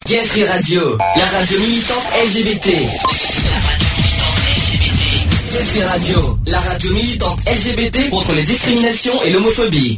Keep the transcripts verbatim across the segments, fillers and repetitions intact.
Gay Free Radio, la radio militante L G B T. Gay Free Radio, la radio militante L G B T contre les discriminations et l'homophobie.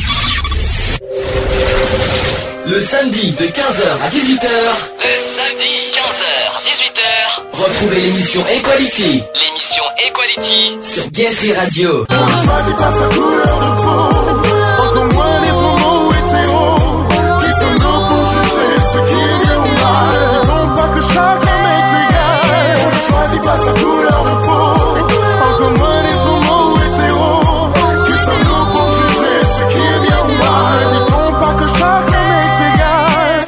Le samedi de quinze heures à dix-huit heures. Le samedi quinze heures dix-huit heures. Retrouvez l'émission Equality. L'émission Equality sur Gay Free Radio. On ne choisit pas sa couleur de peau. Encore moins les tourments hétéros. Qui sommes-nous pour juger ce qui est bien ou mal? Dit-on pas que chaque homme est égal? On ne choisit pas sa couleur de peau. Encore moins les tourments hétéros. Qui sommes-nous pour juger ce qui est bien ou mal? Dit-on pas que chaque homme est égal?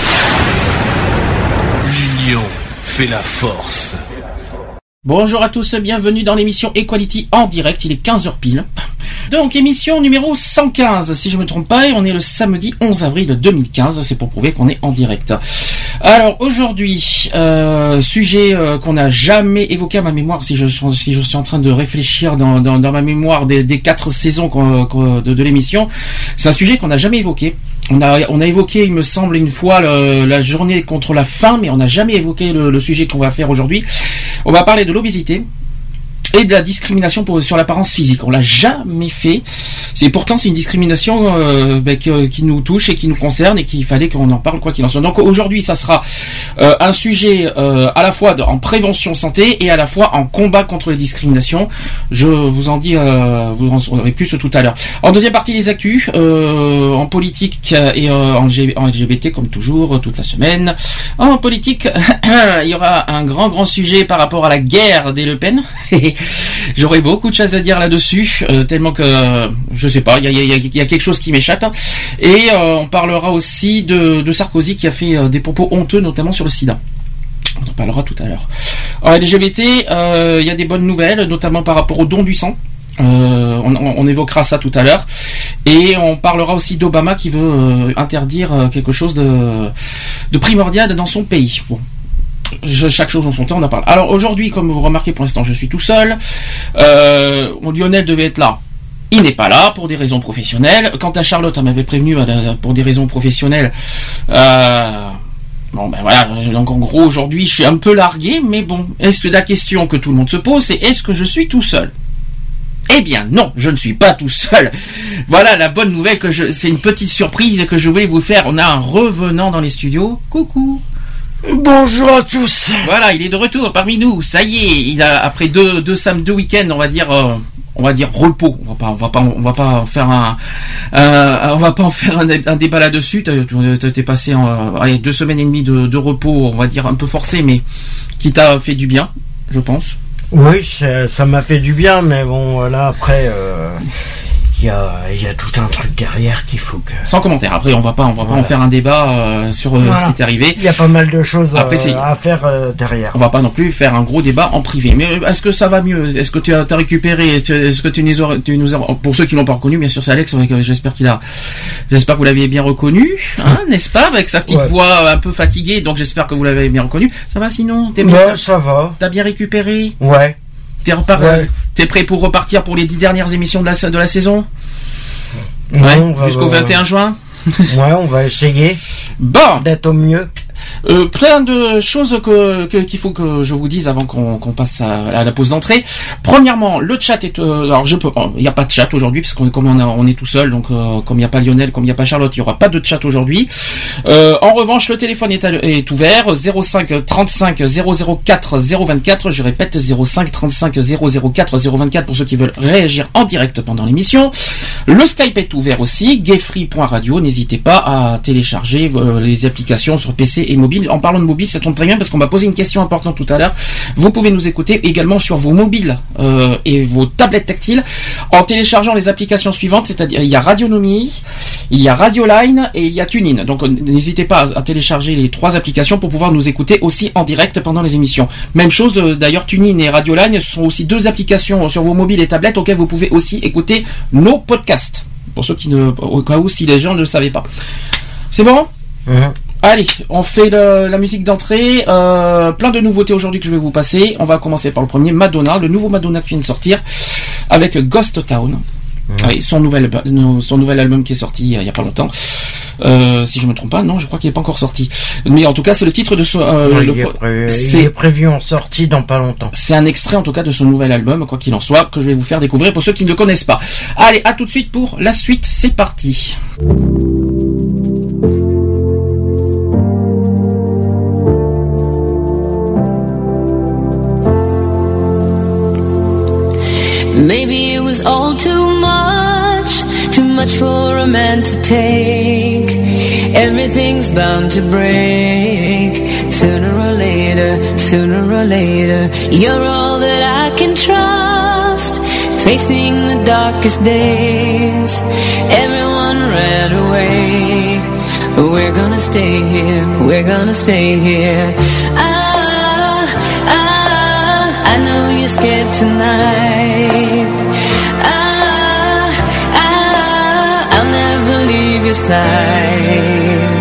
L'union fait la force. Bonjour à tous, bienvenue dans l'émission Equality en direct, il est quinze heures pile. Donc émission numéro cent quinze, si je me trompe pas, et on est le samedi onze avril deux mille quinze, c'est pour prouver qu'on est en direct. Alors aujourd'hui, euh, sujet euh, qu'on n'a jamais évoqué à ma mémoire, si je, si je suis en train de réfléchir dans, dans, dans ma mémoire des, des quatre saisons qu'on, qu'on, de, de l'émission, c'est un sujet qu'on n'a jamais évoqué. On a, on a évoqué, il me semble, une fois le, la journée contre la faim, mais on n'a jamais évoqué le, le sujet qu'on va faire aujourd'hui. On va parler de l'obésité et de la discrimination pour, sur l'apparence physique. On l'a jamais fait. C'est pourtant c'est une discrimination euh, bah, qui, qui nous touche et qui nous concerne et qu'il fallait qu'on en parle quoi qu'il en soit. Donc aujourd'hui, ça sera euh, un sujet euh, à la fois de, en prévention santé et à la fois en combat contre les discriminations. Je vous en dis, euh, vous en saurez plus tout à l'heure. En deuxième partie, les actus euh, en politique et euh, en, G, en L G B T comme toujours toute la semaine. En politique, il y aura un grand grand sujet par rapport à la guerre des Le Pen. J'aurais beaucoup de choses à dire là-dessus, euh, tellement que euh, je sais pas, il y a, y, a, y a quelque chose qui m'échappe. Et euh, on parlera aussi de, de Sarkozy qui a fait euh, des propos honteux, notamment sur le sida. On en parlera tout à l'heure. En L G B T, il euh, y a des bonnes nouvelles, notamment par rapport au don du sang. Euh, on, on évoquera ça tout à l'heure. Et on parlera aussi d'Obama qui veut euh, interdire euh, quelque chose de, de primordial dans son pays. Bon. Je, chaque chose en son temps, on en parle. Alors aujourd'hui, comme vous remarquez, pour l'instant, je suis tout seul. Euh, Lionel devait être là. Il n'est pas là pour des raisons professionnelles. Quant à Charlotte, elle m'avait prévenu euh, pour des raisons professionnelles. Euh, bon, ben voilà. Donc en gros, aujourd'hui, je suis un peu largué. Mais bon, est-ce que la question que tout le monde se pose, c'est est-ce que je suis tout seul ? Eh bien non, je ne suis pas tout seul. Voilà la bonne nouvelle que je. C'est une petite surprise que je voulais vous faire. On a un revenant dans les studios. Coucou. Bonjour à tous. Voilà, il est de retour parmi nous. Ça y est, il a après deux deux samedis, deux week-ends, on va dire, euh, on va dire repos. On va pas, on va pas, on va pas faire un, euh, on va pas en faire un, un débat là-dessus. T'as, t'es passé en, allez, deux semaines et demie de, de repos, on va dire un peu forcé, mais qui t'a fait du bien, je pense. Oui, ça, ça m'a fait du bien, mais bon, là après. Euh... Il y a, il y a tout un truc derrière qu'il faut que... Sans commentaire. Après, on va pas, on va voilà. pas en faire un débat euh, sur euh, voilà. ce qui est arrivé. Il y a pas mal de choses Après, euh, à faire euh, derrière. On va pas non plus faire un gros débat en privé. Mais est-ce que ça va mieux ? Est-ce que tu as, t'as récupéré ? Est-ce que tu nous as, tu nous as... Pour ceux qui l'ont pas reconnu, bien sûr, c'est Alex. J'espère qu'il a... J'espère que vous l'avez bien reconnu, hein, n'est-ce pas ? Avec sa petite ouais. voix un peu fatiguée. Donc, j'espère que vous l'avez bien reconnu. Ça va sinon ? T'es bien ? Ouais, ça va. T'as bien récupéré ? Ouais. T'es, repar... ouais. T'es prêt pour repartir pour les dix dernières émissions de la, de la saison ? Ouais, va, jusqu'au vingt et un juin. Ouais, on va essayer. Bon, d'être au mieux. Euh, plein de choses que, que qu'il faut que je vous dise avant qu'on, qu'on passe à, à la pause d'entrée. Premièrement, le chat est. Euh, alors je peux. Il n'y a pas de chat aujourd'hui parce qu'on comme on, a, on est tout seul, donc euh, comme il n'y a pas Lionel, comme il n'y a pas Charlotte, il n'y aura pas de chat aujourd'hui. Euh, en revanche, le téléphone est, à, est ouvert zéro cinq trente-cinq zéro zéro quatre zéro vingt-quatre. Je répète zéro cinq trente-cinq zéro zéro quatre zéro vingt-quatre pour ceux qui veulent réagir en direct pendant l'émission. Le Skype est ouvert aussi, gayfree point radio. N'hésitez pas à télécharger euh, les applications sur P C et mobile. En parlant de mobile, ça tombe très bien parce qu'on m'a posé une question importante tout à l'heure. Vous pouvez nous écouter également sur vos mobiles euh, et vos tablettes tactiles en téléchargeant les applications suivantes, c'est-à-dire il y a Radionomie, il y a Radioline et il y a TuneIn. Donc n'hésitez pas à télécharger les trois applications pour pouvoir nous écouter aussi en direct pendant les émissions. Même chose euh, d'ailleurs, TuneIn et Radioline sont aussi deux applications sur vos mobiles et tablettes auxquelles vous pouvez aussi écouter nos podcasts. Pour ceux qui ne, au cas où si les gens ne le savaient pas. C'est bon ? Mmh. Allez, on fait le, la musique d'entrée. Euh, plein de nouveautés aujourd'hui que je vais vous passer. On va commencer par le premier, Madonna, le nouveau Madonna qui vient de sortir avec Ghost Town. Mmh. Oui, son nouvel, son nouvel album qui est sorti il y a pas longtemps. Euh, si je me trompe pas, non, je crois qu'il n'est pas encore sorti. Mais en tout cas, c'est le titre de son. Euh, ouais, le, il, est pré... c'est... il est prévu en sortie dans pas longtemps. C'est un extrait en tout cas de son nouvel album, quoi qu'il en soit, que je vais vous faire découvrir pour ceux qui ne le connaissent pas. Allez, à tout de suite pour la suite. C'est parti. Maybe it was all too much, too much for a man to take. Everything's bound to break, sooner or later, sooner or later. You're all that I can trust, facing the darkest days. Everyone ran away, but we're gonna stay here, we're gonna stay here. Ah, ah, I know you're scared tonight. Ah, ah, I'll never leave your side.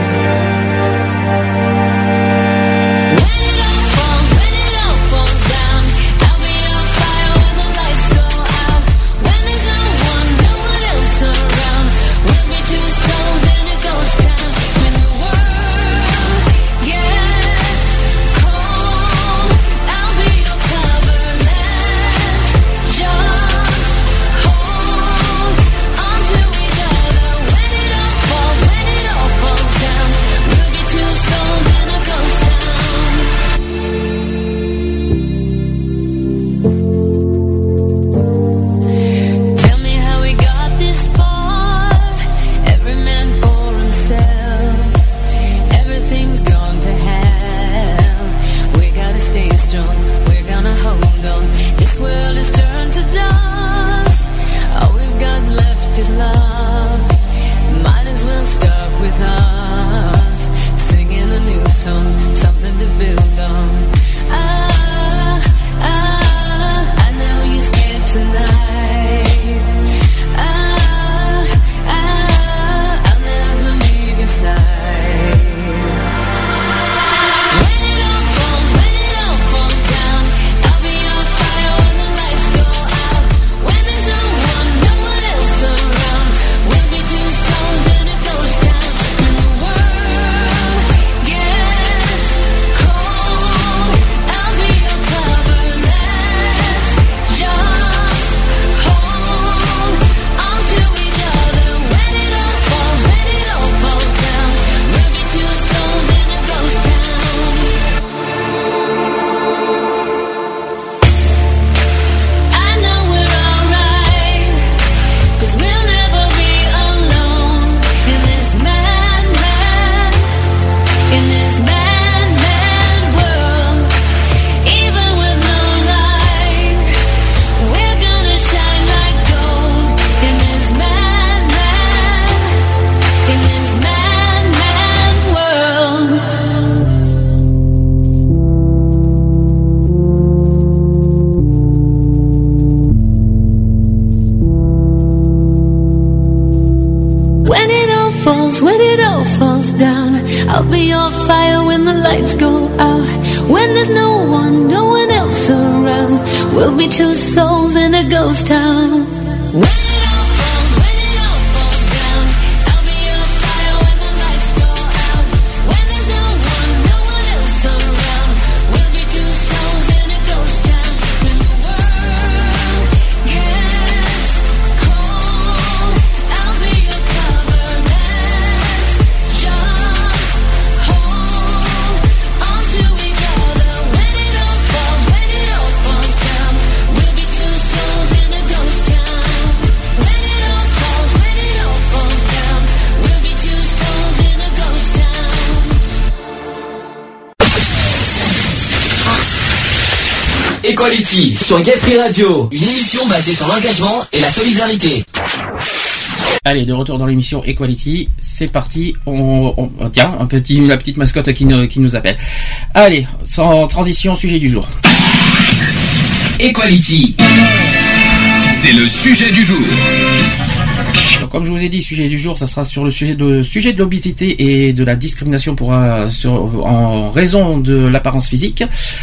I'll be your fire when the lights go out. When there's no one, no one else around. We'll be two souls in a ghost town. When Equality sur Gay Free Radio, une émission basée sur l'engagement et la solidarité. Allez, de retour dans l'émission Equality, c'est parti. On, on tiens, un petit, la petite mascotte qui nous, qui nous appelle. Allez, sans transition, sujet du jour. Equality, c'est le sujet du jour. Donc, comme je vous ai dit, sujet du jour, ça sera sur le sujet de sujet de l'obésité et de la discrimination pour euh, sur, en raison de l'apparence physique.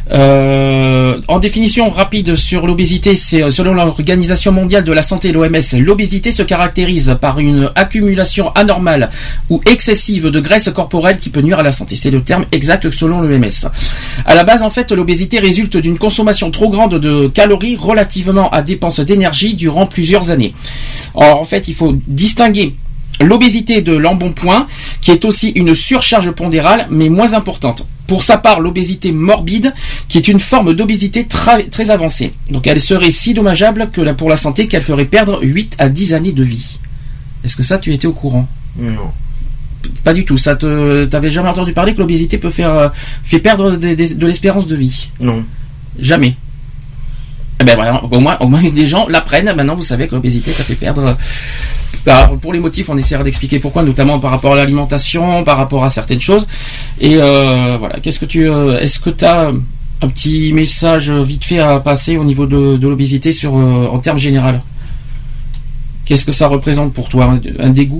Euh, en définition rapide sur l'obésité, c'est selon l'Organisation mondiale de la santé, l'O M S, l'obésité se caractérise par une accumulation anormale ou excessive de graisse corporelle qui peut nuire à la santé. C'est le terme exact selon l'O M S. À la base, en fait, l'obésité résulte d'une consommation trop grande de calories relativement à dépenses d'énergie durant plusieurs années. Or, en fait, il faut distinguer l'obésité de l'embonpoint, qui est aussi une surcharge pondérale, mais moins importante. Pour sa part, l'obésité morbide, qui est une forme d'obésité tra- très avancée. Donc elle serait si dommageable que pour la santé qu'elle ferait perdre huit à dix années de vie. Est-ce que ça, tu étais au courant ? Non. Pas du tout. Ça te, t'avais jamais entendu parler que l'obésité peut faire, euh, fait perdre de, de, de l'espérance de vie ? Non. Jamais. Eh ben voilà, au moins, au moins les gens l'apprennent. Maintenant, vous savez que l'obésité, ça fait perdre. Alors, pour les motifs, on essaiera d'expliquer pourquoi, notamment par rapport à l'alimentation, par rapport à certaines choses. Et euh, voilà. Qu'est-ce que tu, euh, est-ce que tu as un petit message vite fait à passer au niveau de, de l'obésité sur, euh, en termes généraux ? Qu'est-ce que ça représente pour toi ? Un, un dégoût ?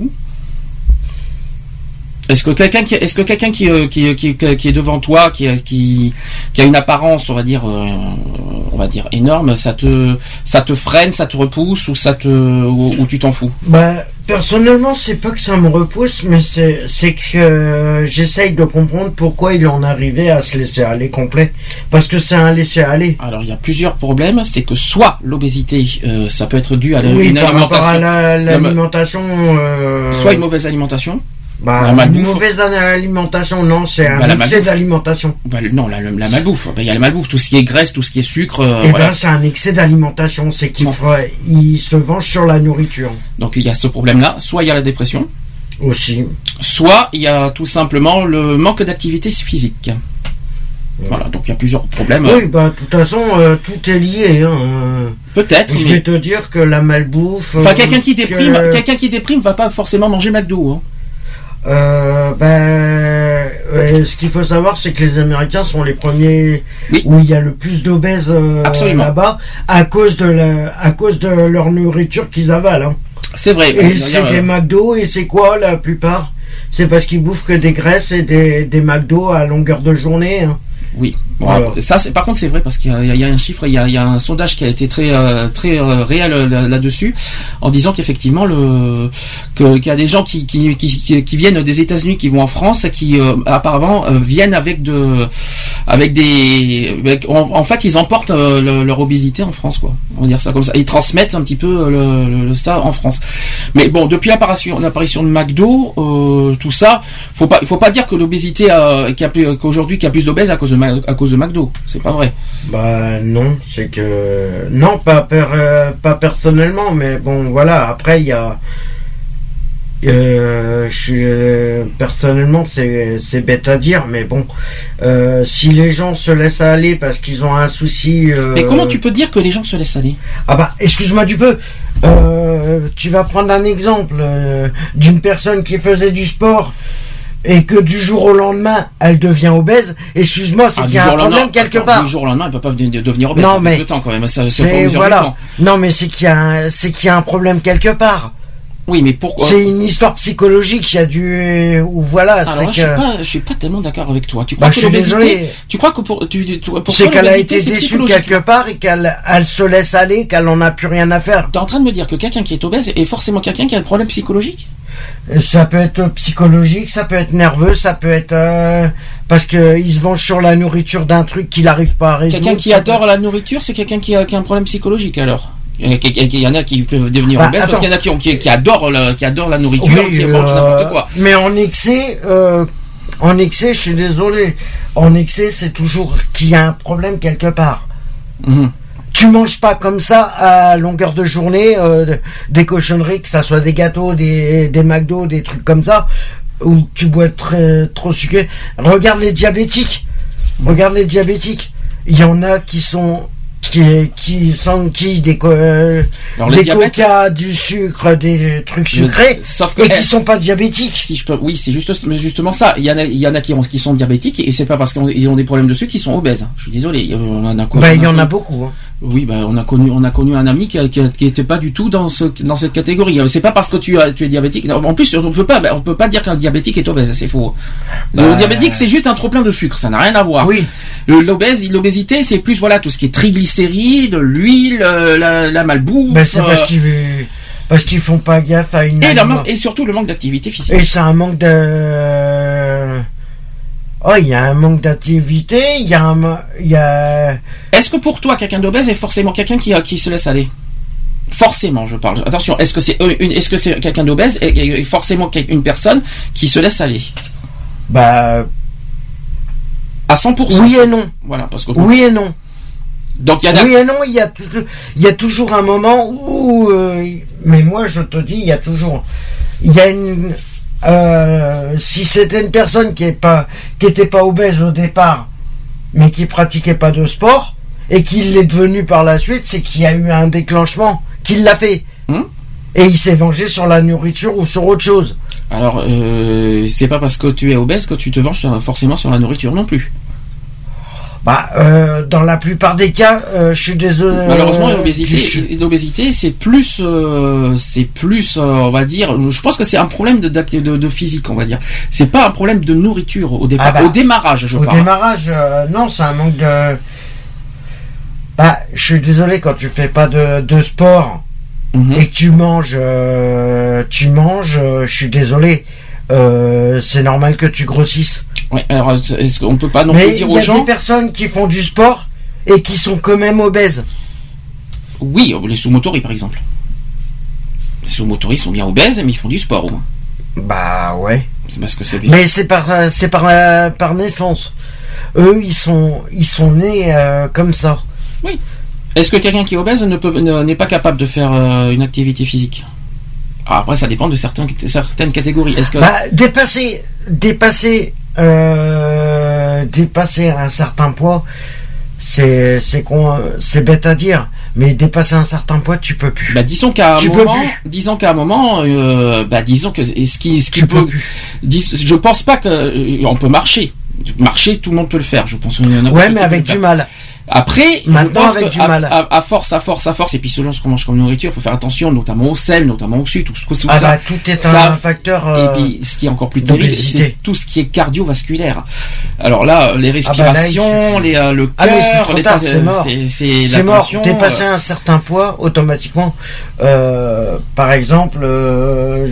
Est-ce que quelqu'un qui, est-ce que quelqu'un qui, qui, qui, qui est devant toi, qui, qui, qui a une apparence, on va dire, euh, on va dire énorme, ça te, ça te freine, ça te repousse, ou ça te, ou, ou tu t'en fous ? Bah, personnellement, c'est pas que ça me repousse, mais c'est, c'est que euh, j'essaye de comprendre pourquoi il en est arrivé à se laisser aller complet. Parce que c'est un laisser aller. Alors, il y a plusieurs problèmes. C'est que soit l'obésité, euh, ça peut être dû à la, oui, une par alimentation, rapport à la, l'alimentation, euh... soit une mauvaise alimentation. Bah, une mauvaise alimentation, non, c'est un bah, excès d'alimentation. Bah, non, la, la malbouffe. Il y a la malbouffe, tout ce qui est graisse, tout ce qui est sucre. Euh, et voilà. ben, c'est un excès d'alimentation. C'est qu'il fera, il se venge sur la nourriture. Donc, il y a ce problème-là. Soit il y a la dépression. Aussi. Soit il y a tout simplement le manque d'activité physique. Ouais. Voilà, donc il y a plusieurs problèmes. Oui, bah, de toute façon, euh, tout est lié, hein. Peut-être. Je mais... vais te dire que la malbouffe. Enfin, quelqu'un qui déprime, que... quelqu'un qui déprime va pas forcément manger McDo, hein. Euh, ben, euh, ce qu'il faut savoir, c'est que les Américains sont les premiers oui. où il y a le plus d'obèses euh, là-bas à cause de la, à cause de leur nourriture qu'ils avalent. Hein. C'est vrai. Et c'est des McDo et c'est quoi la plupart ? C'est parce qu'ils bouffent que des graisses et des, des McDo à longueur de journée. Hein. Oui. Bon, alors, ça, c'est, par contre, c'est vrai parce qu'il y a, il y a un chiffre, il y a, il y a un sondage qui a été très, euh, très euh, réel là, là-dessus, en disant qu'effectivement le, que, qu'il y a des gens qui, qui, qui, qui viennent des États-Unis, qui vont en France, qui euh, apparemment euh, viennent avec de, avec des, avec, en, en fait, ils emportent euh, le, leur obésité en France, quoi. On va dire ça comme ça. Ils transmettent un petit peu le, le, le ça en France. Mais bon, depuis l'apparition, l'apparition de McDo, euh, tout ça, faut pas, il faut pas dire que l'obésité, a, qu'il y a, qu'aujourd'hui, qu'il y a plus d'obèses à cause de à cause de McDo, c'est pas vrai. Bah non, c'est que non, pas per... pas personnellement, mais bon voilà. Après il y a, euh, je... personnellement c'est c'est bête à dire, mais bon, euh, si les gens se laissent aller parce qu'ils ont un souci. Euh... Mais comment tu peux dire que les gens se laissent aller ? Ah bah excuse-moi du peu. Euh, tu vas prendre un exemple euh, d'une personne qui faisait du sport. Et que du jour au lendemain, elle devient obèse. Excuse-moi, c'est ah, qu'il y a un problème quelque attends, part. Du jour au lendemain, elle peut pas devenir obèse. Non mais le temps quand même. Ça, c'est voilà. Non mais c'est qu'il y a, un, c'est qu'il y a un problème quelque part. Oui, mais pourquoi ? C'est une histoire psychologique. Il y a du ou voilà. Alors c'est là, que... je suis pas, je suis pas tellement d'accord avec toi. Tu crois bah, que l'obésité, tu crois que pour, tu, tu, pour c'est qu'elle a été déçue quelque part et qu'elle, elle se laisse aller, qu'elle en a plus rien à faire. T'es en train de me dire que quelqu'un qui est obèse est forcément quelqu'un qui a un problème psychologique ? Ça peut être psychologique, ça peut être nerveux, ça peut être euh, parce que il se venge sur la nourriture d'un truc qu'il n'arrive pas à résoudre. Quelqu'un qui adore peut... la nourriture, c'est quelqu'un qui a, qui a un problème psychologique alors. Il y en a qui peuvent devenir bah, obèses parce qu'il y en a qui, ont, qui, qui adorent la, qui adorent la nourriture, oui, qui euh, mangent n'importe quoi. Mais en excès, euh, en excès, je suis désolé. En excès, c'est toujours qu'il y a un problème quelque part. Mmh. Tu manges pas comme ça à longueur de journée euh, des cochonneries, que ça soit des gâteaux, des, des McDo, des trucs comme ça, où tu bois très, trop sucré. Regarde les diabétiques. Regarde les diabétiques. Il y en a qui sont qui qui s'enquillent des co- Alors, des les diabètes, coca, du sucre, des trucs Le- sucrés, sauf que et eh, qui sont pas diabétiques. si je peux, oui, c'est juste, mais justement ça. Il y en a, il y en a qui, ont, qui sont diabétiques et c'est pas parce qu'ils ont des problèmes de sucre qu'ils sont obèses. Je suis désolé. On en a quoi, Bah, on il y en a connu- beaucoup. Hein. Oui, bah, on a connu, on a connu un ami qui, a- qui, a- qui était pas du tout dans ce, dans cette catégorie. C'est pas parce que tu, as, tu es diabétique. Non, en plus, on peut pas, on peut pas dire qu'un diabétique est obèse. C'est faux. Le Bah, diabétique, c'est juste un trop plein de sucre. Ça n'a rien à voir. Oui. Le- L'obèse, l'obésité, c'est plus voilà tout ce qui est triglycérides, l'huile, euh, la, la malbouffe. Ben, c'est parce euh, qu'ils parce qu'ils font pas gaffe à une et, le aliment- manque- et surtout le manque d'activité physique. et c'est un manque de oh il y a un manque d'activité, il y a un ma- il y a Est-ce que pour toi, quelqu'un d'obèse est forcément quelqu'un qui, qui se laisse aller? Forcément, je parle. Attention, est-ce que c'est une, est-ce que c'est quelqu'un d'obèse et, et forcément une personne qui se laisse aller bah à cent pour cent? oui et non. Voilà, parce que Oui et non. donc il y en a. Oui et non, il y a toujours il y a toujours un moment où euh, mais moi je te dis il y a toujours il y a une euh, si c'était une personne qui est pas qui était pas obèse au départ mais qui pratiquait pas de sport et qu'il l'est devenu par la suite, c'est qu'il y a eu un déclenchement qu'il l'a fait. Hmm Et il s'est vengé sur la nourriture ou sur autre chose. Alors, euh, c'est pas parce que tu es obèse que tu te venges sur- forcément sur la nourriture non plus. Bah, euh, dans la plupart des cas, euh, je suis désolé. Malheureusement, euh, l'obésité, je- l'obésité, c'est plus, euh, c'est plus, euh, on va dire. Je pense que c'est un problème de, d'act- de, de physique, on va dire. C'est pas un problème de nourriture au départ, Ah bah, au démarrage, je Au parle. démarrage, euh, non, c'est un manque de. Bah, je suis désolé quand tu fais pas de, de sport Mhm. et que tu manges, euh, tu manges. euh, je suis désolé. Euh, c'est normal que tu grossisses. Ouais, alors, est-ce qu'on peut pas non plus Mais dire il y aux a gens? des personnes qui font du sport et qui sont quand même obèses. Oui, les sous-motoris par exemple. Les sous-motoris sont bien obèses, mais ils font du sport au moins. Bah ouais. C'est parce que c'est bien. Mais c'est par c'est par la- par naissance. Eux, ils sont ils sont nés euh, comme ça. Est-ce que quelqu'un qui est obèse ne peut, ne- n'est pas capable de faire euh, une activité physique? Alors après, ça dépend de certains, certaines catégories. Est-ce que Bah dépasser dépasser euh, dépasser un certain poids, c'est c'est con, c'est bête à dire, mais dépasser un certain poids, tu peux plus. bah, disons qu'à un Tu peux moment, plus. disons qu'à un moment, euh, bah, disons que ce qui, ce qui Tu peut, peux plus. dis- je pense pas que euh, on peut marcher. Marcher, tout le monde peut le faire. Je pense. qu'il y en a Ouais, beaucoup mais qui avec peuvent du le faire. mal. Après, je Maintenant, pense avec que du à, mal. À, à force, à force, à force, et puis selon ce qu'on mange comme nourriture, il faut faire attention, notamment au sel, notamment au sucre, tout ce que tout Ah ça. bah tout est ça- un facteur. Et euh, puis, ce qui est encore plus terrible, d'obésité. c'est tout ce qui est cardiovasculaire. Alors là, les Ah bah là, il respirations, suffit. les, euh, le Ah, mais c'est cœur, trop les tard, tas- c'est mort. c'est, c'est C'est la mort. tension, Dépasser euh, un certain poids, automatiquement, euh, par exemple, euh,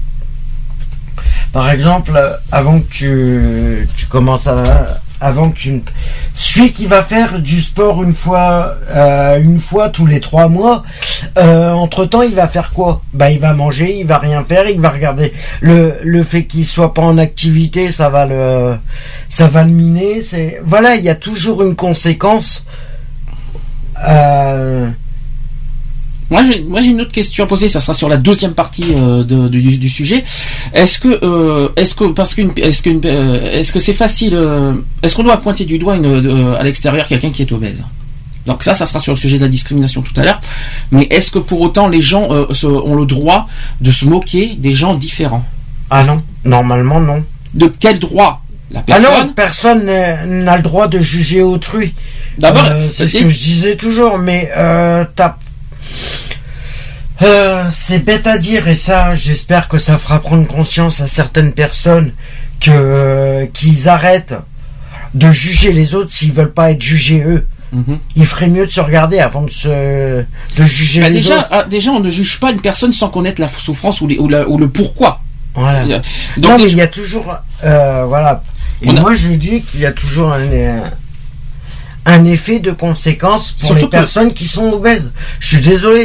par exemple, euh, avant que tu, tu commences à, avant que tu, celui qui va faire du sport une fois, euh, une fois tous les trois mois, euh, entre temps, il va faire quoi? Bah, il va manger, il va rien faire, il va regarder. Le, le fait qu'il soit pas en activité, ça va le, ça va le miner. C'est, voilà, il y a toujours une conséquence. Euh, Moi, j'ai, moi, j'ai une autre question à poser. Ça sera sur la deuxième partie euh, de, du, du sujet. Est-ce que, euh, est-ce que, parce qu'une, est-ce qu'une, euh, est-ce que c'est facile euh, Est-ce qu'on doit pointer du doigt une, euh, à l'extérieur quelqu'un qui est obèse? Donc ça, ça sera sur le sujet de la discrimination tout à l'heure. Mais est-ce que pour autant les gens euh, se- ont le droit de se moquer des gens différents? ah non, normalement non. De quel droit la Ah personne? non, personne n'a n'a le droit de juger autrui. D'abord, Euh, c'est ce et- que je disais toujours, mais euh, t'as- euh, c'est bête à dire, et ça, j'espère que ça fera prendre conscience à certaines personnes que euh, qu'ils arrêtent de juger les autres s'ils veulent pas être jugés eux. Mhm. Il ferait mieux de se regarder avant de se de juger Bah, les déjà, autres. ah, déjà, on ne juge pas une personne sans connaître la souffrance ou, les- ou, la- ou le pourquoi. Voilà. Donc, non, mais déjà- il y a toujours, euh, voilà. Et On a- moi, je dis qu'il y a toujours un, un, un effet de conséquence pour Surtout les que- personnes qui sont obèses. Je suis désolé.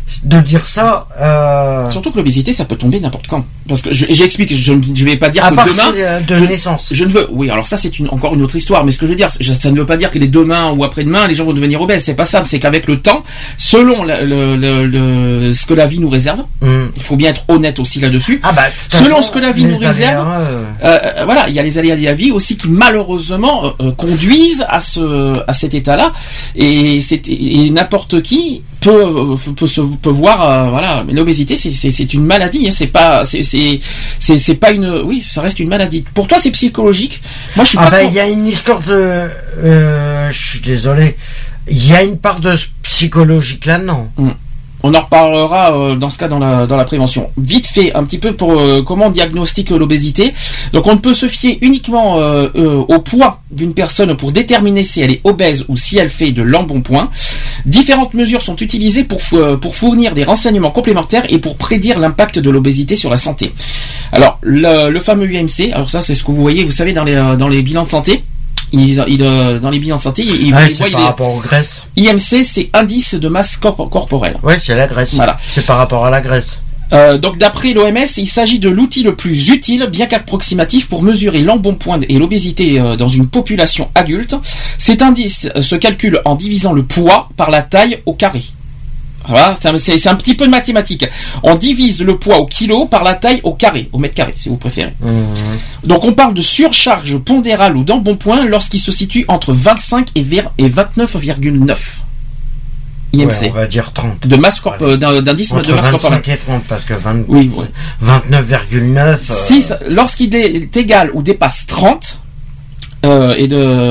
de dire ça. Euh... Surtout que l'obésité, ça peut tomber n'importe quand. Parce que je, j'explique, je ne vais pas dire à que demain. De je, naissance. Je ne veux. Oui, alors ça c'est une, encore une autre histoire. Mais ce que je veux dire, ça ne veut pas dire que les demain ou après-demain, les gens vont devenir obèses. C'est pas ça. C'est qu'avec le temps, selon le, le, le, le, ce que la vie nous réserve, mm. il faut bien être honnête aussi là-dessus. Ah bah, selon ce que la vie nous réserve, euh... Euh, voilà, il y a les aléas de la vie aussi qui malheureusement euh, conduisent à ce, à cet état-là. Et, c'est, et n'importe qui peut peut se peut voir euh, voilà, mais l'obésité c'est c'est c'est une maladie, hein, c'est pas c'est c'est c'est c'est pas une oui, ça reste une maladie. Pour toi c'est psychologique. Moi je suis ah pas bah il y a une histoire de euh, je suis désolé, il y a une part de psychologique là-dedans. Mmh. On en reparlera euh, dans ce cas dans la dans la prévention. Vite fait, un petit peu pour euh, comment on diagnostique l'obésité. Donc on ne peut se fier uniquement euh, euh, au poids d'une personne pour déterminer si elle est obèse ou si elle fait de l'embonpoint. Différentes mesures sont utilisées pour euh, pour fournir des renseignements complémentaires et pour prédire l'impact de l'obésité sur la santé. Alors le, le fameux U M C, alors ça c'est ce que vous voyez, vous savez dans les euh, dans les bilans de santé. Il, il, euh, dans les bilans de santé, il, ouais, il c'est voit par il rapport aux graisses. I M C, c'est indice de masse corp- corporelle. Ouais, c'est la graisse. Voilà. C'est par rapport à la graisse. Euh, donc d'après l'O M S, il s'agit de l'outil le plus utile, bien qu'approximatif, pour mesurer l'embonpoint et l'obésité euh, dans une population adulte. Cet indice euh, se calcule en divisant le poids par la taille au carré. Voilà, c'est un, c'est, c'est un petit peu de mathématiques. On divise le poids au kilo par la taille au carré, au mètre carré, si vous préférez. Mmh. Donc on parle de surcharge pondérale ou d'embonpoint lorsqu'il se situe entre vingt-cinq et vingt-neuf virgule neuf. I M C. Ouais, on va dire trente. De masse corp- euh, d'indice entre de masse corporelle. vingt-cinq et trente, parce que vingt, oui, ouais. vingt-neuf virgule neuf. Euh... Si, lorsqu'il est égal ou dépasse trente, euh, et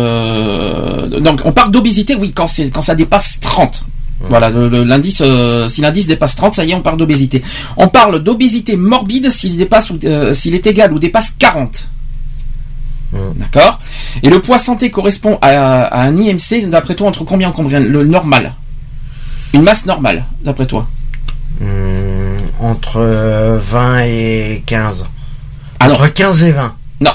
de, donc on parle d'obésité, oui, quand c'est, quand ça dépasse trente. Voilà, le, le, l'indice, euh, si l'indice dépasse trente, ça y est, on parle d'obésité. On parle d'obésité morbide s'il dépasse ou, euh, s'il est égal ou dépasse quarante. Mmh. D'accord. Et le poids santé correspond à, à un I M C, d'après toi, entre combien, combien le normal, une masse normale, d'après toi. Mmh, entre vingt et quinze. Ah entre quinze et vingt. Non.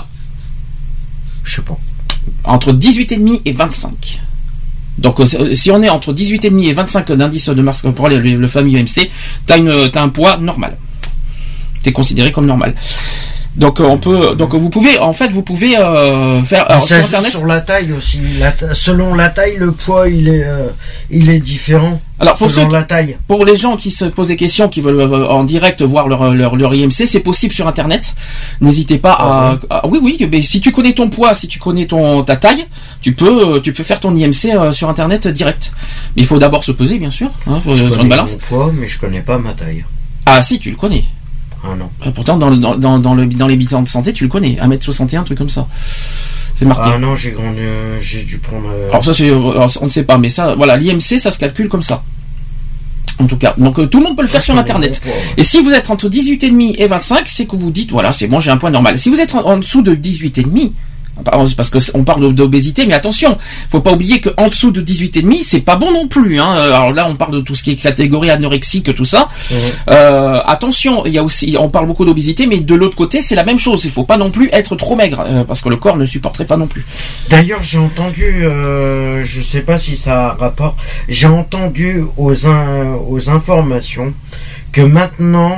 Je sais pas. Entre dix-huit virgule cinq et vingt-cinq. Donc si on est entre dix-huit virgule cinq et vingt-cinq d'indice de masse corporelle, le, le fameux I M C, t'as une t'as un poids normal. T'es considéré comme normal. Donc on peut donc vous pouvez en fait vous pouvez euh, faire alors, sur internet sur la taille aussi. La ta- selon la taille, le poids il est euh, il est différent. Alors pour selon ceux la taille. Pour les gens qui se posent des questions, qui veulent euh, en direct voir leur, leur leur I M C, c'est possible sur internet. N'hésitez pas ah à, bon. à oui oui mais si tu connais ton poids, si tu connais ton ta taille, tu peux tu peux faire ton I M C euh, sur internet direct. Mais il faut d'abord se peser bien sûr, hein, faut, je sur connais une balance. Mon poids, mais je connais pas ma taille. Ah si, tu le connais. Ah non. Pourtant dans le, dans, dans, dans le dans les bilans de santé tu le connais, un mètre soixante et un, truc comme ça. C'est marqué. Ah non, j'ai grandi, euh, j'ai dû prendre. Euh... Alors ça c'est, alors, on ne sait pas, mais ça, voilà, l'I M C ça se calcule comme ça. En tout cas, donc euh, tout le monde peut le faire ah, sur internet. Bon, et si vous êtes entre dix-huit virgule cinq et vingt-cinq, c'est que vous dites voilà, c'est bon, j'ai un point normal. Si vous êtes en, en dessous de dix-huit virgule cinq, parce que on parle d'obésité, mais attention, faut pas oublier que en dessous de dix-huit virgule cinq, c'est pas bon non plus. Hein. Alors là, on parle de tout ce qui est catégorie anorexique, tout ça. Mmh. Euh, attention, il y a aussi, on parle beaucoup d'obésité, mais de l'autre côté, c'est la même chose. Il faut pas non plus être trop maigre, euh, parce que le corps ne supporterait pas non plus. D'ailleurs, j'ai entendu, euh, je sais pas si ça a rapport, j'ai entendu aux in, aux informations que maintenant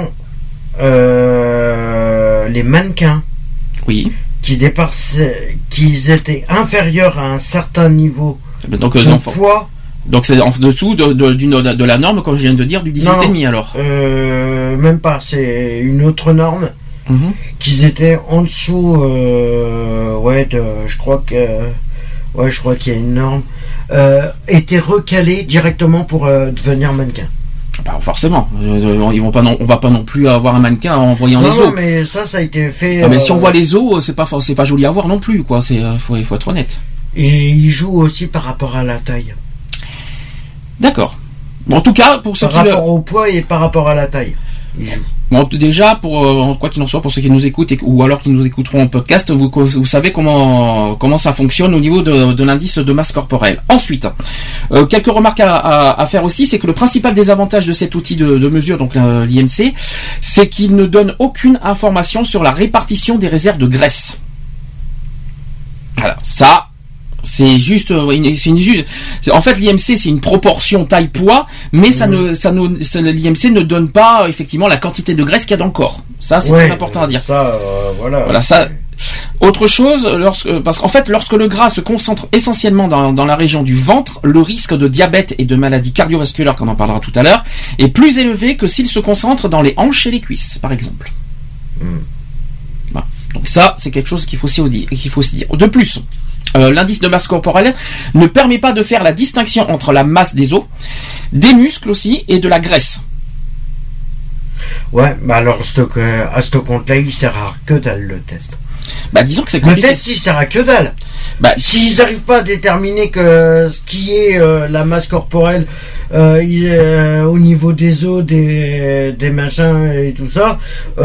euh, les mannequins. Oui. Qui dépassaient, qui étaient inférieurs à un certain niveau donc, de non, poids. Donc c'est en dessous de, de, de, de la norme, comme je viens de dire, du dix-huit virgule cinq alors. Euh, même pas, c'est une autre norme. Mm-hmm. Qu'ils étaient en dessous, euh, ouais, de, je crois que, ouais, je crois qu'il y a une norme, euh, étaient recalés directement pour euh, devenir mannequin. Bah forcément, euh, ils vont pas non, on va pas non plus avoir un mannequin en voyant non, les non, os. mais ça, ça a été fait. Ah, mais euh, si on voit les os, c'est pas c'est pas joli à voir non plus, quoi. C'est faut faut être honnête. Et il joue aussi par rapport à la taille. D'accord. Bon, en tout cas, pour ceux par qui rapport le... au poids et par rapport à la taille, il joue. Bon, déjà, pour euh, quoi qu'il en soit, pour ceux qui nous écoutent et, ou alors qui nous écouteront en podcast, vous, vous savez comment comment ça fonctionne au niveau de, de l'indice de masse corporelle. Ensuite, euh, quelques remarques à, à, à faire aussi, c'est que le principal désavantage de cet outil de, de mesure, donc euh, l'I M C, c'est qu'il ne donne aucune information sur la répartition des réserves de graisse. Voilà, ça, C'est juste, une, c'est une, c'est, en fait, l'I M C c'est une proportion taille-poids, mais mmh. ça ne, ça ne, ça, l'I M C ne donne pas effectivement la quantité de graisse qu'il y a dans le corps. Ça, c'est ouais, très important à dire. Ça, euh, voilà. Voilà ça. Autre chose, lorsque, parce qu'en fait, lorsque le gras se concentre essentiellement dans, dans la région du ventre, le risque de diabète et de maladies cardiovasculaires, qu'on en parlera tout à l'heure, est plus élevé que s'il se concentre dans les hanches et les cuisses, par exemple. Mmh. Voilà. Donc ça, c'est quelque chose qu'il faut aussi dire. Qu'il faut aussi dire. De plus, euh, l'indice de masse corporelle ne permet pas de faire la distinction entre la masse des os, des muscles aussi, et de la graisse. Ouais, bah alors à ce compte-là, il sert à que dalle le test. Bah disons que c'est compliqué. Le test, il sert à que dalle. Bah, s'ils n'arrivent pas à déterminer que ce qui est euh, la masse corporelle euh, il, euh, au niveau des os, des, des machins et tout ça,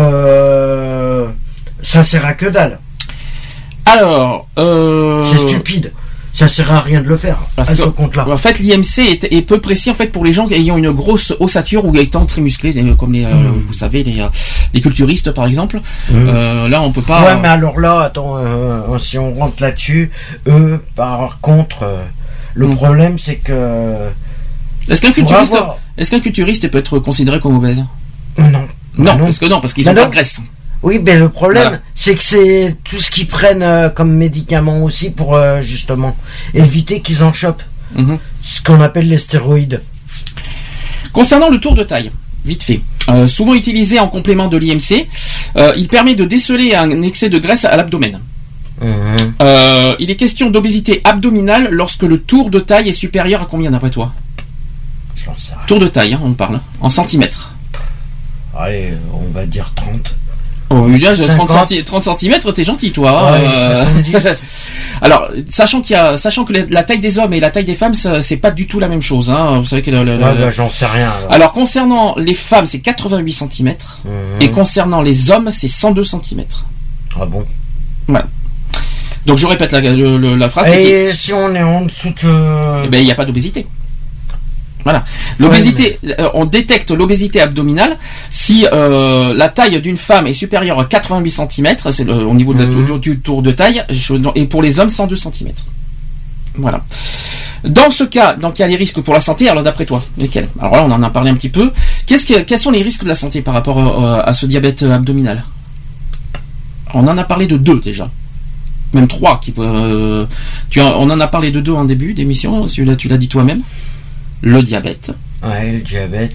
euh, ça sert à que dalle. Alors, euh... c'est stupide. Ça sert à rien de le faire. Parce à que, ce compte-là. En fait, l'I M C est, est peu précis en fait pour les gens ayant une grosse ossature ou étant très musclés, comme les, mmh. euh, vous savez, les, les culturistes par exemple. Mmh. Euh, là, on peut pas. Ouais, mais alors là, attends, euh, si on rentre là-dessus, eux, par contre, euh, le mmh. problème, c'est que. Est-ce qu'un culturiste, avoir... est-ce qu'un culturiste peut être considéré comme obèse ? Non. Non, non, parce que non, parce qu'ils bah ont non. pas de graisse. Oui, mais le problème, voilà. c'est que c'est tout ce qu'ils prennent euh, comme médicaments aussi pour euh, justement éviter qu'ils en chopent. Mmh. Ce qu'on appelle les stéroïdes. Concernant le tour de taille, vite fait, euh, souvent utilisé en complément de l'I M C, euh, il permet de déceler un excès de graisse à l'abdomen. Mmh. Euh, il est question d'obésité abdominale lorsque le tour de taille est supérieur à combien d'après toi ? J'en sais rien. Tour de taille, hein, on parle, en centimètres. Allez, on va dire trente. Oh, Julien, trente centimètres, t'es gentil, toi. Ouais, euh... soixante-dix. Alors, sachant qu'il y a, sachant que la taille des hommes et la taille des femmes, c'est pas du tout la même chose, hein. Vous savez que le, le, ouais, le... bah, j'en sais rien. Alors, alors concernant les femmes, c'est quatre-vingt-huit centimètres, mmh. et concernant les hommes, c'est cent deux centimètres. Ah bon? Voilà. Donc je répète la, la, la phrase. Et si on est en dessous de... Eh ben, il n'y a pas d'obésité. Voilà. L'obésité, ouais, mais... euh, on détecte l'obésité abdominale si euh, la taille d'une femme est supérieure à quatre-vingt-huit centimètres, c'est le, au niveau de la, mmh. du, du tour de taille, et pour les hommes, cent deux centimètres. Voilà. Dans ce cas, donc il y a les risques pour la santé. Alors d'après toi, lesquels ? Alors là, on en a parlé un petit peu. Qu'est-ce que, quels sont les risques de la santé par rapport euh, à ce diabète abdominal ? On en a parlé de deux déjà. Même trois. Qui, euh, tu en, on en a parlé de deux en début d'émission, tu l'as, tu l'as dit toi-même. Le diabète. Ouais, le diabète.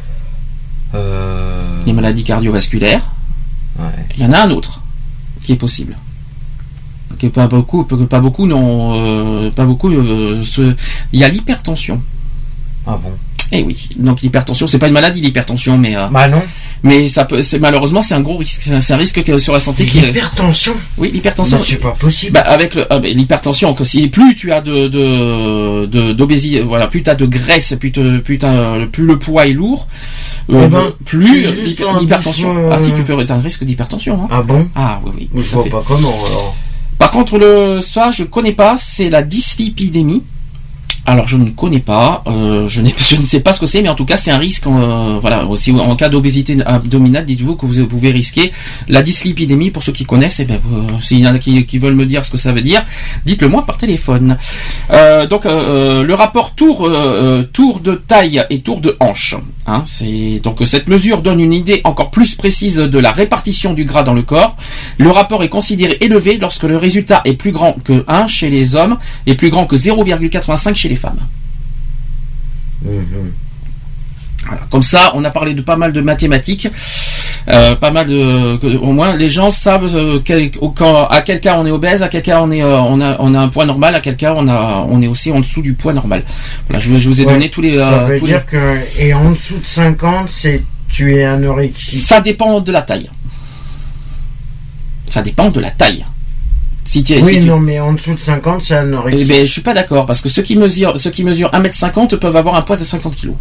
Euh... Les maladies cardiovasculaires. Ouais. Il y en a un autre qui est possible. Que pas beaucoup, que pas beaucoup non, euh, pas beaucoup. Euh, ce... Il y a l'hypertension. Ah bon. Eh oui. Donc l'hypertension, c'est pas une maladie l'hypertension, mais. Euh, bah non. Mais ça peut, c'est malheureusement c'est un gros risque, c'est un risque que, sur la santé. L'hypertension. Oui, l'hypertension. Non, c'est pas possible. Bah avec le, ah, bah, l'hypertension, que si plus tu as de de, de d'obésité, voilà, plus tu as de graisse, plus te, plus, plus le poids est lourd, euh, ben, plus l'hypertension. Euh... Ah si, tu peux être un risque d'hypertension. Hein. Ah bon? Ah oui oui. Je vois fait. Pas comment alors. Par contre le ça je connais pas, c'est la dyslipidémie. Alors je ne connais pas, euh, je, je ne sais pas ce que c'est, mais en tout cas c'est un risque. Euh, voilà, aussi en cas d'obésité abdominale, dites-vous que vous pouvez risquer la dyslipidémie. Pour ceux qui connaissent, et ben, euh, s'il y en a qui, qui veulent me dire ce que ça veut dire, dites-le moi par téléphone. Euh, donc euh, le rapport tour euh, tour de taille et tour de hanche. Hein, c'est donc cette mesure donne une idée encore plus précise de la répartition du gras dans le corps. Le rapport est considéré élevé lorsque le résultat est plus grand que un chez les hommes et plus grand que zéro virgule quatre-vingt-cinq chez les femmes. Mmh. Voilà. Comme ça, on a parlé de pas mal de mathématiques, euh, pas mal de, que, au moins les gens savent euh, quel, quand, à quel cas on est obèse, à quel cas on est, euh, on a, on a un poids normal, à quel cas on a, on est aussi en dessous du poids normal. Voilà, je, je vous ai ouais, donné tous les. Ça euh, veut tous dire les... que et en dessous de cinquante, c'est tu es anorexique. Ça dépend de la taille. Ça dépend de la taille. Si tu, oui, si tu... non, mais en dessous de cinquante, c'est anorexique. Eh ben, je suis pas d'accord, parce que ceux qui mesurent, ceux qui mesurent un mètre cinquante peuvent avoir un poids de cinquante kilos.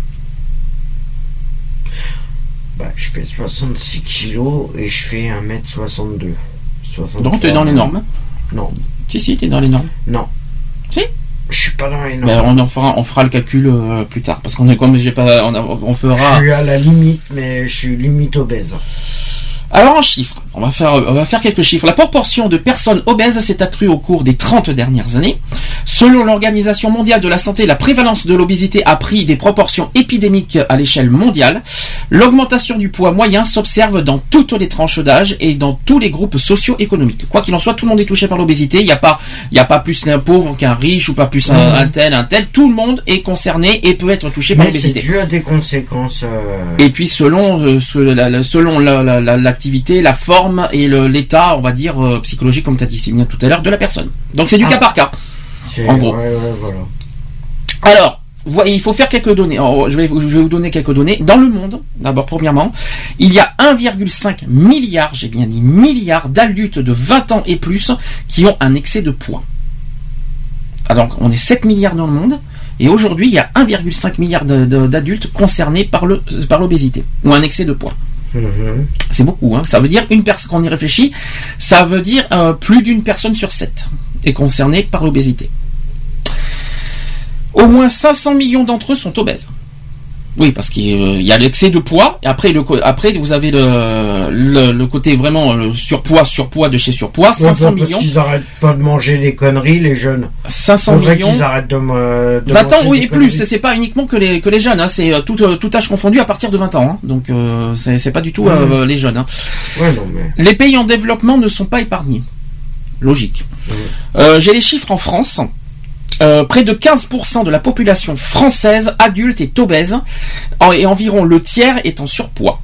Bah, je fais soixante-six kilos et je fais un mètre soixante-deux. Donc, tu es dans les normes? Non. Si, si, tu es dans les normes. Non. Si? Je suis pas dans les normes. Ben, on en fera, on fera le calcul euh, plus tard, parce qu'on est comme j'ai pas, on, a, on fera. Je suis à la limite, mais je suis limite obèse. Alors en chiffres, on va faire, on va faire quelques chiffres. La proportion de personnes obèses s'est accrue au cours des trente dernières années. Selon l'Organisation mondiale de la santé, la prévalence de l'obésité a pris des proportions épidémiques à l'échelle mondiale. L'augmentation du poids moyen s'observe dans toutes les tranches d'âge et dans tous les groupes socio-économiques. Quoi qu'il en soit, tout le monde est touché par l'obésité. Il n'y a pas, il n'y a pas plus un pauvre qu'un riche ou pas plus un, un tel, un tel. Tout le monde est concerné et peut être touché par Mais l'obésité. c'est dû à des conséquences. Euh... Et puis selon euh, selon la, la, la, l'activité, la forme et le, l'état, on va dire euh, psychologique, comme tu as dit si bien tout à l'heure, de la personne. Donc c'est du ah. cas par cas. C'est... En gros. Ouais, ouais, voilà. Alors, voyez, il faut faire quelques données. Alors, je vais, je vais vous donner quelques données. Dans le monde, d'abord, premièrement, il y a un virgule cinq milliard, j'ai bien dit milliards d'adultes de vingt ans et plus qui ont un excès de poids. Alors, on est sept milliards dans le monde. Et aujourd'hui, il y a un virgule cinq milliard de, de, d'adultes concernés par, le, par l'obésité ou un excès de poids. Mmh. C'est beaucoup, hein. Ça veut dire une personne, quand on y réfléchit, ça veut dire euh, plus d'une personne sur sept est concernée par l'obésité. Au moins cinq cents millions d'entre eux sont obèses. Oui, parce qu'il y a l'excès de poids, et après, le, après vous avez le, le, le côté vraiment le surpoids, surpoids de chez surpoids, cinq cents millions. Parce qu'ils arrêtent pas de manger des conneries, les jeunes. cinq cents millions. Qu'ils arrêtent de, de vingt ans, oui, et plus. C'est, c'est pas uniquement que les, que les jeunes, hein, c'est tout, tout âge confondu à partir de vingt ans, hein. Donc, euh, c'est, c'est pas du tout, mmh. euh, les jeunes, hein. Ouais, non, mais... Les pays en développement ne sont pas épargnés. Logique. Mmh. Euh, j'ai les chiffres en France. Euh, près de quinze pour cent de la population française adulte est obèse et environ le tiers est en surpoids.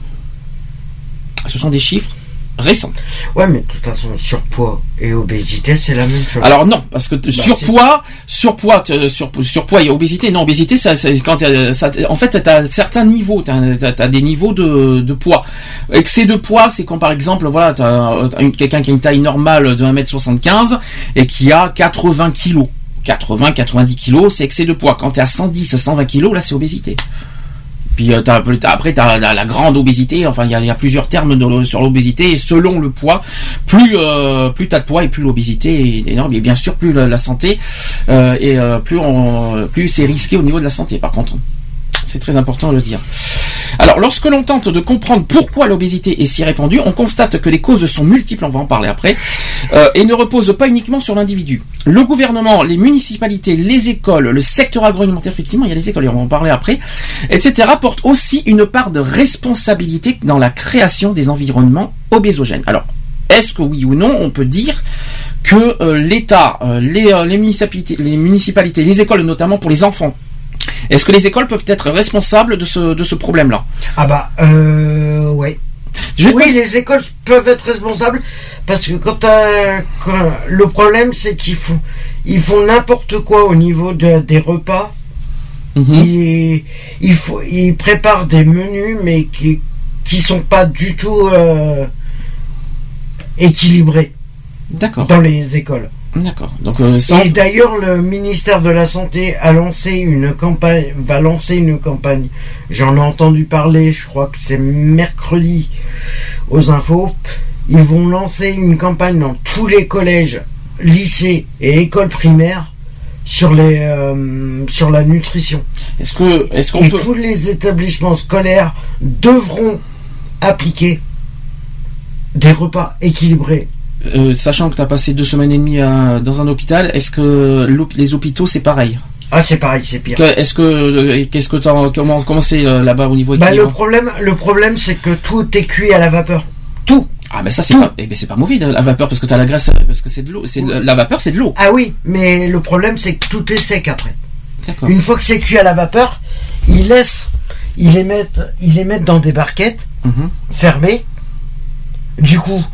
Ce sont des chiffres récents. Ouais, mais de toute façon, surpoids et obésité, c'est la même chose. Alors non, parce que bah, surpoids, surpoids, sur, surpoids et obésité, non, obésité, ça, c'est quand ça, en fait, t'as certains niveaux, t'as, t'as, t'as des niveaux de, de poids. Excès de poids, c'est quand par exemple, voilà, t'as une, quelqu'un qui a une taille normale de un mètre soixante-quinze et qui a quatre-vingts kilos. quatre-vingts à quatre-vingt-dix kilos, c'est excès de poids. Quand t'es à cent dix à cent vingt kilos, là, c'est obésité. Puis euh, t'as, t'as, après, t'as la, la grande obésité. Enfin, il y a, y a plusieurs termes de, sur l'obésité. Et selon le poids, plus euh, plus t'as de poids et plus l'obésité est énorme. Et bien sûr, plus la, la santé euh, et euh, plus on, plus c'est risqué au niveau de la santé. Par contre, c'est très important de le dire. Alors, lorsque l'on tente de comprendre pourquoi l'obésité est si répandue, on constate que les causes sont multiples, on va en parler après, euh, et ne reposent pas uniquement sur l'individu. Le gouvernement, les municipalités, les écoles, le secteur agroalimentaire, effectivement, il y a les écoles, et on va en parler après, et cetera, portent aussi une part de responsabilité dans la création des environnements obésogènes. Alors, est-ce que oui ou non, on peut dire que euh, l'État, euh, les, euh, les municipalités, les municipalités, les écoles notamment pour les enfants, est-ce que les écoles peuvent être responsables de ce, de ce problème-là ? Ah bah, euh, ouais. Je oui, pas... les écoles peuvent être responsables parce que quand, quand le problème, c'est qu'ils font, ils font n'importe quoi au niveau de, des repas. Mm-hmm. Ils, ils, faut, ils préparent des menus, mais qui, qui sont pas du tout euh, équilibrés. D'accord. Dans les écoles. D'accord. Donc, euh, sans... Et d'ailleurs, le ministère de la Santé a lancé une campagne, va lancer une campagne. J'en ai entendu parler, je crois que c'est mercredi aux infos. Ils vont lancer une campagne dans tous les collèges, lycées et écoles primaires sur les euh, sur la nutrition. Est-ce que est-ce qu'on et peut... tous les établissements scolaires devront appliquer des repas équilibrés. Euh, sachant que tu as passé deux semaines et demie à, dans un hôpital, est-ce que les hôpitaux c'est pareil ? Ah, c'est pareil, c'est pire. Que, est-ce que qu'est-ce que t'en, comment comment c'est euh, là-bas au niveau équilibre ? Bah, le problème le problème c'est que tout est cuit à la vapeur. Tout. Ah ben ça c'est tout. Pas eh ben c'est pas mauvais la vapeur parce que t'as la graisse parce que c'est de l'eau, c'est la vapeur c'est de l'eau. Ah oui, mais le problème c'est que tout est sec après. D'accord. Une fois que c'est cuit à la vapeur, ils laissent ils les mettent ils les mettent dans des barquettes mm-hmm. fermées. Du coup,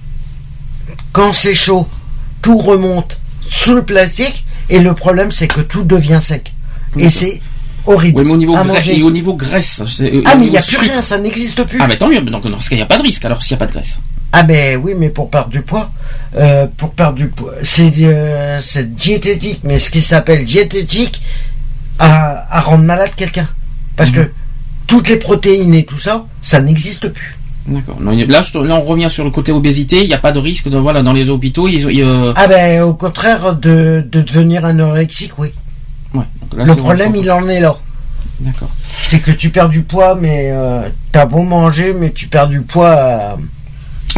quand c'est chaud, tout remonte sous le plastique et le problème c'est que tout devient sec. Et c'est horrible. Oui, mais au niveau, gra- et au niveau graisse. C'est, ah, mais il n'y a plus rien, ça n'existe plus. Ah, mais tant mieux, donc dans ce cas, il n'y a pas de risque alors s'il n'y a pas de graisse. Ah, ben oui, mais pour perdre du poids, euh, pour perdre du poids, c'est, euh, c'est diététique, mais ce qui s'appelle diététique à, à rendre malade quelqu'un. Parce mmh. que toutes les protéines et tout ça, ça n'existe plus. D'accord. Là, je, là, on revient sur le côté obésité. Il n'y a pas de risque de, voilà, dans les hôpitaux. Ils, ils, euh... Ah ben, au contraire, de, de devenir anorexique, oui. Ouais, donc là, le problème, il en est là. D'accord. C'est que tu perds du poids, mais euh, t'as beau manger, mais tu perds du poids. Euh... Alors,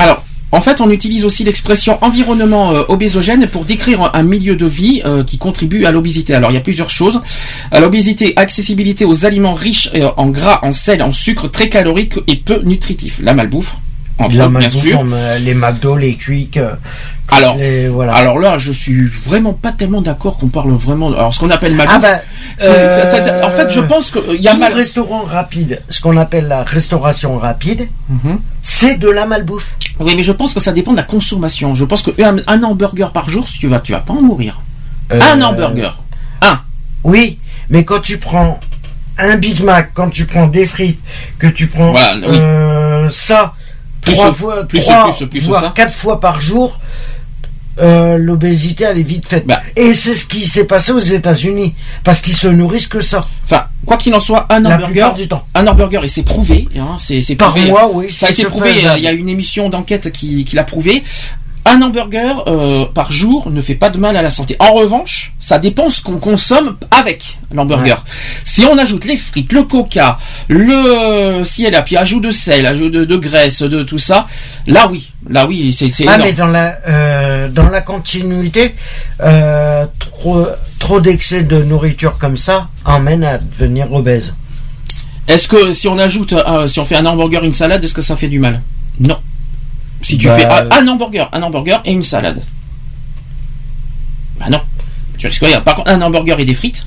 En fait, on utilise aussi l'expression environnement euh, obésogène pour décrire un, un milieu de vie euh, qui contribue à l'obésité. Alors, il y a plusieurs choses. À l'obésité, accessibilité aux aliments riches euh, en gras, en sel, en sucre, très caloriques et peu nutritifs. La malbouffe, entre autres, bien sûr. Euh, les McDo, les Quick. Euh, alors, les, voilà. alors là, je suis vraiment pas tellement d'accord qu'on parle vraiment. Alors, ce qu'on appelle malbouffe. Ah bah, c'est, euh, c'est, c'est, en fait, je pense qu'il y a tout mal. restaurant rapide, ce qu'on appelle la restauration rapide, mm-hmm. c'est de la malbouffe. Oui, mais je pense que ça dépend de la consommation. Je pense qu'un un hamburger par jour, si tu vas, tu vas pas en mourir. Euh, un hamburger. Un. Oui, mais quand tu prends un Big Mac, quand tu prends des frites, que tu prends voilà, oui. euh, ça plus trois ce, fois, plus trois, ce, plus, plus voire ça. quatre fois par jour, euh, l'obésité elle est vite faite. Bah. Et c'est ce qui s'est passé aux États-Unis, parce qu'ils se nourrissent que ça. Enfin, quoi qu'il en soit, un hamburger, du temps. un hamburger, et c'est prouvé, hein, c'est, c'est par prouvé, mois, oui. Ça a été prouvé. Il y a une émission d'enquête qui, qui l'a prouvé. Un hamburger euh, par jour ne fait pas de mal à la santé. En revanche, ça dépend ce qu'on consomme avec l'hamburger. Ouais. Si on ajoute les frites, le coca, le ciel, et puis ajout de sel, ajout de, de graisse, de tout ça, là oui, là oui, c'est, c'est ah énorme. mais dans la euh, dans la continuité, euh, trop trop d'excès de nourriture comme ça emmène à devenir obèse. Est-ce que si on ajoute, euh, si on fait un hamburger, une salade, est-ce que ça fait du mal? Non. Si tu bah, fais un, un hamburger, un hamburger et une salade. Bah non. Tu risques rien. Par contre, un hamburger et des frites.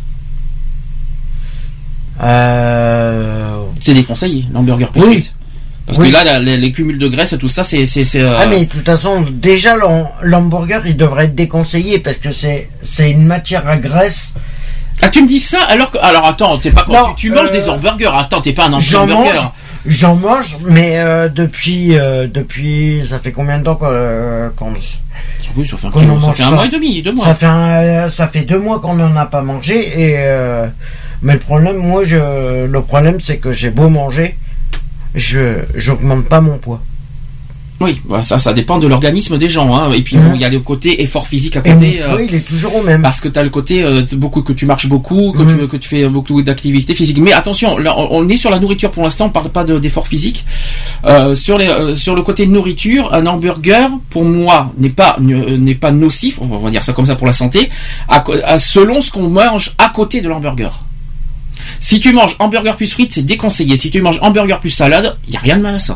Euh... C'est déconseillé, l'hamburger plus oui. frites. Parce oui. que là, la, les, les cumuls de graisse, tout ça, c'est... c'est, c'est euh... Ah mais de toute façon, déjà, l'hamburger, il devrait être déconseillé parce que c'est, c'est une matière à graisse. Ah, tu me dis ça alors que... Alors attends, t'es pas... Non, tu, tu manges euh... des hamburgers. Attends, t'es pas un hamburger. J'en mange. J'en mange, mais euh, depuis, euh, depuis, ça fait combien de temps qu'on, euh, qu'on oui, ça fait un, kilo, ça fait un mois et demi, deux mois. Ça fait un, ça fait deux mois qu'on n'en a pas mangé et euh, mais le problème, moi, je, le problème, c'est que j'ai beau manger, je, j'augmente pas mon poids. Oui, bah ça, ça dépend de l'organisme des gens, hein. Et puis mmh. bon, il y a le côté effort physique à côté. Et euh, oui, il est toujours au même. Parce que t'as le côté euh, beaucoup que tu marches beaucoup, que mmh. tu que tu fais beaucoup d'activités physiques. Mais attention, là, on est sur la nourriture pour l'instant, on parle pas de, d'effort physique. Euh, sur les euh, sur le côté nourriture, un hamburger pour moi n'est pas euh, n'est pas nocif, on va dire ça comme ça pour la santé, à, à, selon ce qu'on mange à côté de l'hamburger. Si tu manges hamburger plus frites, c'est déconseillé. Si tu manges hamburger plus salade, il y a rien de mal à ça.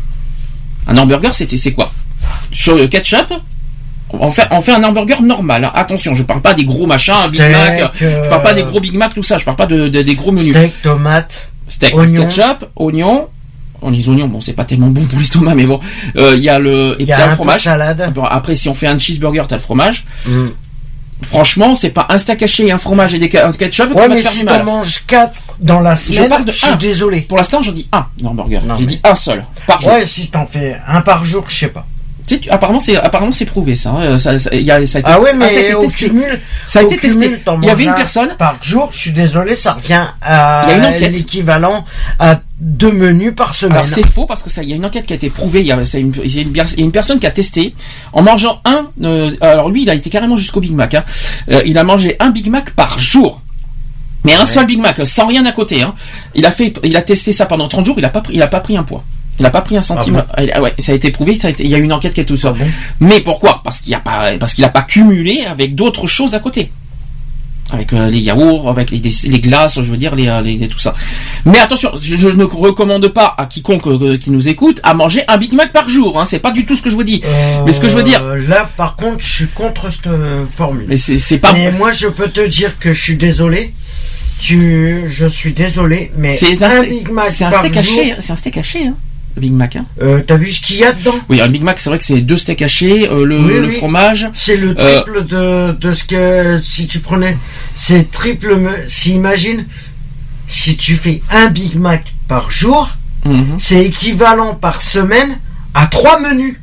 Un hamburger, c'est, c'est quoi? Sur le ketchup, on fait, on fait un hamburger normal. Attention, je parle pas des gros machins, steak, Big Mac. Euh... Je parle pas des gros Big Mac, tout ça. Je parle pas de, de des gros menus. Steak, tomate, steak, oignon. ketchup, oignon. On les oignons, bon, c'est pas tellement bon pour l'estomac, mais bon. Il euh, y a le, et y a un fromage. Salade. Après, si on fait un cheeseburger, t'as le fromage. Mm. Franchement, c'est pas un steak haché, un fromage et des ca- un ketchup. Ouais, mais si t'en manges quatre dans la semaine, je, parle de je suis un. désolé. Pour l'instant, je dis un hamburger. Non, J'ai mais... dit un seul par jour. Ouais, si t'en fais un par jour, je sais pas. Tu sais, tu, apparemment, c'est apparemment c'est prouvé ça. Hein. ça, ça, y a, ça a été, ah ouais, mais ah, ça a été au testé. cumul, ça a au été cumul, testé. Il y avait une personne par jour. Je suis désolé, ça revient à il y a une enquête. l'équivalent à deux menus par semaine. Alors c'est faux parce que ça, il y a une enquête qui a été prouvée. Il y a, c'est une, il y a une, il y a une personne qui a testé en mangeant un. Euh, alors lui, il a été carrément jusqu'au Big Mac. Hein. Euh, il a mangé un Big Mac par jour. Mais un ouais. seul Big Mac, sans rien à côté. Hein. Il a fait, il a testé ça pendant trente jours. Il a pas pris, il a pas pris un poids. Il n'a pas pris un centime. Ah bon. Ouais, ça a été prouvé. Ça a été, il y a une enquête qui est tout ça. Ah bon. Mais pourquoi? Parce qu'il a pas, parce qu'il a pas cumulé avec d'autres choses à côté. Avec euh, les yaourts, avec les, les glaces, je veux dire, les, les, les tout ça. Mais attention, je, je ne recommande pas à quiconque euh, qui nous écoute à manger un Big Mac par jour. Hein, c'est pas du tout ce que je vous dis. Euh, mais ce que je veux dire. Là, par contre, je suis contre cette euh, formule. Mais c'est, c'est pas. Mais moi, je peux te dire que je suis désolé. Tu, je suis désolé, mais c'est un, un Big Mac c'est un par steak jour. Haché, hein, c'est un steak haché, hein. Le Big Mac, hein. Euh, t'as vu ce qu'il y a dedans? Oui, un Big Mac, c'est vrai que c'est deux steaks hachés, euh, le, oui, le oui. fromage. C'est le triple euh... de, de ce que, si tu prenais, c'est triple, si imagine, si tu fais un Big Mac par jour, mm-hmm. c'est équivalent par semaine à trois menus.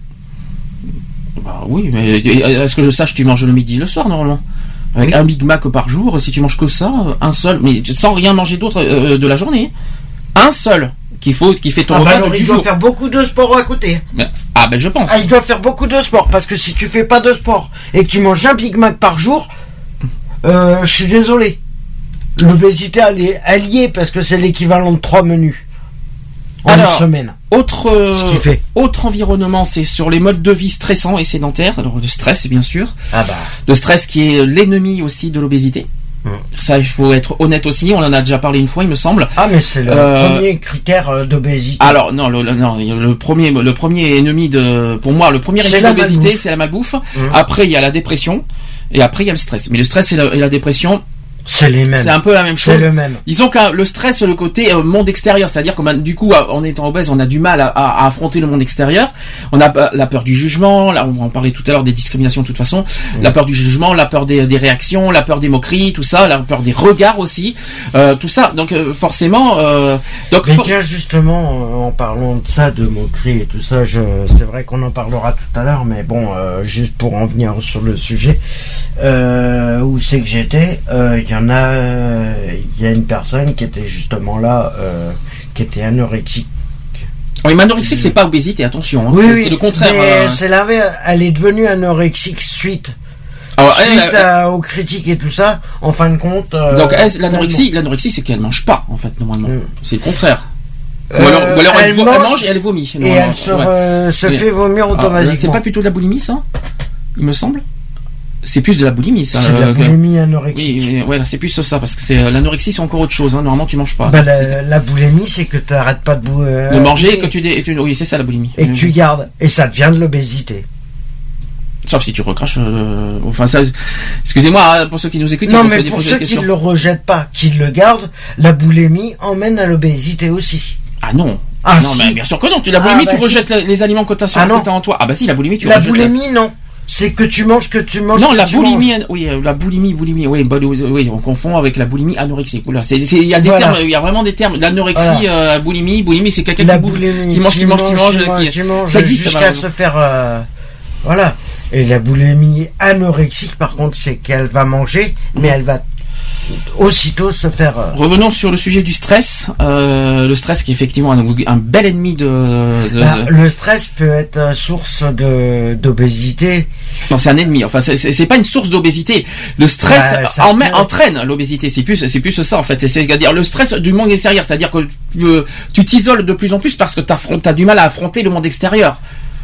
Bah oui, mais est-ce que je sache, tu manges le midi et le soir, normalement? Avec oui. un Big Mac par jour, si tu manges que ça, un seul, mais sans rien manger d'autre euh, de la journée. Un seul. Qu'il faut, qui fait ton ah repas bah alors, du il jour. doit faire beaucoup de sport à côté. Mais, ah ben bah je pense. Ah, il doit faire beaucoup de sport parce que si tu fais pas de sport et que tu manges un Big Mac par jour, euh, je suis désolé. L'obésité elle est alliée parce que c'est l'équivalent de trois menus. en Alors, une semaine. Autre, euh, Ce qu'il fait. autre environnement, c'est sur les modes de vie stressants et sédentaires. Alors, le stress, bien sûr. Ah bah. Le stress qui est l'ennemi aussi de l'obésité. Mmh. Ça, il faut être honnête aussi. On en a déjà parlé une fois, il me semble. Ah, mais c'est le euh... premier critère d'obésité. Alors non, le, le, non, le premier, le premier ennemi de, pour moi, le premier ennemi de l'obésité, c'est la malbouffe. Mmh. Après, il y a la dépression, et après, il y a le stress. Mais le stress et la, et la dépression, c'est les mêmes. C'est un peu la même chose. C'est le même. Ils ont qu'un, le stress, le côté euh, monde extérieur, c'est-à-dire que du coup, en étant obèse, on a du mal à, à, à affronter le monde extérieur. On a la peur du jugement. Là, on va en parler tout à l'heure des discriminations de toute façon. Mmh. La peur du jugement, la peur des, des réactions, la peur des moqueries, tout ça, la peur des regards aussi, euh, tout ça. Donc euh, forcément. Euh, donc. Mais for- tiens, justement, en parlant de ça, de moqueries et tout ça, je, c'est vrai qu'on en parlera tout à l'heure, mais bon, euh, juste pour en venir sur le sujet, euh, où c'est que j'étais, il euh, y en a. Euh, il y a une personne qui était justement là, euh, qui était anorexique. Oui, mais anorexique, c'est pas obésité, attention. Hein. Oui, c'est, oui, c'est le contraire. Mais euh... c'est l'inverse. Elle est devenue anorexique suite, Alors, suite elle, elle, à, aux critiques et tout ça. En fin de compte. Euh, donc, elle, l'anorexie, l'anorexie, c'est qu'elle mange pas, en fait, normalement. Mm. C'est le contraire. Euh, ou alors, ou alors elle, elle, vo- mange, elle mange et elle vomit. Et elle se, ouais. euh, se fait vomir automatiquement. Alors, c'est pas plutôt de la boulimie, ça, il me semble. C'est plus de la boulimie, ça. C'est de la euh, boulimie anorexique. Oui, mais, ouais, là, c'est plus ça, parce que c'est euh, l'anorexie, c'est encore autre chose. Hein. Normalement, tu manges pas. Bah, la, la boulimie, c'est que tu n'arrêtes pas de, bou- euh, de manger et que tu, dé- et tu, oui, c'est ça la boulimie. Et que tu gardes, et ça devient de l'obésité. Sauf si tu recraches. Euh, enfin, ça. Excusez-moi hein, pour ceux qui nous écoutent. Non, mais pour ceux qui ne le rejettent pas, qui le gardent, la boulimie emmène à l'obésité aussi. Ah non. Ah, non, si. mais bien sûr que non. Tu la boulimie, ah, bah tu rejettes si. les, les aliments que tu as sur ah, que t'as en toi. Ah bah si, la boulimie, tu la rejettes. La boulimie, non. C'est que tu manges, que tu manges. Non, que la tu boulimie, manges. oui, la boulimie, boulimie, oui, bah, oui, on confond avec la boulimie anorexique. Voilà, c'est, c'est, il y a des voilà. termes, il y a vraiment des termes. L'anorexie, voilà. euh, boulimie, boulimie, c'est quelqu'un la qui bouffe, boulimie, qui mange, qui mange, qui mange, qui mange, qui... qui mange ça existe jusqu'à se faire, euh, voilà. Et la boulimie anorexique, par contre, c'est qu'elle va manger, mais elle va aussitôt se faire. Euh... Revenons sur le sujet du stress. Euh, le stress qui est effectivement un, un bel ennemi de. de, bah, de... Le stress peut être source de d'obésité. Non, c'est un ennemi. Enfin, c'est, c'est, c'est pas une source d'obésité. Le stress bah, en, peut... entraîne l'obésité. C'est plus, c'est plus ça en fait. C'est, c'est-à-dire le stress du monde extérieur. C'est-à-dire que tu, tu t'isoles de plus en plus parce que t'as, t'as du mal à affronter le monde extérieur.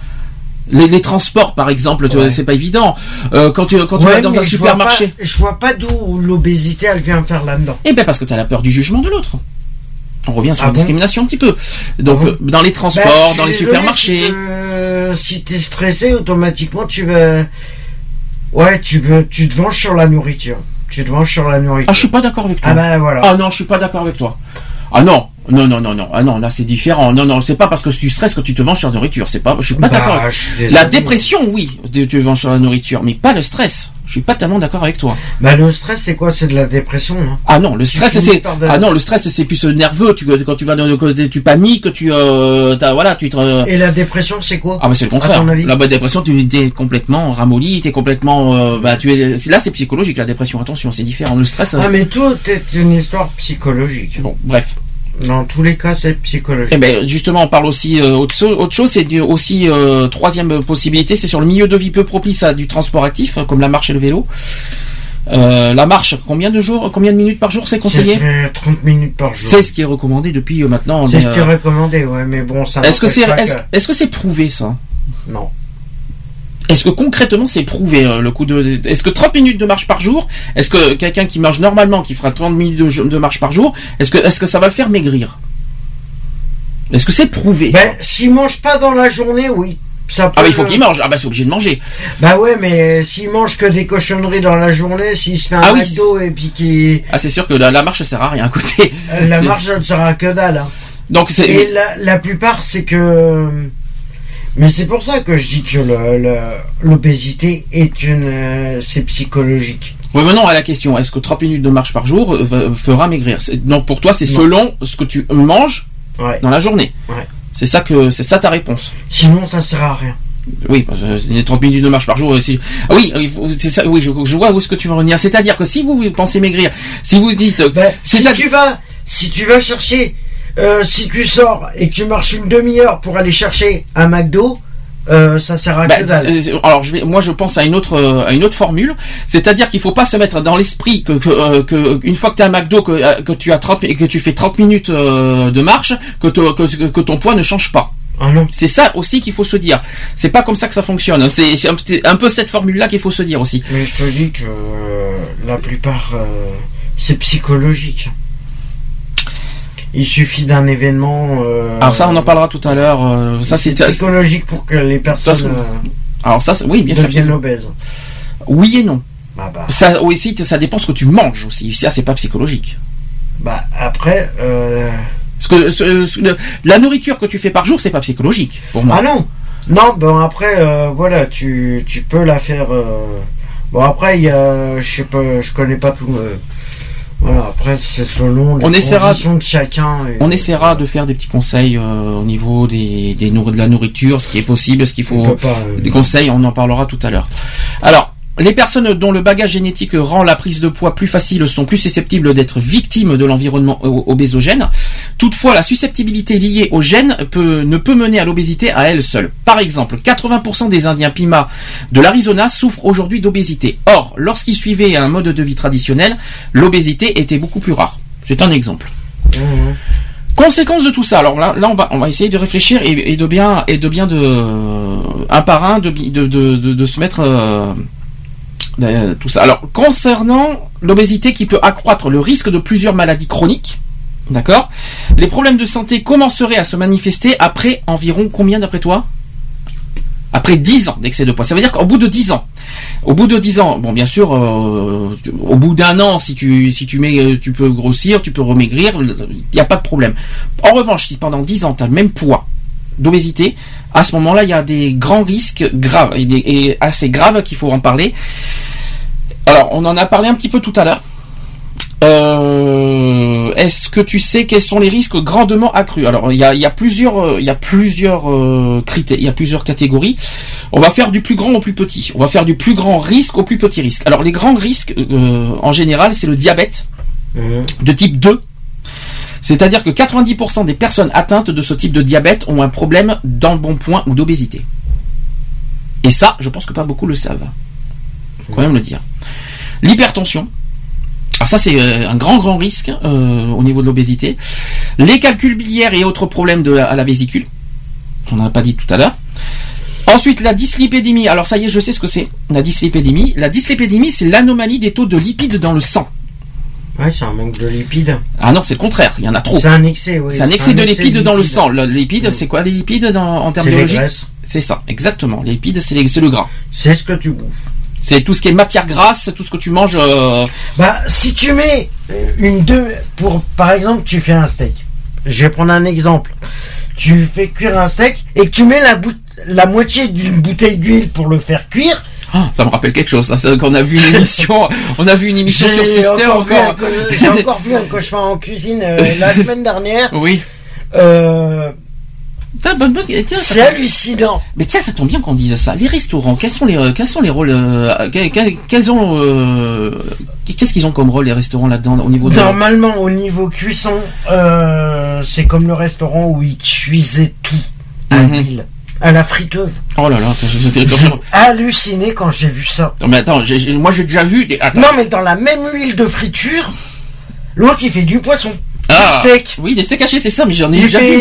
Les, les transports, par exemple, ouais. C'est pas évident. Euh, quand tu quand tu ouais, vas dans un je supermarché, vois pas, je vois pas d'où l'obésité elle vient faire là-dedans. Eh ben parce que t'as la peur du jugement de l'autre. On revient sur ah la bon discrimination un petit peu. Donc ah bon dans les transports, bah, dans les désolé, supermarchés. Si, te, si t'es stressé, automatiquement tu vas, ouais, tu veux, tu te venges sur la nourriture. Tu te venges sur la nourriture. Ah, je suis pas d'accord avec toi. Ah ben voilà. Ah non, je suis pas d'accord avec toi. Ah non. Non, non, non, non, ah non, là c'est différent. Non, non, c'est pas parce que tu stresses que tu te venges sur la nourriture. C'est pas, je suis pas bah, d'accord. La dépression, oui, tu te venges sur la nourriture, mais pas le stress. Je suis pas tellement d'accord avec toi. Bah le stress c'est quoi? C'est de la dépression, non? Ah non, le stress c'est, c'est... ah non, le stress c'est plus nerveux. Tu quand tu vas dans le côté, tu paniques, tu euh, t'as, voilà, tu te. Euh... Et la dépression c'est quoi? Ah bah c'est le contraire. La bonne dépression, tu es complètement ramolli, t'es complètement, euh, bah tu es. Là c'est psychologique la dépression. Attention, c'est différent. Le stress. Ah mais tout est une histoire psychologique. Bon, bref. Dans tous les cas, c'est psychologique. Eh ben, justement, on parle aussi euh, autre, chose, autre chose, c'est aussi euh, troisième possibilité, c'est sur le milieu de vie peu propice à du transport actif, comme la marche et le vélo. Euh, la marche, combien de jours, combien de minutes par jour c'est conseillé? C'est trente minutes par jour. C'est ce qui est recommandé depuis euh, maintenant. C'est mais, ce qui est recommandé, ouais, mais bon, ça. Est-ce que c'est, pas est-ce, que... est-ce que c'est prouvé ça? Non. Est-ce que concrètement c'est prouvé euh, le coup de, est-ce que trente minutes de marche par jour, est-ce que quelqu'un qui marche normalement, qui fera trente minutes de, de marche par jour, est-ce que, est-ce que ça va le faire maigrir? Est-ce que c'est prouvé? Ben, s'il mange pas dans la journée, oui. Ça peut... Ah bah il faut qu'il mange. Ah bah c'est obligé de manger. Bah ouais, mais s'il mange que des cochonneries dans la journée, s'il se fait un ah McDo oui. et puis qu'il... Ah c'est sûr que la, la marche ça sert à rien à côté. La c'est... marche ne sert à que dalle. Hein. Donc c'est... Et la, la plupart c'est que... Mais c'est pour ça que je dis que le, le, l'obésité est une... Euh, c'est psychologique. Revenons à la question. Est-ce que trente minutes de marche par jour euh, fera maigrir? Donc pour toi c'est non. Selon ce que tu manges ouais. dans la journée. Ouais. C'est ça que c'est ça ta réponse. Sinon ça sert à rien. Oui, parce que trente minutes de marche par jour. C'est... Ah oui, c'est ça. Oui, je, je vois où est-ce que tu veux revenir. C'est-à-dire que si vous pensez maigrir, si vous dites, ben, si à... tu vas, si tu vas chercher, euh, si tu sors et que tu marches une demi-heure pour aller chercher un McDo, euh, ça sert à bah, que dalle. Alors je vais, moi je pense à une autre, à une autre formule, c'est-à-dire qu'il faut pas se mettre dans l'esprit que, que, euh, que une fois que tu es à McDo, que, que tu as trente, que tu fais trente minutes euh, de marche, que, te, que, que ton poids ne change pas. Ah non. C'est ça aussi qu'il faut se dire. C'est pas comme ça que ça fonctionne. C'est, c'est un peu cette formule-là qu'il faut se dire aussi. Mais je te dis que euh, la plupart, euh, c'est psychologique. Il suffit d'un événement. Euh, Alors ça, on en parlera tout à l'heure. Euh, ça, c'est, c'est psychologique pour que les personnes. Ça, euh, alors ça, c'est, oui, bien deviennent sûr. obèses. Oui et non. Bah, bah. Ça aussi, ça dépend ce que tu manges aussi. Ça, c'est pas psychologique. Bah après. Euh... Parce que ce, ce, le, la nourriture que tu fais par jour, c'est pas psychologique pour moi. Ah non, non. Bon après, euh, voilà, tu tu peux la faire. Euh... Bon après, il y a, je sais pas, je connais pas tout. Euh... Voilà, après c'est selon les on essaiera, conditions de chacun. Et... On essaiera de faire des petits conseils euh, au niveau des, des nourr- de la nourriture, ce qui est possible, ce qu'il faut. Pas, euh... Des conseils, on en parlera tout à l'heure. Alors. Les personnes dont le bagage génétique rend la prise de poids plus facile sont plus susceptibles d'être victimes de l'environnement obésogène. Toutefois, la susceptibilité liée au gène peut, ne peut mener à l'obésité à elle seule. Par exemple, quatre-vingts pour cent des Indiens Pima de l'Arizona souffrent aujourd'hui d'obésité. Or, lorsqu'ils suivaient un mode de vie traditionnel, l'obésité était beaucoup plus rare. C'est un exemple. Mmh. Conséquence de tout ça. Alors là, là, on va, on va essayer de réfléchir et, et de bien, et de bien de, un par un, de, de, de, de, de se mettre. Euh, tout ça. Alors, concernant l'obésité qui peut accroître le risque de plusieurs maladies chroniques, d'accord, les problèmes de santé commenceraient à se manifester après environ combien d'après toi ? Après dix ans d'excès de poids. Ça veut dire qu'au bout de dix ans, au bout de dix ans, bon, bien sûr, euh, au bout d'un an, si tu, si tu mets, tu peux grossir, tu peux remaigrir, il n'y a pas de problème. En revanche, si pendant dix ans, tu as le même poids d'obésité, à ce moment-là, il y a des grands risques graves et, des, et assez graves qu'il faut en parler. Alors, on en a parlé un petit peu tout à l'heure. Euh, est-ce que tu sais quels sont les risques grandement accrus ? Alors, il y a, il y a plusieurs, il y a plusieurs euh, critères, il y a plusieurs catégories. On va faire du plus grand au plus petit. On va faire du plus grand risque au plus petit risque. Alors, les grands risques, euh, en général, c'est le diabète mmh. de type deux. C'est-à-dire que quatre-vingt-dix pour cent des personnes atteintes de ce type de diabète ont un problème d'embonpoint ou d'obésité. Et ça, je pense que pas beaucoup le savent. Faut quand même le dire. L'hypertension. Alors ça, c'est un grand, grand risque euh, au niveau de l'obésité. Les calculs biliaires et autres problèmes de la, à la vésicule. On n'en a pas dit tout à l'heure. Ensuite, la dyslipidémie. Alors ça y est, je sais ce que c'est. La dyslipidémie. La dyslipidémie, c'est l'anomalie des taux de lipides dans le sang. Ouais, c'est un manque de lipides. Ah non, c'est le contraire, il y en a trop. C'est un excès, oui. C'est un excès c'est un de excès lipides dans lipides. Le sang. Le lipides, mmh. c'est quoi les lipides dans, en termes biologiques ? C'est ça, exactement. Les lipides, c'est, les, c'est le gras. C'est ce que tu bouffes. C'est tout ce qui est matière grasse, tout ce que tu manges. Euh... Bah, si tu mets une deux, pour, par exemple, tu fais un steak. Je vais prendre un exemple. Tu fais cuire un steak et que tu mets la, bout- la moitié d'une bouteille d'huile pour le faire cuire. Ah, ça me rappelle quelque chose. Ça, c'est qu'on a vu une émission, on a vu une émission j'ai sur Sister encore. encore. Vu un, j'ai encore vu un cauchemar en cuisine euh, la semaine dernière. Oui. Euh, Tiens, bonne, bonne, tiens, c'est ça, hallucinant. Mais tiens, ça tombe bien qu'on dise ça. Les restaurants, quels sont les, quels sont les rôles, euh, quels, quels ont, euh, qu'est-ce qu'ils ont comme rôle les restaurants là-dedans au niveau de... Normalement, au niveau cuisson, euh, c'est comme le restaurant où ils cuisaient tout à mm-hmm. l'huile. À la friteuse. Oh là là, j'ai halluciné quand j'ai vu ça. Non mais attends, j'ai, j'ai, moi j'ai déjà vu. Des... Non mais dans la même huile de friture, l'autre il fait du poisson, ah, du steak. Oui, des steaks hachés, c'est ça, mais j'en ai il déjà fait... vu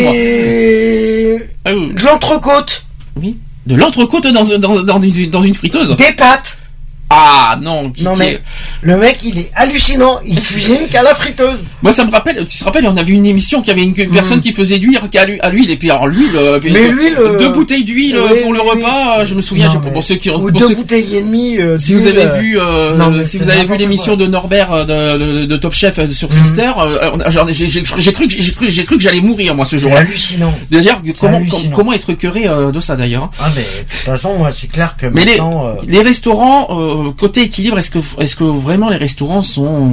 moi. Ah, oui. De l'entrecôte. Oui. De l'entrecôte dans, dans, dans, une, dans une friteuse. Des pâtes. Ah non, non mais le mec il est hallucinant, il cuisine qu'à la friteuse. Moi ça me rappelle, tu te rappelles, on a vu une émission qui avait une, une personne mmh. qui faisait l'huile qu'à l'huile, à l'huile et puis alors l'huile, euh, mais l'huile, deux euh, bouteilles d'huile oui, pour le oui, repas, oui. je me souviens, non, je, pour ceux qui ou pour deux ceux, bouteilles et demie. Euh, si vous avez euh, vu, euh, non, si vous avez vu l'émission quoi. de Norbert de, de, de Top Chef sur mmh. Sister, euh, genre, j'ai, j'ai, j'ai cru que j'ai cru j'ai cru que j'allais mourir moi ce c'est jour-là. Hallucinant. D'ailleurs, comment hallucinant. comment être curé euh, de ça d'ailleurs. Ah mais de toute façon moi c'est clair que mais maintenant. Les, euh... les restaurants euh, côté équilibre, est-ce que est-ce que vraiment les restaurants sont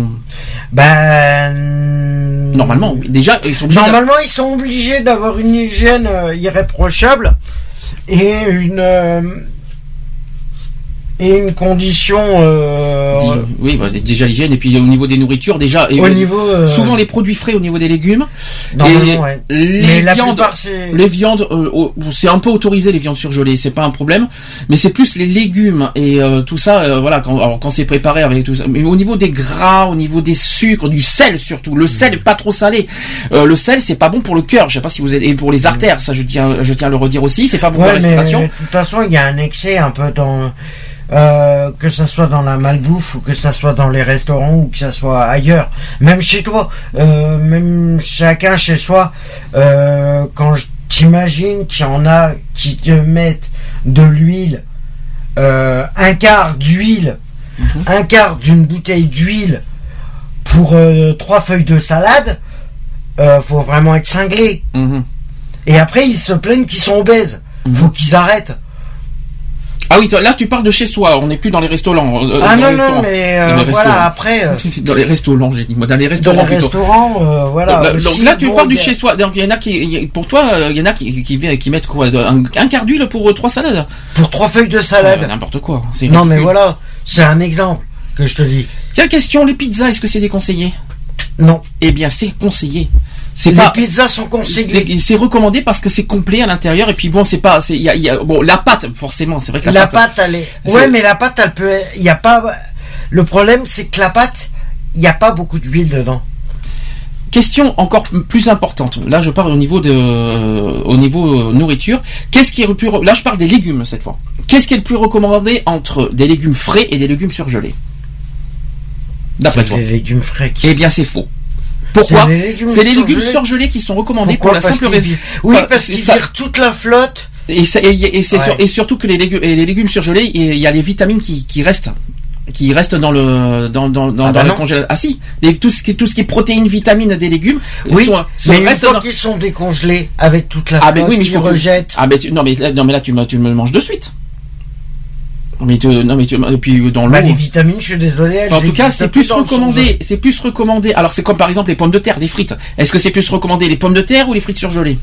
ben normalement déjà ils sont obligés normalement ils sont obligés d'avoir une hygiène euh, irréprochable et une euh, et une condition. Euh... Oui, bah, déjà l'hygiène et puis au niveau des nourritures déjà. Et au niveau. Euh... Souvent les produits frais au niveau des légumes. Non, et non, ouais. les mais la viandes, plupart, c'est... les viandes, euh, oh, c'est un peu autorisé les viandes surgelées, c'est pas un problème. Mais c'est plus les légumes et euh, tout ça. Euh, voilà, quand, alors, quand c'est préparé avec tout ça. Mais au niveau des gras, au niveau des sucres, du sel surtout. Le sel est pas trop salé. Euh, le sel c'est pas bon pour le cœur. Je sais pas si vous êtes et pour les artères. Ça je tiens, je tiens à le redire aussi. C'est pas bon ouais, pour la respiration. Mais, de toute façon, il y a un excès un peu dans. Euh, que ça soit dans la malbouffe ou que ça soit dans les restaurants ou que ça soit ailleurs, même chez toi, euh, même chacun chez soi, euh, quand t'imagines qu'il y en a qui te mettent de l'huile, euh, un quart d'huile, mmh. un quart d'une bouteille d'huile pour euh, trois feuilles de salade, euh, faut vraiment être cinglé. Mmh. Et après ils se plaignent qu'ils sont obèses, mmh. faut qu'ils arrêtent. Ah oui, là tu parles de chez soi, on n'est plus dans les restaurants. Euh, ah non, les non, mais euh, voilà, après... Euh, dans les restaurants, j'ai dit, moi, dans les restaurants dans les plutôt. restaurants, euh, voilà. Donc, aussi, donc là tu bon, parles du chez soi, donc il y en a qui, pour toi, il y en a qui, qui, qui, qui mettent quoi, un, un quart d'huile pour euh, trois salades. Pour trois feuilles de salade. Euh, n'importe quoi. C'est non mais voilà, c'est un exemple que je te dis. Tiens, question, les pizzas, est-ce que c'est déconseillé? Non. Eh bien, c'est conseillé. C'est les pas, pizzas sont conseillées. C'est recommandé parce que c'est complet à l'intérieur et puis bon c'est pas c'est il y a, y a bon la pâte forcément c'est vrai que la, la pâte, pâte elle est ouais mais la pâte elle peut il y a pas le problème c'est que la pâte il y a pas beaucoup d'huile dedans. Question encore plus importante. Là je parle au niveau de euh, au niveau euh, nourriture. Qu'est-ce qui est le plus là je parle des légumes cette fois. Qu'est-ce qui est le plus recommandé entre des légumes frais et des légumes surgelés? D'après toi. Les légumes frais. Qui... Eh bien c'est faux. Pourquoi? C'est les légumes surgelés, surgelés qui sont recommandés. Pourquoi? Pour la simple raison. Oui, parce qu'ils virent toute la flotte. Et, ça, et, et, c'est ouais. sur, et surtout que les légumes, les légumes surgelés, il y a les vitamines qui, qui restent, qui restent dans le dans dans dans, ah dans bah le congélateur. Ah si, les, tout ce qui tout ce qui est protéines, vitamines des légumes. Oui. Sont, sont mais une fois dans... qu'ils sont décongelés avec toute la ah flotte, mais oui, mais tu rejettes. Ah mais tu, non mais non mais là tu me tu me le manges de suite. Mais tu, non mais tu, et puis dans l'eau. Bah, les vitamines, je suis désolé. Enfin, en tout cas, c'est plus recommandé. C'est plus recommandé. Alors c'est comme par exemple les pommes de terre, les frites. Est-ce que c'est plus recommandé les pommes de terre ou les frites surgelées?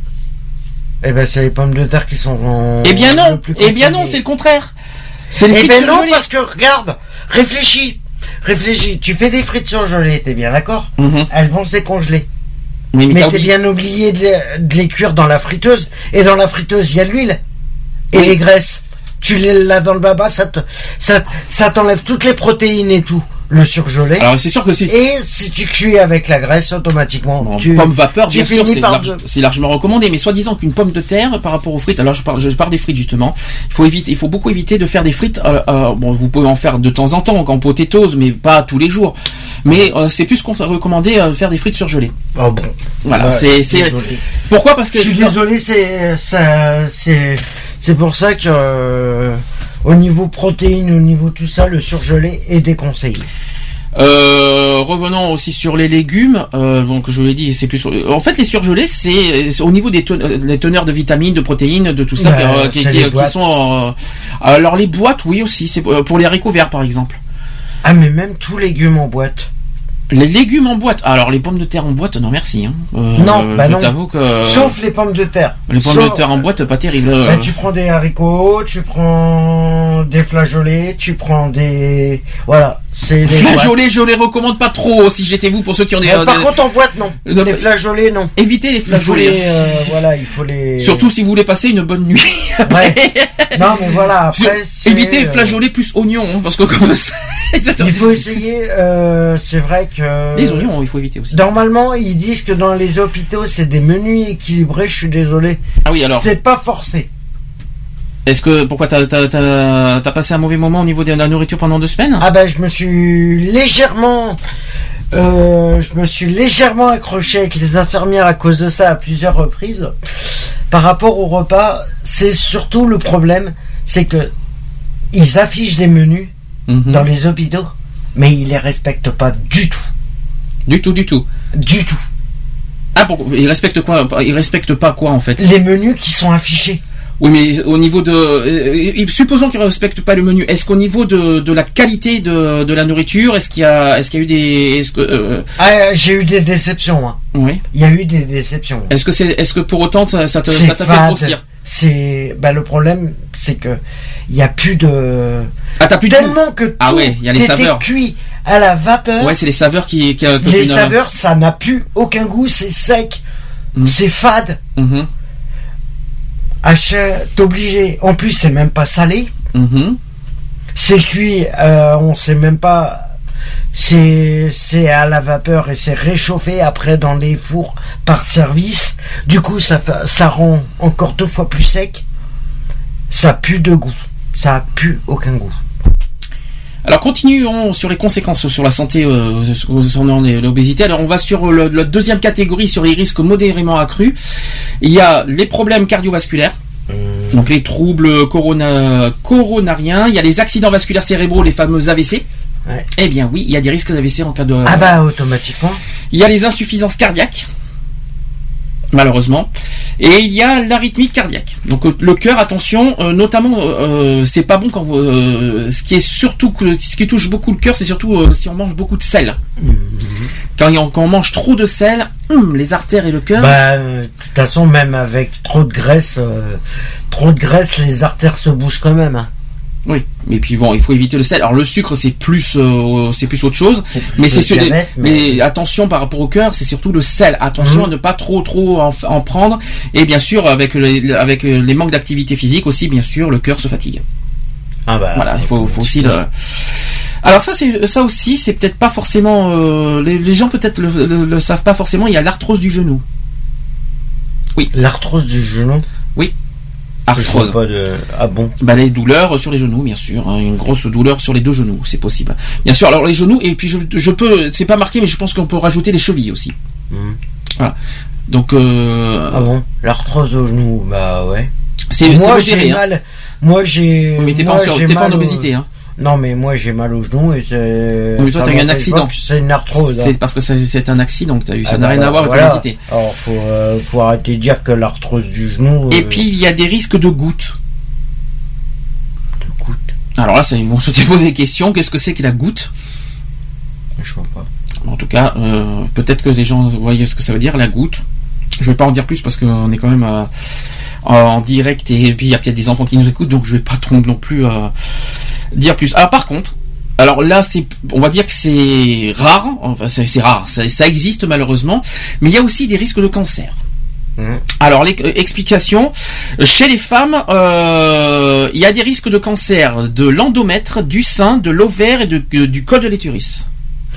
Eh ben c'est les pommes de terre qui sont. En... Eh bien non. Eh bien non, c'est le contraire. C'est les eh frites ben surgelées. non, parce que regarde, réfléchis, réfléchis. Tu fais des frites surgelées, t'es bien d'accord? Mm-hmm. Elles vont se décongeler. Mais, mais, mais t'es bien oublié de les, de les cuire dans la friteuse. Et dans la friteuse, il y a l'huile et oui. les graisses. Tu les là dans le baba, ça te, ça, ça t'enlève toutes les protéines et tout. Le surgelé. Alors c'est sûr que c'est. Et si tu cuis avec la graisse, automatiquement. Bon, tu, pomme vapeur, tu bien sûr, c'est, large, de... c'est largement recommandé. Mais soi-disant qu'une pomme de terre, par rapport aux frites, alors je parle, je parle des frites justement. Il faut éviter, il faut beaucoup éviter de faire des frites. Euh, euh, bon, vous pouvez en faire de temps en temps, en potatoes, mais pas tous les jours. Mais euh, c'est plus recommandé euh, faire des frites surgelées. Oh bon. Voilà, ouais, c'est, c'est. Pourquoi? Parce que. Je suis désolé, c'est, ça, c'est, c'est pour ça que. Euh... Au niveau protéines, au niveau tout ça, le surgelé est déconseillé. Euh, revenons aussi sur les légumes. Euh, donc je l'ai dit, c'est plus. Sur... En fait, les surgelés, c'est, c'est au niveau des ten... les teneurs de vitamines, de protéines, de tout ça bah, qui, qui, qui, qui sont. Euh... Alors les boîtes, oui aussi. C'est pour les haricots verts, par exemple. Ah mais même tous les légumes en boîte. Les légumes en boîte. Alors les pommes de terre en boîte, non merci. Hein. Euh, non, bah je non. t'avoue que. Sauf les pommes de terre. Les pommes Sauf... de terre en boîte, pas terrible. Bah, tu prends des haricots, tu prends des flageolets, tu prends des. Voilà. C'est des flageolets, je les recommande pas trop si j'étais vous pour ceux qui ont des. Euh, par des... contre en boîte non. Euh, les flageolets non. Évitez les flageolets. Il faut les, euh, voilà, il faut les. Surtout si vous voulez passer une bonne nuit. Ouais. Non mais voilà après. Évitez les flageolets plus oignons hein, parce que comme ça. Il faut essayer. Euh, c'est vrai que. Les oignons il faut éviter aussi. Normalement ils disent que dans les hôpitaux c'est des menus équilibrés. Je suis désolé. Ah oui alors. C'est pas forcé. Est-ce que pourquoi t'as, t'as, t'as, t'as passé un mauvais moment au niveau de la nourriture pendant deux semaines? Ah ben je me suis légèrement euh, je me suis légèrement accroché avec les infirmières à cause de ça à plusieurs reprises. Par rapport au repas, c'est surtout le problème, c'est que ils affichent des menus mm-hmm. dans les hôpitaux, mais ils les respectent pas du tout. Du tout, du tout. Du tout. Ah pourquoi ils respectent quoi? Ils respectent pas quoi en fait? Les menus qui sont affichés. Oui, mais au niveau de, euh, supposons qu'ils ne respectent pas le menu. Est-ce qu'au niveau de, de la qualité de, de la nourriture, est-ce qu'il y a, est-ce qu'il y a eu des, est-ce que, euh... ah, j'ai eu des déceptions. Hein. Oui. Il y a eu des déceptions. Est-ce que c'est, est-ce que pour autant ça, ça, te, ça t'a fait grossir? c'est bah le problème c'est que il y a plus de ah t'as plus tellement de... que tout ah ouais, y a les était saveurs. cuit à la vapeur. Ouais, c'est les saveurs qui, qui que les saveurs, ça n'a plus aucun goût, c'est sec, mmh. c'est fade. Mmh. Achat, t'es obligé. En plus, c'est même pas salé. Mmh. C'est cuit, euh, on sait même pas. C'est c'est à la vapeur et c'est réchauffé après dans les fours par service. Du coup, ça fait, ça rend encore deux fois plus sec. Ça pue de goût. Ça a plus aucun goût. Alors continuons sur les conséquences sur la santé euh, concernant l'obésité. Alors on va sur le, la deuxième catégorie, sur les risques modérément accrus. Il y a les problèmes cardiovasculaires. Mmh. Donc les troubles corona, coronariens. Il y a les accidents vasculaires cérébraux, les fameux A V C. Ouais. Eh bien oui, il y a des risques d'A V C en cas de... Ah bah automatiquement. Il y a les insuffisances cardiaques, malheureusement, et il y a l'arythmie cardiaque. Donc le cœur, attention, euh, notamment, euh, c'est pas bon quand vous... Euh, ce qui est surtout, ce qui touche beaucoup le cœur, c'est surtout euh, si on mange beaucoup de sel. Mmh. Quand, quand on mange trop de sel, hum, les artères et le cœur... Bah, de toute façon, même avec trop de graisse, euh, trop de graisse, les artères se bougent quand même, hein. Oui, mais puis bon, il faut éviter le sel. Alors le sucre, c'est plus, euh, c'est plus autre chose, c'est plus mais c'est sûr. Mais... mais attention par rapport au cœur, c'est surtout le sel. Attention mmh. à ne pas trop, trop en, en prendre. Et bien sûr, avec les, avec les manques d'activité physique aussi, bien sûr, le cœur se fatigue. Ah bah. Voilà, il faut, faut aussi le. Alors ça, c'est ça aussi, c'est peut-être pas forcément. Euh, les, les gens peut-être le, le, le savent pas forcément. Il y a l'arthrose du genou. Oui. L'arthrose du genou. Oui. Arthrose. Pas de... Ah bon. Bah les douleurs sur les genoux, bien sûr, hein, une grosse douleur sur les deux genoux, c'est possible. Bien sûr, alors les genoux, et puis je, je peux, c'est pas marqué, mais je pense qu'on peut rajouter les chevilles aussi. Mmh. Voilà. Donc. Euh... Ah bon. L'arthrose au genou, bah ouais. C'est moi c'est j'ai hein. mal. Moi j'ai. Mais t'es moi, pas en, t'es pas en obésité, au... hein. Non, mais moi j'ai mal au genou et c'est. Oui, mais toi t'as eu un accident. C'est une arthrose. C'est hein. parce que c'est un accident que t'as eu. Ça ah n'a bah rien bah, à voir voilà. avec l'obésité. Alors faut, euh, faut arrêter de dire que l'arthrose du genou. Et euh... puis il y a des risques de gouttes. De gouttes. Alors là, ça, ils vont se poser des questions. Qu'est-ce que c'est que la goutte? Je vois pas. En tout cas, euh, peut-être que les gens voient ce que ça veut dire, la goutte. Je vais pas en dire plus parce qu'on est quand même euh, en direct et puis il y a peut-être des enfants qui nous écoutent, donc je vais pas trop non plus euh, dire plus. Alors par contre, alors là c'est, on va dire que c'est rare, enfin c'est, c'est rare, ça, ça existe malheureusement, mais il y a aussi des risques de cancer. Mmh. Alors les euh, explications chez les femmes, euh, il y a des risques de cancer de l'endomètre, du sein, de l'ovaire et de, de, du col de l'utérus.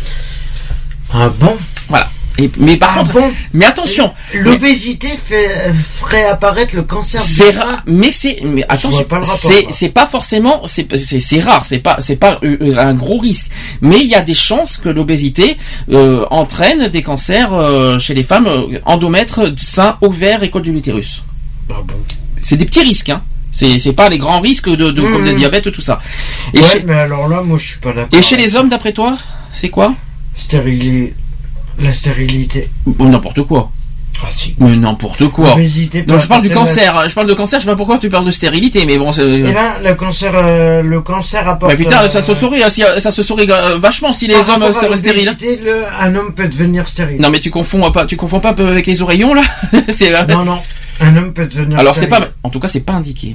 Ah bon? Voilà. Et, mais par ah contre, bon mais attention, l'obésité fait, ferait apparaître le cancer. C'est rare, mais c'est, mais attention, pas rapport, c'est, c'est pas forcément, c'est, c'est, c'est rare, c'est pas, c'est pas un gros risque. Mais il y a des chances que l'obésité euh, entraîne des cancers euh, chez les femmes, euh, endomètre, sein, ovaire et col de l'utérus. Ah bon. C'est des petits risques, hein. C'est, c'est pas les grands risques de, de mmh. comme le diabète, tout ça. Et ouais, chez, mais alors là, moi, je suis pas d'accord. Et chez les hommes, d'après toi, c'est quoi? Stérilité. La stérilité. N'importe quoi. Ah si. Mais n'importe quoi. L'obésité. Non, je parle du cancer. La... Je parle de cancer. Je sais pas pourquoi tu parles de stérilité, mais bon. C'est... Eh ben, le cancer, euh, le cancer apporte. Mais putain, euh... ça se saurait, ça se saurait vachement si les Par hommes seraient stériles. Le... Un homme peut devenir stérile. Non, mais tu confonds pas, tu confonds pas avec les oreillons là. c'est... Non, non. Un homme peut devenir. Alors stérile. c'est pas, en tout cas, c'est pas indiqué.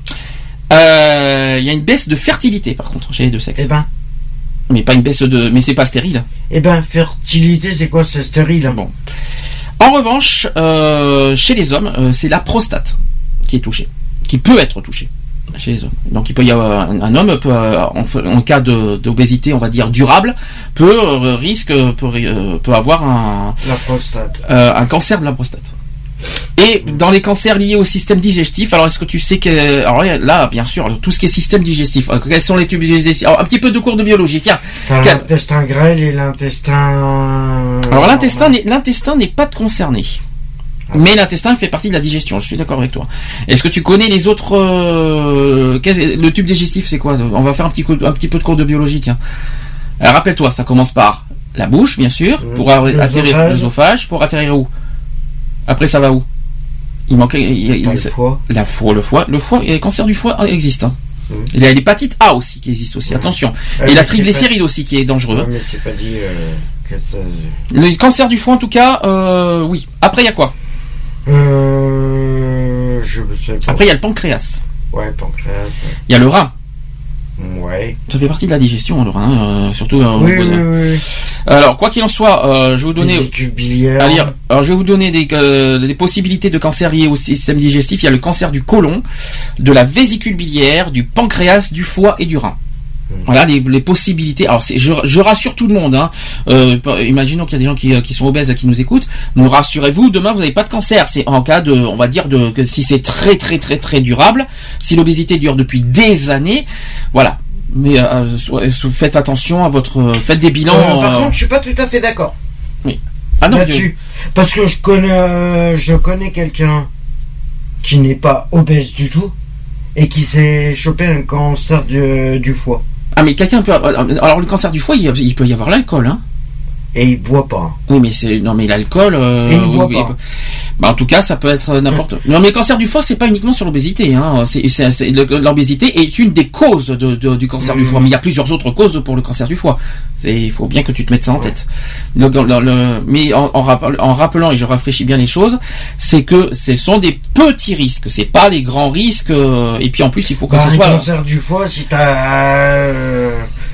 Il euh, y a une baisse de fertilité, par contre, chez les deux sexes. Eh ben. Mais pas une baisse de, mais c'est pas stérile. Eh ben, fertilité, c'est quoi? C'est stérile. Bon. En revanche, euh, chez les hommes, euh, c'est la prostate qui est touchée, qui peut être touchée chez les hommes. Donc il peut y avoir un, un homme peut, en, en cas de, d'obésité, on va dire durable, peut euh, risque peut, euh, peut avoir un la prostate, euh, un cancer de la prostate. Et dans les cancers liés au système digestif, alors est-ce que tu sais que... Alors là, bien sûr, tout ce qui est système digestif, quels sont les tubes digestifs? Alors, un petit peu de cours de biologie, tiens. Quel... L'intestin grêle et l'intestin... Alors l'intestin n'est, l'intestin n'est pas concerné. Ah. Mais l'intestin fait partie de la digestion, je suis d'accord avec toi. Est-ce que tu connais les autres... Euh... Le tube digestif, c'est quoi? On va faire un petit, coup, un petit peu de cours de biologie, tiens. Alors rappelle-toi, ça commence par la bouche, bien sûr, mmh. pour l'œsophage. atterrir l'œsophage, pour atterrir où? Après, ça va où? Il manque. Il, il, le foie. La foie, le foie. Le foie, le cancer du foie existe. Hein. Mmh. Il y a l'hépatite A aussi qui existe aussi. Mmh. Attention. Ouais, et la triglycéride pas... aussi qui est dangereux. Ouais, mais c'est pas dit euh, que ça. Le cancer du foie, en tout cas, euh, oui. Après, il y a quoi? Euh, je sais pas. Après, il y a le pancréas. Ouais, pancréas. Ouais. Il y a le rein. Ouais. Ça fait partie de la digestion, le rein, euh, surtout. Euh, oui, oui, oui, oui. Alors, quoi qu'il en soit, euh, je vais vous donner. Vésicule biliaire. À lire. Alors, je vais vous donner des, euh, des possibilités de cancer liées au système digestif. Il y a le cancer du côlon, de la vésicule biliaire, du pancréas, du foie et du rein. Voilà les, les possibilités. Alors c'est, je, je rassure tout le monde. Hein. Euh, imaginons qu'il y a des gens qui, qui sont obèses qui nous écoutent. Nous rassurez-vous, demain vous n'avez pas de cancer. C'est en cas de, on va dire de, que si c'est très très très très durable, si l'obésité dure depuis des années, voilà. Mais euh, faites attention à votre, faites des bilans. Euh, par euh, contre, je suis pas tout à fait d'accord. Oui. Ah non. Là-dessus, parce que je connais, euh, je connais quelqu'un qui n'est pas obèse du tout et qui s'est chopé un cancer du, du foie. Ah mais quelqu'un peut alors le cancer du foie il peut y avoir l'alcool hein. Et il boit pas. Oui mais c'est non mais l'alcool euh, et il boit oui, pas. Oui, bah, en tout cas ça peut être n'importe. Mmh. Non mais le cancer du foie c'est pas uniquement sur l'obésité hein. C'est, c'est, c'est l'obésité est une des causes de, de, du cancer mmh. du foie mais il y a plusieurs autres causes pour le cancer du foie. C'est il faut bien que tu te mettes ça en tête. Le, le, le, mais en, en, rappel, en rappelant et je rafraîchis bien les choses, c'est que ce sont des petits risques, c'est pas les grands risques euh, et puis en plus il faut que bah, ça soit. Le cancer du foie si t'as euh,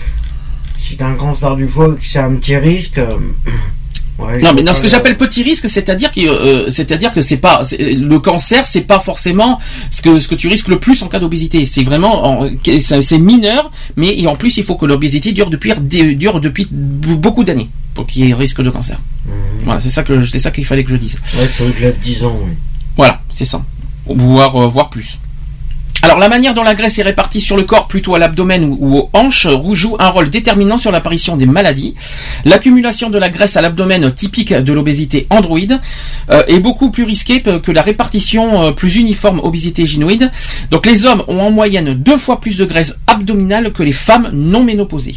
si t'as un cancer du foie et que c'est un petit risque. Euh, ouais, non mais dans ce que j'appelle petit risque, c'est-à-dire que euh, c'est-à-dire que c'est pas c'est, le cancer, c'est pas forcément ce que ce que tu risques le plus en cas d'obésité. C'est vraiment en, c'est, c'est mineur, mais et en plus il faut que l'obésité dure depuis dure depuis beaucoup d'années pour qu'il y ait risque de cancer. Mmh. Voilà, c'est ça que c'est ça qu'il fallait que je dise. Ouais, c'est au-delà de dix ans. Oui. Voilà, c'est ça. Voire euh, voire plus. Alors la manière dont la graisse est répartie sur le corps, plutôt à l'abdomen ou, ou aux hanches, joue un rôle déterminant sur l'apparition des maladies. L'accumulation de la graisse à l'abdomen, typique de l'obésité androïde, euh, est beaucoup plus risquée que la répartition euh, plus uniforme obésité gynoïde. Donc les hommes ont en moyenne deux fois plus de graisse abdominale que les femmes non ménopausées.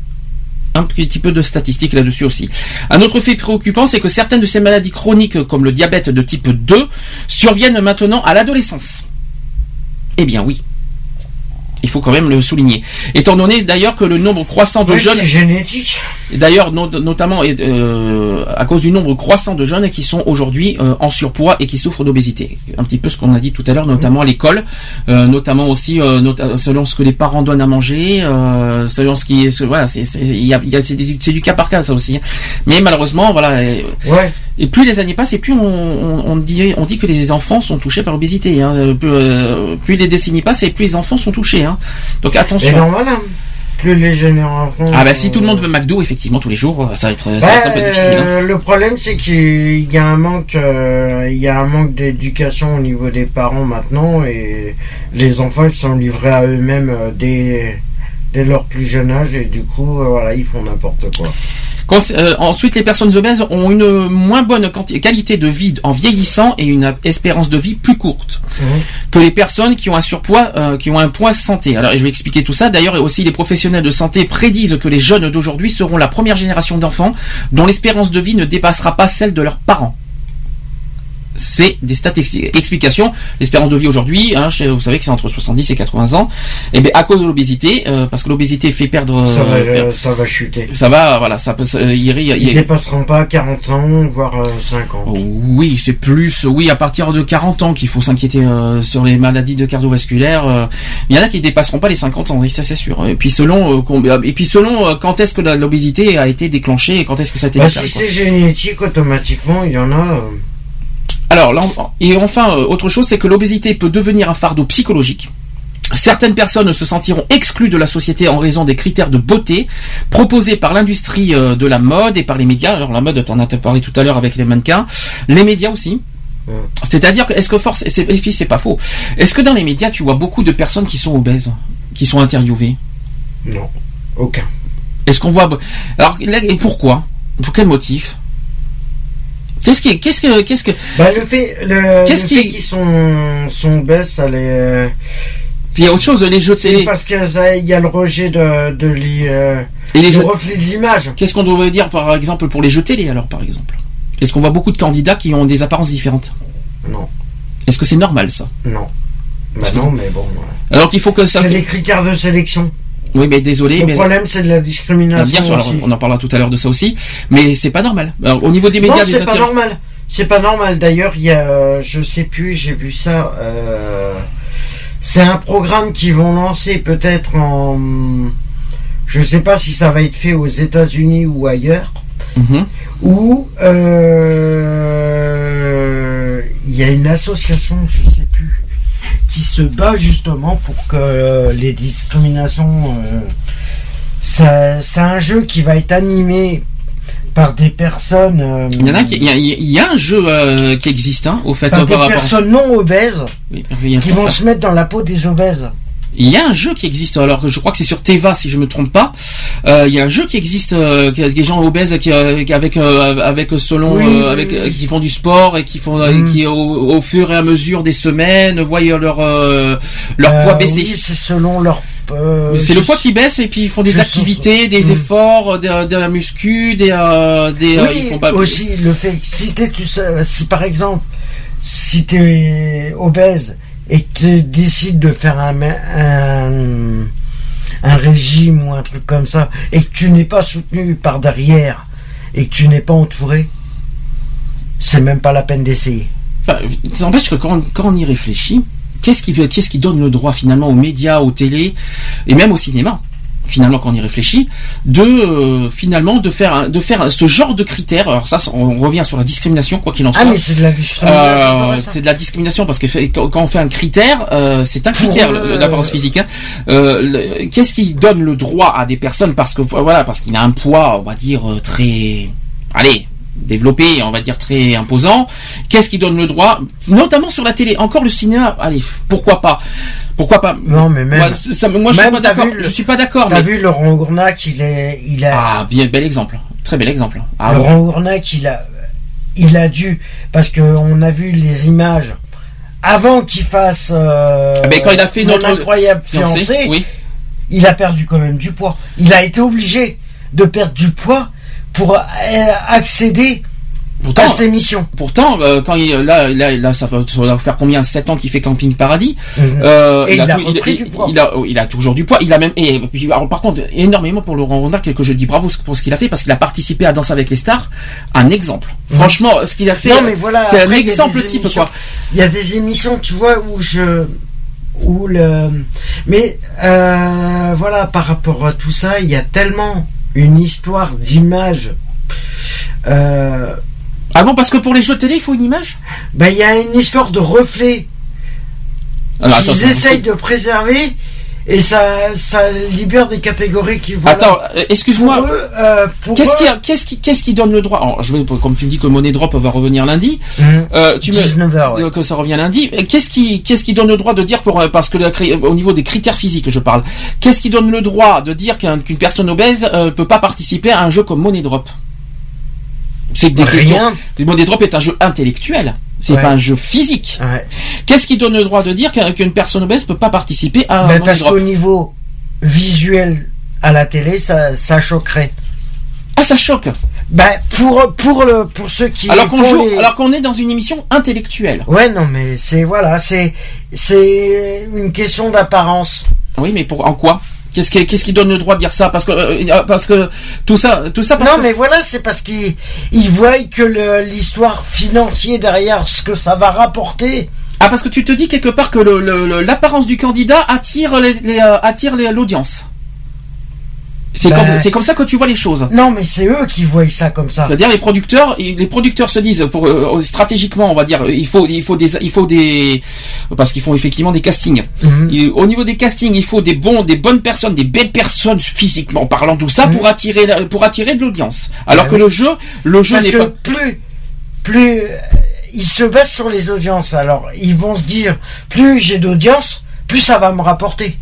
Un petit peu de statistiques là-dessus aussi. Un autre fait préoccupant, c'est que certaines de ces maladies chroniques, comme le diabète de type deux, surviennent maintenant à l'adolescence. Eh bien oui, il faut quand même le souligner. Étant donné d'ailleurs que le nombre croissant de ouais, jeunes... C'est génétique. D'ailleurs, no- notamment euh, à cause du nombre croissant de jeunes qui sont aujourd'hui euh, en surpoids et qui souffrent d'obésité. Un petit peu ce qu'on a dit tout à l'heure, notamment à l'école, euh, notamment aussi euh, not- selon ce que les parents donnent à manger, euh, selon ce qui est... Ce, voilà, c'est, c'est, y a, y a, c'est, du, c'est du cas par cas ça aussi. Hein. Mais malheureusement, voilà... Et, ouais. Et plus les années passent, et plus on, on, on, dit, on dit que les enfants sont touchés par l'obésité. Hein. Plus, euh, plus les décennies passent, et plus les enfants sont touchés. Hein. Donc attention. C'est normal, hein. Plus les générations. Ah bah si tout le monde veut McDo, effectivement, tous les jours, ça va être, ça bah, va être un peu difficile. Hein. Euh, le problème, c'est qu'il y a un manque, euh, il y a un manque d'éducation au niveau des parents maintenant, et les enfants ils sont livrés à eux-mêmes euh, dès, dès leur plus jeune âge, et du coup, euh, voilà, ils font n'importe quoi. Quand, euh, ensuite, les personnes obèses ont une moins bonne quanti- qualité de vie en vieillissant et une espérance de vie plus courte mmh. que les personnes qui ont un surpoids, euh, qui ont un poids santé. Alors, je vais expliquer tout ça. D'ailleurs, aussi, les professionnels de santé prédisent que les jeunes d'aujourd'hui seront la première génération d'enfants dont l'espérance de vie ne dépassera pas celle de leurs parents. C'est des statistiques. Explication. L'espérance de vie aujourd'hui, hein, chez, vous savez que c'est entre soixante-dix et quatre-vingts ans. Et bien, à cause de l'obésité, euh, parce que l'obésité fait perdre. Ça va, euh, ça va chuter. Ça va, voilà, ça peut. Euh, il, il, Ils il, dépasseront pas quarante ans, voire euh, cinquante. Oui, c'est plus. Oui, à partir de quarante ans qu'il faut s'inquiéter euh, sur les maladies de cardiovasculaires. Euh, il y en a qui dépasseront pas les cinquante ans, ça c'est sûr. Et puis selon, euh, et puis selon euh, quand est-ce que la, l'obésité a été déclenchée et quand est-ce que ça a été. Bah, déclaré, si quoi. C'est génétique, automatiquement, il y en a. Euh... Alors, là, et enfin, autre chose, c'est que l'obésité peut devenir un fardeau psychologique. Certaines personnes se sentiront exclues de la société en raison des critères de beauté proposés par l'industrie de la mode et par les médias. Alors la mode, t'en as parlé tout à l'heure avec les mannequins, les médias aussi. Mmh. C'est-à-dire que, est-ce que force, c'est, et puis c'est pas faux. Est-ce que dans les médias, tu vois beaucoup de personnes qui sont obèses, qui sont interviewées? Non, aucun. Est-ce qu'on voit, alors, et pourquoi? Pour quel motif? Qu'est-ce qui, qu'est-ce que, qu'est-ce que. Bah le fait, le, qu'est-ce le qui... fait qu'ils sont, sont obèses, ça les. Puis il y a autre chose, les jeux télé. C'est parce qu'il y a le rejet de, de l'i, euh, et les le jeux... reflet de l'image. Qu'est-ce qu'on devrait dire par exemple pour les jeux télé alors par exemple? Est-ce qu'on voit beaucoup de candidats qui ont des apparences différentes? Non. Est-ce que c'est normal ça? Non. Bah non, mais bon. Ouais. Alors qu'il faut que ça. C'est les critères de sélection. Oui, mais désolé. Le mais... problème, c'est de la discrimination. Ah, bien sûr, alors, on en parlera tout à l'heure de ça aussi, mais c'est pas normal. Alors, au niveau des médias, non, des c'est inter... pas normal. C'est pas normal. D'ailleurs, il y a, je sais plus, j'ai vu ça. Euh, c'est un programme qu'ils vont lancer peut-être en, je sais pas si ça va être fait aux États-Unis ou ailleurs, mm-hmm. où euh, il y a une association, je sais plus, qui se bat justement pour que les discriminations. Euh, ça, c'est un jeu qui va être animé par des personnes. Euh, il y en a qui, il y a, il y a un jeu euh, qui existe, hein, au fait. Par euh, des par personnes non obèses, oui, qui vont ça. se mettre dans la peau des obèses. Il y a un jeu qui existe, alors je crois que c'est sur Teva si je me trompe pas. Euh, il y a un jeu qui existe, euh, qui a des gens obèses qui, euh, avec euh, avec selon oui, euh, avec oui, oui. qui font du sport et qui font mm. qui au, au fur et à mesure des semaines voient leur euh, leur euh, poids baisser. Oui, c'est selon leur. Euh, c'est le poids qui baisse et puis ils font des activités, des mm. efforts, de, de la muscu, des euh, des. Oui, euh, ils font pas. Aussi le fait si t'es tu sais, si par exemple si t'es obèse et que tu décides de faire un, un, un régime ou un truc comme ça, et que tu n'es pas soutenu par derrière, et que tu n'es pas entouré, c'est même pas la peine d'essayer. Enfin, ça n'empêche que quand on, quand on y réfléchit, qu'est-ce qui, qu'est-ce qui donne le droit finalement aux médias, aux télés, et même au cinéma, finalement quand on y réfléchit, de euh, finalement de faire de faire ce genre de critères. Alors ça, on revient sur la discrimination, quoi qu'il en soit. Ah mais c'est de la discrimination. Euh, c'est de la discrimination parce que quand on fait un critère, euh, c'est un critère le... l'apparence physique. Hein. Euh, le... Qu'est-ce qui donne le droit à des personnes parce que voilà parce qu'il a un poids, on va dire très, allez. développé, on va dire très imposant. Qu'est-ce qui donne le droit, notamment sur la télé, encore le cinéma, allez, pourquoi pas, pourquoi pas. Non mais même. Moi, ça, moi je suis pas d'accord. Le, je suis pas d'accord. T'as mais... vu Laurent Ournac, il est, il a. Ah bien, bel exemple, très bel exemple. Ah, Laurent ouais. Ournac, il a, il a dû, parce que on a vu les images avant qu'il fasse. Euh, ah ben quand il a fait notre incroyable fiancé, fiancé oui. Il a perdu quand même du poids. Il a été obligé de perdre du poids pour accéder pourtant, à cette émission. Pourtant, euh, quand il là, là, là, ça va, ça va faire combien sept ans qu'il fait Camping Paradis. Mmh. Euh, et il, il, a tout, il, il, il, a, il a toujours du poids. Il a même et puis alors, par contre énormément pour Laurent Ournac, que je dis bravo pour ce qu'il a fait parce qu'il a participé à Danse avec les stars. Un exemple. Mmh. Franchement, ce qu'il a fait, non, mais voilà, c'est après, un exemple type émissions, quoi. Il y a des émissions, tu vois, où je où le mais euh, voilà, par rapport à tout ça, il y a tellement une histoire d'image. Euh... Ah bon, parce que pour les jeux de télé, il faut une image ? Ben, il y a une histoire de reflet alors, qu'ils attends, essayent de préserver et ça, ça libère des catégories qui vont. Attends, euh, excuse-moi. Pour eux, euh, pour qu'est-ce, eux... qui, qu'est-ce, qui, qu'est-ce qui donne le droit ? Alors, je vais, comme tu me dis que Money Drop va revenir lundi, mmh. euh, tu dix-neuf heures, me, ouais. que ça revient lundi. Qu'est-ce qui, qu'est-ce qui donne le droit de dire pour, parce que le, au niveau des critères physiques, je parle. Qu'est-ce qui donne le droit de dire qu'un, qu'une personne obèse euh, peut pas participer à un jeu comme Money Drop ? C'est des Rien. questions. Le Money Drop est un jeu intellectuel. C'est ouais. pas un jeu physique. Ouais. Qu'est-ce qui donne le droit de dire qu'une personne obèse peut pas participer à un ben Money parce Drop ? Parce qu'au niveau visuel à la télé, ça, ça choquerait. Ah, ça choque. Ben pour pour le pour ceux qui alors qu'on joue, les... alors qu'on est dans une émission intellectuelle. Ouais, non, mais c'est voilà, c'est c'est une question d'apparence. Oui, mais pour en quoi ? Qu'est-ce qui, qu'est-ce qui donne le droit de dire ça ? Parce que, euh, parce que tout ça, tout ça. Parce non, que mais c'est... voilà, c'est parce qu'ils ils voient que le, l'histoire financière derrière ce que ça va rapporter. Ah, parce que tu te dis quelque part que le, le, l'apparence du candidat attire les, les euh, attire les, l'audience. C'est, ben, comme, c'est comme ça que tu vois les choses. Non, mais c'est eux qui voient ça comme ça. C'est-à-dire les producteurs, les producteurs se disent, pour euh, stratégiquement, on va dire, il faut, il faut des, il faut des, parce qu'ils font effectivement des castings. Mm-hmm. Et, au niveau des castings, il faut des bons, des bonnes personnes, des belles personnes physiquement parlant, tout ça, mm-hmm. pour attirer, pour attirer de l'audience. Alors ben que oui. le jeu, le jeu parce n'est que pas plus, plus, ils se basent sur les audiences. Alors, ils vont se dire, plus j'ai d'audience, plus ça va me rapporter.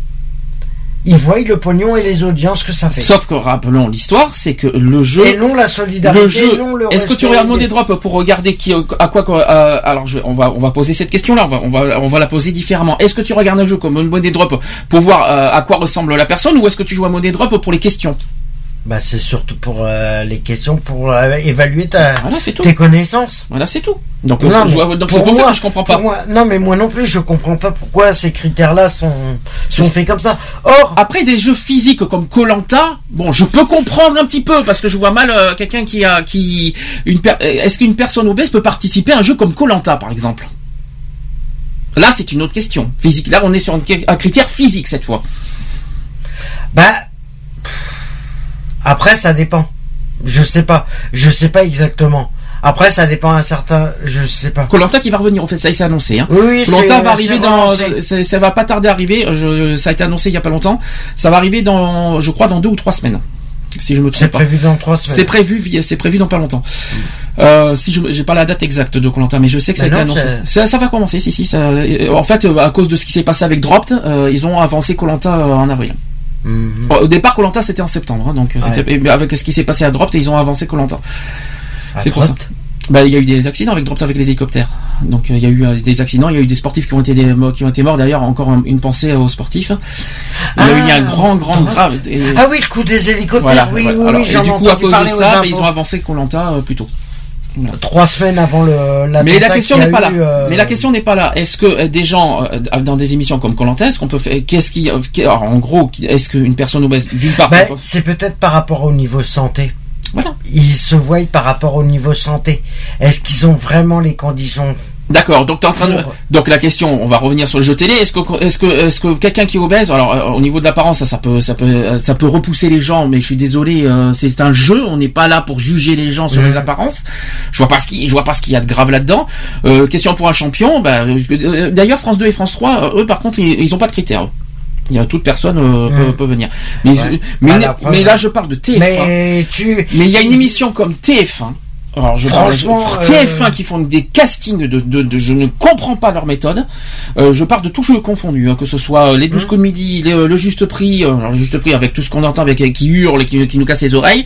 Ils voient le pognon et les audiences que ça fait. Sauf que, rappelons l'histoire, c'est que le jeu... Et non la solidarité, le jeu, non le est-ce que tu regardes Money Drop pour regarder qui, à quoi... Euh, alors, je, on, va, on va poser cette question-là, on va, on, va, on va la poser différemment. Est-ce que tu regardes un jeu comme Money Drop pour voir euh, à quoi ressemble la personne, ou est-ce que tu joues à Money Drop pour les questions ? Bah c'est surtout pour euh, les questions pour euh, évaluer ta voilà, c'est tout. tes connaissances. Voilà, c'est tout. Donc, non, euh, je vois, donc c'est pour moi, ça que je comprends pas. Moi, non, mais moi non plus, je comprends pas pourquoi ces critères-là sont sont faits comme ça. Or, après des jeux physiques comme Koh-Lanta, bon, je peux comprendre un petit peu parce que je vois mal euh, quelqu'un qui a qui une per... est-ce qu'une personne obèse peut participer à un jeu comme Koh-Lanta par exemple? Là, c'est une autre question. Physique. Là, on est sur un critère physique cette fois. Bah. Après, ça dépend. Je sais pas. Je sais pas exactement. Après, ça dépend un certain. Je sais pas. Koh-Lanta qui va revenir, en fait, ça, c'est annoncé. Hein. Oui, oui, Koh-Lanta va arriver dans. Ça, ça va pas tarder à arriver. Je, ça a été annoncé il y a pas longtemps. Ça va arriver dans, je crois, dans deux ou trois semaines. Si je me trompe pas. C'est prévu dans trois semaines. C'est prévu, c'est prévu dans pas longtemps. Mmh. Euh, si je, j'ai pas la date exacte de Koh-Lanta, mais je sais que ça a été annoncé. Ça, ça va commencer, si, si. Ça, en fait, à cause de ce qui s'est passé avec Dropped, euh, ils ont avancé Koh-Lanta en avril. Mmh. Au départ, Koh-Lanta c'était en septembre, hein, donc ouais. C'était, avec ce qui s'est passé à Dropped, ils ont avancé Koh-Lanta. C'est pour ça. Bah, il y a eu des accidents avec Dropped avec les hélicoptères. Donc il y a eu euh, des accidents, il y a eu des sportifs qui ont été des, qui ont été morts. D'ailleurs, encore un, une pensée aux sportifs. Il y a eu ah, un grand, grand, grave. Et, ah oui, le coup des hélicoptères. Voilà, oui, voilà. oui, Alors, oui. Et du coup, à cause de ça, bah, ils ont avancé Koh-Lanta euh, plus tôt. Voilà. Trois semaines avant le. La mais la question n'est pas là. Euh... Mais la question n'est pas là. Est-ce que euh, des gens euh, dans des émissions comme Koh-Lanta, est-ce qu'on peut faire, qu'est-ce qui, euh, alors, en gros, est-ce qu'une personne obèse d'une part, ben, peut... c'est peut-être par rapport au niveau santé. Voilà. Ils se voient par rapport au niveau santé. Est-ce qu'ils ont vraiment les conditions? D'accord. Donc, t'es en train de... donc la question, on va revenir sur le jeu télé. Est-ce que, est-ce que, est-ce que quelqu'un qui est obèse, alors euh, au niveau de l'apparence, ça, ça peut, ça peut, ça peut repousser les gens. Mais je suis désolé, euh, c'est un jeu. On n'est pas là pour juger les gens sur mmh. les apparences. Je vois pas ce qui, je vois pas ce qu'il y a de grave là-dedans. Euh, question pour un champion. Bah, euh, d'ailleurs, France deux et France trois, eux, par contre, ils, ils ont pas de critères. Il y a toute personne euh, mmh. peut, peut venir. Mais, ouais. mais, ah, mais, mais là, je parle de T F un. Mais tu, mais il y a une émission comme T F un. Alors, je Franchement, parle de T F un euh... qui font des castings de, de, de, je ne comprends pas leur méthode. Euh, je parle de tout jeu confondu, hein, que ce soit les douze mmh. coups de midi, les, le juste prix, euh, le juste prix avec tout ce qu'on entend avec qui hurle, qui, qui nous casse les oreilles.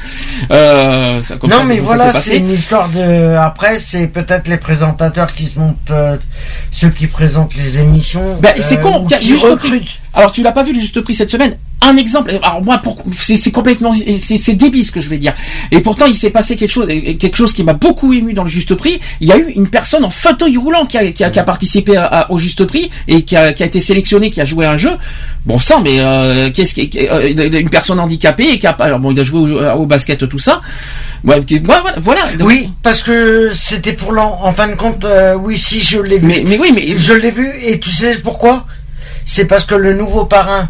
Euh, ça, comme non, ça, mais ça, voilà, ça c'est une histoire de. Après, c'est peut-être les présentateurs qui se montent, euh, ceux qui présentent les émissions. Ben, c'est euh, con. Tiens, qui juste recrutent. Prix. Alors, tu l'as pas vu le juste prix cette semaine? Un exemple. Alors moi, pour, c'est, c'est complètement, c'est, c'est débile ce que je vais dire. Et pourtant, il s'est passé quelque chose, quelque chose qui m'a beaucoup ému dans le juste prix. Il y a eu une personne en fauteuil roulant qui a, qui a, qui a participé à, à, au juste prix et qui a, qui a été sélectionné, qui a joué à un jeu. Bon sang, mais euh, qu'est-ce qui, euh, une personne handicapée et qui a, alors bon, il a joué au, au basket, tout ça. Ouais, voilà, voilà. Donc, oui, parce que c'était pour l'en, en fin de compte, euh, oui, si je l'ai vu. Mais, mais oui, mais je l'ai vu et tu sais pourquoi? C'est parce que le nouveau parrain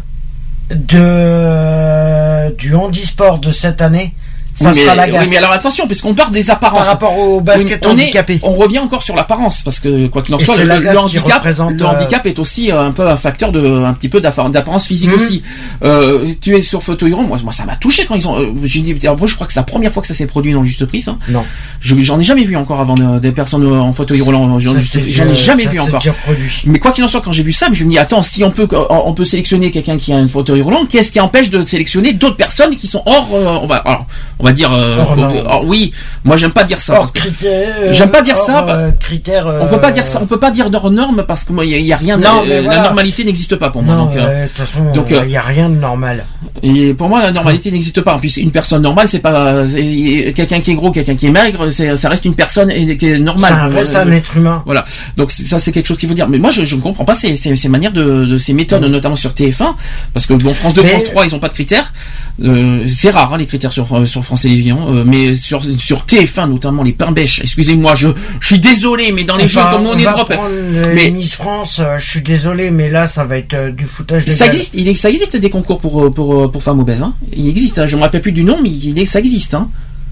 de du handisport de cette année, ça oui, sera mais, la gaffe. Oui, mais alors attention, puisqu'on part des apparences. Par rapport au basket on handicapé. Est, on revient encore sur l'apparence, parce que quoi qu'il en soit, le, le handicap, le handicap est aussi un peu un facteur de, un petit peu d'apparence physique mmh. aussi. Euh, tu es sur fauteuil roulant, moi, moi ça m'a touché quand ils ont. Euh, j'ai dit, moi je crois que c'est la première fois que ça s'est produit dans le juste prix, ça. Non. Je, j'en ai jamais vu encore avant de, des personnes en fauteuil roulant. J'en, ça, j'en ai jamais vu encore. Mais quoi qu'il en soit, quand j'ai vu ça, je me dis, attends, si on peut, on peut sélectionner quelqu'un qui a un fauteuil roulant, qu'est-ce qui empêche de sélectionner d'autres personnes qui sont hors, euh, on va, alors, on va dire. Euh, Or, oui, moi j'aime pas dire ça. Hors critères, j'aime pas dire hors, ça. Euh, critères, euh, on peut pas dire ça. On peut pas dire hors norme parce que moi il y, y a rien. Non, de, euh, voilà. La normalité n'existe pas pour moi. Non, donc, de euh, toute façon, donc il euh, y a rien de normal. Et pour moi la normalité n'existe pas. En plus, une personne normale, c'est pas c'est, quelqu'un qui est gros, quelqu'un qui est maigre. C'est, ça reste une personne qui est normale. Ça reste un être humain. Voilà. Donc ça c'est quelque chose qu'il faut dire. Mais moi je, je ne comprends pas ces, ces, ces manières de, de ces méthodes, mmh. notamment sur T F un, parce que bon France deux, mais... France trois, ils ont pas de critères. Euh, c'est rare hein, les critères sur sur France Télévisions, euh, mais sur sur T F un notamment les pains bêches. Excusez-moi, je je suis désolé, mais dans les jeux comme on est drop. Mais Miss France, euh, je suis désolé, mais là ça va être euh, du foutage de ça gueule. Existe, il est, ça existe des concours pour pour pour femmes obèses. Hein. Il existe. Hein, je me rappelle plus du nom, mais il est, ça existe. Hein.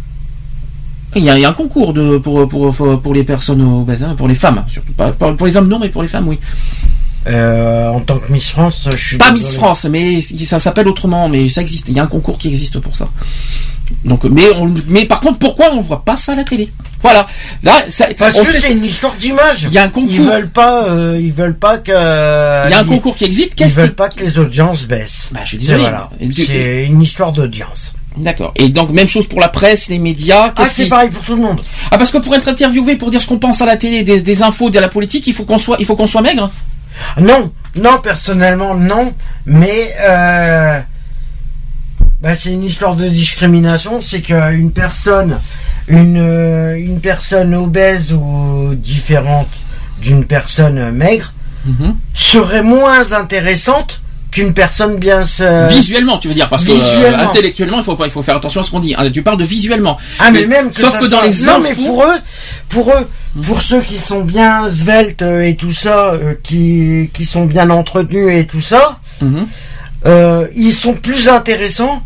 Il y a, il y a un concours de pour pour pour, pour les personnes obèses, hein, pour les femmes, surtout pas pour les hommes non, mais pour les femmes oui. Euh, en tant que Miss France, je suis pas désolé. Miss France, mais ça s'appelle autrement, mais ça existe. Il y a un concours qui existe pour ça. Donc, mais on, mais par contre, pourquoi on voit pas ça à la télé? Voilà. Là, ça, parce que sait, c'est une histoire d'image. Il y a un concours. Ils veulent pas, euh, ils veulent pas que. Il y a un ils, concours qui existe. Qu'est-ce ils veulent qui... pas que les audiences baissent. Bah, je suis désolé. Voilà. C'est une histoire d'audience. D'accord. Et donc même chose pour la presse, les médias. Ah, c'est qui... pareil pour tout le monde. Ah, parce que pour être interviewé, pour dire ce qu'on pense à la télé, des, des infos, de la politique, il faut qu'on soit, il faut qu'on soit maigre. Non, non, personnellement non, mais euh, Bah, c'est une histoire de discrimination. C'est qu'une personne, une une personne obèse ou différente d'une personne maigre mm-hmm. serait moins intéressante qu'une personne bien se... Visuellement, tu veux dire, parce que euh, intellectuellement, il faut pas, il faut faire attention à ce qu'on dit. Tu parles de visuellement. Ah, mais, mais même que sauf ça que soit... dans les non, infos... mais pour eux, pour eux, mmh. pour ceux qui sont bien sveltes et tout ça, euh, qui qui sont bien entretenus et tout ça, mmh. euh, ils sont plus intéressants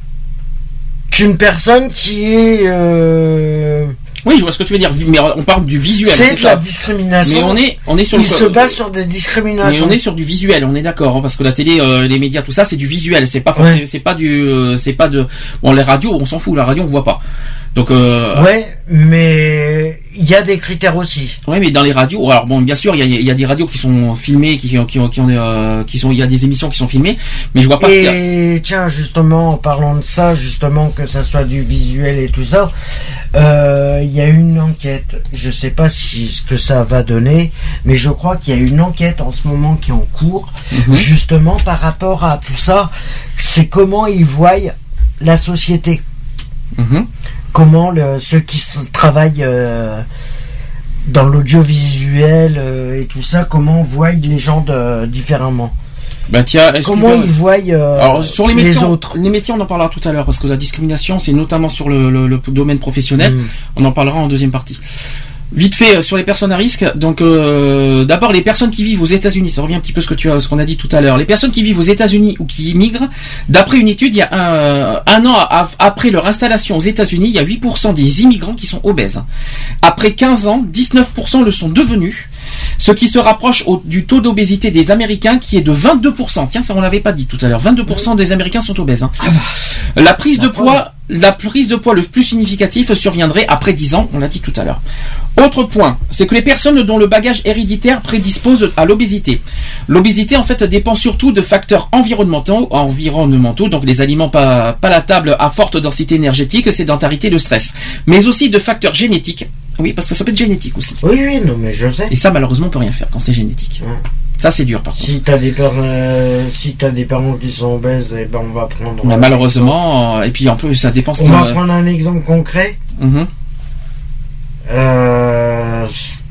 qu'une personne qui est... Euh... Oui, je vois ce que tu veux dire, mais on parle du visuel. C'est, c'est de la discrimination. Mais on est, on est sur. Il le... se base sur des discriminations. Mais on est sur du visuel, on est d'accord, hein, parce que la télé, euh, les médias, tout ça, c'est du visuel. C'est pas, forcément, ouais. c'est pas du, euh, c'est pas de. Bon, les radios, on s'en fout. La radio, on voit pas. Donc. Euh, ouais, mais il y a des critères aussi. Ouais, mais dans les radios, alors bon, bien sûr, il y a, il y a des radios qui sont filmées, qui, qui, qui ont, qui ont, euh, qui sont, il y a des émissions qui sont filmées, mais je vois pas. Et ce qu'il y a. Tiens, justement, en parlant de ça, justement, que ça soit du visuel et tout ça, euh, il y a une enquête. Je sais pas si ce que ça va donner, mais je crois qu'il y a une enquête en ce moment qui est en cours, mm-hmm. justement par rapport à tout ça. C'est comment ils voient la société. Mm-hmm. Comment le, ceux qui travaillent euh, dans l'audiovisuel euh, et tout ça, comment voient les gens de, différemment. Ben tiens, comment ils voient euh, Alors, sur les, métiers, les autres. Les métiers, on en parlera tout à l'heure, parce que la discrimination, c'est notamment sur le, le, le domaine professionnel. Mmh. On en parlera en deuxième partie. Vite fait sur les personnes à risque. Donc euh, d'abord les personnes qui vivent aux États-Unis, ça revient un petit peu à ce que tu as, ce qu'on a dit tout à l'heure. Les personnes qui vivent aux États-Unis ou qui immigrent, d'après une étude, il y a un, un an à, après leur installation aux États-Unis, il y a huit pour cent des immigrants qui sont obèses. Après quinze ans, dix-neuf pour cent le sont devenus. Ce qui se rapproche au, du taux d'obésité des Américains qui est de vingt-deux pour cent. Tiens, ça on l'avait pas dit tout à l'heure. vingt-deux pour cent des Américains sont obèses. Hein. La prise de poids, la prise de poids le plus significatif surviendrait après dix ans, on l'a dit tout à l'heure. Autre point, c'est que les personnes dont le bagage héréditaire prédispose à l'obésité. L'obésité en fait dépend surtout de facteurs environnementaux, environnementaux, donc les aliments pas palatables à forte densité énergétique, sédentarité, le stress, mais aussi de facteurs génétiques. Oui, parce que ça peut être génétique aussi. Oui, oui, non, mais je sais. Et ça, malheureusement, on peut rien faire quand c'est génétique. Ouais. Ça, c'est dur, par contre. Si t'as des parents, euh, si t'as des parents qui sont obèses, eh ben, on va prendre. Mais malheureusement, euh, et puis en plus, ça dépend. On va prendre un exemple concret. Mm-hmm. Euh,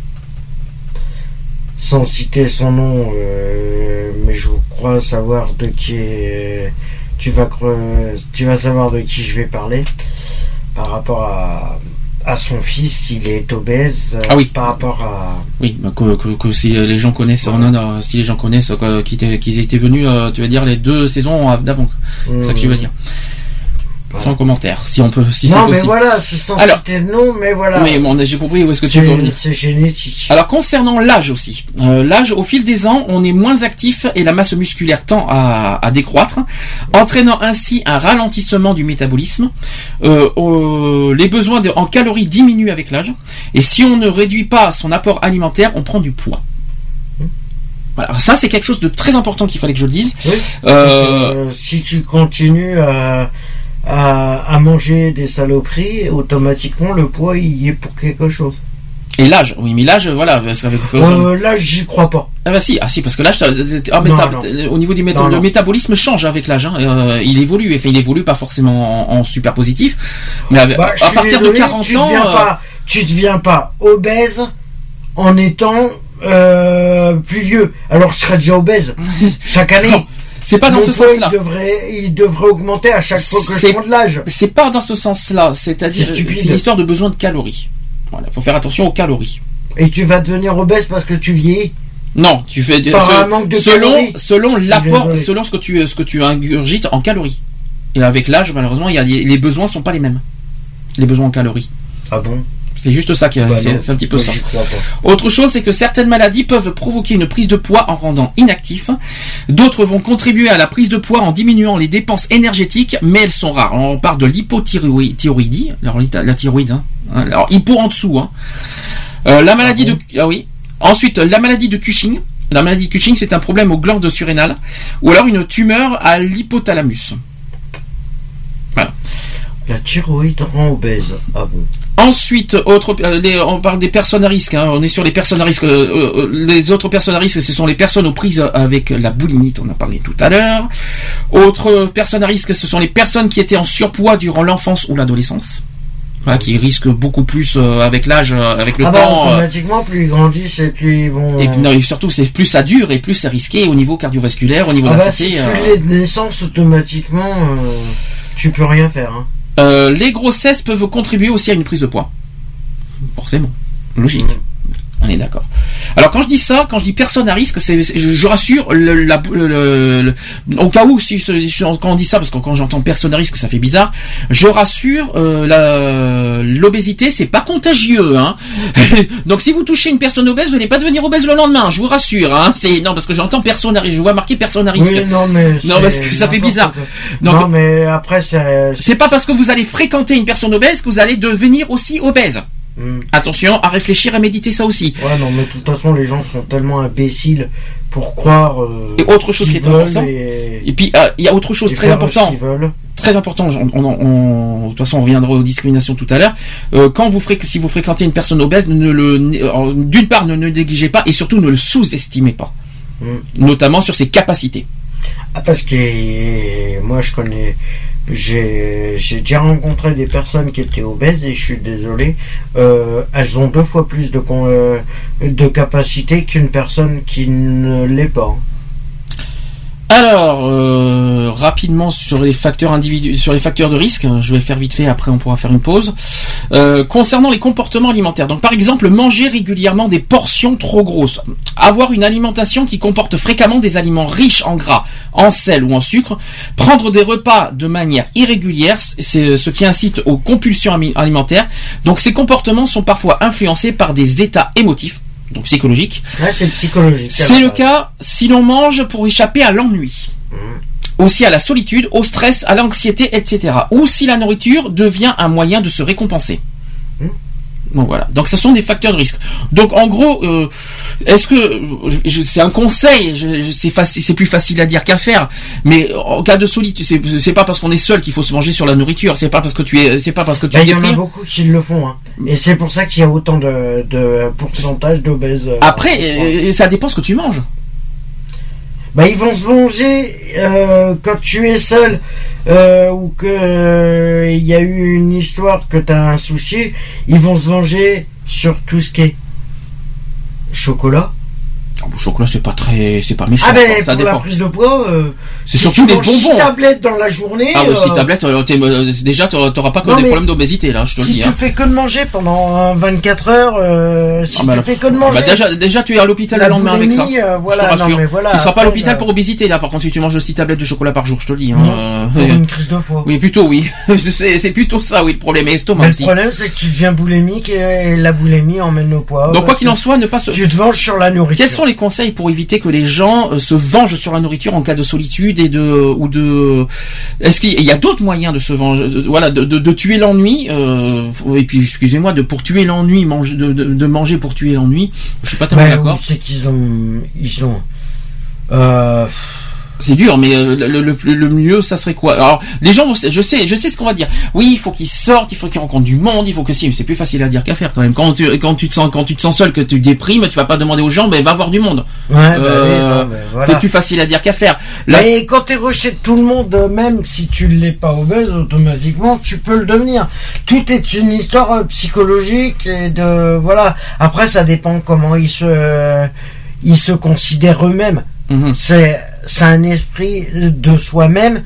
sans citer son nom, euh, mais je crois savoir de qui est, tu vas, tu vas savoir de qui je vais parler par rapport à. à son fils, il est obèse ah oui. par rapport à... Oui, bah, que, que, que si les gens connaissent, ouais. non, si les gens connaissent euh, qu'ils, qu'ils étaient venus, euh, tu vas dire, les deux saisons d'avant. Mmh. C'est ça que tu veux dire. Ouais. Sans commentaire, si on peut, si non, c'est mais possible. voilà, c'est sans Alors, citer de nom, mais voilà. Mais bon, j'ai compris où est-ce que c'est, tu veux revenir. C'est génétique. Alors, concernant l'âge aussi, euh, l'âge, au fil des ans, on est moins actif et la masse musculaire tend à, à décroître, entraînant ainsi un ralentissement du métabolisme. Euh, euh, les besoins de, en calories diminuent avec l'âge, et si on ne réduit pas son apport alimentaire, on prend du poids. Voilà, alors ça c'est quelque chose de très important qu'il fallait que je le dise. Oui. Euh, euh, si tu continues à À, à manger des saloperies, automatiquement le poids il y est pour quelque chose. Et l'âge, oui, mais l'âge, voilà, parce qu'avec euh, l'âge, j'y crois pas. Ah bah si, ah si, parce que l'âge, ah, non, méta... non. au niveau du méta... non, non. le métabolisme change avec l'âge. Hein. Euh, il évolue, enfin, il évolue pas forcément en, en super positif, mais avec, bah, à partir désolé, de quarante tu ans, deviens euh... pas, tu deviens pas obèse en étant euh, plus vieux. Alors je serais déjà obèse chaque année. Non. C'est pas dans Mon ce sens-là. Il devrait, il devrait augmenter à chaque fois que c'est, je prends de l'âge. C'est pas dans ce sens-là. C'est-à-dire, c'est, c'est une histoire de besoin de calories. Voilà, faut faire attention aux calories. Et tu vas devenir obèse parce que tu vieillis. Non, tu fais par ce, un manque de selon calories. selon l'apport, selon ce que tu ce que tu ingurgites en calories. Et avec l'âge, malheureusement, il y a les besoins sont pas les mêmes. Les besoins en calories. Ah bon? C'est juste ça qui bah c'est, c'est un petit peu Moi, ça. Pas. Autre chose, c'est que certaines maladies peuvent provoquer une prise de poids en rendant inactif. D'autres vont contribuer à la prise de poids en diminuant les dépenses énergétiques, mais elles sont rares. On parle de l'hypothyroïdie, alors la thyroïde, hein. Alors hypo en dessous. Hein. Euh, la maladie ah bon de, ah oui. Ensuite, la maladie de Cushing. La maladie de Cushing, c'est un problème aux glandes surrénales, ou alors une tumeur à l'hypothalamus. Voilà. La thyroïde rend obèse. Ah bon. Ensuite, autre, les, on parle des personnes à risque. Hein, on est sur les personnes à risque. Euh, les autres personnes à risque, ce sont les personnes aux prises avec la boulimie. On en a parlé tout à l'heure. Autres personnes à risque, ce sont les personnes qui étaient en surpoids durant l'enfance ou l'adolescence. Voilà, qui risquent beaucoup plus euh, avec l'âge, euh, avec le ah temps. Bah, automatiquement, euh, plus ils grandissent et plus ils vont. Et, puis, non, et surtout, c'est plus ça dure et plus c'est risqué au niveau cardiovasculaire, au niveau ah de la bah, santé. Si euh... tu l'es de naissance, automatiquement, euh, tu peux rien faire. Hein. Euh, les grossesses peuvent contribuer aussi à une prise de poids. Forcément. Logique. Mmh. On est d'accord. Alors quand je dis ça, quand je dis personne à risque, c'est, je, je rassure, le, la, le, le, le, au cas où, si, si, quand on dit ça, parce que quand j'entends personne à risque, ça fait bizarre, je rassure, euh, la, l'obésité, c'est pas contagieux. Hein. Donc si vous touchez une personne obèse, vous n'allez pas devenir obèse le lendemain, je vous rassure. Hein. C'est, non, parce que j'entends personne à risque, je vois marqué personne à risque. Oui, non, mais non, parce que ça fait bizarre. Donc, non, mais après, c'est... c'est pas parce que vous allez fréquenter une personne obèse que vous allez devenir aussi obèse. Mmh. Attention à réfléchir, à méditer ça aussi. Ouais, non, mais de toute façon, les gens sont tellement imbéciles pour croire. Euh, et autre chose qui est important. Et, et puis, il euh, y a autre chose très important. Très important. On, on, on, de toute façon, on reviendra aux discriminations tout à l'heure. Euh, quand vous fré- si vous fréquentez une personne obèse, ne le, ne, d'une part, ne le négligez pas et surtout ne le sous-estimez pas. Mmh. Notamment sur ses capacités. Ah, parce que moi, je connais. J'ai, j'ai déjà rencontré des personnes qui étaient obèses et je suis désolé, euh, elles ont deux fois plus de, euh, de capacité qu'une personne qui ne l'est pas. Alors, euh, rapidement sur les facteurs individu- sur les facteurs de risque, je vais le faire vite fait, après on pourra faire une pause. Euh, concernant les comportements alimentaires, donc par exemple manger régulièrement des portions trop grosses, avoir une alimentation qui comporte fréquemment des aliments riches en gras, en sel ou en sucre, prendre des repas de manière irrégulière, c'est ce qui incite aux compulsions alimentaires. Donc ces comportements sont parfois influencés par des états émotifs. Donc psychologique. Ouais, c'est psychologique. C'est le cas si l'on mange pour échapper à l'ennui, mmh. aussi à la solitude, au stress, à l'anxiété, et cetera. Ou si la nourriture devient un moyen de se récompenser. Mmh. Donc voilà. Donc ce sont des facteurs de risque. Donc en gros, euh, est-ce que je, je, c'est un conseil, je, je, c'est, facile, c'est plus facile à dire qu'à faire. Mais en cas de solitude, c'est, c'est pas parce qu'on est seul qu'il faut se manger sur la nourriture. C'est pas parce que tu es, c'est pas parce que tu. Bah, es il y en a beaucoup qui le font, hein. Et c'est pour ça qu'il y a autant de, de pourcentage d'obèses. Euh, Après, euh, ça dépend ce que tu manges. Bah ils vont se venger euh, quand tu es seul euh, ou que il euh, y a eu une histoire que tu as un souci, ils vont se venger sur tout ce qui est chocolat. Oh, le chocolat c'est pas très, c'est pas méchant. Ah ben quoi, ça pour dépend. la prise de poids, euh, c'est si surtout tu les manges bonbons. six tablettes dans la journée. Ah bah euh, six tablettes, euh, euh, déjà t'auras, t'auras pas que non, des problèmes d'obésité là, je te si le dis. Si tu hein. fais que de manger pendant vingt-quatre heures, euh, si ah bah tu là, fais que de manger. Bah déjà, déjà tu es à l'hôpital le lendemain avec ça. Euh, voilà, non, mais voilà. Tu seras pas à l'hôpital pour obésité là. Par contre, si tu manges six tablettes de chocolat par jour, je te le dis. Hein, euh, pour une crise de foie. Oui, plutôt oui. c'est, c'est plutôt ça, oui, le problème estomac aussi. Le problème c'est que tu deviens boulémique et la boulémie emmène au poids. Donc quoi qu'il en soit, ne pas se. Tu te venges sur la nourriture. Quels sont les conseils pour éviter que les gens se vengent sur la nourriture en cas de solitude et de ou de est-ce qu'il y a d'autres moyens de se venger de, voilà de, de, de tuer l'ennui euh, et puis excusez-moi de pour tuer l'ennui manger de, de, de manger pour tuer l'ennui je suis pas tellement ben, d'accord. C'est qu'ils ont ils ont euh... C'est dur, mais euh, le, le, le, le mieux, ça serait quoi? Alors, les gens, je sais, je sais ce qu'on va dire. Oui, il faut qu'ils sortent, il faut qu'ils rencontrent du monde, il faut que si, mais c'est plus facile à dire qu'à faire quand même. Quand tu, quand tu te sens, quand tu te sens seul, que tu déprimes, tu vas pas demander aux gens, ben va voir du monde. Ouais, euh, bah oui, non, mais voilà. C'est plus facile à dire qu'à faire. Là, mais quand t'es rejeté de tout le monde, même si tu l'es pas obèse, automatiquement, tu peux le devenir. Tout est une histoire psychologique et de voilà. Après, ça dépend comment ils se, euh, ils se considèrent eux-mêmes. Mm-hmm. C'est c'est un esprit de soi-même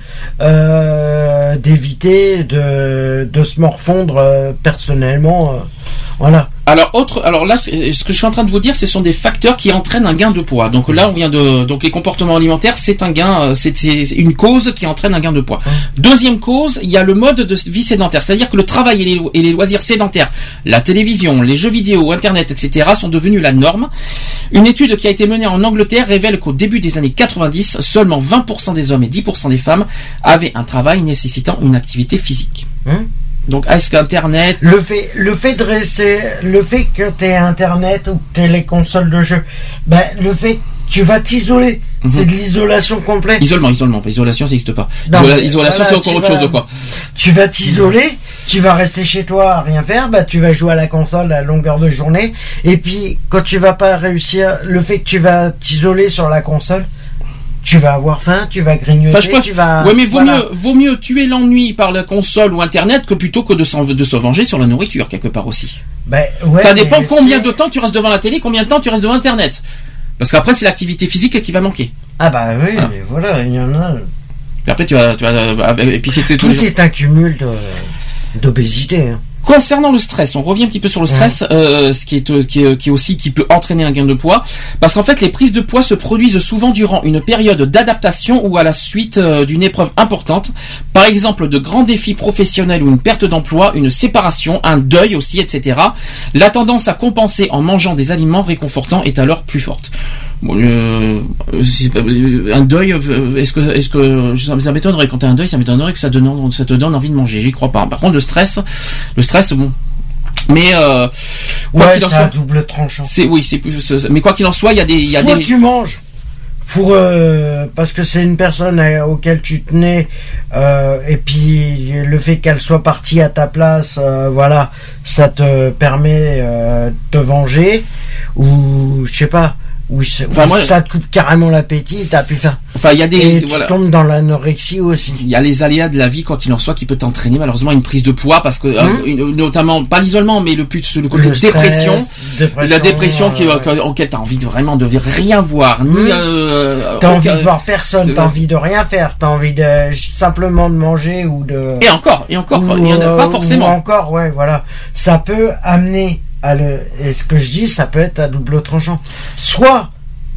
euh, d'éviter de, de se morfondre euh, personnellement euh, voilà. Alors autre, alors là, ce que je suis en train de vous dire, ce sont des facteurs qui entraînent un gain de poids. Donc là, on vient de, donc les comportements alimentaires, c'est un gain, c'est, c'est une cause qui entraîne un gain de poids. Deuxième cause, il y a le mode de vie sédentaire, c'est-à-dire que le travail et les, et les loisirs sédentaires, la télévision, les jeux vidéo, Internet, et cetera, sont devenus la norme. Une étude qui a été menée en Angleterre révèle qu'au début des années quatre-vingt-dix, seulement vingt pour cent des hommes et dix pour cent des femmes avaient un travail nécessitant une activité physique. Hum Donc, est-ce qu'Internet... Le fait, le fait de rester, le fait que t'aies Internet ou que t'aies les consoles de jeu, ben, le fait tu vas t'isoler. Mm-hmm. C'est de l'isolation complète. Isolement, isolement. Isolation, ça n'existe pas. Non, Isola- isolation, voilà, c'est encore autre vas, chose, quoi. Tu vas t'isoler, mm-hmm. tu vas rester chez toi à rien faire, bah tu vas jouer à la console à longueur de journée. Et puis, quand tu vas pas réussir, le fait que tu vas t'isoler sur la console, tu vas avoir faim, tu vas grignoter, enfin, peux... tu vas... Ouais, mais vaut, voilà. mieux, vaut mieux tuer l'ennui par la console ou Internet que plutôt que de, s'en, de se venger sur la nourriture, quelque part aussi. Ben, ouais, ça dépend combien c'est... de temps tu restes devant la télé, combien de temps tu restes devant Internet. Parce qu'après, c'est l'activité physique qui va manquer. Ah bah oui, voilà, mais voilà il y en a... Puis après, tu vas... Tu vas et puis c'est tout est un cumul de, d'obésité, hein. Concernant le stress, on revient un petit peu sur le stress, mmh. euh, ce qui est, qui est qui est aussi qui peut entraîner un gain de poids, parce qu'en fait les prises de poids se produisent souvent durant une période d'adaptation ou à la suite euh, d'une épreuve importante, par exemple de grands défis professionnels ou une perte d'emploi, une séparation, un deuil aussi, et cetera. La tendance à compenser en mangeant des aliments réconfortants est alors plus forte. Bon, euh, un deuil, est-ce que, est-ce que ça m'étonnerait quand t'as un deuil, ça m'étonnerait que ça, donne, ça te donne envie de manger. J'y crois pas. Par contre, le stress, le stress, bon. Mais euh, ouais, c'est un double tranchant. C'est oui, c'est plus. C'est, mais quoi qu'il en soit, il y a des, il y a soit des. tu manges pour euh, parce que c'est une personne à, auquel tu tenais, euh, et puis le fait qu'elle soit partie à ta place, euh, voilà, ça te permet euh, de te venger, ou je sais pas. Où, enfin, où moi, ça te coupe carrément l'appétit, t'as pu faire. Enfin, il y a des. Et tu voilà. tombes dans l'anorexie aussi. Il y a les aléas de la vie, quoi qu'il en soit, qui peut t'entraîner malheureusement une prise de poids, parce que mmh. euh, notamment pas l'isolement, mais le plus le côté le stress, dépression, dépression, la dépression euh, qui ouais. auquel t'as envie de vraiment de rien voir, ni. Mmh. Euh, t'as aucun, envie de voir personne, t'as envie de rien faire, t'as envie de simplement de manger ou de. Et encore, et encore, ou, il y en a pas forcément. Ou encore, ouais, voilà, ça peut amener à le. Et ce que je dis, ça peut être à double tranchant. Soit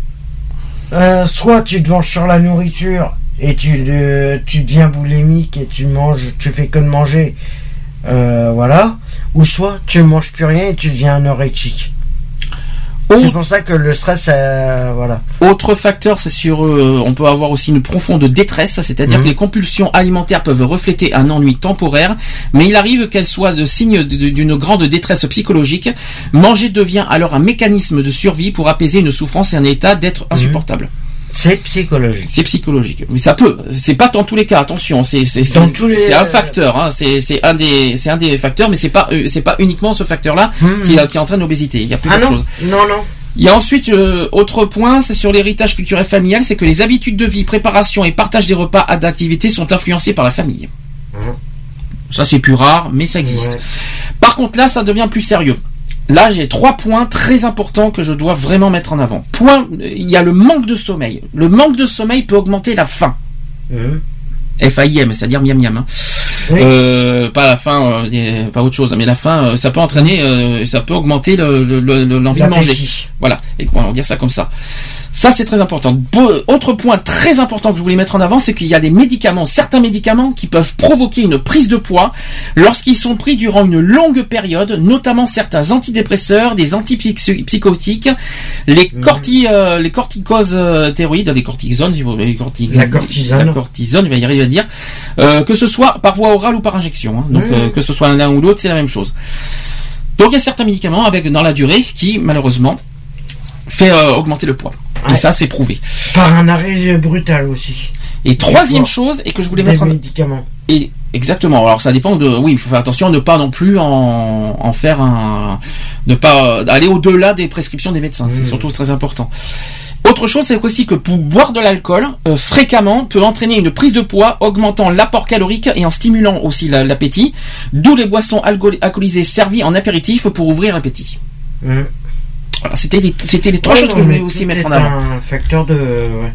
Euh, soit tu te venges sur la nourriture et tu, euh, tu deviens boulimique et tu manges, tu fais que de manger, euh, voilà, ou soit tu manges plus rien et tu deviens anorexique. C'est pour ça que le stress, euh, voilà. Autre facteur, c'est sur, euh, on peut avoir aussi une profonde détresse, c'est-à-dire mmh. que les compulsions alimentaires peuvent refléter un ennui temporaire, mais il arrive qu'elles soient de signes d'une grande détresse psychologique. Manger devient alors un mécanisme de survie pour apaiser une souffrance et un état d'être insupportable. Mmh. C'est psychologique. C'est psychologique. Mais ça peut. C'est pas dans tous les cas. Attention. C'est c'est c'est, les... c'est un facteur. Hein. C'est c'est un des c'est un des facteurs, mais c'est pas c'est pas uniquement ce facteur-là mmh. qui qui entraîne l'obésité. Il y a plusieurs ah non. choses. Non non. Il y a ensuite euh, autre point, c'est sur l'héritage culturel familial, c'est que les habitudes de vie, préparation et partage des repas à d'activités sont influencées par la famille. Mmh. Ça c'est plus rare, mais ça existe. Ouais. Par contre là, ça devient plus sérieux. Là, j'ai trois points très importants que je dois vraiment mettre en avant. Point, il y a le manque de sommeil. Le manque de sommeil peut augmenter la faim. Mmh. F A I M, c'est-à-dire miam miam. Hein. Oui. Euh, pas la faim, euh, pas autre chose, mais la faim, euh, ça peut entraîner, euh, ça peut augmenter le, le, le, l'envie la de manger. Appétit. Voilà, et on va dire ça comme ça. Ça, c'est très important. Bo- autre point très important que je voulais mettre en avant, c'est qu'il y a des médicaments, certains médicaments qui peuvent provoquer une prise de poids lorsqu'ils sont pris durant une longue période, notamment certains antidépresseurs, des antipsychotiques, les corti, euh, les corticostéroïdes, les cortisones, si vous voulez, les cortisones, la cortisone, la cortisone, je vais y arriver à dire, euh, que ce soit par voie orale ou par injection, hein. Donc, mmh. euh, que ce soit l'un ou l'autre, c'est la même chose. Donc, il y a certains médicaments avec, dans la durée, qui, malheureusement, fait euh, augmenter le poids. Ouais. Et ça, c'est prouvé. Par un arrêt brutal aussi. Et troisième chose, et que je voulais des mettre en... médicaments. Et exactement. Alors, ça dépend de... Oui, il faut faire attention à ne pas non plus en, en faire un... Ne pas aller au-delà des prescriptions des médecins. Mmh. C'est surtout très important. Autre chose, c'est aussi que pour boire de l'alcool euh, fréquemment peut entraîner une prise de poids, augmentant l'apport calorique et en stimulant aussi la, l'appétit. D'où les boissons alcool- alcoolisées servies en apéritif pour ouvrir l'appétit. Mmh. Voilà, c'était les, c'était les trois ouais, choses non, que je voulais aussi mettre en avant. Un facteur de... Ouais.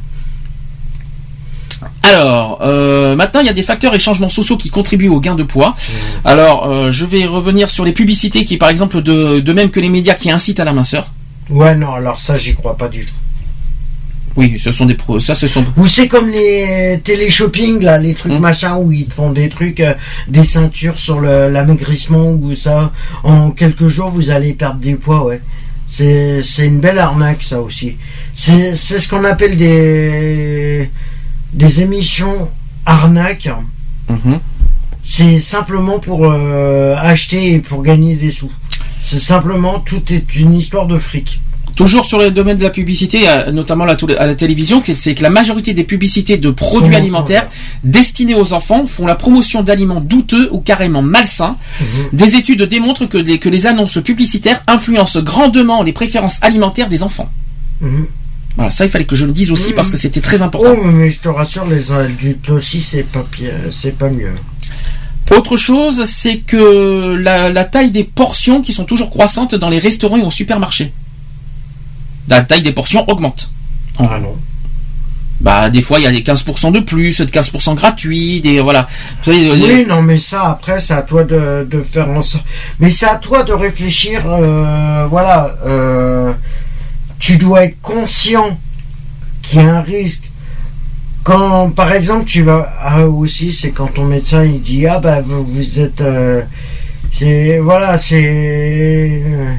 Alors, euh, maintenant, il y a des facteurs et changements sociaux qui contribuent au gain de poids. Mmh. Alors, euh, je vais revenir sur les publicités qui, par exemple, de, de même que les médias qui incitent à la minceur. Ouais, non, alors ça, j'y crois pas du tout. Oui, ce sont des pros, ça, ce sont. Ou c'est comme les télé-shopping, là, les trucs mmh. machin, où ils te font des trucs, euh, des ceintures sur le, l'amaigrissement, ou ça, en quelques jours, vous allez perdre des poids, ouais. C'est, c'est une belle arnaque, ça aussi. C'est, c'est ce qu'on appelle des, des émissions arnaques. Mmh. C'est simplement pour euh, acheter et pour gagner des sous. C'est simplement, tout est une histoire de fric. Toujours sur le domaine de la publicité, notamment à la télévision, c'est que la majorité des publicités de produits Son alimentaires ensemble. destinés aux enfants font la promotion d'aliments douteux ou carrément malsains. Mmh. Des études démontrent que les, que les annonces publicitaires influencent grandement les préférences alimentaires des enfants. Mmh. Voilà, ça il fallait que je le dise aussi mmh. parce que c'était très important. Oh, mais je te rassure, les adultes aussi, c'est pas pire, c'est pas mieux. Autre chose, c'est que la, la taille des portions qui sont toujours croissantes dans les restaurants et au supermarché. La taille des portions augmente. Ah non. Bah des fois il y a des quinze pour cent de plus, de quinze pour cent gratuits, des voilà. Vous savez, oui, les... non mais ça après c'est à toi de, de faire en sorte. Mais c'est à toi de réfléchir. Euh, voilà, euh, tu dois être conscient qu'il y a un risque. Quand par exemple tu vas ah, aussi c'est quand ton médecin il dit ah bah vous, vous êtes euh, c'est voilà c'est euh,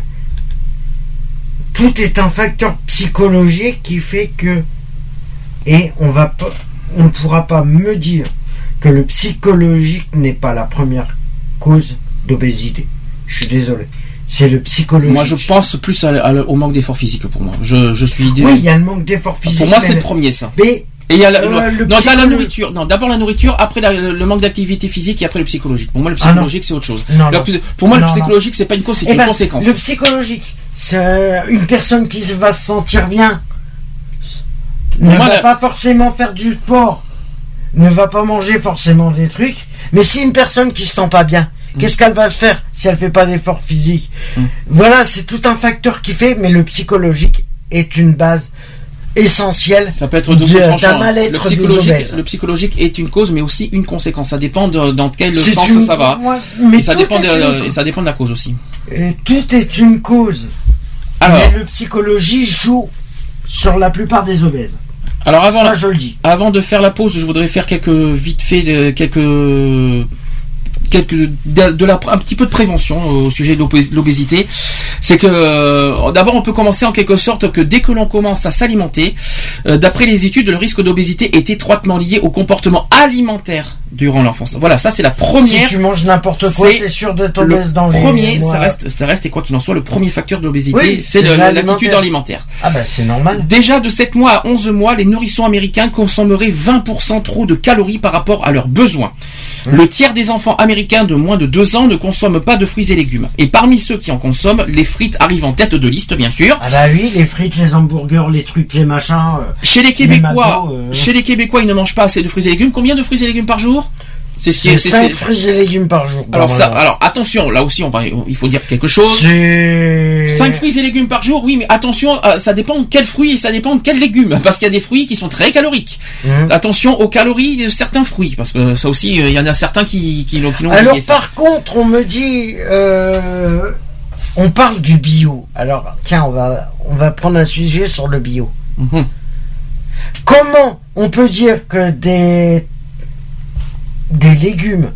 tout est un facteur psychologique qui fait que et on va pas, on ne pourra pas me dire que le psychologique n'est pas la première cause d'obésité. Je suis désolé. C'est le psychologique. Moi, je pense plus à, à, au manque d'effort physique pour moi. Je, je suis. Oui, il y a le manque d'effort physique. Pour moi, c'est le premier ça. Mais et il y a la, euh, le, non, psycholo... la nourriture. Non, d'abord la nourriture, après la, le manque d'activité physique et après le psychologique. Pour moi, le psychologique, ah c'est autre chose. Non, le, non. Pour moi, non, le psychologique, c'est pas une cause, c'est eh une ben, conséquence. Le psychologique, c'est une personne qui va se sentir bien. Ne moi, va la... pas forcément faire du sport, ne va pas manger forcément des trucs, mais si une personne qui se sent pas bien, mmh. qu'est-ce qu'elle va se faire si elle fait pas d'effort physique? mmh. Voilà, c'est tout un facteur qui fait, mais le psychologique est une base essentielle. Ça peut être de, d'un mal-être des obèses. Le psychologique est une cause, mais aussi une conséquence. Ça dépend de, dans quel c'est sens une... ça va. Mais et ça dépend de, et ça dépend de la cause aussi. Et tout est une cause. Alors, mais le psychologie joue sur la plupart des obèses. Alors avant, ça, je le dis. Avant de faire la pause, je voudrais faire quelques vite fait de, quelques quelques de, de la un petit peu de prévention au sujet de l'obésité. C'est que euh, d'abord on peut commencer en quelque sorte que dès que l'on commence à s'alimenter, euh, d'après les études, le risque d'obésité est étroitement lié au comportement alimentaire durant l'enfance. Voilà, ça c'est la première. Si tu manges n'importe quoi, t'es sûr d'être obèse dans les premier, ça reste, ça reste et quoi qu'il en soit, le premier facteur d'obésité, oui, c'est, c'est le, l'attitude alimentaire. Ah bah c'est normal. Déjà de sept mois à onze mois, les nourrissons américains consommeraient vingt pour cent trop de calories par rapport à leurs besoins. Mmh. Le tiers des enfants américains de moins de deux ans ne consomment pas de fruits et légumes. Et parmi ceux qui en consomment, les frites arrivent en tête de liste, bien sûr. Ah bah oui, les frites, les hamburgers, les trucs, les machins. Euh, chez les Québécois, les McDo, euh... chez les Québécois, ils ne mangent pas assez de fruits et légumes. Combien de fruits et légumes par jour? C'est ce qui est, c'est cinq fruits et légumes par jour. Alors ça, alors attention, là aussi on va, il faut dire quelque chose. C'est cinq fruits et légumes par jour, oui, mais attention, euh, ça dépend de quels fruits et ça dépend de quels légumes, parce qu'il y a des fruits qui sont très caloriques. Mmh. Attention aux calories de certains fruits, parce que ça aussi, il y en a certains qui, qui l'ont, qui l'ont Alors oublié, par ça. contre, on me dit, euh, on parle du bio. Alors tiens, on va, on va prendre un sujet sur le bio. Mmh. Comment on peut dire que des des légumes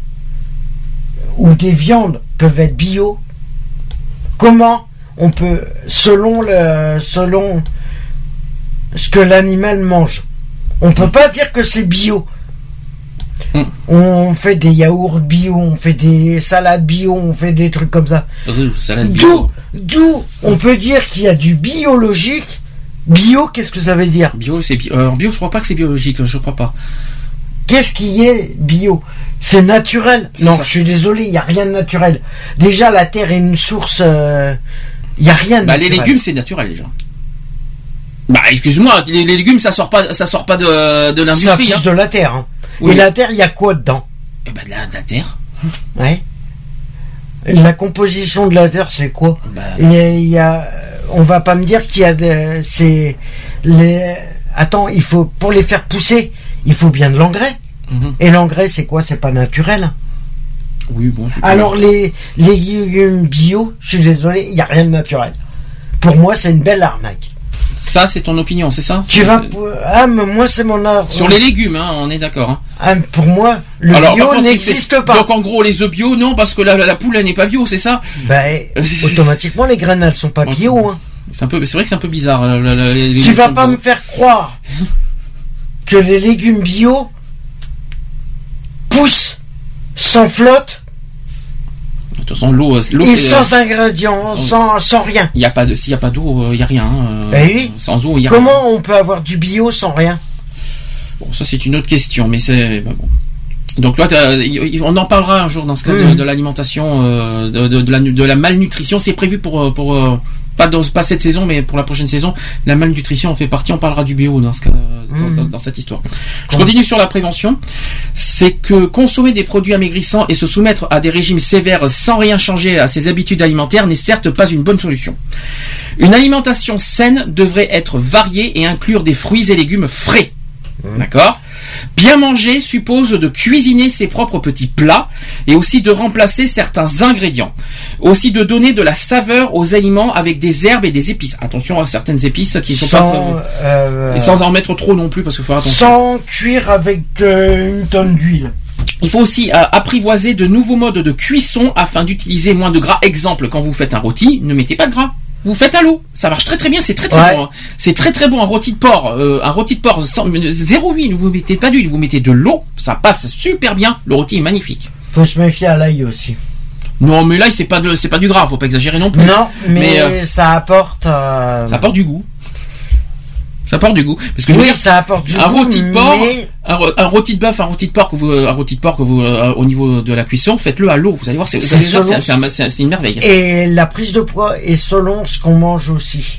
ou des viandes peuvent être bio? Comment on peut, selon le, selon ce que l'animal mange, on peut mmh. pas dire que c'est bio. Mmh. On fait des yaourts bio, on fait des salades bio, on fait des trucs comme ça. Mmh, salade bio. D'où, d'où on peut dire qu'il y a du biologique. Bio, qu'est-ce que ça veut dire? Bio, c'est bio. Euh, bio, je crois pas que c'est biologique, je crois pas. Qu'est-ce qui est bio? C'est naturel? C'est non, ça. Je suis désolé, il n'y a rien de naturel. Déjà, la terre est une source. Il euh, n'y a rien de bah, naturel. Les légumes, c'est naturel déjà. Bah, excuse-moi, les, les légumes, ça sort pas, ça sort pas de, de l'industrie. Ça pousse hein. de la terre. Hein. Oui. Et la terre, il y a quoi dedans? Eh ben, de la, de la terre. Ouais. La composition de la terre, c'est quoi? Bah, il y a, on va pas me dire qu'il y a de, c'est les. Attends, il faut pour les faire pousser, il faut bien de l'engrais. Mmh. Et l'engrais, c'est quoi? C'est pas naturel. Oui, bon. C'est Alors les les légumes bio, je suis désolé, il y a rien de naturel. Pour moi, c'est une belle arnaque. Ça, c'est ton opinion, c'est ça? Tu vas ah, mais moi, c'est mon art. Sur les légumes, hein, on est d'accord. Hein. Ah, pour moi, le Alors, bio n'existe pas. Donc en gros, les œufs bio, non, parce que la, la, la poule, elle n'est pas bio, c'est ça? Ben, automatiquement, les graines, elles sont pas bio. Hein. C'est un peu, c'est vrai que c'est un peu bizarre. La, la, les, tu vas pas bio. Me faire croire que les légumes bio poussent sans flotte toute façon, l'eau, l'eau et c'est, sans ingrédients, sans, sans rien. Il y a pas de, s'il y a pas d'eau, il y a rien. Euh, eh oui. Sans eau, il y a Comment rien. on peut avoir du bio sans rien? Bon, ça c'est une autre question, mais c'est bah, bon. Donc là, on en parlera un jour dans ce cas mmh. de, de l'alimentation, euh, de, de, de, la, de la malnutrition. C'est prévu pour, pour euh, pas, dans, pas cette saison, mais pour la prochaine saison. La malnutrition en fait partie. On parlera du bio dans, ce cas, mmh. dans, dans, dans cette histoire. Je continue sur la prévention. C'est que consommer des produits amaigrissants et se soumettre à des régimes sévères sans rien changer à ses habitudes alimentaires n'est certes pas une bonne solution. Une alimentation saine devrait être variée et inclure des fruits et légumes frais. Mmh. D'accord ? Bien manger suppose de cuisiner ses propres petits plats et aussi de remplacer certains ingrédients. Aussi de donner de la saveur aux aliments avec des herbes et des épices. Attention à certaines épices qui sont sans, pas... Euh, et sans en mettre trop non plus parce qu'il faut faire attention. Sans cuire avec euh, une tonne d'huile. Il faut aussi euh, apprivoiser de nouveaux modes de cuisson afin d'utiliser moins de gras. Exemple, quand vous faites un rôti, ne mettez pas de gras. Vous faites à l'eau, ça marche très très bien, c'est très très ouais. bon. Hein. C'est très très bon un rôti de porc, euh, un rôti de porc sans, zéro huile, vous mettez pas d'huile, vous mettez de l'eau, ça passe super bien. Le rôti est magnifique. Faut se méfier à l'ail aussi. Non, mais l'ail c'est pas de, c'est pas du gras, faut pas exagérer non plus. Non, mais, mais euh, ça apporte. Euh... Ça apporte du goût. Ça apporte du goût. Parce que oui, je veux dire, ça apporte du un goût. Rôti de porc, mais... un, un rôti de bœuf, un rôti de porc que vous, un rôti de porc que vous, euh, au niveau de la cuisson, faites-le à l'eau. Vous allez voir, c'est, c'est, c'est, c'est, c'est, un, c'est, c'est une merveille. Et la prise de poids est selon ce qu'on mange aussi.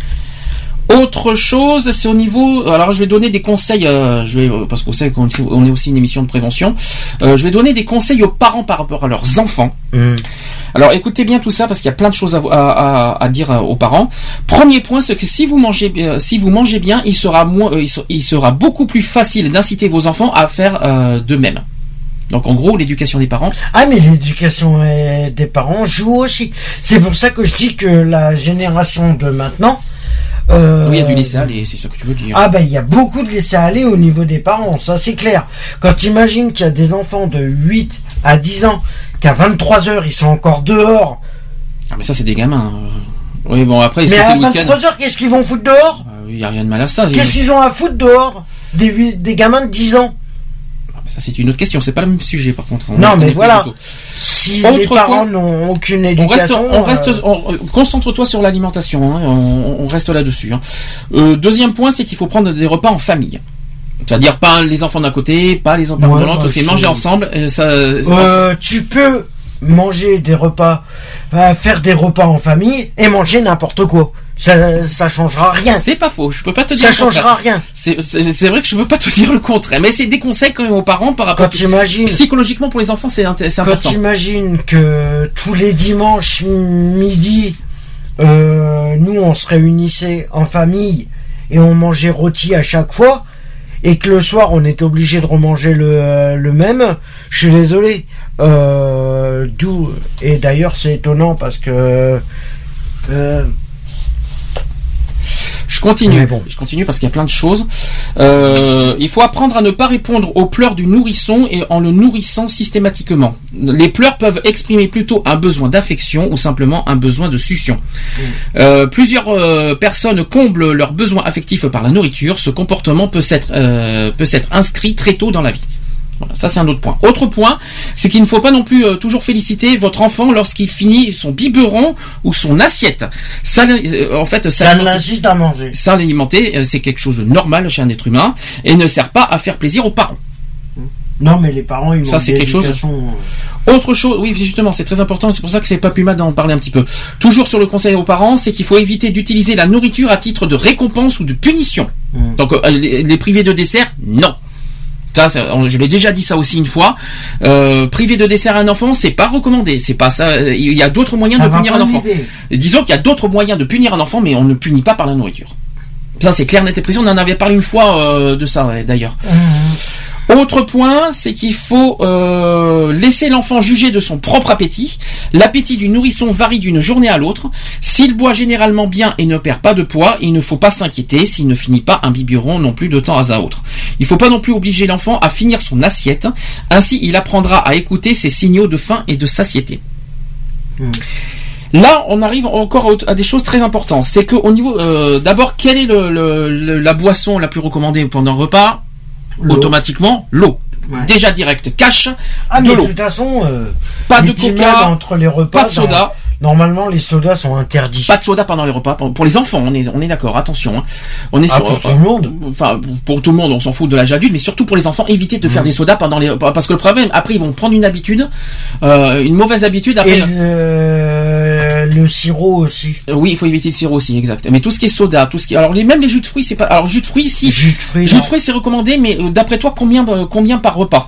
Autre chose, c'est au niveau. Alors, je vais donner des conseils. Euh, je vais parce qu'on sait qu'on on est aussi une émission de prévention. Euh, je vais donner des conseils aux parents par rapport à leurs enfants. Mmh. Alors, écoutez bien tout ça parce qu'il y a plein de choses à, à, à dire aux parents. Premier point, c'est que si vous mangez, euh, si vous mangez bien, il sera moins, euh, il sera beaucoup plus facile d'inciter vos enfants à faire euh, de même. Donc en gros, l'éducation des parents. Ah mais l'éducation des parents joue aussi. C'est pour ça que je dis que la génération de maintenant. Euh, oui, il y a du laisser-aller, c'est ça que tu veux dire. Ah ben, il y a beaucoup de laisser-aller au niveau des parents, ça c'est clair. Quand tu imagines qu'il y a des enfants de huit à dix ans, qu'à vingt-trois heures, ils sont encore dehors. Ah mais ça, c'est des gamins. Oui, bon, après, mais c'est, à c'est le week-end. vingt-trois heures, qu'est-ce qu'ils vont foutre dehors? Il n'y a rien de mal à ça. Qu'est-ce qu'ils ont à foutre dehors des, des gamins de dix ans? Ça, c'est une autre question, c'est pas le même sujet par contre. On non, mais voilà. Si autre les parents point, n'ont aucune éducation. On reste, on reste, on, concentre-toi sur l'alimentation, hein, on, on reste là-dessus. Hein. Euh, deuxième point, c'est qu'il faut prendre des repas en famille. C'est-à-dire pas les enfants d'un côté, pas les enfants ouais, de l'autre, bah, c'est je... manger ensemble. Et ça, euh, tu peux manger des repas, euh, faire des repas en famille et manger n'importe quoi. Ça, ça changera rien. C'est pas faux. Je peux pas te dire. Ça changera rien. C'est, c'est, c'est vrai que je peux pas te dire le contraire. Mais c'est des conseils quand même aux parents par rapport. Quand t'imagines. Psychologiquement pour les enfants, c'est, c'est important. Quand t'imagines que tous les dimanches midi, euh, nous on se réunissait en famille et on mangeait rôti à chaque fois, et que le soir on était obligé de remanger le, le même. Je suis désolé. Euh, d'où et d'ailleurs c'est étonnant parce que. Euh, Je continue. Bon. Je continue parce qu'il y a plein de choses. Euh, il faut apprendre à ne pas répondre aux pleurs du nourrisson et en le nourrissant systématiquement. Les pleurs peuvent exprimer plutôt un besoin d'affection ou simplement un besoin de succion. Mmh. Euh, plusieurs euh, personnes comblent leurs besoins affectifs par la nourriture. Ce comportement peut s'être, euh, peut s'être inscrit très tôt dans la vie. Voilà, ça c'est un autre point. Autre point, c'est qu'il ne faut pas non plus euh, toujours féliciter votre enfant lorsqu'il finit son biberon ou son assiette. Ça, euh, en fait, ça l'incite à manger. Ça, l'alimenter, euh, c'est quelque chose de normal chez un être humain et ne sert pas à faire plaisir aux parents. Non, mais les parents, ils ça c'est quelque chose. Autre chose, oui, justement, c'est très important. C'est pour ça que c'est pas plus mal d'en parler un petit peu. Toujours sur le conseil aux parents, c'est qu'il faut éviter d'utiliser la nourriture à titre de récompense ou de punition. Mmh. Donc, euh, les, les priver de dessert, non. Ça, je l'ai déjà dit ça aussi une fois. Euh, priver de dessert un enfant, c'est pas recommandé. C'est pas ça. Il y a d'autres moyens ça de punir un enfant. L'idée. Disons qu'il y a d'autres moyens de punir un enfant, mais on ne punit pas par la nourriture. Ça, c'est clair, net et précis. On en avait parlé une fois euh, de ça, ouais, d'ailleurs. Mmh. Autre point, c'est qu'il faut euh, laisser l'enfant juger de son propre appétit. L'appétit du nourrisson varie d'une journée à l'autre. S'il boit généralement bien et ne perd pas de poids, il ne faut pas s'inquiéter s'il ne finit pas un biberon non plus de temps à autre. Il ne faut pas non plus obliger l'enfant à finir son assiette. Ainsi, il apprendra à écouter ses signaux de faim et de satiété. Mmh. Là, on arrive encore à des choses très importantes. C'est qu'au niveau, euh, d'abord, quelle est le, le, le, la boisson la plus recommandée pendant un repas ? L'eau. Automatiquement, l'eau. Ouais. Déjà direct, cash, ah, de mais l'eau. De toute façon, euh, pas de coca, entre les repas, pas de soda. Dans, normalement, les sodas sont interdits. Pas de soda pendant les repas. Pour, pour les enfants, on est, on est d'accord. Attention, hein. On est ah, sur. Pour euh, tout le monde. Enfin, pour tout le monde, on s'en fout de l'âge adulte, mais surtout pour les enfants, évitez de mmh. faire des sodas pendant les. Parce que le problème, après, ils vont prendre une habitude, euh, une mauvaise habitude. Après. Et le, le sirop aussi. Euh, oui, il faut éviter le sirop aussi, exact. Mais tout ce qui est soda, tout ce qui, alors les, même les jus de fruits, c'est pas. Alors jus de fruits, si. Jus de fruits. Jus de fruits, c'est recommandé, mais euh, d'après toi, combien, euh, combien par repas?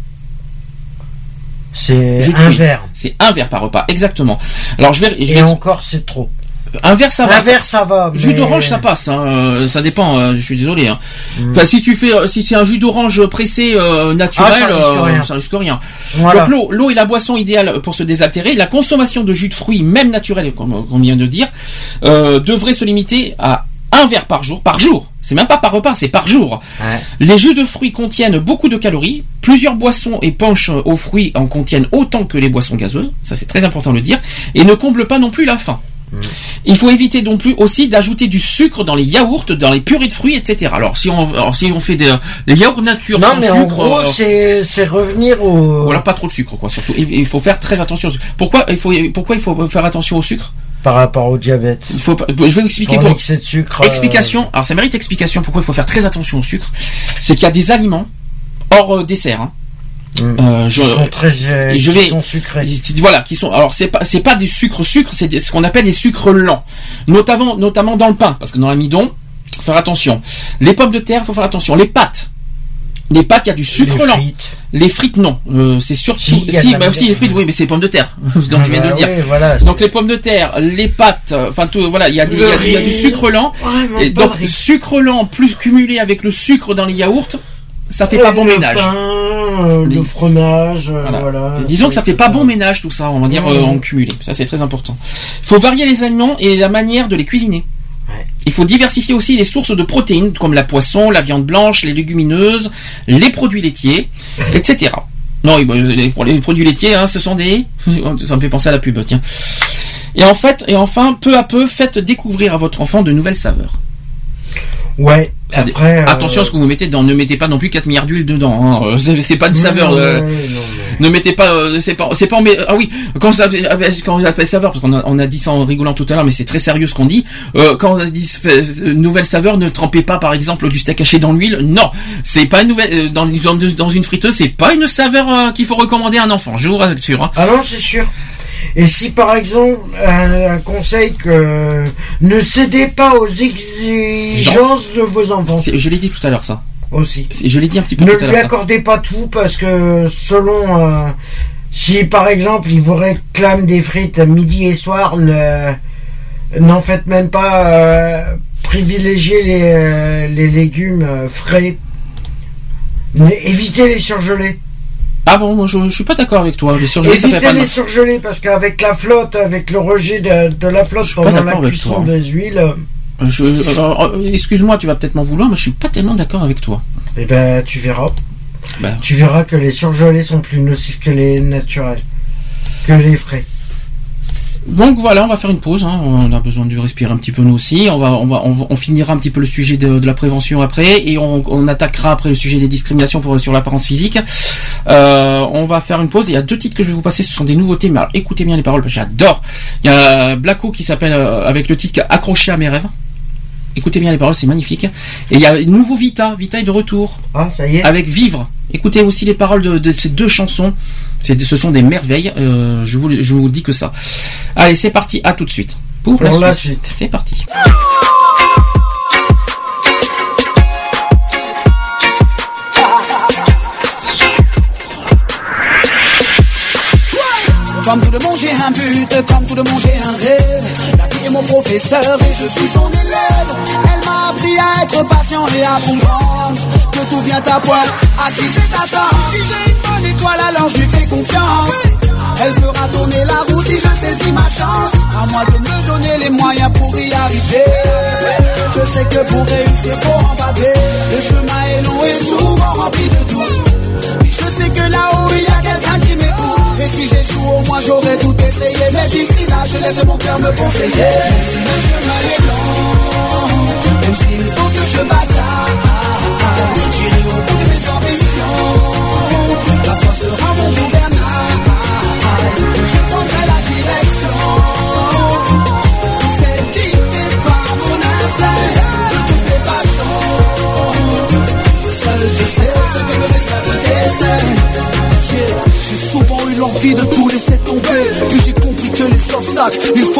C'est un verre. C'est un verre par repas, exactement. Alors je vais. Je Et vais encore, c'est trop. Un verre ça va. Un verre ça va. Jus mais... d'orange ça passe, hein. Ça dépend. Euh, je suis désolé. Hein. Mm. Enfin si tu fais, si c'est un jus d'orange pressé euh, naturel, ah, ça, risque euh, rien. ça risque rien. Voilà. Donc l'eau, l'eau est la boisson idéale pour se désaltérer. La consommation de jus de fruits, même naturel, comme on vient de dire, euh, devrait se limiter à un verre par jour. Par jour. C'est même pas par repas, c'est par jour. Ouais. Les jus de fruits contiennent beaucoup de calories. Plusieurs boissons et punch aux fruits en contiennent autant que les boissons gazeuses. Ça, c'est très important de le dire. Et ne comblent pas non plus la faim. Mmh. Il faut éviter non plus aussi d'ajouter du sucre dans les yaourts, dans les purées de fruits, et cetera. Alors, si on, alors, si on fait des, des yaourts nature non, sans mais sucre. En gros, euh, c'est, c'est revenir au. Voilà, pas trop de sucre, quoi. Surtout, il, il faut faire très attention. Pourquoi il faut, pourquoi il faut faire attention au sucre? Par rapport au diabète. Il faut, je vais vous expliquer pour l'excès de sucre. Explication. Euh... Alors ça mérite explication. Pourquoi il faut faire très attention au sucre. C'est qu'il y a des aliments hors euh, dessert. Hein. Mmh. Euh, je, qui sont très, euh, je qui vais, sont sucrés. Voilà, qui sont. Alors c'est pas, c'est pas des sucres sucres, c'est des, ce qu'on appelle des sucres lents, notamment, notamment dans le pain, parce que dans l'amidon, faut faire attention. Les pommes de terre, faut faire attention. Les pâtes. Les pâtes, il y a du sucre les lent. Frites. Les frites, non. Euh, c'est surtout. Si, si, bah, si les frites, oui, mais c'est les pommes de terre. Donc ah tu viens bah de le dire. Oui, voilà, donc les pommes de terre, les pâtes, enfin tout, voilà, il y a, il y a, il y a du sucre lent. Ouais, et donc sucre lent plus cumulé avec le sucre dans les yaourts, ça fait et pas bon le ménage. Pain, les... Le fromage, voilà. voilà. Disons que ça fait pas bon ménage tout ça, on va dire ouais. euh, en cumulé. Ça c'est très important. Il faut varier les aliments et la manière de les cuisiner. Ouais. Il faut diversifier aussi les sources de protéines comme la poisson, la viande blanche, les légumineuses, les produits laitiers, et cetera. Non, les, les produits laitiers, hein, ce sont des... Ça me fait penser à la pub, tiens. Et en fait, et enfin, peu à peu, faites découvrir à votre enfant de nouvelles saveurs. Ouais. Après, euh... attention à ce que vous mettez dedans. Ne mettez pas non plus quatre milliards d'huile dedans. Hein. C'est, c'est pas une saveur. Non, euh... non, mais... Ne mettez pas. Euh, c'est pas. C'est pas. Mais ah oui. Quand ça, quand on appelle saveur, parce qu'on a, on a dit ça en rigolant tout à l'heure, mais c'est très sérieux ce qu'on dit. Euh, quand on a dit euh, nouvelle saveur, ne trempez pas par exemple du steak haché dans l'huile. Non, c'est pas une nouvelle. Euh, dans, dans une friteuse, c'est pas une saveur euh, qu'il faut recommander à un enfant. Je vous rassure. Hein. Ah non, c'est sûr. Et si par exemple un, un conseil que ne cédez pas aux exigences de vos enfants. C'est, je l'ai dit tout à l'heure ça. Aussi. C'est, je l'ai dit un petit peu ne tout à l'heure. Ne lui accordez ça. Pas tout parce que selon euh, si par exemple il vous réclame des frites midi et soir, ne, n'en faites même pas. Euh, privilégiez les, euh, les légumes euh, frais. Évitez les surgelés. Ah bon, moi je, je suis pas d'accord avec toi. Les surgelés, Évitez ça fait pas les mal. surgelés parce qu'avec la flotte, avec le rejet de, de la flotte pendant la cuisson des huiles. Je, alors, excuse-moi, tu vas peut-être m'en vouloir, mais je suis pas tellement d'accord avec toi. Eh ben, tu verras. Ben. Tu verras que les surgelés sont plus nocifs que les naturels, que les frais. Donc voilà, on va faire une pause. Hein. On a besoin de respirer un petit peu nous aussi. On va, on va, on, on finira un petit peu le sujet de, de la prévention après, et on, on attaquera après le sujet des discriminations pour, sur l'apparence physique. Euh, on va faire une pause. Il y a deux titres que je vais vous passer. Ce sont des nouveautés, mais alors écoutez bien les paroles. J'adore. Il y a Blacko qui s'appelle euh, avec le titre Accroché à mes rêves. Écoutez bien les paroles, c'est magnifique. Et il y a nouveau Vita. Vita est de retour. Ah, ça y est. Avec Vivre. Écoutez aussi les paroles de, de ces deux chansons. C'est, ce sont des merveilles. Euh, je vous, je vous dis que ça. Allez, c'est parti. À tout de suite. Pour, pour la, la suite. suite. C'est parti. Comme tout le monde j'ai un but, comme tout le monde j'ai un rêve. La vie est mon professeur et je suis son élève. Elle m'a appris à être patient et à comprendre que tout vient à point, à qui c'est attendre. Si j'ai une bonne étoile alors je lui fais confiance. Elle fera tourner la roue si je saisis ma chance. À moi de me donner les moyens pour y arriver. Je sais que pour réussir faut en baver. Le chemin est long et souvent rempli de doutes. Mais je sais que là-haut il y a quelqu'un qui m'écoute. Et si j'échoue au moins j'aurais tout essayé. Mais d'ici là je laisse mon cœur me conseiller. Même si le chemin est long, même s'il faut que je bataille, j'irai au bout de mes ambitions.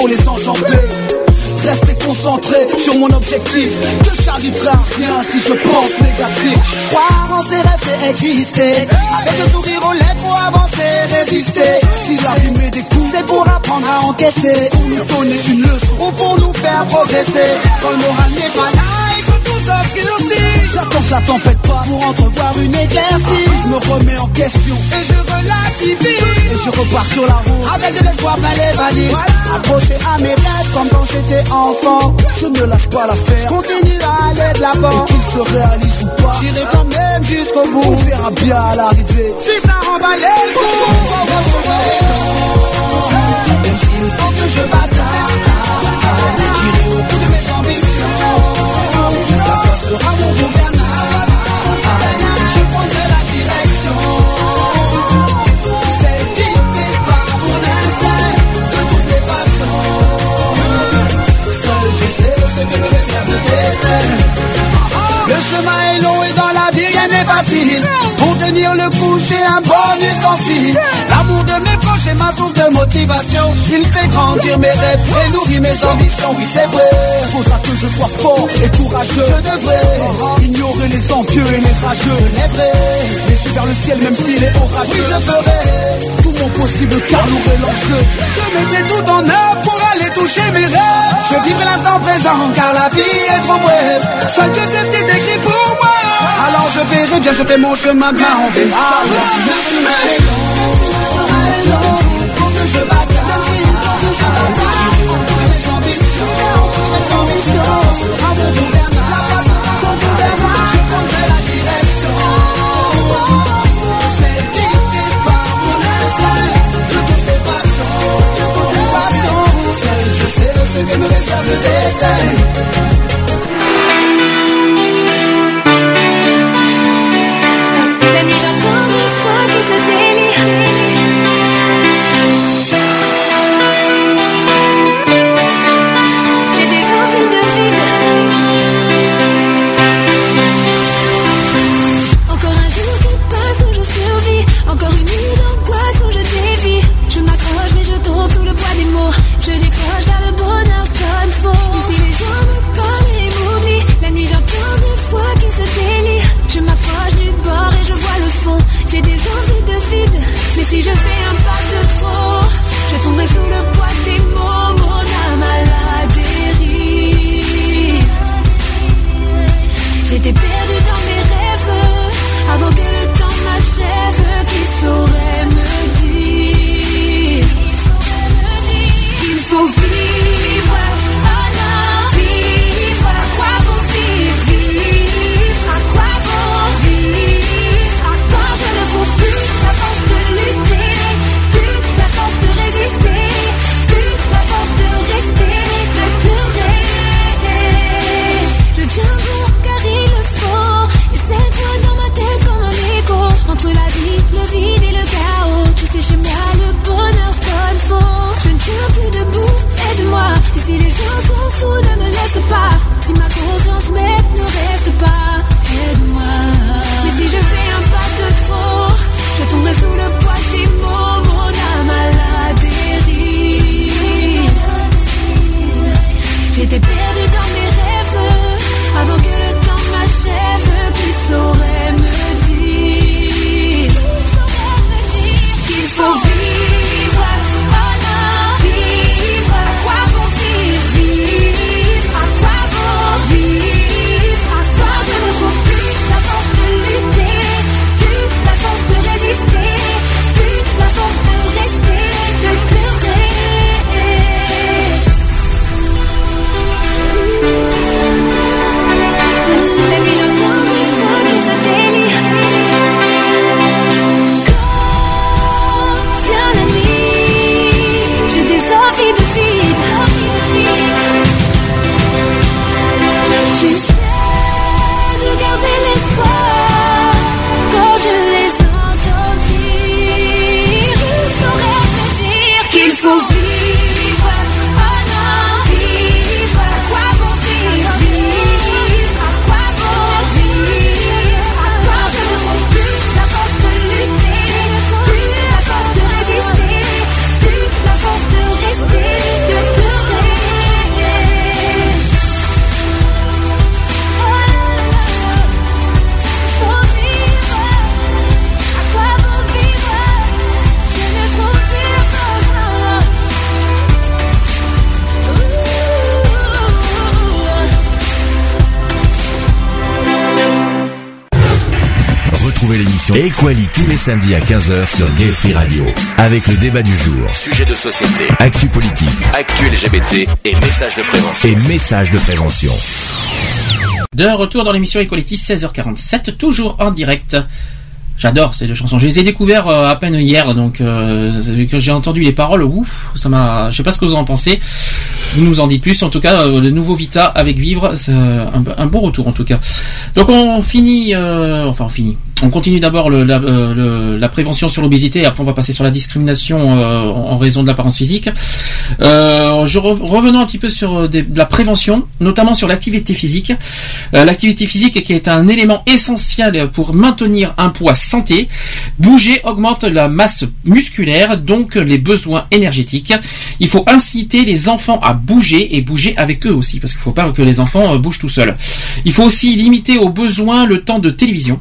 faut les enjamber. Rester concentré sur mon objectif, que j'arriverai à rien si je pense négatif. Croire en ses rêves, c'est exister. Avec le sourire aux lèvres, faut avancer, résister. Si la vie met des coups, c'est pour apprendre à encaisser. Pour nous donner une leçon, ou pour nous faire progresser. Quand le moral n'est pas là et que tout s'offre aussi, j'attends que la tempête passe pour entrevoir une éclaircie. Je me remets en question et je relativise. Et je repars sur la route avec de l'espoir plein les valises. Accroché à mes rêves comme quand j'étais enfant. Je ne lâche pas l'affaire, je continue à aller de l'avant. Et qu'il se réalise ou pas, j'irai quand même jusqu'au bout. On verra bien à l'arrivée si ça remballe le coup. Mon chemin est long, même s'il faut que je bataille, j'irai au bout de mes ambitions. Ta voix sera mon gouvernail. Je prendrai la direction, celle dictée par mon instinct. De toutes les façons, seul je sais ce que me réserve le destin. Le chemin est long et dans la vie rien n'est facile. Pour tenir le coup j'ai un bon ustensile. L'amour de mes proches est ma source de motivation. Il fait grandir mes rêves et nourrit mes ambitions. Oui c'est vrai, faudra que je sois fort et courageux. Je devrais ignorer les envieux et les rageux. Je lèverai les yeux vers le ciel même s'il est orageux. Oui je ferai tout mon possible car lourd est l'enjeu. Je mettais tout en œuvre pour aller toucher mes rêves. Je vivrai l'instant présent car la vie est trop brève. Seul Dieu sait ce qui est écrit pour moi. Alors je verrai bien, je fais mon chemin demain, on verra. Même si le chemin est long, même s'il faut que je bataille, même s'il faut que je bataille, j'irai au bout de mes ambitions, mes ambitions. À mon gouvernail, je prendrai la direction, celle dictée par mon instinct. De toutes les façons, de toutes les façons, seul je sais ce que me réserve le destin. La nuit j'entends des fois qui se délient. J'ai des envies de vide. Encore un jour qui passe où je survis. Encore une nuit d'angoisse où je dévie. Je m'accroche mais je tombe sous le poids des mots. Je décroche car le bonheur sonne faux. Et si les gens me parlent et m'oublient, la nuit j'entends des fois qui se délient. Je m'approche du bord et je vois le fond. J'ai des envies de vide, mais si je fais un pas de trop, je tomberai sous le poids des mots. Mon âme à la dérive. J'étais perdue dans mes rêves avant que le temps m'achève. Qui saurait me dire qu'il faut vivre? Oh non, vivre. À quoi bon vivre? Vivre. À quoi bon vivre? À quand je ne trouve plus la force de lutter, plus la force de résister, plus la force de rester, de pleurer. Je tiens bon car il le faut. Et cette voix dans ma tête comme un écho. Entre la vie, le vide et le chaos. Tu sais chez moi le bonheur sonne faux. Je ne tiens plus debout, aide-moi. Et si les gens s'en foutent, ne me laisse pas. Si ma conscience même ne reste pas, aide-moi. Mais si je fais un pas de trop, je tomberai sous le poids des mots. Mon âme à la dérive. J'étais perdue dans mes rêves avant que le temps m'achève. Qui saurait me dire qu'il faut vivre? Oh non, vivre. À quoi bon vivre? Vivre. À quoi bon vivre? À quand je ne trouve plus la force de lutter, plus la force de résister, plus la force Equality, tous les samedis à quinze heures sur Gay Free Radio. Avec le débat du jour, sujet de société, actu politique, actu L G B T et messages de prévention. Et messages de prévention. De retour dans l'émission Equality, seize heures quarante-sept, toujours en direct. J'adore ces deux chansons. Je les ai découvertes euh, à peine hier, donc euh, quand j'ai entendu les paroles, ouf, ça m'a. Je sais pas ce que vous en pensez. Vous nous en dites plus. En tout cas, euh, le nouveau Vita avec Vivre, c'est un, un bon retour en tout cas. Donc on finit, euh, enfin on finit. On continue d'abord le, la, euh, le, la prévention sur l'obésité, et après on va passer sur la discrimination euh, en raison de l'apparence physique. Euh, je re- revenons un petit peu sur des, de la prévention, notamment sur l'activité physique. Euh, l'activité physique qui est un élément essentiel pour maintenir un poids santé. Bouger augmente la masse musculaire, donc les besoins énergétiques. Il faut inciter les enfants à bouger et bouger avec eux aussi, parce qu'il ne faut pas que les enfants bougent tout seuls. Il faut aussi limiter aux besoins le temps de télévision.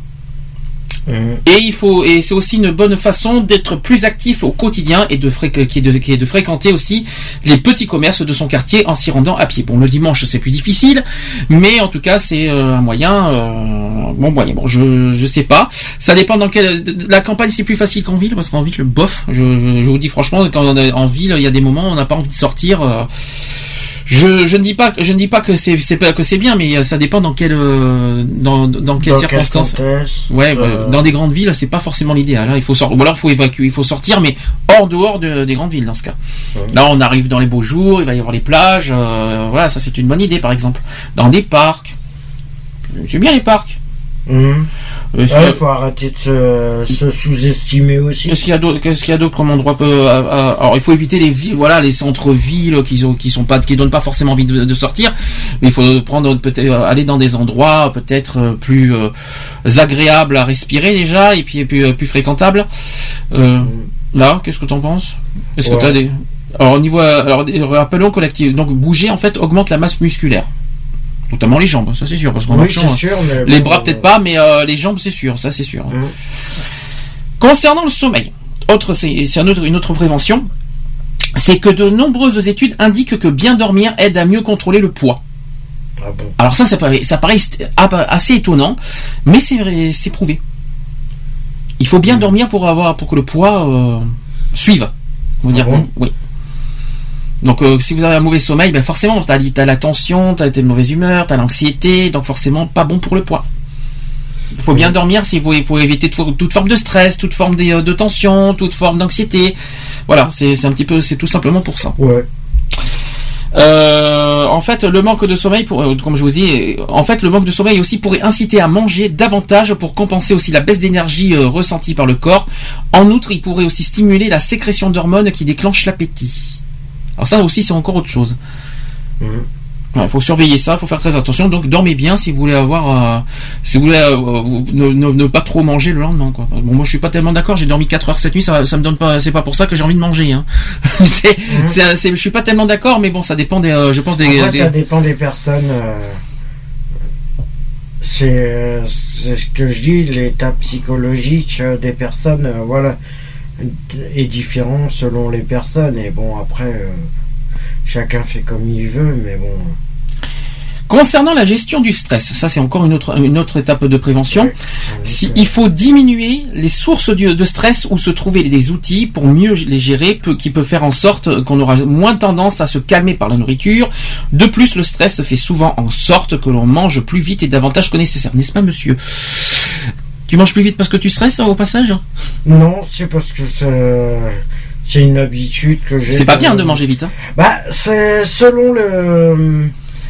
Et il faut, et c'est aussi une bonne façon d'être plus actif au quotidien et de, fré, qui est de, qui est de fréquenter aussi les petits commerces de son quartier en s'y rendant à pied. Bon, le dimanche c'est plus difficile, mais en tout cas c'est euh, un moyen, euh, bon moyen. Bon, je je sais pas, ça dépend dans quelle. La campagne c'est plus facile qu'en ville, parce qu'en ville le bof. Je, je, je vous dis franchement, quand on est en ville, il y a des moments où on n'a pas envie de sortir. Euh, Je, je ne dis pas que je ne dis pas que c'est, c'est que c'est bien, mais ça dépend dans quelle dans dans quelles dans circonstances. Quel ouais, euh... dans des grandes villes, c'est pas forcément l'idéal. Hein. Il faut sortir, ou alors il faut évacuer, il faut sortir, mais hors dehors de, des grandes villes dans ce cas. Ouais. Là, on arrive dans les beaux jours, il va y avoir les plages. Euh, voilà, ça c'est une bonne idée, par exemple. Dans des parcs, j'aime bien les parcs. Mmh. Il ouais, faut arrêter de se, se sous-estimer aussi. Qu'est-ce qu'il y a d'autre, qu'est-ce qu'il y a d'autre comme endroit peut, à, à, alors il faut éviter les villes, voilà, les centres-villes qui sont, qui sont pas, qui donnent pas forcément envie de, de sortir, mais il faut prendre peut-être aller dans des endroits peut-être plus euh, agréables à respirer déjà et puis plus, plus fréquentables. Euh, mmh. Là, qu'est-ce que t'en penses? Est-ce ouais. que t'as des, alors au niveau, alors rappelons que l'activité, donc bouger en fait augmente la masse musculaire. Notamment les jambes, ça c'est sûr, parce qu'en oui, marchant, sûr, mais les bon, bras peut-être pas, mais euh, les jambes c'est sûr, ça c'est sûr. Mmh. Concernant le sommeil, autre, c'est, c'est un autre, une autre prévention, c'est que de nombreuses études indiquent que bien dormir aide à mieux contrôler le poids. Ah bon. Alors ça, ça paraît, ça paraît assez étonnant, mais c'est vrai, c'est prouvé. Il faut bien mmh. dormir pour avoir, pour que le poids euh, suive. On va dire, ah bon oui. Donc euh, si vous avez un mauvais sommeil, ben forcément t'as, t'as la tension, t'as de mauvaise humeur, t'as l'anxiété, donc forcément pas bon pour le poids. Il faut bien dormir, il faut, il faut éviter toute, toute forme de stress, toute forme de, de tension, toute forme d'anxiété. Voilà, c'est, c'est un petit peu, c'est tout simplement pour ça. Ouais. Euh, en fait, le manque de sommeil, pour, comme je vous dis, en fait, le manque de sommeil aussi pourrait inciter à manger davantage pour compenser aussi la baisse d'énergie euh, ressentie par le corps. En outre, il pourrait aussi stimuler la sécrétion d'hormones qui déclenchent l'appétit. Alors ça aussi c'est encore autre chose. Mmh. Il faut surveiller ça, il faut faire très attention. Donc dormez bien si vous voulez avoir, euh, si vous voulez euh, ne, ne, ne pas trop manger le lendemain, quoi. Bon, moi je suis pas tellement d'accord. J'ai dormi quatre heures cette nuit, ça, ça me donne pas. C'est pas pour ça que j'ai envie de manger. Hein. c'est, mmh. c'est, c'est, je suis pas tellement d'accord, mais bon, ça dépend des. Euh, je pense des. Après, des... ça dépend des personnes. Euh, c'est, c'est ce que je dis. L'état psychologique des personnes, euh, voilà. est différent selon les personnes et bon après euh, chacun fait comme il veut mais bon. Concernant la gestion du stress, ça c'est encore une autre une autre étape de prévention. Ouais, si, il faut diminuer les sources du, de stress ou se trouver des outils pour mieux les gérer, peu, qui peut faire en sorte qu'on aura moins tendance à se calmer par la nourriture. De plus, le stress fait souvent en sorte que l'on mange plus vite et davantage que nécessaire, n'est-ce pas monsieur? Tu manges plus vite parce que tu stresses au passage? Non, c'est parce que c'est, c'est une habitude que j'ai. C'est pas bien de manger vite. Hein. Bah, c'est selon le.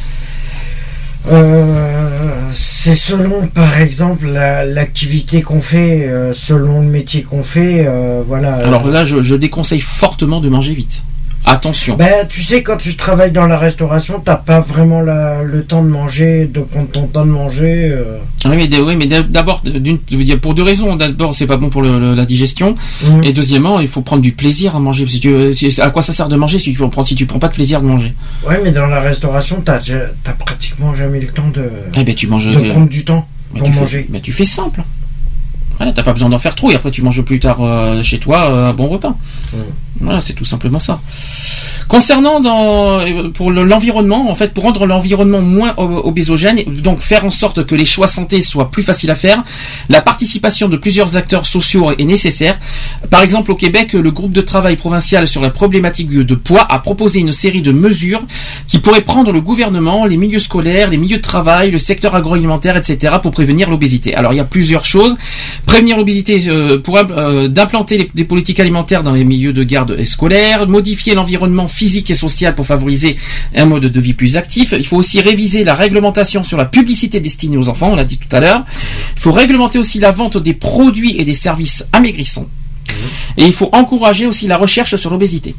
Euh, c'est selon, par exemple, la, l'activité qu'on fait, euh, selon le métier qu'on fait, euh, voilà. Alors là, je, je déconseille fortement de manger vite. Attention. Ben, tu sais, quand tu travailles dans la restauration, t'as pas vraiment la, le temps de manger, de prendre ton temps de manger. Euh... Oui, mais, oui, mais d'abord, d'une, pour deux raisons. D'abord, c'est pas bon pour le, le, la digestion. Mmh. Et deuxièmement, il faut prendre du plaisir à manger. Si tu, si, à quoi ça sert de manger si tu prends, si tu prends pas de plaisir de manger? Ouais, mais dans la restauration, t'as, t'as pratiquement jamais le temps de, eh ben, tu manges, de prendre du temps pour manger. Fais, ben, tu fais simple. Voilà, t'as pas besoin d'en faire trop et après tu manges plus tard euh, chez toi euh, un bon repas. Mmh. Voilà, c'est tout simplement ça. Concernant dans, pour le, l'environnement, en fait, pour rendre l'environnement moins obésogène, donc faire en sorte que les choix santé soient plus faciles à faire, la participation de plusieurs acteurs sociaux est nécessaire. Par exemple, au Québec, le groupe de travail provincial sur la problématique de poids a proposé une série de mesures qui pourraient prendre le gouvernement, les milieux scolaires, les milieux de travail, le secteur agroalimentaire, et cetera pour prévenir l'obésité. Alors, il y a plusieurs choses. Prévenir l'obésité euh, pour euh, d'implanter les, des politiques alimentaires dans les milieux de garde scolaires, modifier l'environnement physique et social pour favoriser un mode de vie plus actif. Il faut aussi réviser la réglementation sur la publicité destinée aux enfants, on l'a dit tout à l'heure. Il faut réglementer aussi la vente des produits et des services amaigrissants. Et il faut encourager aussi la recherche sur l'obésité.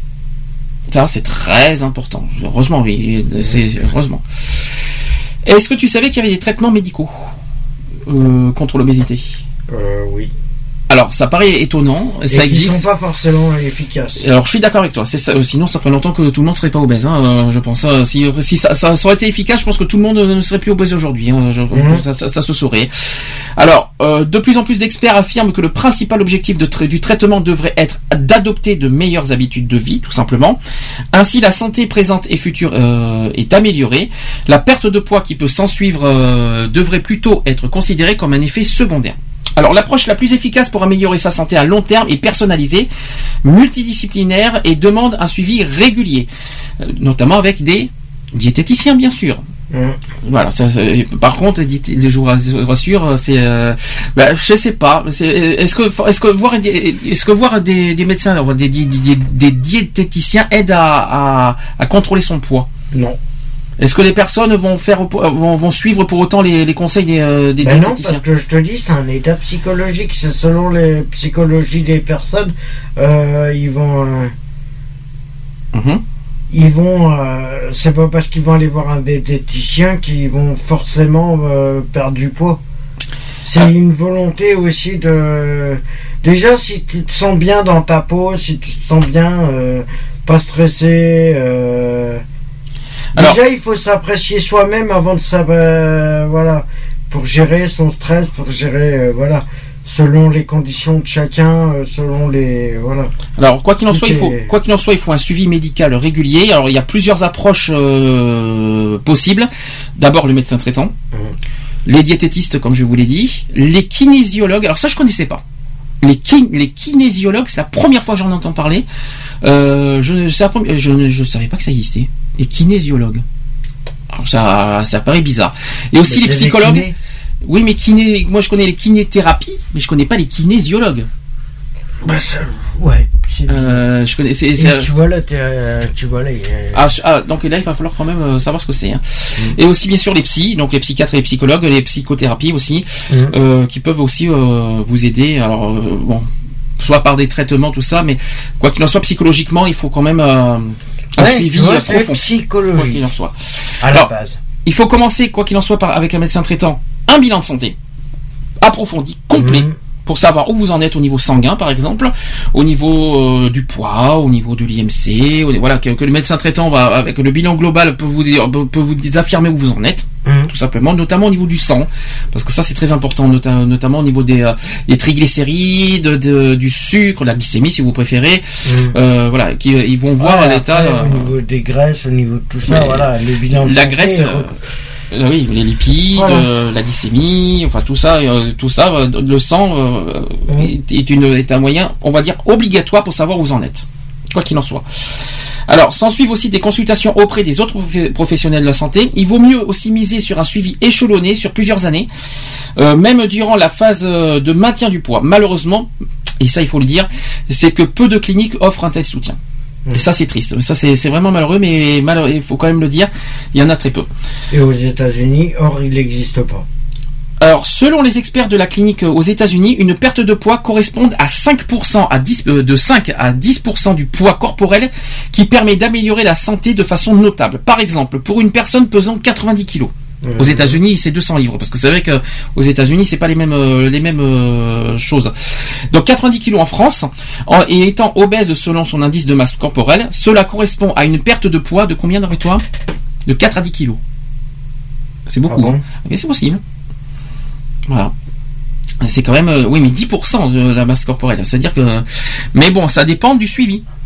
Ça, c'est très important. Heureusement, oui. C'est, heureusement. Est-ce que tu savais qu'il y avait des traitements médicaux euh, contre l'obésité ? Euh, oui. Alors, ça paraît étonnant, et ça qui existe. Ils ne sont pas forcément efficaces. Alors, je suis d'accord avec toi. C'est ça, sinon, ça ferait longtemps que tout le monde serait pas obèse. Hein, euh, je pense. Euh, si si ça, ça, ça aurait été efficace, je pense que tout le monde ne serait plus obèse aujourd'hui. Hein, je, mmh. ça, ça, ça se saurait. Alors, euh, de plus en plus d'experts affirment que le principal objectif de tra- du traitement devrait être d'adopter de meilleures habitudes de vie, tout simplement. Ainsi, la santé présente et future euh, est améliorée. La perte de poids qui peut s'ensuivre euh, devrait plutôt être considérée comme un effet secondaire. Alors, l'approche la plus efficace pour améliorer sa santé à long terme est personnalisée, multidisciplinaire et demande un suivi régulier, notamment avec des diététiciens, bien sûr. Mmh. Voilà. Ça, par contre, les je vous rassure, c'est, euh, bah, je sais pas. C'est, est-ce que, est-ce que voir, est-ce que voir des, des médecins, des, des, des, des diététiciens aident à, à, à contrôler son poids ? Non. Est-ce que les personnes vont faire vont, vont suivre pour autant les, les conseils des, euh, des ben diététiciens ? Non, parce que je te dis, c'est un état psychologique. C'est selon les psychologies des personnes, euh, ils vont, euh, mmh. ils vont. Euh, c'est pas parce qu'ils vont aller voir un diététicien qu'ils vont forcément euh, perdre du poids. C'est ah. une volonté aussi de. Déjà, si tu te sens bien dans ta peau, si tu te sens bien, euh, pas stressé. Euh, Alors, déjà, il faut s'apprécier soi-même avant de ça, euh, voilà, pour gérer son stress, pour gérer, euh, voilà, selon les conditions de chacun, euh, selon les, voilà. Alors, quoi qu'il en soit, il faut, quoi qu'il en soit, il faut un suivi médical régulier. Alors, il y a plusieurs approches euh, possibles. D'abord, le médecin traitant, mmh. les diététistes, comme je vous l'ai dit, les kinésiologues. Alors ça, je connaissais pas. Les, kin- les kinésiologues, c'est la première fois que j'en entends parler. Euh, je, c'est la première, je ne je savais pas que ça existait. Les kinésiologues. Alors ça, ça paraît bizarre. Et aussi mais les psychologues. Les oui, mais kiné, moi je connais les kinésithérapies, mais je connais pas les kinésiologues. Bah ça, ouais. C'est euh, je connais. C'est, c'est, tu vois là, euh, tu vois là. Euh... Ah, ah, donc là, il va falloir quand même euh, savoir ce que c'est. Hein. Mm. Et aussi bien sûr les psys, donc les psychiatres et les psychologues, les psychothérapies aussi, mm. euh, qui peuvent aussi euh, vous aider. Alors euh, bon, soit par des traitements, tout ça, mais quoi qu'il en soit, psychologiquement, il faut quand même euh, un ouais, suivi vois, profond. Psychologique. Quoi qu'il en soit. À la Alors, base. Il faut commencer, quoi qu'il en soit, par, avec un médecin traitant, un bilan de santé approfondi, complet. Mm. Pour savoir où vous en êtes au niveau sanguin, par exemple, au niveau euh, du poids, au niveau de l'I M C, au, voilà, que, que le médecin traitant va, avec le bilan global, peut vous dire, peut vous affirmer où vous en êtes, mmh. tout simplement, notamment au niveau du sang, parce que ça c'est très important, nota, notamment au niveau des, euh, des triglycérides, de, de, du sucre, la glycémie si vous préférez, mmh. euh, voilà, qui, ils vont voir ouais, l'état. Après, euh, au niveau des graisses, au niveau de tout ça, voilà, le bilan de la santé, graisse. Euh, Euh, oui, les lipides, voilà. euh, la glycémie, enfin tout ça, euh, tout ça, euh, le sang euh, mmh. est, est, une, est un moyen, on va dire, obligatoire pour savoir où vous en êtes, quoi qu'il en soit. Alors, s'en suivent aussi des consultations auprès des autres professionnels de la santé. Il vaut mieux aussi miser sur un suivi échelonné sur plusieurs années, euh, même durant la phase de maintien du poids. Malheureusement, et ça il faut le dire, c'est que peu de cliniques offrent un tel soutien. Et ça c'est triste, ça c'est, c'est vraiment malheureux, mais malheureux, il faut quand même le dire, il y en a très peu. Et aux États-Unis, or il n'existe pas. Alors, selon les experts de la clinique aux États-Unis, une perte de poids correspond à cinq pour cent à dix, euh, de cinq à dix pour cent du poids corporel, qui permet d'améliorer la santé de façon notable. Par exemple, pour une personne pesant quatre-vingt-dix kilos. Aux États-Unis, c'est deux cents livres, parce que c'est vrai que aux États-Unis, c'est pas les mêmes euh, les mêmes euh, choses. Donc quatre-vingt-dix kilos en France, en, et étant obèse selon son indice de masse corporelle, cela correspond à une perte de poids de combien d'après toi ? De quatre à dix kilos. C'est beaucoup, ah bon hein. Mais c'est possible. Voilà. C'est quand même, euh, oui, mais dix pour cent de la masse corporelle. C'est-à-dire que, mais bon, ça dépend du suivi.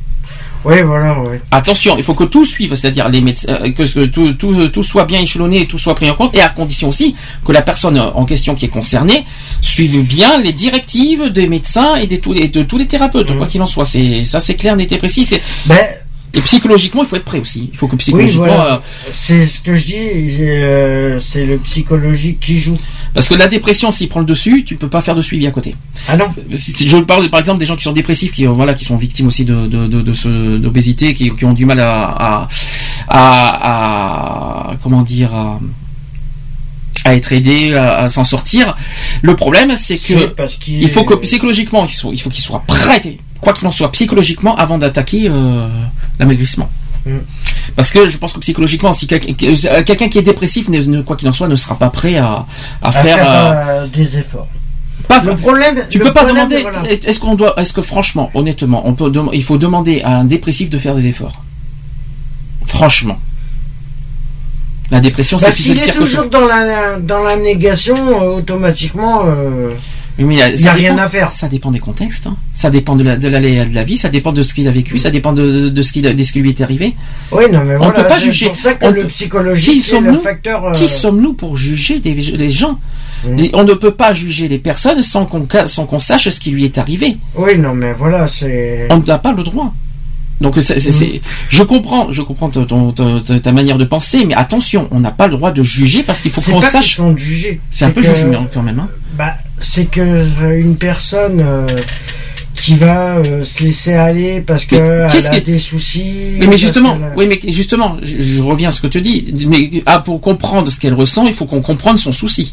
Oui, voilà, oui. Attention, il faut que tout suive, c'est-à-dire les médecins, que tout, tout, tout soit bien échelonné et tout soit pris en compte, et à condition aussi que la personne en question qui est concernée suive bien les directives des médecins et de tous les, de tous les thérapeutes, mmh. quoi qu'il en soit. C'est, ça, c'est clair, net et précis. C'est... Ben, et psychologiquement, il faut être prêt aussi. Il faut que psychologiquement. Oui, voilà. euh... C'est ce que je dis. Euh, c'est le psychologique qui joue. Parce que la dépression, s'il prend le dessus, tu peux pas faire de suivi à côté. Ah non. Si je parle par exemple des gens qui sont dépressifs, qui voilà, qui sont victimes aussi de de de, de ce, d'obésité, qui, qui ont du mal à à à, à comment dire à, à être aidés, à, à s'en sortir. Le problème, c'est que c'est parce qu'il... il faut que psychologiquement, il faut, il faut qu'ils soient prêts, quoi qu'il en soit, psychologiquement, avant d'attaquer euh, l'amaigrissement. Mm. Parce que je pense que psychologiquement, si quelqu'un, quelqu'un qui est dépressif, ne, quoi qu'il en soit, ne sera pas prêt à, à, à faire, faire euh, euh, des efforts. Pas, le problème, tu le peux pas problème, demander. Voilà. Est-ce qu'on doit, est-ce que franchement, honnêtement, on peut, il faut demander à un dépressif de faire des efforts. Franchement, la dépression, bah, c'est s'il est toujours dans la dans la négation, euh, automatiquement. Euh... Mais il n'y a, a rien à faire. Ça dépend des contextes. Hein. Ça dépend de la de l'aléa de la vie. Ça dépend de ce qu'il a vécu. Ça dépend de, de ce qui de ce qui lui est arrivé. Oui, non, mais on voilà. Peut pas c'est juger. pour ça que on le peut... psychologique est le facteur. Euh... Qui sommes-nous pour juger des, les gens? Mmh. On ne peut pas juger les personnes sans qu'on sans qu'on sache ce qui lui est arrivé. Oui, non, mais voilà, c'est. On n'a pas le droit. Donc c'est, c'est, c'est, je comprends, je comprends ton, ton, ton, ta manière de penser, mais attention, on n'a pas le droit de juger parce qu'il faut c'est qu'on pas sache. De juger. C'est, c'est un peu que, jugement quand même. Hein. Bah, c'est que une personne euh, qui va euh, se laisser aller parce que elle a des soucis. Mais, mais justement, a... oui, mais justement, je, je reviens à ce que tu dis. Mais ah, pour comprendre ce qu'elle ressent, il faut qu'on comprenne son souci.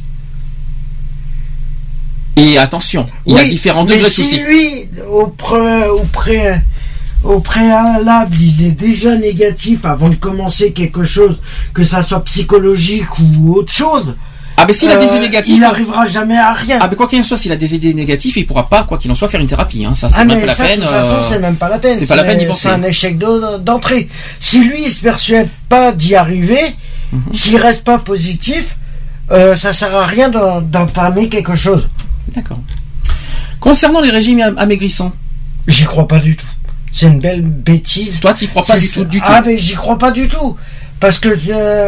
Et attention, il oui, y a différents degrés de si soucis. Lui, au pré, au pré Au préalable, il est déjà négatif avant de commencer quelque chose, que ça soit psychologique ou autre chose. Ah mais s'il a des idées négatives, il n'arrivera jamais à rien. Ah mais quoi qu'il en soit, s'il a des idées négatives, il pourra pas, quoi qu'il en soit, faire une thérapie. Hein. Ça c'est ah, même pas la ça, peine. De toute façon, euh... c'est même pas la peine. C'est, c'est pas la peine d'y penser. C'est un échec de, d'entrée. Si lui, il se persuade pas d'y arriver, mm-hmm. s'il reste pas positif, euh, ça sert à rien d'entamer quelque chose. D'accord. Concernant les régimes amaigrissants, j'y crois pas du tout. C'est une belle bêtise. Toi, tu n'y crois pas du tout, du tout. Ah, mais j'y crois pas du tout. Parce que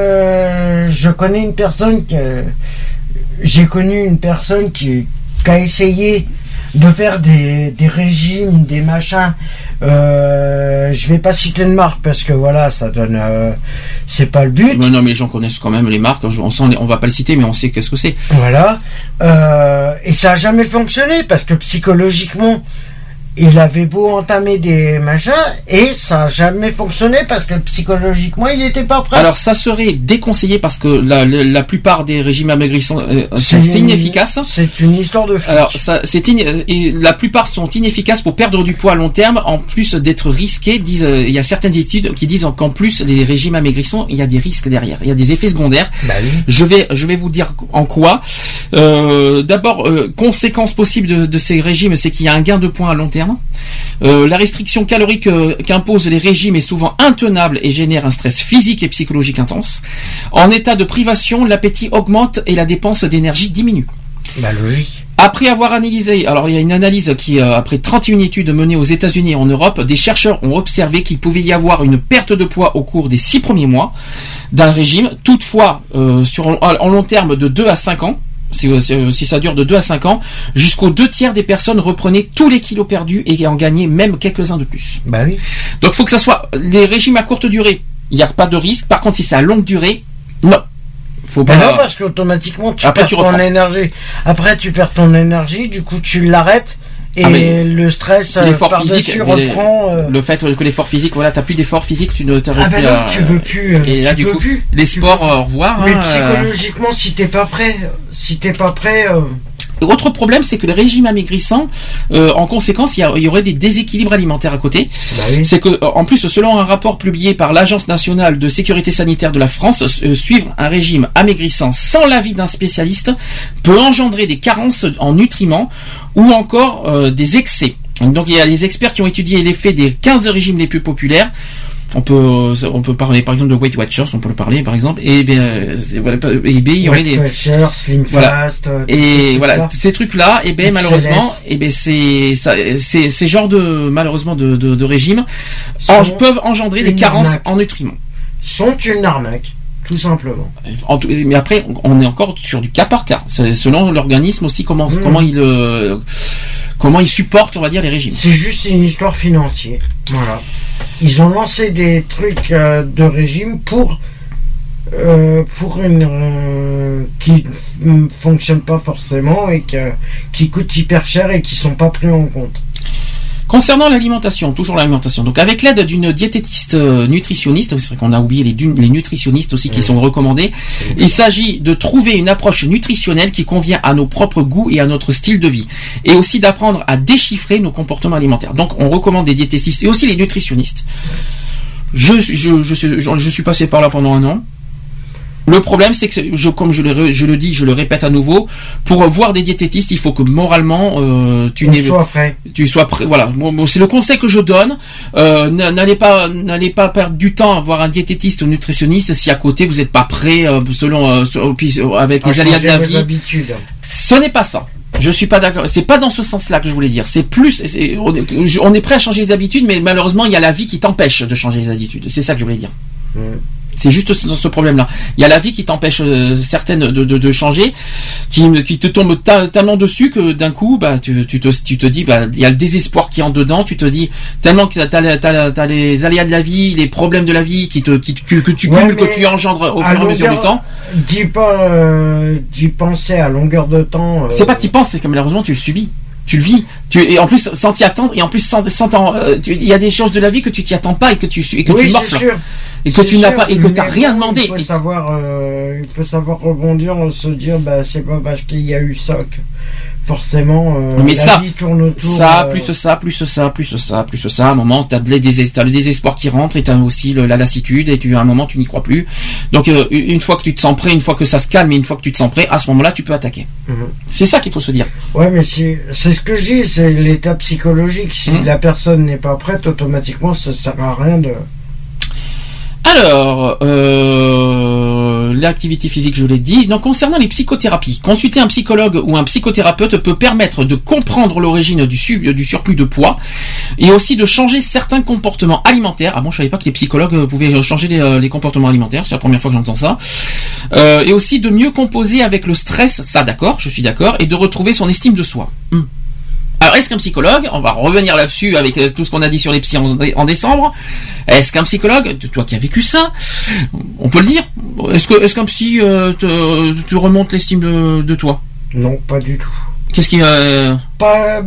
euh, je connais une personne qui. Euh, j'ai connu une personne qui, qui a essayé de faire des, des régimes, des machins. Euh, je vais pas citer de marque parce que voilà, ça donne. Euh, c'est pas le but. Non, non, mais les gens connaissent quand même les marques. On, sent, on va pas les citer, mais on sait qu'est-ce que c'est. Voilà. Euh, et ça a jamais fonctionné parce que psychologiquement. Il avait beau entamer des machins et ça n'a jamais fonctionné parce que psychologiquement il n'était pas prêt. Alors ça serait déconseillé parce que la, la, la plupart des régimes amaigrissants euh, sont c'est inefficaces. Une, c'est une histoire de fric. Alors ça, c'est in, et la plupart sont inefficaces pour perdre du poids à long terme. En plus d'être risqués, disent, euh, il y a certaines études qui disent qu'en plus des régimes amaigrissants, il y a des risques derrière. Il y a des effets secondaires. Bah oui. Je vais, je vais vous dire en quoi. Euh, d'abord, euh, conséquence possible de, de ces régimes, c'est qu'il y a un gain de poids à long terme. Euh, la restriction calorique euh, qu'imposent les régimes est souvent intenable et génère un stress physique et psychologique intense. En état de privation, l'appétit augmente et la dépense d'énergie diminue. Bah logique. Après avoir analysé, alors il y a une analyse qui, euh, après trente et une études menées aux États-Unis et en Europe, des chercheurs ont observé qu'il pouvait y avoir une perte de poids au cours des six premiers mois d'un régime, toutefois euh, sur en long terme de deux à cinq ans. Si, si ça dure de deux à cinq ans, jusqu'aux deux tiers des personnes reprenaient tous les kilos perdus et en gagnaient même quelques-uns de plus. Bah oui. Donc il faut que ça soit les régimes à courte durée, il n'y a pas de risque. Par contre, si c'est à longue durée, non. Faut pas. Bah non, parce qu'automatiquement tu Après, perds tu ton énergie. Après tu perds ton énergie, du coup tu l'arrêtes. Et ah le stress par-dessus reprend. Euh... Le fait que l'effort physique, voilà, t'as plus d'effort physique, tu ne t'arrêtes ah ben plus. Non, à... tu veux plus. Et là, tu du peux coup, plus. les sports, au revoir. Mais hein, psychologiquement, si t'es pas prêt, si t'es pas prêt. Euh... Autre problème, c'est que les régimes amaigrissants, euh, en conséquence, il y, y aurait des déséquilibres alimentaires à côté. Bah oui. C'est que, en plus, selon un rapport publié par l'Agence nationale de sécurité sanitaire de la France, euh, suivre un régime amaigrissant sans l'avis d'un spécialiste peut engendrer des carences en nutriments ou encore euh, des excès. Donc, il y a les experts qui ont étudié l'effet des quinze régimes les plus populaires. On peut, on peut parler par exemple de Weight Watchers, on peut le parler par exemple. Et bien, voilà, et bien il y aurait des Weight Watchers, Slim voilà. Fast. Euh, et voilà, là. Ces trucs-là, et ben malheureusement, et ben c'est, ça, c'est, ces genres de malheureusement de de, de régimes en, peuvent engendrer des carences arnaque. en nutriments. Sont une arnaque. Tout simplement. En tout, mais après, on est encore sur du cas par cas. C'est selon l'organisme aussi comment mmh. comment il euh, comment il supporte, on va dire, les régimes. C'est juste une histoire financière. Voilà. Ils ont lancé des trucs euh, de régime pour euh, pour une euh, qui ne fonctionne pas forcément et que, qui coûtent hyper cher et qui sont pas pris en compte. Concernant l'alimentation, toujours l'alimentation. Donc avec l'aide d'une diététiste euh, nutritionniste, c'est vrai qu'on a oublié les, les nutritionnistes aussi qui mmh. sont recommandés, mmh. il s'agit de trouver une approche nutritionnelle qui convient à nos propres goûts et à notre style de vie. Et aussi d'apprendre à déchiffrer nos comportements alimentaires. Donc on recommande des diététistes et aussi les nutritionnistes. Je, je, je, je, je, je suis passé par là pendant un an. Le problème, c'est que, je, comme je le, je le dis, je le répète à nouveau, pour voir des diététistes, il faut que moralement, euh, tu n'es, sois prêt. Tu sois prêt. Voilà. Bon, bon, c'est le conseil que je donne. Euh, n'allez pas, n'allez pas perdre du temps à voir un diététiste ou nutritionniste si à côté vous n'êtes pas prêt, euh, selon, euh, puis, euh, avec les aléas de la vie. Habitudes. Ce n'est pas ça. Je suis pas d'accord. C'est pas dans ce sens-là que je voulais dire. C'est plus, c'est, on, est, on est prêt à changer les habitudes, mais malheureusement, il y a la vie qui t'empêche de changer les habitudes. C'est ça que je voulais dire. Mmh. C'est juste ce, ce problème-là. Il y a la vie qui t'empêche euh, certaines de, de, de changer, qui, qui te tombe ta, tellement dessus que d'un coup, bah, tu, tu, te, tu te dis, bah, il y a le désespoir qui est en dedans. Tu te dis tellement que t'as, t'as, t'as les aléas de la vie, les problèmes de la vie, qui te, qui, que, que tu ouais, cumules, que tu engendres au fur et à mesure du temps. Dis pas, euh, d'y penser à longueur de temps. Euh... C'est pas que tu y penses, c'est que malheureusement tu le subis. Tu le vis, tu, et en plus sans t'y attendre, et en plus sans, sans t'en, euh, il y a des choses de la vie que tu t'y attends pas et que tu et que oui, tu morfles, sûr. et que c'est tu n'as sûr, pas et que t'as rien demandé. Il faut savoir, euh, il faut savoir rebondir, se dire, bah c'est pas parce qu'il y a eu ça que forcément euh, mais la ça, vie tourne autour. Ça, euh... plus ça, plus ça, plus ça, plus ça. À un moment, t'as, de, t'as le désespoir qui rentre et t'as aussi le, la lassitude et tu, à un moment, tu n'y crois plus. Donc, euh, une fois que tu te sens prêt, une fois que ça se calme et une fois que tu te sens prêt, à ce moment-là, tu peux attaquer. Mmh. C'est ça qu'il faut se dire. Ouais, mais c'est, c'est ce que je dis, c'est l'état psychologique. Si mmh. la personne n'est pas prête, automatiquement, ça sert à rien de... Alors, euh, l'activité physique, je l'ai dit. Donc, concernant les psychothérapies, consulter un psychologue ou un psychothérapeute peut permettre de comprendre l'origine du, sub, du surplus de poids et aussi de changer certains comportements alimentaires. Ah bon, je savais pas que les psychologues pouvaient changer les, les comportements alimentaires. C'est la première fois que j'entends ça. Euh, et aussi de mieux composer avec le stress. Ça, d'accord, je suis d'accord. Et de retrouver son estime de soi. Hum. Alors, est-ce qu'un psychologue, on va revenir là-dessus avec tout ce qu'on a dit sur les psys en, en décembre, est-ce qu'un psychologue, toi qui as vécu ça, on peut le dire, est-ce, que, est-ce qu'un psy euh, te, te remonte l'estime de, de toi ? Non, pas du tout. Qu'est-ce qui... Euh... Pas...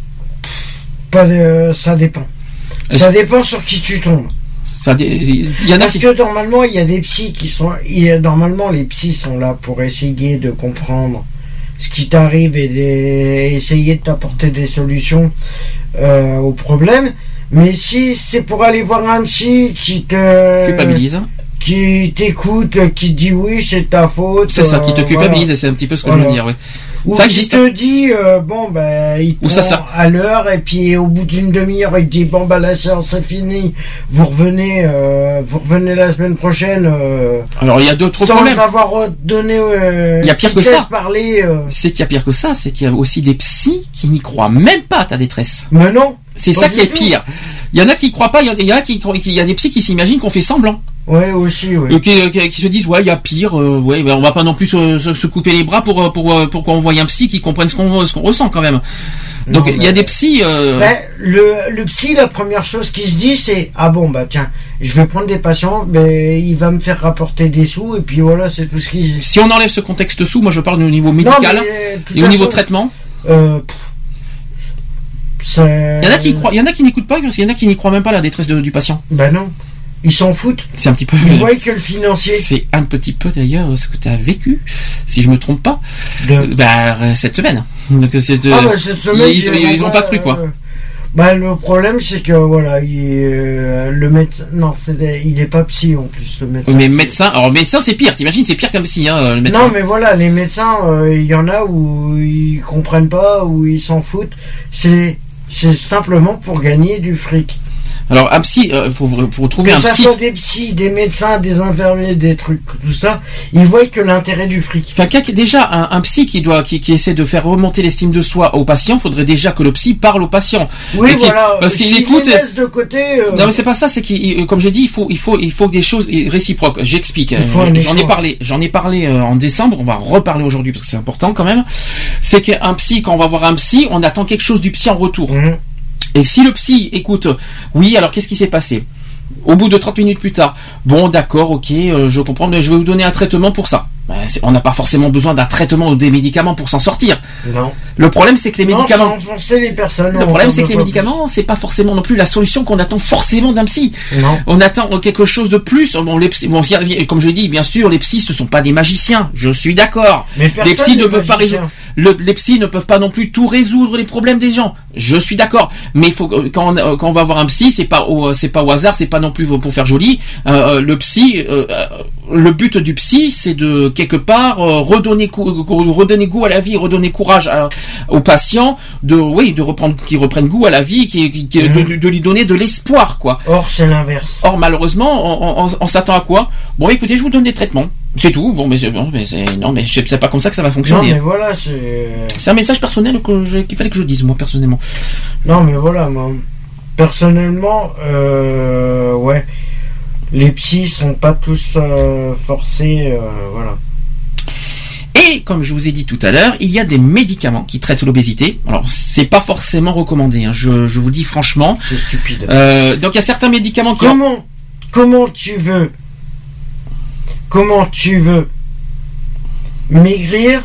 pas de, ça dépend. Est-ce... Ça dépend sur qui tu tombes. Ça dé... il y en a Parce qui... que normalement, il y a des psys qui sont... Il y a, normalement, les psys sont là pour essayer de comprendre ce qui t'arrive et des, essayer de t'apporter des solutions euh, aux problèmes. Mais si c'est pour aller voir un psy qui te culpabilise, qui t'écoute, qui te dit oui c'est ta faute, c'est ça, qui te culpabilise, voilà. C'est un petit peu ce que voilà. je veux dire, oui. Ou ça qui existe. te dit euh, bon ben il te prend ça, à l'heure et puis au bout d'une demi-heure il te dit bon ben la séance est finie, vous revenez, euh, vous revenez la semaine prochaine. Euh, Alors il y a d'autres sans problèmes. Sans avoir donné. Euh, il y a pire que ça. Parler. Euh... C'est qu'il y a pire que ça, c'est qu'il y a aussi des psys qui n'y croient même pas à ta détresse. Mais non. C'est ça qui est pire. Il y en a qui croient pas, il y en a qui, il y a des psys qui s'imaginent qu'on fait semblant. Ouais, aussi, ouais. Et qui, qui, qui se disent, ouais, il y a pire, euh, ouais, ben on va pas non plus se, se, se couper les bras pour, pour, pour qu'on voie un psy qui comprenne ce qu'on, ce qu'on ressent quand même. Donc, il y a des psys, euh... ben, le, le psy, la première chose qu'il se dit, c'est, ah bon, bah, tiens, je vais prendre des patients, ben, il va me faire rapporter des sous, et puis voilà, c'est tout ce qu'il dit. Si on enlève ce contexte sous, moi je parle au niveau médical, non, mais, et au niveau traitement. Euh, c'est... Il y en a qui croient, il y en a qui n'écoutent pas, parce qu'il y en a qui n'y croient même pas à la détresse de, du patient. Ben non. Ils s'en foutent. C'est un petit peu. Ils voient que le financier. C'est un petit peu d'ailleurs ce que tu as vécu, si je me trompe pas. De... Bah cette semaine. Donc c'est de... Ah bah cette semaine. Ils, ils, ils ont pas cru quoi. Euh... Bah le problème c'est que voilà, il, euh, le médecin, non c'est des... il est pas psy en plus le médecin. Mais médecin, alors médecin c'est pire. T'imagines c'est pire qu'un psy hein le médecin. Non mais voilà les médecins, il euh, y en a où ils comprennent pas, où ils s'en foutent. C'est c'est simplement pour gagner du fric. Alors un psy, euh, faut, faut trouver que un ça psy. soit des psys, des médecins, des infirmiers, des trucs, tout ça, ils voient que l'intérêt du fric. Enfin, déjà un, un psy qui doit, qui, qui essaie de faire remonter l'estime de soi au patient, faudrait déjà que le psy parle au patient. Oui, voilà. Parce qu'il si écoute. Il laisse de côté. Euh... Non, mais c'est pas ça. C'est qu'il, comme j'ai dit, il faut, il faut, il faut des choses réciproques. J'explique. J'en ai parlé. J'en ai parlé euh, en décembre. On va reparler aujourd'hui parce que c'est important quand même. C'est qu'un psy, quand on va voir un psy, on attend quelque chose du psy en retour. Mmh. Et si le psy écoute, oui, alors qu'est-ce qui s'est passé? Au bout de trente minutes plus tard, bon, d'accord, ok, euh, je comprends, mais je vais vous donner un traitement pour ça. Ben, on n'a pas forcément besoin d'un traitement ou des médicaments pour s'en sortir. Non. Le problème, c'est que les non, médicaments. Enfoncer les personnes. Le problème, c'est que les médicaments, plus. c'est pas forcément non plus la solution qu'on attend forcément d'un psy. Non. On attend quelque chose de plus. Bon, les psy, bon, comme je dis, bien sûr, les psys, ce sont pas des magiciens. Je suis d'accord. Mais les psys ne peuvent pas résoudre. Le, les psys ne peuvent pas non plus tout résoudre les problèmes des gens. Je suis d'accord. Mais il faut quand on, quand on va voir un psy, c'est pas au, c'est pas au hasard, c'est pas non plus pour faire joli. Euh, le psy, euh, le but du psy, c'est de quelque part euh, redonner redonner goût à la vie, redonner courage à, aux patients, de oui, de reprendre, qu'ils reprennent goût à la vie, qui, qui, mmh. de, de lui donner de l'espoir, quoi. Or c'est l'inverse. Or malheureusement, on, on, on s'attend à quoi? Bon, écoutez, je vous donne des traitements. C'est tout. Bon, mais c'est bon, mais c'est non, mais c'est pas comme ça que ça va fonctionner. Non, mais voilà, c'est. C'est un message personnel que je, qu'il fallait que je dise moi personnellement. Non, mais voilà, moi personnellement, euh, ouais, les psys sont pas tous euh, forcés, euh, voilà. Et comme je vous ai dit tout à l'heure, il y a des médicaments qui traitent l'obésité. Alors, c'est pas forcément recommandé. Hein. Je, je vous dis franchement. C'est stupide. Euh, donc, il y a certains médicaments qui. Comment, ont... comment tu veux, comment tu veux maigrir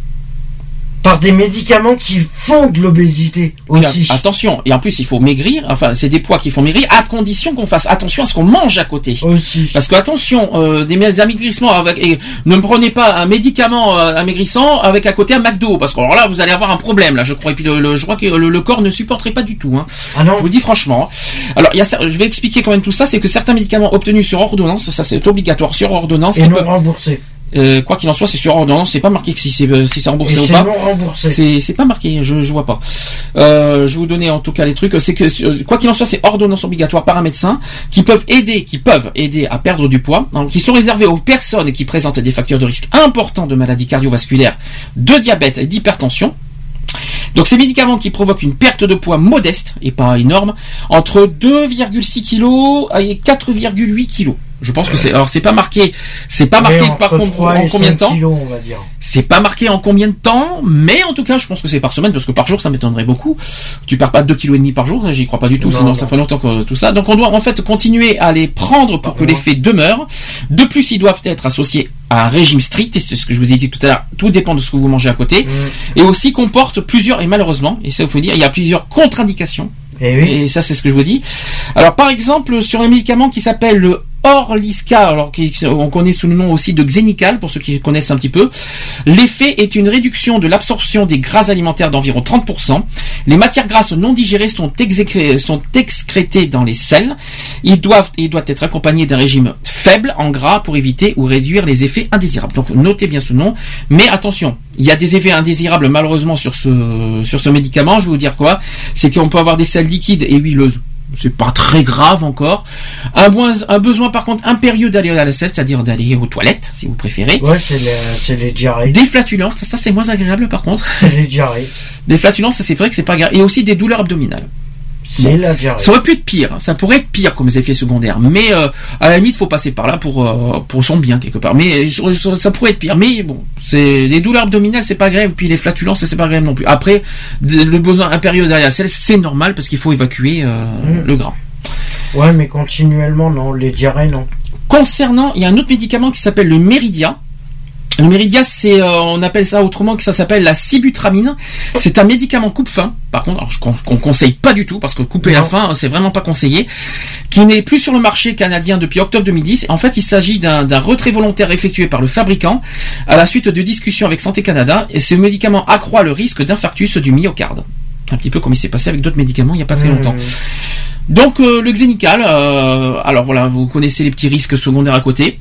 par des médicaments qui font de l'obésité aussi. Bien, attention, et en plus il faut maigrir, enfin c'est des poids qui font maigrir, à condition qu'on fasse attention à ce qu'on mange à côté. Aussi. Parce que attention, euh, des amaigrissements avec, et ne me prenez pas un médicament euh, amaigrissant avec à côté un McDo, parce que alors là vous allez avoir un problème là, je crois. Et puis le, le, je crois que le, le corps ne supporterait pas du tout. Hein. Ah non. Je vous dis franchement. Alors il y a, je vais expliquer quand même tout ça, c'est que certains médicaments obtenus sur ordonnance, ça c'est obligatoire sur ordonnance, et non peuvent... remboursés. Euh, quoi qu'il en soit, c'est sur ordonnance, c'est pas marqué que si c'est si c'est remboursé et ou pas. Non remboursé. C'est c'est pas marqué, je je vois pas. Euh, je vais vous donner en tout cas les trucs. C'est que quoi qu'il en soit, c'est ordonnance obligatoire par un médecin qui peuvent aider, qui peuvent aider à perdre du poids, donc, qui sont réservés aux personnes qui présentent des facteurs de risque importants de maladies cardiovasculaires, de diabète et d'hypertension. Donc ces médicaments qui provoquent une perte de poids modeste et pas énorme, entre deux virgule six kilos et quatre virgule huit kilos. Je pense que c'est, alors c'est pas marqué, c'est pas marqué par contre en combien de temps. Kilos, on va dire. C'est pas marqué en combien de temps, mais en tout cas, je pense que c'est par semaine, parce que par jour, ça m'étonnerait beaucoup. Tu perds pas deux kilos et demi par jour, j'y crois pas du tout, non, sinon non. Ça fait longtemps que tout ça. Donc on doit en fait continuer à les prendre pour que l'effet demeure. De plus, ils doivent être associés à un régime strict, et c'est ce que je vous ai dit tout à l'heure, tout dépend de ce que vous mangez à côté, mmh. et aussi comporte plusieurs, et malheureusement, et ça il faut dire, il y a plusieurs contre-indications. Et, oui. Et ça c'est ce que je vous dis. Alors par exemple, sur un médicament qui s'appelle le Orlisca, alors qu'on connaît sous le nom aussi de Xenical, pour ceux qui connaissent un petit peu. L'effet est une réduction de l'absorption des gras alimentaires d'environ trente pour cent. Les matières grasses non digérées sont, exécré, sont excrétées dans les selles. Ils doivent, ils doivent être accompagnés d'un régime faible en gras pour éviter ou réduire les effets indésirables. Donc notez bien ce nom, mais attention, il y a des effets indésirables malheureusement sur ce, sur ce médicament. Je vais vous dire quoi, c'est qu'on peut avoir des selles liquides et huileuses. C'est pas très grave encore. Un, besoin, un besoin par contre impérieux d'aller à la selle, c'est-à-dire d'aller aux toilettes, si vous préférez. Ouais, c'est les, c'est les diarrhées. Des flatulences, ça, ça c'est moins agréable par contre. C'est les diarrhées. Des flatulences, ça c'est vrai que c'est pas agréable. Et aussi des douleurs abdominales. C'est bon. La diarrhée. Ça aurait pu être pire, ça pourrait être pire comme effets secondaires, mais euh, à la limite faut passer par là pour euh, pour son bien quelque part. Mais je, je, ça pourrait être pire, mais bon, c'est les douleurs abdominales c'est pas agréable, puis les flatulences c'est pas agréable non plus. Après, le besoin impérieux d'aller à la selle c'est normal parce qu'il faut évacuer euh, mmh. le gras. Ouais, mais continuellement non, les diarrhées non. Concernant, il y a un autre médicament qui s'appelle le Meridia. Le Meridia, c'est, euh, on appelle ça autrement que ça s'appelle la sibutramine. C'est un médicament coupe-faim. Par contre, alors, je, qu'on, qu'on conseille pas du tout parce que couper non. la faim, c'est vraiment pas conseillé. Qui n'est plus sur le marché canadien depuis octobre deux mille dix. En fait, il s'agit d'un, d'un retrait volontaire effectué par le fabricant à la suite de discussions avec Santé Canada. Et ce médicament accroît le risque d'infarctus du myocarde. Un petit peu comme il s'est passé avec d'autres médicaments il y a pas très longtemps. Mmh. Donc euh, le Xenical, euh, alors voilà, vous connaissez les petits risques secondaires à côté.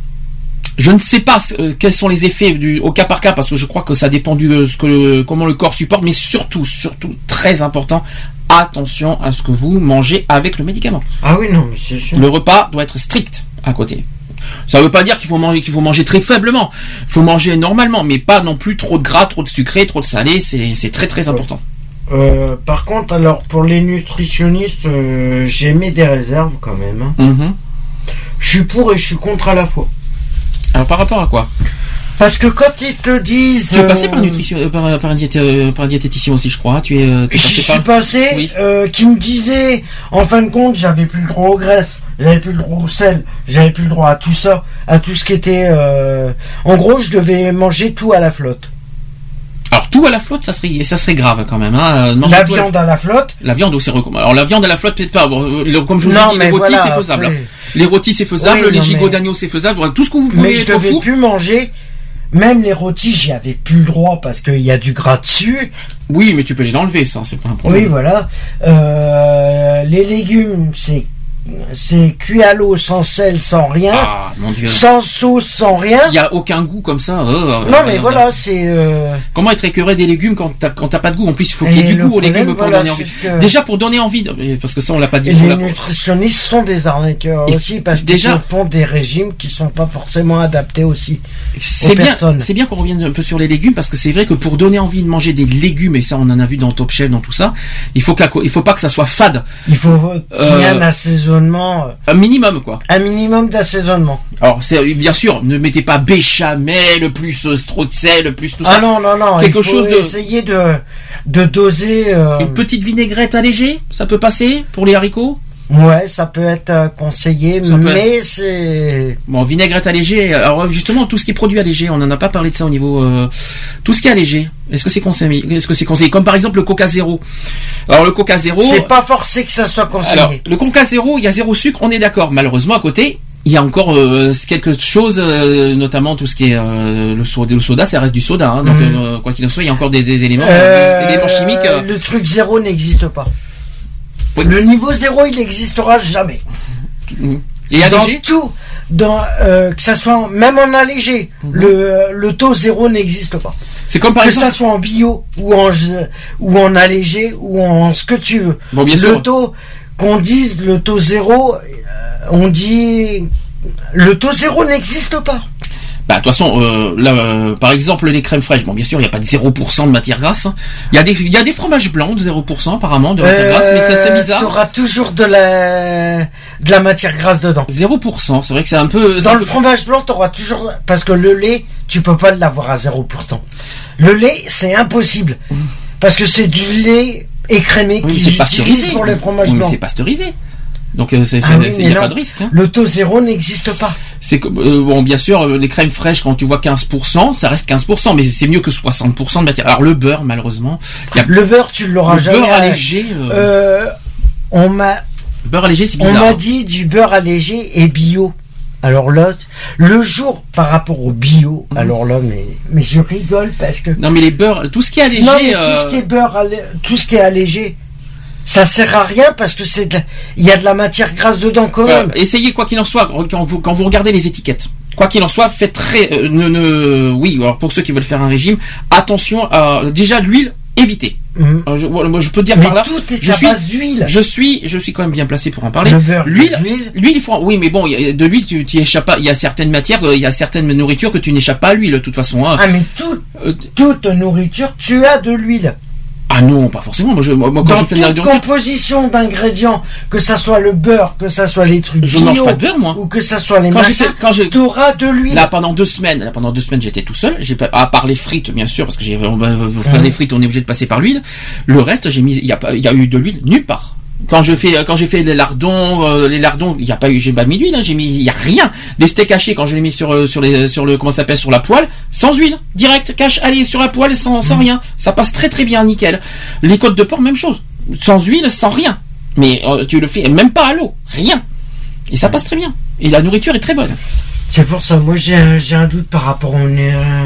Je ne sais pas euh, quels sont les effets du, au cas par cas parce que je crois que ça dépend du ce que le, comment le corps supporte, mais surtout, surtout très important, attention à ce que vous mangez avec le médicament. Ah oui, non, mais c'est sûr. Le repas doit être strict à côté. Ça ne veut pas dire qu'il faut manger, qu'il faut manger très faiblement. Il faut manger normalement, mais pas non plus trop de gras, trop de sucré, trop de salé. C'est, c'est très très important. Euh, par contre, alors pour les nutritionnistes, euh, j'ai mis des réserves quand même. Hein. Mm-hmm. Je suis pour et je suis contre à la fois. Alors par rapport à quoi ? Parce que quand ils te disent... Tu es passé par, nutrition, euh, par, par, un diété, euh, par un diététicien aussi, je crois. Tu es, euh, J'y passé suis par... passé, oui. euh, qui me disait, en fin de compte, j'avais plus le droit aux graisses, j'avais plus le droit au sel, j'avais plus le droit à tout ça, à tout ce qui était... Euh... En gros, je devais manger tout à la flotte. Alors tout à la flotte, ça serait, ça serait grave quand même. Hein. La viande à la flotte. La viande aussi recommandé. Alors la viande à la flotte peut-être pas. Bon, comme je vous non, ai dit, les rôtis voilà, c'est faisable. après... Les rôtis c'est faisable, oui, les non, gigots mais... d'agneau c'est faisable. Tout ce que vous pouvez mais je être au devais four. plus manger. Même les rôtis, j'y avais plus le droit parce qu'il y a du gras dessus. Oui, mais tu peux les enlever, ça, c'est pas un problème. Oui, voilà. Euh, les légumes, c'est c'est cuit à l'eau, sans sel, sans rien, ah, mon Dieu. Sans sauce, sans rien. Il y a aucun goût comme ça. Euh, non, euh, mais euh, voilà, euh, c'est. Euh... Comment être écœuré des légumes quand t'as quand t'as pas de goût ? En plus, il faut qu'il y ait Et du goût aux problème, légumes pour voilà, donner envie. que... Déjà pour donner envie, de... parce que ça on l'a pas dit. Et les la... nutritionnistes sont des arnaqueurs Et aussi parce déjà... qu'ils font des régimes qui sont pas forcément adaptés aussi. C'est bien, c'est bien qu'on revienne un peu sur les légumes parce que c'est vrai que pour donner envie de manger des légumes, et ça on en a vu dans Top Chef, dans tout ça, il faut il faut pas que ça soit fade. Il faut qu'il y ait euh, un assaisonnement. Un minimum quoi. Un minimum d'assaisonnement. Alors c'est bien sûr, ne mettez pas béchamel, plus euh, trop de sel, plus tout ah ça. Ah non non non. Quelque il faut chose de. Essayer de de doser. Euh... Une petite vinaigrette allégée, ça peut passer pour les haricots. Ouais, ça peut être euh, conseillé, ça mais être... c'est... Bon, vinaigrette allégée, alors justement, tout ce qui est produit allégé, on n'en a pas parlé de ça au niveau... Euh, tout ce qui est allégé, est-ce que c'est conseillé ? Est-ce que c'est conseillé ? Comme par exemple le Coca Zéro. Alors le Coca Zéro... C'est pas forcé que ça soit conseillé. Alors, le Coca Zéro, il y a zéro sucre, on est d'accord. Malheureusement, à côté... Il y a encore euh, quelque chose, euh, notamment tout ce qui est euh, le, soda, le soda, ça reste du soda. Hein, donc, mmh. euh, quoi qu'il en soit, il y a encore des, des éléments, euh, des éléments chimiques. Euh... Le truc zéro n'existe pas. Oui. Le niveau zéro, il n'existera jamais. Mmh. Et allégé ? Dans tout, dans, euh, que ça soit même en allégé, mmh. le, le taux zéro n'existe pas. C'est comme par que exemple... ça soit en bio ou en ou en allégé ou en ce que tu veux. Bon, bien le sûr. taux qu'on dise le taux zéro, on dit le taux zéro n'existe pas. Bah, de toute façon, euh, là, euh, par exemple, les crèmes fraîches, bon, bien sûr, il n'y a pas de zéro pour cent de matière grasse. Hein. Il y a des, il y a des fromages blancs de zéro pour cent, apparemment, de matière euh, grasse, mais ça, c'est bizarre. Tu auras toujours de la, de la matière grasse dedans. zéro pour cent, c'est vrai que c'est un peu... Dans un le peu... fromage blanc, tu auras toujours... Parce que le lait, tu peux pas l'avoir à zéro pour cent. Le lait, c'est impossible. Mmh. Parce que c'est du lait écrémé oui, qu'ils utilisent pour les fromages oui, blancs. Mais c'est pasteurisé. Donc il c'est, c'est, ah oui, n'y a non, pas de risque. Hein. Le taux zéro n'existe pas. C'est euh, bon, bien sûr, les crèmes fraîches, quand tu vois quinze pour cent, ça reste quinze pour cent, mais c'est mieux que soixante pour cent de matière. Alors le beurre, malheureusement, y a... le beurre, tu l'auras le jamais. Beurre allégé. Euh... Euh, on m'a. Le beurre allégé, c'est bizarre. On m'a dit du beurre allégé et bio. Alors là, le jour par rapport au bio, mmh. alors là, mais mais je rigole parce que. Non mais les beurres, tout ce qui est allégé. Non mais euh... tout ce qui est beurre, allé... tout ce qui est allégé. Ça sert à rien parce que c'est de... il y a de la matière grasse dedans quand même. Euh, essayez quoi qu'il en soit quand vous, quand vous regardez les étiquettes. Quoi qu'il en soit, faites très euh, ne, ne oui, alors pour ceux qui veulent faire un régime, attention à déjà l'huile, évitez. Mmh. Euh, je, moi je peux dire mais par là tout est je à suis base d'huile. Je suis je suis quand même bien placé pour en parler. Le beurre, l'huile, l'huile il faut oui mais bon de l'huile tu tu échappes pas, il y a certaines matières, il y a certaines nourritures que tu n'échappes pas à l'huile de toute façon hein. Ah mais tout, euh, toute nourriture tu as de l'huile. Ah non, pas forcément. Moi, je, moi quand dans je fais de la toute composition d'ingrédients, que ça soit le beurre, que ça soit les trucs je bio, mange pas de beurre moi, ou que ça soit les quand machins, quand je... t'auras de l'huile. Là pendant deux semaines, là pendant deux semaines j'étais tout seul. J'ai pas, à part les frites bien sûr parce que j'ai on va faire mmh. des frites, on est obligé de passer par l'huile. Le reste, j'ai mis, il y a pas, il y a eu de l'huile nulle part. Quand je fais, quand j'ai fait les lardons, euh, les lardons, il y a pas eu, j'ai pas mis d'huile, hein, j'ai mis, il y a rien. Les steaks hachés, quand je les mis sur, euh, sur les, sur le, comment ça s'appelle, sur la poêle, sans huile, direct, cache, allez, sur la poêle, sans, sans rien. Ça passe très très bien, nickel. Les côtes de porc, même chose. Sans huile, sans rien. Mais, euh, tu le fais, même pas à l'eau. Rien. Et ça passe très bien. Et la nourriture est très bonne. C'est pour ça, moi j'ai un, j'ai un doute par rapport au, euh,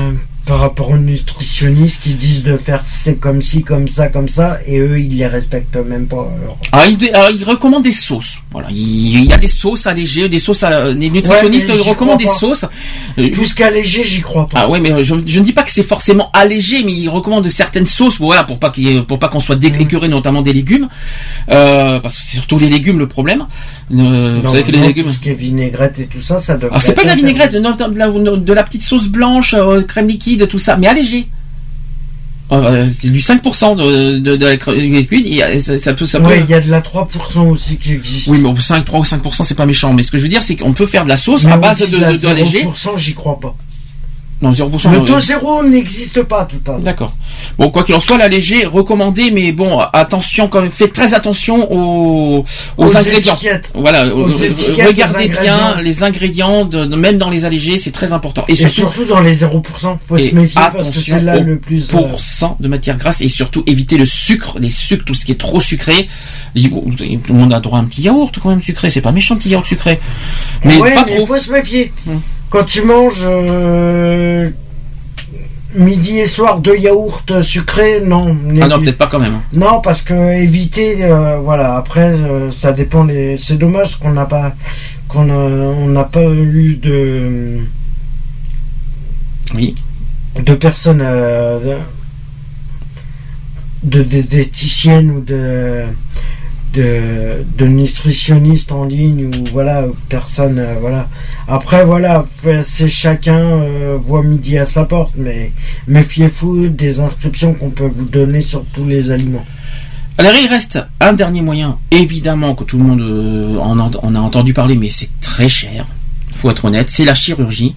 par rapport aux nutritionnistes qui disent de faire c'est comme ci, comme ça, comme ça, et eux ils les respectent même pas. Alors, alors, ils, alors, ils recommandent des sauces. Voilà, il, il y a des sauces allégées, des sauces. À, les nutritionnistes ouais, recommandent des sauces. Tout ce qui est allégé, j'y crois pas. Ah ouais, mais je, je ne dis pas que c'est forcément allégé, mais ils recommandent certaines sauces, voilà, pour pas qu'il y ait, pour pas qu'on soit écœuré, mmh. notamment des légumes, euh, parce que c'est surtout les légumes le problème. Euh, non, vous savez que non, les légumes. Tout ce qui est vinaigrette et tout ça, ça devrait. Alors c'est pas de la vinaigrette, non, de, la, de la petite sauce blanche, euh, crème liquide, tout ça, mais allégé. Euh, c'est du cinq pour cent de, de, de la crème liquide. Ça, ça peut, ça ouais, peut... il y a de la trois pour cent aussi qui existe. Oui, mais cinq, trois ou cinq pour cent, c'est pas méchant. Mais ce que je veux dire, c'est qu'on peut faire de la sauce mais à base de, de, de, de allégé. zéro pour cent, j'y crois pas. Non, zéro pour cent. Le taux zéro n'existe pas, tout à fait. D'accord. Bon, quoi qu'il en soit, l'allégé recommandé, mais bon, attention quand même, faites très attention aux, aux, aux ingrédients. Étiquettes. Voilà, aux étiquettes, regardez bien les ingrédients, de, de, même dans les allégés, c'est très important. Et, et surtout, surtout dans les zéro pour cent, faut se méfier parce que c'est là le plus. Pour cent de matière grasse et surtout éviter le sucre, les sucres, tout ce qui est trop sucré. Tout le monde a droit à un petit yaourt quand même sucré, c'est pas méchant, petit yaourt sucré. Mais ouais, pas mais trop. Il faut se méfier. Hum. Quand tu manges. Euh... Midi et soir deux yaourts sucrés, non. Ah non, peut-être pas quand même. Non, parce que éviter, euh, voilà. Après, euh, ça dépend. Les... C'est dommage qu'on n'a pas, qu'on a, on n'a pas eu de, oui, de personnes, euh, de, de, de diététiciennes ou de, de, de nutritionnistes en ligne ou voilà, personne, euh, voilà. Après voilà, c'est chacun euh, voit midi à sa porte, mais méfiez-vous des inscriptions qu'on peut vous donner sur tous les aliments. Alors il reste un dernier moyen, évidemment que tout le monde euh, en, a, en a entendu parler, mais c'est très cher, faut être honnête, c'est la chirurgie.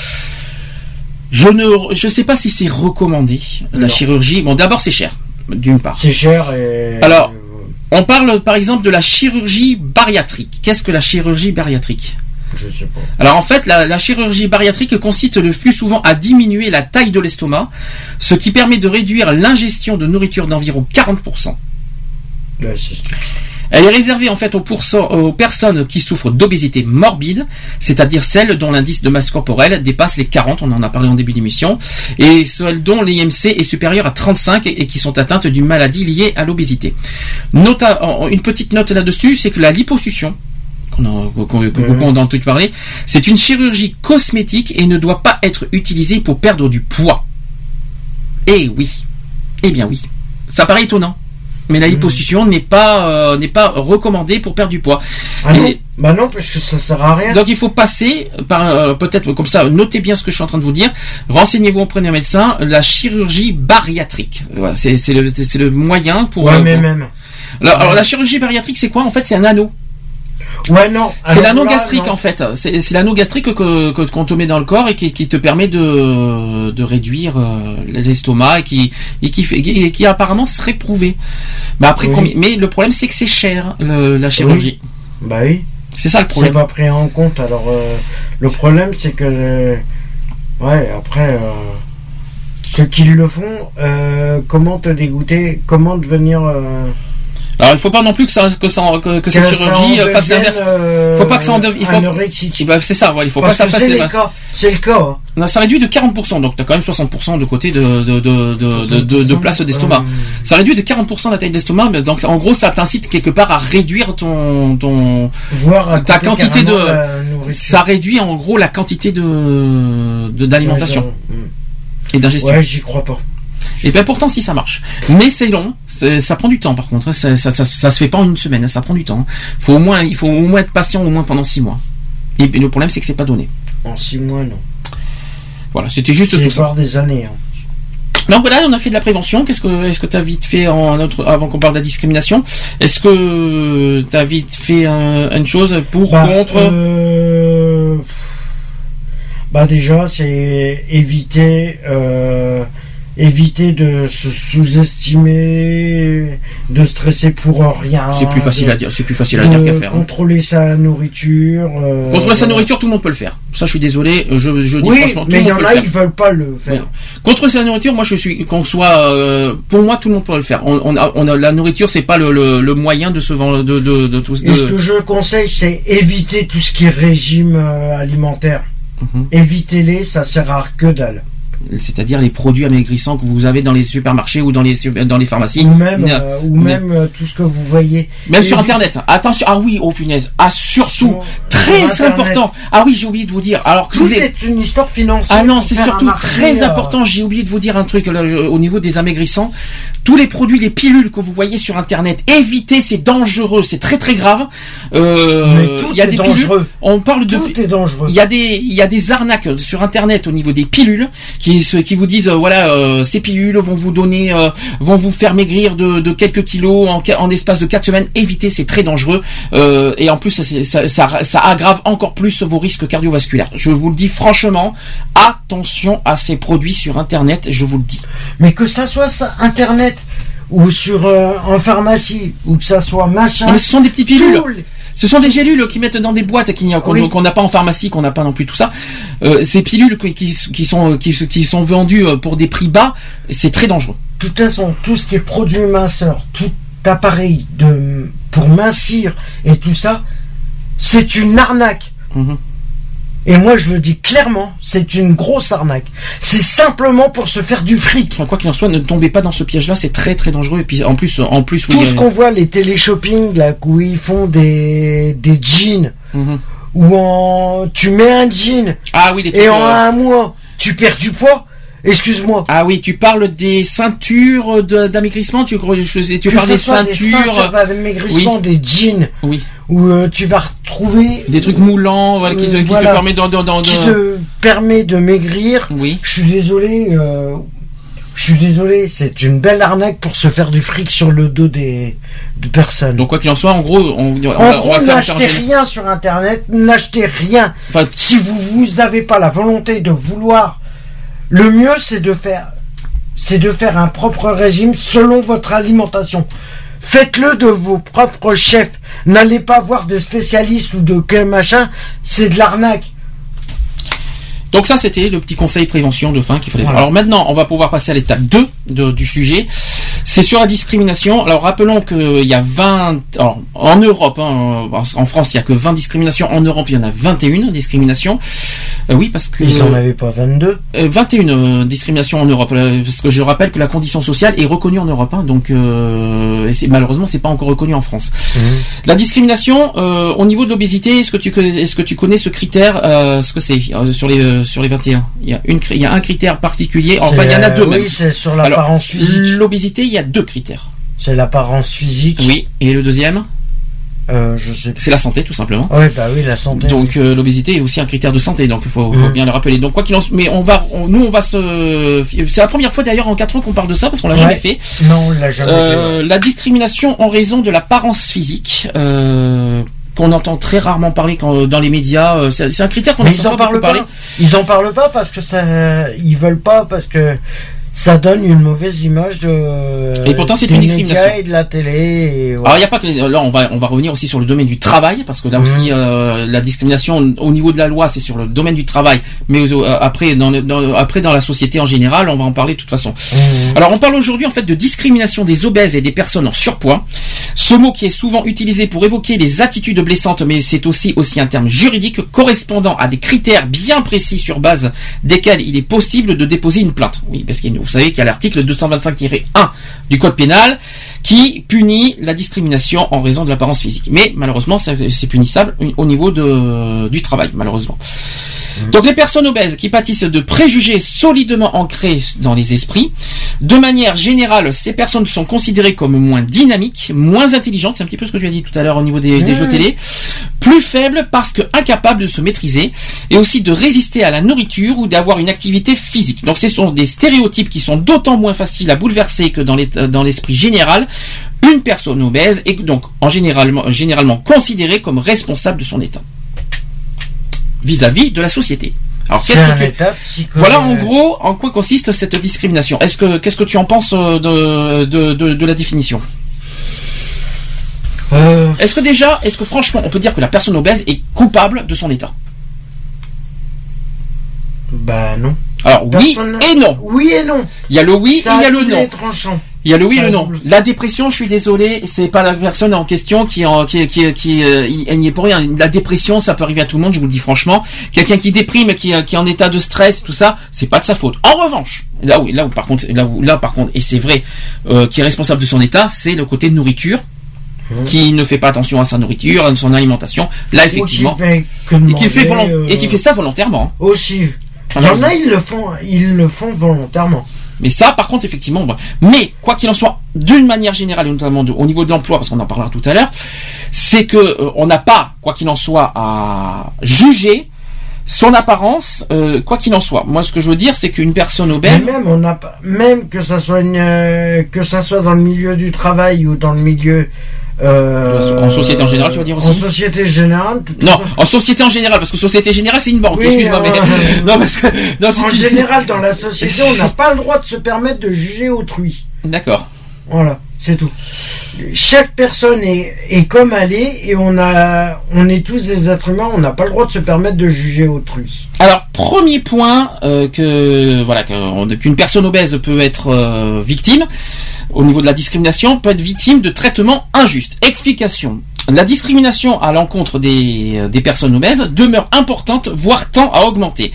Je ne je sais pas si c'est recommandé, la non. chirurgie. Bon, d'abord c'est cher, d'une part. C'est cher et... Alors, on parle par exemple de la chirurgie bariatrique. Qu'est-ce que la chirurgie bariatrique ? Je sais pas. Alors en fait, la, la chirurgie bariatrique consiste le plus souvent à diminuer la taille de l'estomac, ce qui permet de réduire l'ingestion de nourriture d'environ quarante pour cent. Ouais, c'est... Elle est réservée en fait aux, pourcent, aux personnes qui souffrent d'obésité morbide, c'est-à-dire celles dont l'indice de masse corporelle dépasse les quarante, on en a parlé en début d'émission, et celles dont l'I M C est supérieur à trente-cinq et qui sont atteintes d'une maladie liée à l'obésité. Nota, une petite note là-dessus, c'est que la liposuction, qu'on a, qu'on, que beaucoup ont entendu parler, c'est une chirurgie cosmétique et ne doit pas être utilisée pour perdre du poids. Eh oui, eh bien oui, ça paraît étonnant. Mais la liposuction mmh. n'est pas euh, n'est pas recommandée pour perdre du poids. Ah non, et, bah non, parce que ça sert à rien. Donc il faut passer par euh, peut-être comme ça. Notez bien ce que je suis en train de vous dire. Renseignez-vous auprès d'un médecin. La chirurgie bariatrique. Voilà, c'est c'est le c'est le moyen pour. Ouais, euh, mais pour... même. Alors, alors la chirurgie bariatrique, c'est quoi ? En fait, c'est un anneau. Ouais, non. C'est l'anneau là, gastrique non. en fait. C'est, c'est l'anneau gastrique que, que qu'on te met dans le corps et qui, qui te permet de, de réduire euh, l'estomac et qui, et qui, fait, qui, qui apparemment serait prouvé. Mais après, oui. combien, mais le problème c'est que c'est cher le, la chirurgie. Oui. Bah oui. C'est ça le problème. C'est pas pris en compte. Alors euh, le problème c'est que euh, ouais après euh, ceux qui le font, euh, comment te dégoûter, comment devenir euh, alors il faut pas non plus que ça que ça que, que cette chirurgie ça fasse l'inverse. Euh, faut pas que ça en devienne. Il faut. Bah, c'est ça. Ouais, il faut Parce pas que ça fasse. C'est, les cas, c'est le cas. Hein. Non, ça réduit de quarante pour cent. Donc t'as quand même soixante pour cent de côté de de de de de, de, de place d'estomac. Euh... Ça réduit de quarante pour cent la taille d'estomac. Donc en gros ça t'incite quelque part à réduire ton ton Voir ta quantité de. Ça réduit en gros la quantité de, de d'alimentation ouais, et d'ingestion. Ouais, j'y crois pas. Et bien pourtant si ça marche, mais c'est long, c'est, ça prend du temps par contre, ça, ça, ça, ça se fait pas en une semaine, ça prend du temps. Faut au moins, il faut au moins être patient au moins pendant six mois. Et, et le problème c'est que c'est pas donné. En six mois non. Voilà, c'était juste c'est tout ça. des années. Hein. Donc voilà, on a fait de la prévention. Qu'est-ce que est-ce que t'as vite fait en autre, avant qu'on parle de la discrimination? Est-ce que t'as vite fait un, une chose pour bah, contre? Euh... Bah déjà c'est éviter. Euh... Éviter de se sous-estimer, de stresser pour rien. C'est plus facile de, à dire, c'est plus facile à dire qu'à faire. Contrôler hein. sa nourriture. Euh, contrôler sa nourriture, tout le monde peut le faire. Ça, je suis désolé, je, je dis oui, franchement, tout mais le monde y en peut a, le faire. ils veulent pas le faire. Oui. Contrôler sa nourriture, moi, je suis, qu'on soit, euh, pour moi, tout le monde peut le faire. On, on a, on a, la nourriture, c'est pas le, le, le moyen de se vendre, de, de, de tout. Et ce que je conseille, c'est éviter tout ce qui est régime euh, alimentaire. Mm-hmm. Évitez-les, ça sert à que dalle. c'est-à-dire les produits amaigrissants que vous avez dans les supermarchés ou dans les dans les pharmacies. Ou même, Mais, euh, ou mais- même euh, tout ce que vous voyez. Même Et sur vu- Internet. Attention. Ah oui, oh punaise. Ah surtout, Sur- très sur Internet. important. Ah oui, j'ai oublié de vous dire. Alors que Tout les- est une histoire financière. Ah non, pour c'est faire surtout un marché, très euh, important. J'ai oublié de vous dire un truc là, je- au niveau des amaigrissants. Tous les produits, les pilules que vous voyez sur Internet, évitez, c'est dangereux, c'est très très grave. Euh, Mais tout il y a est des dangereux. pilules. On parle de. Tout est dangereux. Il y a des, il y a des arnaques sur Internet au niveau des pilules qui, se- qui vous disent, euh, voilà, euh, ces pilules vont vous donner, euh, vont vous faire maigrir de, de quelques kilos en, en espace de quatre semaines. Évitez, c'est très dangereux. Euh, et en plus, ça, c'est- ça, ça, ça aggrave encore plus vos risques cardiovasculaires. Je vous le dis franchement, attention à ces produits sur Internet, je vous le dis. Mais que ça soit ça, Internet ou sur euh, en pharmacie ou que ça soit machin. Non, mais ce sont des petites pilules. tous les- Ce sont des gélules qui mettent dans des boîtes qu'il n'y a- qu'on Oui. qu'on n'a pas en pharmacie, qu'on n'a pas non plus tout ça. Euh, ces pilules qui, qui, qui sont qui, qui sont vendues pour des prix bas, c'est très dangereux. De toute façon, tout ce qui est produit minceur, tout appareil de pour mincir et tout ça, c'est une arnaque. Mhm. Et moi, je le dis clairement, c'est une grosse arnaque. C'est simplement pour se faire du fric. Enfin, quoi qu'il en soit, ne tombez pas dans ce piège-là, c'est très très dangereux. Et puis en plus, en plus, oui, Tout euh, ce qu'on voit, les télé-shopping, là, où ils font des, des jeans, mhm. où en, tu mets un jean, Ah oui, les trucs, et en euh, un mois, tu perds du poids. Excuse-moi. Ah oui, tu parles des ceintures de- d'amaigrissement, tu, je- tu Que parles ce des soit ceintures, ceintures d'amaigrissement, oui. des jeans, oui, où euh, tu vas retrouver des trucs moulants, voilà, qui, te- Euh, qui voilà. te permettent de, de, de- qui de- te permet de maigrir. oui. Je suis désolé, euh, je suis désolé, c'est une belle arnaque pour se faire du fric sur le dos des de personnes. Donc quoi qu'il en soit, en gros, on, on en va, gros, on va faire n'achetez changer- rien sur Internet, n'achetez rien. Enfin, Si vous vous avez pas la volonté de vouloir, le mieux c'est de faire, c'est de faire un propre régime selon votre alimentation. Faites-le de vos propres chefs. N'allez pas voir de spécialistes ou de que machin, c'est de l'arnaque. Donc ça, c'était le petit conseil prévention de fin qu'il fallait. Voilà. Alors maintenant, on va pouvoir passer à l'étape deux de- du sujet. C'est sur la discrimination. Alors rappelons qu'il y a vingt... Alors, en Europe, hein, parce qu'en France, il n'y a que vingt discriminations. En Europe, il y en a vingt et une discriminations. Euh, oui, parce que... Ils en avaient pas vingt-deux. Euh, vingt et une euh, discriminations en Europe, euh, parce que je rappelle que la condition sociale est reconnue en Europe, hein, donc euh, et c'est, malheureusement c'est pas encore reconnu en France. Mmh. La discrimination euh, au niveau de l'obésité, est-ce que tu connais, est-ce que tu connais ce critère, euh, ce que c'est euh, sur les euh, sur les vingt et un? Il y a une, cri- il y a un critère particulier. Enfin, il y en a C'est, deux euh, même. Oui, c'est sur Alors, l'apparence physique. l'obésité, il y a deux critères. C'est l'apparence physique. Oui, et le deuxième, Euh, je sais. c'est la santé, tout simplement. Oui, bah oui, la santé. Donc euh, l'obésité est aussi un critère de santé, donc il faut, faut Mhm. bien le rappeler. Donc quoi qu'il en soit, mais on va, on- nous on va se, c'est la première fois d'ailleurs en quatre ans qu'on parle de ça parce qu'on l'a Ouais. jamais fait. Non, on l'a jamais Euh, la discrimination en raison de l'apparence physique. Euh, qu'on entend très rarement parler quand, dans les médias, euh, c'est, c'est un critère qu'on fait. Mais entend ils en pas parlent beaucoup pas. parler. Ils en parlent pas parce que ça, ils veulent pas parce que ça donne une mauvaise image de. Et pourtant, c'est des une médias discrimination. et de la télé. Et voilà. Alors il y a pas que les- là on va on va revenir aussi sur le domaine du travail parce que là Mhm. aussi euh, la discrimination au niveau de la loi c'est sur le domaine du travail mais euh, après dans, le- dans après dans la société en général on va en parler de toute façon. Mmh. Alors on parle aujourd'hui en fait de discrimination des obèses et des personnes en surpoids. Ce mot qui est souvent utilisé pour évoquer les attitudes blessantes mais c'est aussi aussi un terme juridique correspondant à des critères bien précis sur base desquels il est possible de déposer une plainte. Oui parce que vous savez qu'il y a l'article deux cent vingt-cinq tiret un du code pénal qui punit la discrimination en raison de l'apparence physique. Mais malheureusement, c'est c'est punissable au niveau de, du travail, malheureusement. Donc les personnes obèses qui pâtissent de préjugés solidement ancrés dans les esprits, de manière générale, ces personnes sont considérées comme moins dynamiques, moins intelligentes, c'est un petit peu ce que tu as dit tout à l'heure au niveau des, des Mmh. jeux télé, plus faibles parce que incapables de se maîtriser et aussi de résister à la nourriture ou d'avoir une activité physique. Donc ce sont des stéréotypes qui sont d'autant moins faciles à bouleverser que dans les- dans l'esprit général. Une personne obèse est donc en généralement, généralement considérée comme responsable de son état vis-à-vis de la société. Alors, C'est qu'est-ce un que tu... état psycho. Voilà en gros en quoi consiste cette discrimination. Est-ce que qu'est-ce que tu en penses euh, de, de, de, de la définition? Euh, Est-ce que déjà, est-ce que franchement on peut dire que la personne obèse est coupable de son état? bah non. Alors oui Personne- et non. Oui et non. Il y a le oui Ça et il y a a le doublé non. tranchant. Il y a le oui Ça et le non. double. La dépression, je suis désolé, c'est pas la personne en question qui en, qui, qui, qui, euh, elle n'y est pour rien. La dépression, ça peut arriver à tout le monde, je vous le dis franchement. Quelqu'un qui déprime, qui, qui est en état de stress, tout ça, c'est pas de sa faute. En revanche, là où, là où par contre, là où, là par contre, et c'est vrai, euh, qui est responsable de son état, c'est le côté de nourriture. Mmh. Qui ne fait pas attention à sa nourriture, à son alimentation. Là, effectivement. Fait que et, demander, qui fait volont- euh... et qui fait ça volontairement. Aussi. Il y en a, ils le font, ils le font volontairement. Mais ça, par contre, effectivement, bah, mais quoi qu'il en soit, d'une manière générale, et notamment de, au niveau de l'emploi, parce qu'on en parlera tout à l'heure, c'est que euh, on n'a pas, quoi qu'il en soit, à juger son apparence, euh, quoi qu'il en soit. Moi, ce que je veux dire, c'est qu'une personne obèse, Mais même, on n'a pas, même que ça soit une, euh, que ça soit dans le milieu du travail ou dans le milieu. Euh, en société en général, tu vas dire aussi. En société générale. tout non, ça. en société en général, parce que société générale, c'est une banque. Oui, excuse-moi, euh, mais non, parce que non, si en tu- général, dans la société, on n'a pas le droit de se permettre de juger autrui. D'accord. Voilà, c'est tout. Chaque personne est, est comme elle est et on a, on est tous des êtres humains. On n'a pas le droit de se permettre de juger autrui. Alors, premier point euh, que voilà que- qu'une personne obèse peut être euh, victime au niveau de la discrimination, peut être victime de traitements injustes. Explication. La discrimination à l'encontre des, des personnes obèses demeure importante, voire tend à augmenter.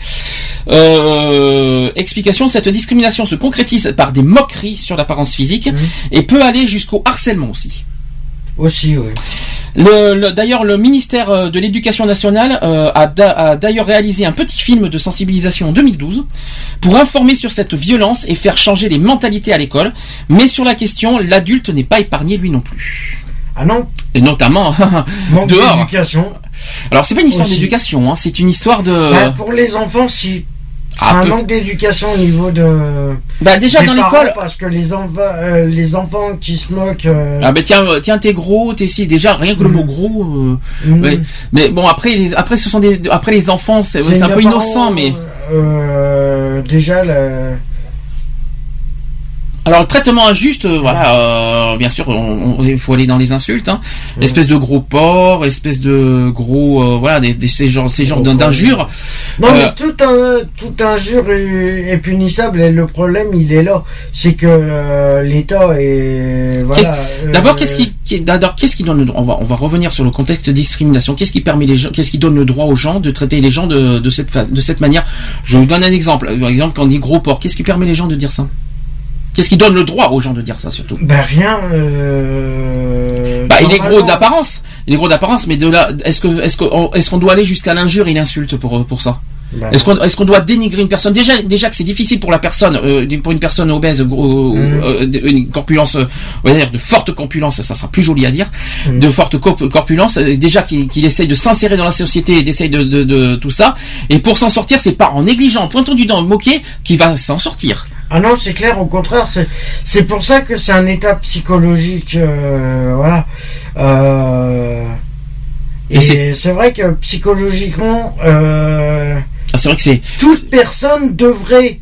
Euh, explication, cette discrimination se concrétise par des moqueries sur l'apparence physique Mmh. et peut aller jusqu'au harcèlement aussi. Aussi, oui. Le, le- d'ailleurs, le ministère de l'Éducation nationale euh, a, da- a d'ailleurs réalisé un petit film de sensibilisation en deux mille douze pour informer sur cette violence et faire changer les mentalités à l'école. Mais sur la question, l'adulte n'est pas épargné lui non plus. Ah non, Et notamment manque dehors. d'éducation. Alors c'est pas une histoire Aussi. d'éducation, hein, c'est une histoire de. Bah, pour les enfants, si. C'est Ah, un peut- manque d'éducation au niveau de. Bah déjà des dans parents, l'école. parce que les enfants, euh, les enfants qui se moquent. euh, Ah ben tiens, euh, tiens t'es gros, t'es si déjà rien que le Mm. mot gros. euh, mm, ouais. Mais bon après les après ce sont des après les enfants c'est, c'est un des peu parents, innocent mais. Euh, déjà le. Alors le traitement injuste, euh, voilà, euh, bien sûr, on- on- il faut aller dans les insultes, hein. Ouais. Espèce de gros porc, espèce de gros, euh, voilà, des, des- ces genres, ces genres Gros d'injures. Non, Euh, mais tout un tout injure est, est punissable et le problème il est là, c'est que euh, l'État est voilà. D'abord, euh, qu'est-ce qui, qui- d'abord, qu'est-ce qui donne le droit on va, on va revenir sur le contexte de discrimination. Qu'est-ce qui permet les gens, qu'est-ce qui donne le droit aux gens de traiter les gens de, de cette phase, de cette manière? Je vous donne un exemple. Par exemple, quand on dit gros porc, qu'est-ce qui permet les gens de dire ça? Qu'est-ce qui donne le droit aux gens de dire ça surtout? Bah rien. Euh, Bah, il est gros normalement, d'apparence. Il est gros d'apparence, mais de là, est-ce que, est-ce qu'on, est-ce qu'on doit aller jusqu'à l'injure et l'insulte pour, pour ça? bah, Est-ce qu'on, est-ce qu'on doit dénigrer une personne? Déjà, déjà que c'est difficile pour la personne, euh, pour une personne obèse, gros, Mhm. euh, une corpulence, euh, on va dire de forte corpulence, ça sera plus joli à dire, Mhm. de forte corp- corpulence, euh, déjà qu'il, qu'il essaye de s'insérer dans la société et d'essayer de, de, de tout ça. Et pour s'en sortir, c'est pas en négligeant, en pointant du doigt, moquer, qu'il va s'en sortir. Ah non, c'est clair, au contraire, c'est c'est pour ça que c'est un état psychologique, euh, voilà. Euh, Et et c'est- c'est vrai que psychologiquement, euh, Ah, c'est vrai que c'est, toute personne devrait,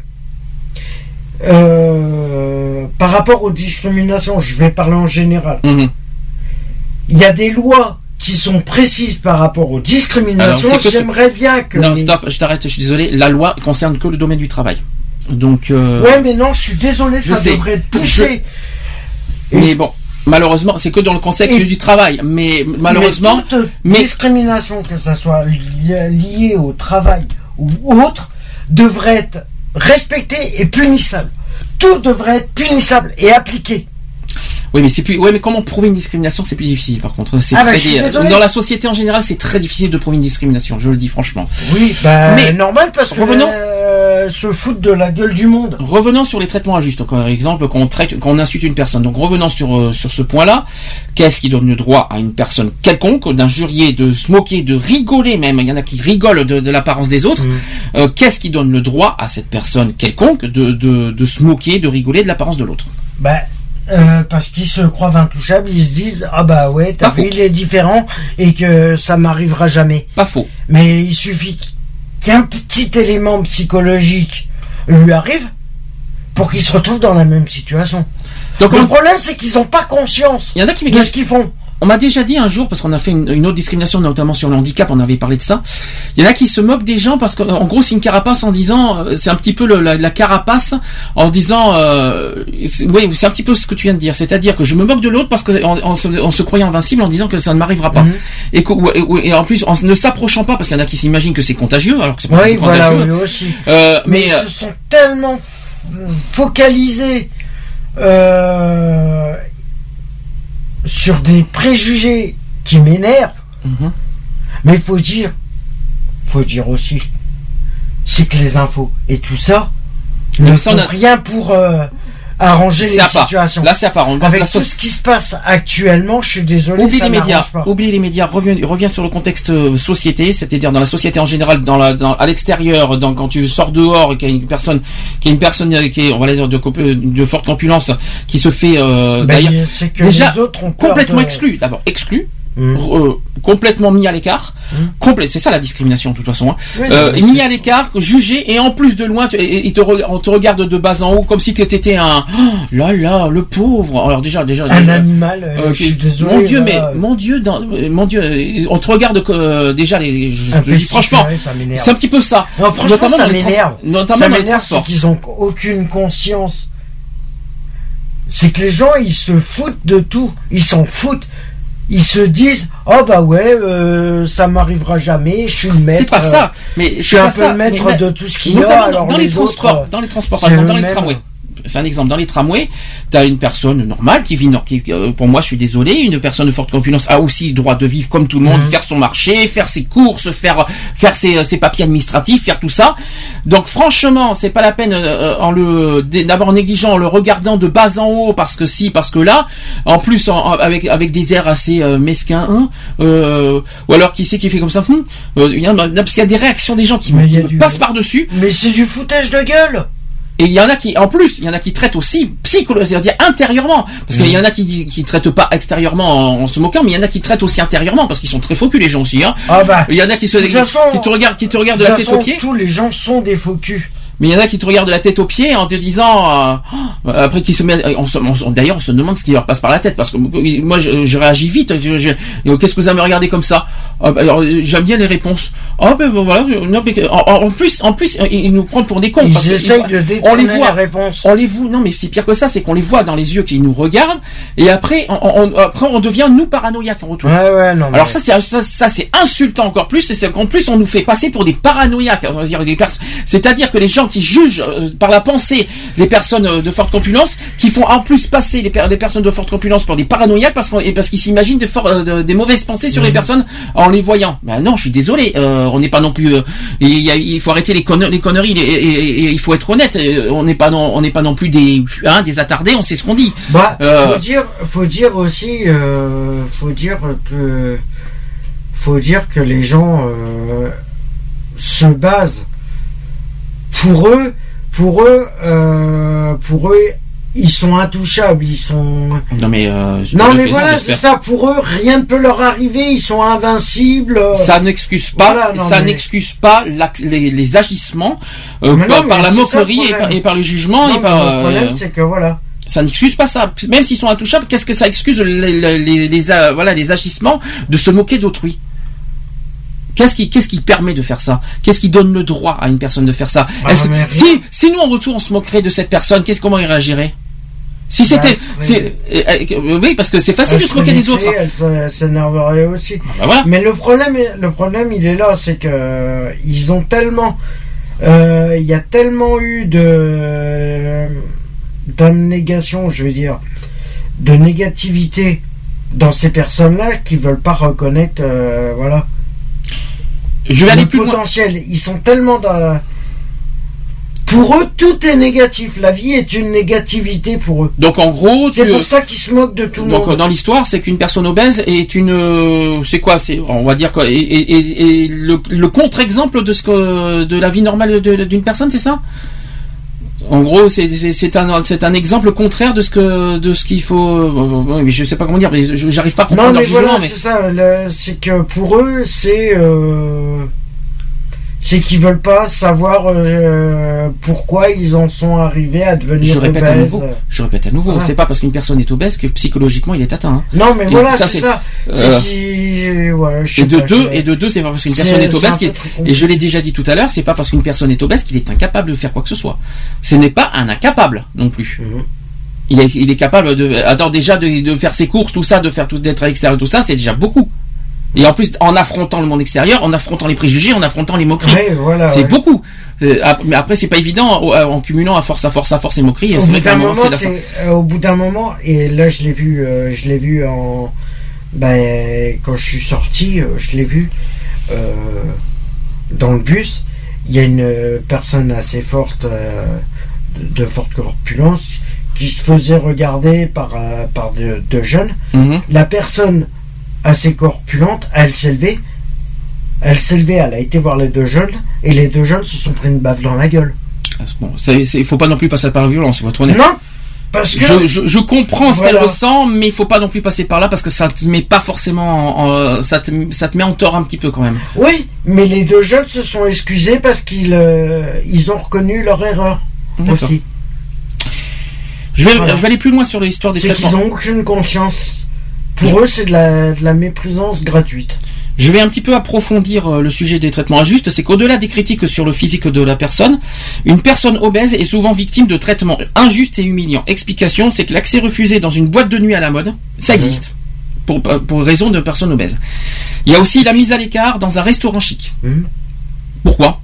euh, par rapport aux discriminations, je vais parler en général, Mhm. il y a des lois qui sont précises par rapport aux discriminations. Alors, c'est que ce- J'aimerais bien que... non, les- stop, je t'arrête, je suis désolé, la loi concerne que le domaine du travail. Donc, euh, Ouais, mais non, je suis désolé, je ça sais. devrait être poussé. mais bon, malheureusement, c'est que dans le contexte Et- du travail. Mais malheureusement, Mais toute mais- discrimination, que ça soit li- liée au travail ou autre, devrait être respectée et punissable. Tout devrait être punissable et appliqué. oui, mais c'est plus, ouais, mais comment prouver une discrimination, c'est plus difficile. Par contre, c'est Ah bah, très je suis dé- désolé. dans la société en général, c'est très difficile de prouver une discrimination. Je le dis franchement. Oui, bah, Mais- normal parce que revenons- euh, se foutent de la gueule du monde. Revenons sur les traitements injustes. Donc, par exemple, quand on traite, quand on insulte une personne. Donc, revenons sur euh, sur ce point-là. Qu'est-ce qui donne le droit à une personne quelconque d'injurier, de se moquer, de rigoler même? Il y en a qui rigolent de, de l'apparence des autres. Mm. Euh, qu'est-ce qui donne le droit à cette personne quelconque de de de se moquer, de rigoler de l'apparence de l'autre? Bah, euh, parce qu'ils se croient intouchables, ils se disent ah bah ouais, t'as Pas vu, faux. il est différent et que ça m'arrivera jamais. Pas faux. Mais il suffit qu'un petit élément psychologique lui arrive pour qu'il se retrouve dans la même situation. Donc, Le on- problème, c'est qu'ils n'ont pas conscience il y en a qui de ce qu'ils font. on m'a déjà dit un jour, parce qu'on a fait une, une autre discrimination, notamment sur le handicap, on avait parlé de ça. Il y en a qui se moquent des gens parce qu'en gros, c'est une carapace en disant, c'est un petit peu le, la, la carapace en disant, euh, c'est, oui, c'est un petit peu ce que tu viens de dire. C'est-à-dire que je me moque de l'autre parce qu'on on, on, on se croyait invincible en disant que ça ne m'arrivera pas. Mmh. Et, que, et, et en plus, en ne s'approchant pas, parce qu'il y en a qui s'imaginent que c'est contagieux, alors que c'est pas oui, voilà, contagieux. Oui, aussi. Euh, mais, mais ils euh, se sont tellement focalisés euh, sur des préjugés qui m'énervent. Mmh. Mais il faut dire, faut dire aussi, c'est que les infos et tout ça ne font a... rien pour euh, arranger c'est les situations. Là, c'est à part. On Avec tout ce qui se passe actuellement, je suis désolé, oublie ça les médias. Pas. Oublie les médias. Reviens, reviens sur le contexte euh, société, c'est-à-dire dans la société en général, dans la, dans, à l'extérieur, dans, quand tu sors dehors et qu'il y a une personne, qui est une personne qui est, on va dire, de, de, de forte corpulence, qui se fait euh, ben, c'est que déjà les autres ont complètement de... exclu. D'abord exclu. Mmh. Euh, complètement mis à l'écart, mmh. complet, c'est ça la discrimination de toute façon. Hein. Oui, euh, mis c'est... à l'écart, jugé et en plus de loin, tu, et, et te re, on te regarde de bas en haut comme si tu étais un oh, là là le pauvre. Alors déjà déjà un déjà, animal. Euh, je suis désolé. Mon Dieu, là, mais mon Dieu, dans, mon Dieu, on te regarde euh, déjà les. Je, je dis franchement, c'est un petit peu ça. Non, franchement, notamment ça m'énerve. Trans- notamment ça dans m'énerve, c'est qu'ils ont aucune conscience. C'est que les gens ils se foutent de tout, ils s'en foutent. Ils se disent oh bah ouais euh, ça m'arrivera jamais, je suis le maître. C'est pas ça, mais je suis un peu ça, le maître mais, de tout ce qu'il y a. Alors dans les, les transports, autres, dans les transports, par exemple dans les tramways. C'est un exemple. Dans les tramways, t'as une personne normale qui vit, qui, pour moi, je suis désolé, une personne de forte corpulence a aussi le droit de vivre comme tout le monde, mmh. faire son marché, faire ses courses, faire faire ses, ses papiers administratifs, faire tout ça. Donc franchement, c'est pas la peine euh, en le d'abord en négligeant, en le regardant de bas en haut parce que si, parce que là, en plus en, avec avec des airs assez euh, mesquins, hein, euh, ou alors qui sait qui fait comme ça, hum, euh, parce qu'il y a des réactions des gens qui me, qui me du... passent par dessus. Mais c'est du foutage de gueule. Et il y en a qui, en plus, il y en a qui traitent aussi psychologiquement, c'est-à-dire intérieurement, parce qu'il mmh. y en a qui qui traitent pas extérieurement en, en se moquant, mais il y en a qui traitent aussi intérieurement, parce qu'ils sont très faux culs les gens aussi. Hein. Ah bah. Il y en a qui se, qui, façon, qui te regardent, qui te regardent de, de la tête façon, aux pieds. Tous les gens sont des faux culs. Mais il y en a qui te regardent de la tête aux pieds en te disant, euh, après qu'ils se mettent, on se, on, d'ailleurs on se demande ce qui leur passe par la tête, parce que moi je, je réagis vite. Je, je, qu'est-ce que vous avez regardé comme ça? Alors j'aime bien les réponses. Oh ben voilà. Non, mais, en, en plus, en plus, ils nous prennent pour des cons. Ils parce essayent que, de détourner les réponses. On les voit. Non mais c'est pire que ça, c'est qu'on les voit dans les yeux qui nous regardent, et après, on, on, après on devient nous paranoïaques en retour. Ouais ouais non. Alors mais... ça c'est ça, ça c'est insultant encore plus, et c'est qu'en plus on nous fait passer pour des paranoïaques. C'est-à-dire que les gens qui jugent par la pensée les personnes de forte corpulence, qui font en plus passer les, per- les personnes de forte corpulence pour des paranoïaques parce, qu'on, et parce qu'ils s'imaginent de for- de, des mauvaises pensées sur mmh. les personnes en les voyant. Ben non, je suis désolé, euh, on n'est pas non plus. Euh, il, y a, il faut arrêter les, conne- les conneries et, et, et, et il faut être honnête. On n'est pas non, on n'est pas non plus des hein, des attardés. On sait ce qu'on dit. Bah, euh, faut dire, faut dire aussi, euh, faut dire que, faut dire que les gens euh, se basent pour eux. Pour eux, euh, pour eux, ils sont intouchables, ils sont. Non mais. Euh, non mais voilà, c'est ça. Pour eux, rien ne peut leur arriver. Ils sont invincibles. Ça n'excuse pas. Voilà, non, ça mais... n'excuse pas la, les, les agissements euh, non, par, par la moquerie et par, et par le jugement non, et par. Le problème, euh, c'est que voilà. Ça n'excuse pas ça. Même s'ils sont intouchables, qu'est-ce que ça excuse les, les, les, les euh, voilà les agissements de se moquer d'autrui? Qu'est-ce qui, qu'est-ce qui permet de faire ça? Qu'est-ce qui donne le droit à une personne de faire ça? Ah, Est-ce que, si, si nous en retour on se moquerait de cette personne, qu'est-ce comment il réagirait? Si c'était, bah, c'est, euh, oui, parce que c'est facile de se moquer des autres. Elle s'énerverait aussi. Ah, bah voilà. Mais le problème, le problème, il est là, c'est que ils ont tellement, euh, il y a tellement eu de d'abnégation, je veux dire, de négativité dans ces personnes-là qui veulent pas reconnaître, euh, voilà. Je vais aller plus potentiel. Loin. Ils sont tellement dans la... Pour eux, tout est négatif. La vie est une négativité pour eux. Donc en gros, c'est tu... pour ça qu'ils se moquent de tout le Donc, monde. Donc dans l'histoire, c'est qu'une personne obèse est une, c'est quoi, c'est, on va dire quoi, et, et, et le, le contre-exemple de ce que, de la vie normale de, de, d'une personne, c'est ça? En gros, c'est, c'est, c'est un, c'est un exemple contraire de ce que, de ce qu'il faut. Mais je sais pas comment dire, mais j'arrive pas à comprendre. Non, mais leur voilà, jugement, mais... c'est ça. Le, c'est que pour eux, c'est, euh, c'est qu'ils veulent pas savoir euh, pourquoi ils en sont arrivés à devenir je répète obèses. à nouveau, je répète à nouveau, voilà. C'est pas parce qu'une personne est obèse que psychologiquement il est atteint. Hein. Non, mais et voilà, ça, c'est, c'est ça. Euh, c'est qui, ouais, je sais et de pas, deux, c'est... et de deux, c'est pas parce qu'une personne est, est obèse qu'il... et je l'ai déjà dit tout à l'heure, c'est pas parce qu'une personne est obèse qu'il est incapable de faire quoi que ce soit. Ce n'est pas un incapable non plus. Mm-hmm. Il est, il est capable de, attends, déjà de, de faire ses courses, tout ça, de faire tout, d'être à l'extérieur, tout ça, c'est déjà beaucoup. Et en plus, en affrontant le monde extérieur, en affrontant les préjugés, en affrontant les moqueries, ouais, voilà, c'est ouais. beaucoup. Euh, mais après, c'est pas évident en, en cumulant à force, à force, à force les moqueries. Au, c'est bout vrai d'un moment, moment, c'est la... c'est, euh, au bout d'un moment, et là, je l'ai vu, euh, je l'ai vu en, ben, quand je suis sorti, euh, je l'ai vu euh, dans le bus. Il y a une personne assez forte, euh, de, de forte corpulence, qui se faisait regarder par, euh, par de, de jeunes. Mm-hmm. La personne assez corpulente, elle s'est levée, elle s'est levée, elle a été voir les deux jeunes, et les deux jeunes se sont pris une baffe dans la gueule. Bon, il faut pas non plus passer par la violence, il faut être honnête. Non, parce que... Je, je, je comprends ce voilà. qu'elle ressent, mais il faut pas non plus passer par là, parce que ça te met pas forcément... En, en, ça, te, ça te met en tort un petit peu quand même. Oui, mais les deux jeunes se sont excusés parce qu'ils euh, ils ont reconnu leur erreur. D'accord. Aussi. Je vais, voilà. je vais aller plus loin sur l'histoire des c'est traitements. C'est qu'ils n'ont aucune conscience. Pour eux, c'est de la, de la méprisance gratuite. Je vais un petit peu approfondir euh, le sujet des traitements injustes. C'est qu'au-delà des critiques sur le physique de la personne, une personne obèse est souvent victime de traitements injustes et humiliants. Explication, c'est que l'accès refusé dans une boîte de nuit à la mode, ça existe, mmh. pour, pour raison de personnes obèses. Il y a aussi la mise à l'écart dans un restaurant chic. Mmh. Pourquoi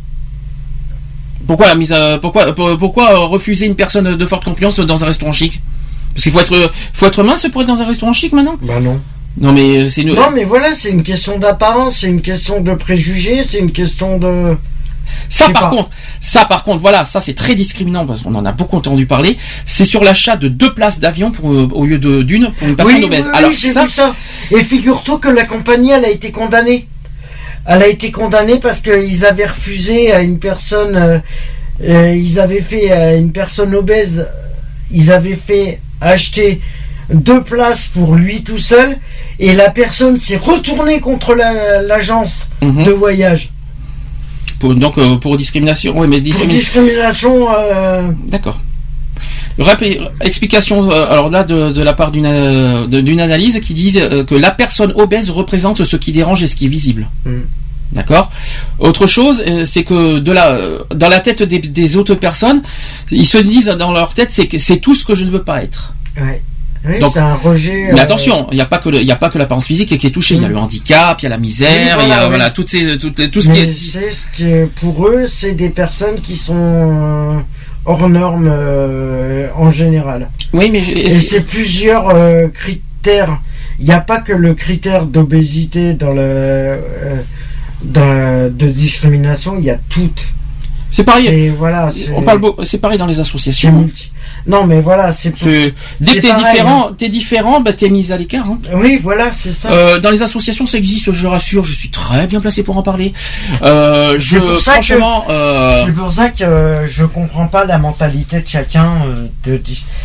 Pourquoi la mise à, pourquoi, pour, pourquoi refuser une personne de forte confiance dans un restaurant chic? Parce qu'il faut être, faut être mince pour être dans un restaurant chic maintenant? Bah non. Non mais c'est une... Non mais voilà, c'est une question d'apparence, c'est une question de préjugés, c'est une question de... Ça par pas. contre, ça par contre, voilà, ça c'est très discriminant parce qu'on en a beaucoup entendu parler. C'est sur l'achat de deux places d'avion pour, au lieu de d'une pour une personne oui, obèse. Oui, Alors oui, j'ai ça... vu ça. Et figure-toi que la compagnie, elle a été condamnée. Elle a été condamnée parce qu'ils avaient refusé à une personne, euh, euh, ils avaient fait à une personne obèse, ils avaient fait acheter deux places pour lui tout seul, et la personne s'est retournée contre la, l'agence mmh. de voyage. Pour, donc euh, pour discrimination, oui, mais discrimin... pour discrimination. Euh... D'accord. Rappel, explication euh, alors là de, de la part d'une, euh, de, d'une analyse qui dit euh, que la personne obèse représente ce qui dérange et ce qui est visible. Mmh. D'accord. Autre chose, euh, c'est que de la, euh, dans la tête des, des autres personnes, ils se disent dans leur tête, c'est que c'est tout ce que je ne veux pas être. Ouais. Oui, donc, c'est un rejet. Mais euh... attention, il n'y a pas que le, il y a pas que l'apparence physique qui est touchée. Il mmh. y a le handicap, il y a la misère, oui, voilà, il y a oui. voilà toutes ces, toutes, tout ce mais qui est. C'est ce que pour eux, c'est des personnes qui sont euh, hors normes euh, en général. Oui, mais et c'est, c'est plusieurs euh, critères. Il n'y a pas que le critère d'obésité dans le euh, dans la, de discrimination. Il y a toutes. C'est pareil. C'est, voilà, c'est, on parle beau, c'est pareil dans les associations. C'est multi. Non, mais voilà, c'est. Pour, c'est dès c'est que t'es pareil, différent, hein. t'es différent, bah t'es mis à l'écart. Hein. Oui, voilà, c'est ça. Euh, dans les associations, ça existe, je rassure. Je suis très bien placé pour en parler. Euh, je, c'est pour ça franchement, que, euh... c'est pour ça que euh, je comprends pas la mentalité de chacun euh, de.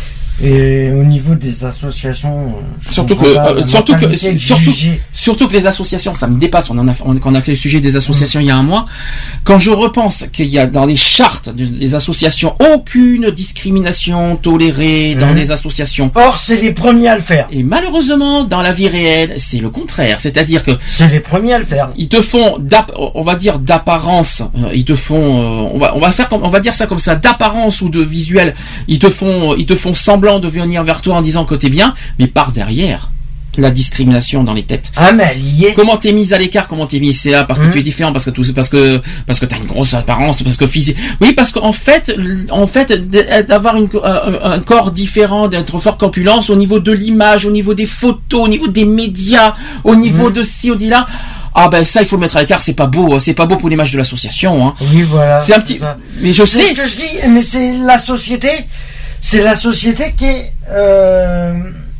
Et au niveau des associations, surtout que, euh, surtout que, surtout, surtout que les associations, ça me dépasse. On en a, on, quand on a fait le sujet des associations mmh. il y a un mois, quand je repense qu'il y a dans les chartes des associations aucune discrimination tolérée dans mmh. les associations. Or, c'est les premiers à le faire. Et malheureusement, dans la vie réelle, c'est le contraire. C'est-à-dire que c'est les premiers à le faire. Ils te font, on va dire d'apparence. Ils te font, on va, on va faire, on va dire ça comme ça, d'apparence ou de visuel. Ils te font, ils te font semblant de venir vers toi en disant que t'es bien, mais par derrière la discrimination dans les têtes. Ah mais elle y est. Comment t'es mise à l'écart, comment t'es mis c'est là parce que mmh. tu es différent, parce que tout, parce que parce que t'as une grosse apparence, parce que physique. Oui, parce qu'en fait, en fait, d'avoir une, un, un corps différent, d'être fort corpulence au niveau de l'image, au niveau des photos, au niveau des médias, au niveau mmh. de ci, au de là. Ah ben ça il faut le mettre à l'écart, c'est pas beau, c'est pas beau pour l'image de l'association. Hein. Oui voilà. C'est un petit. Ça. Mais je c'est sais. ce que je dis, mais c'est la société. C'est la société qui est, euh,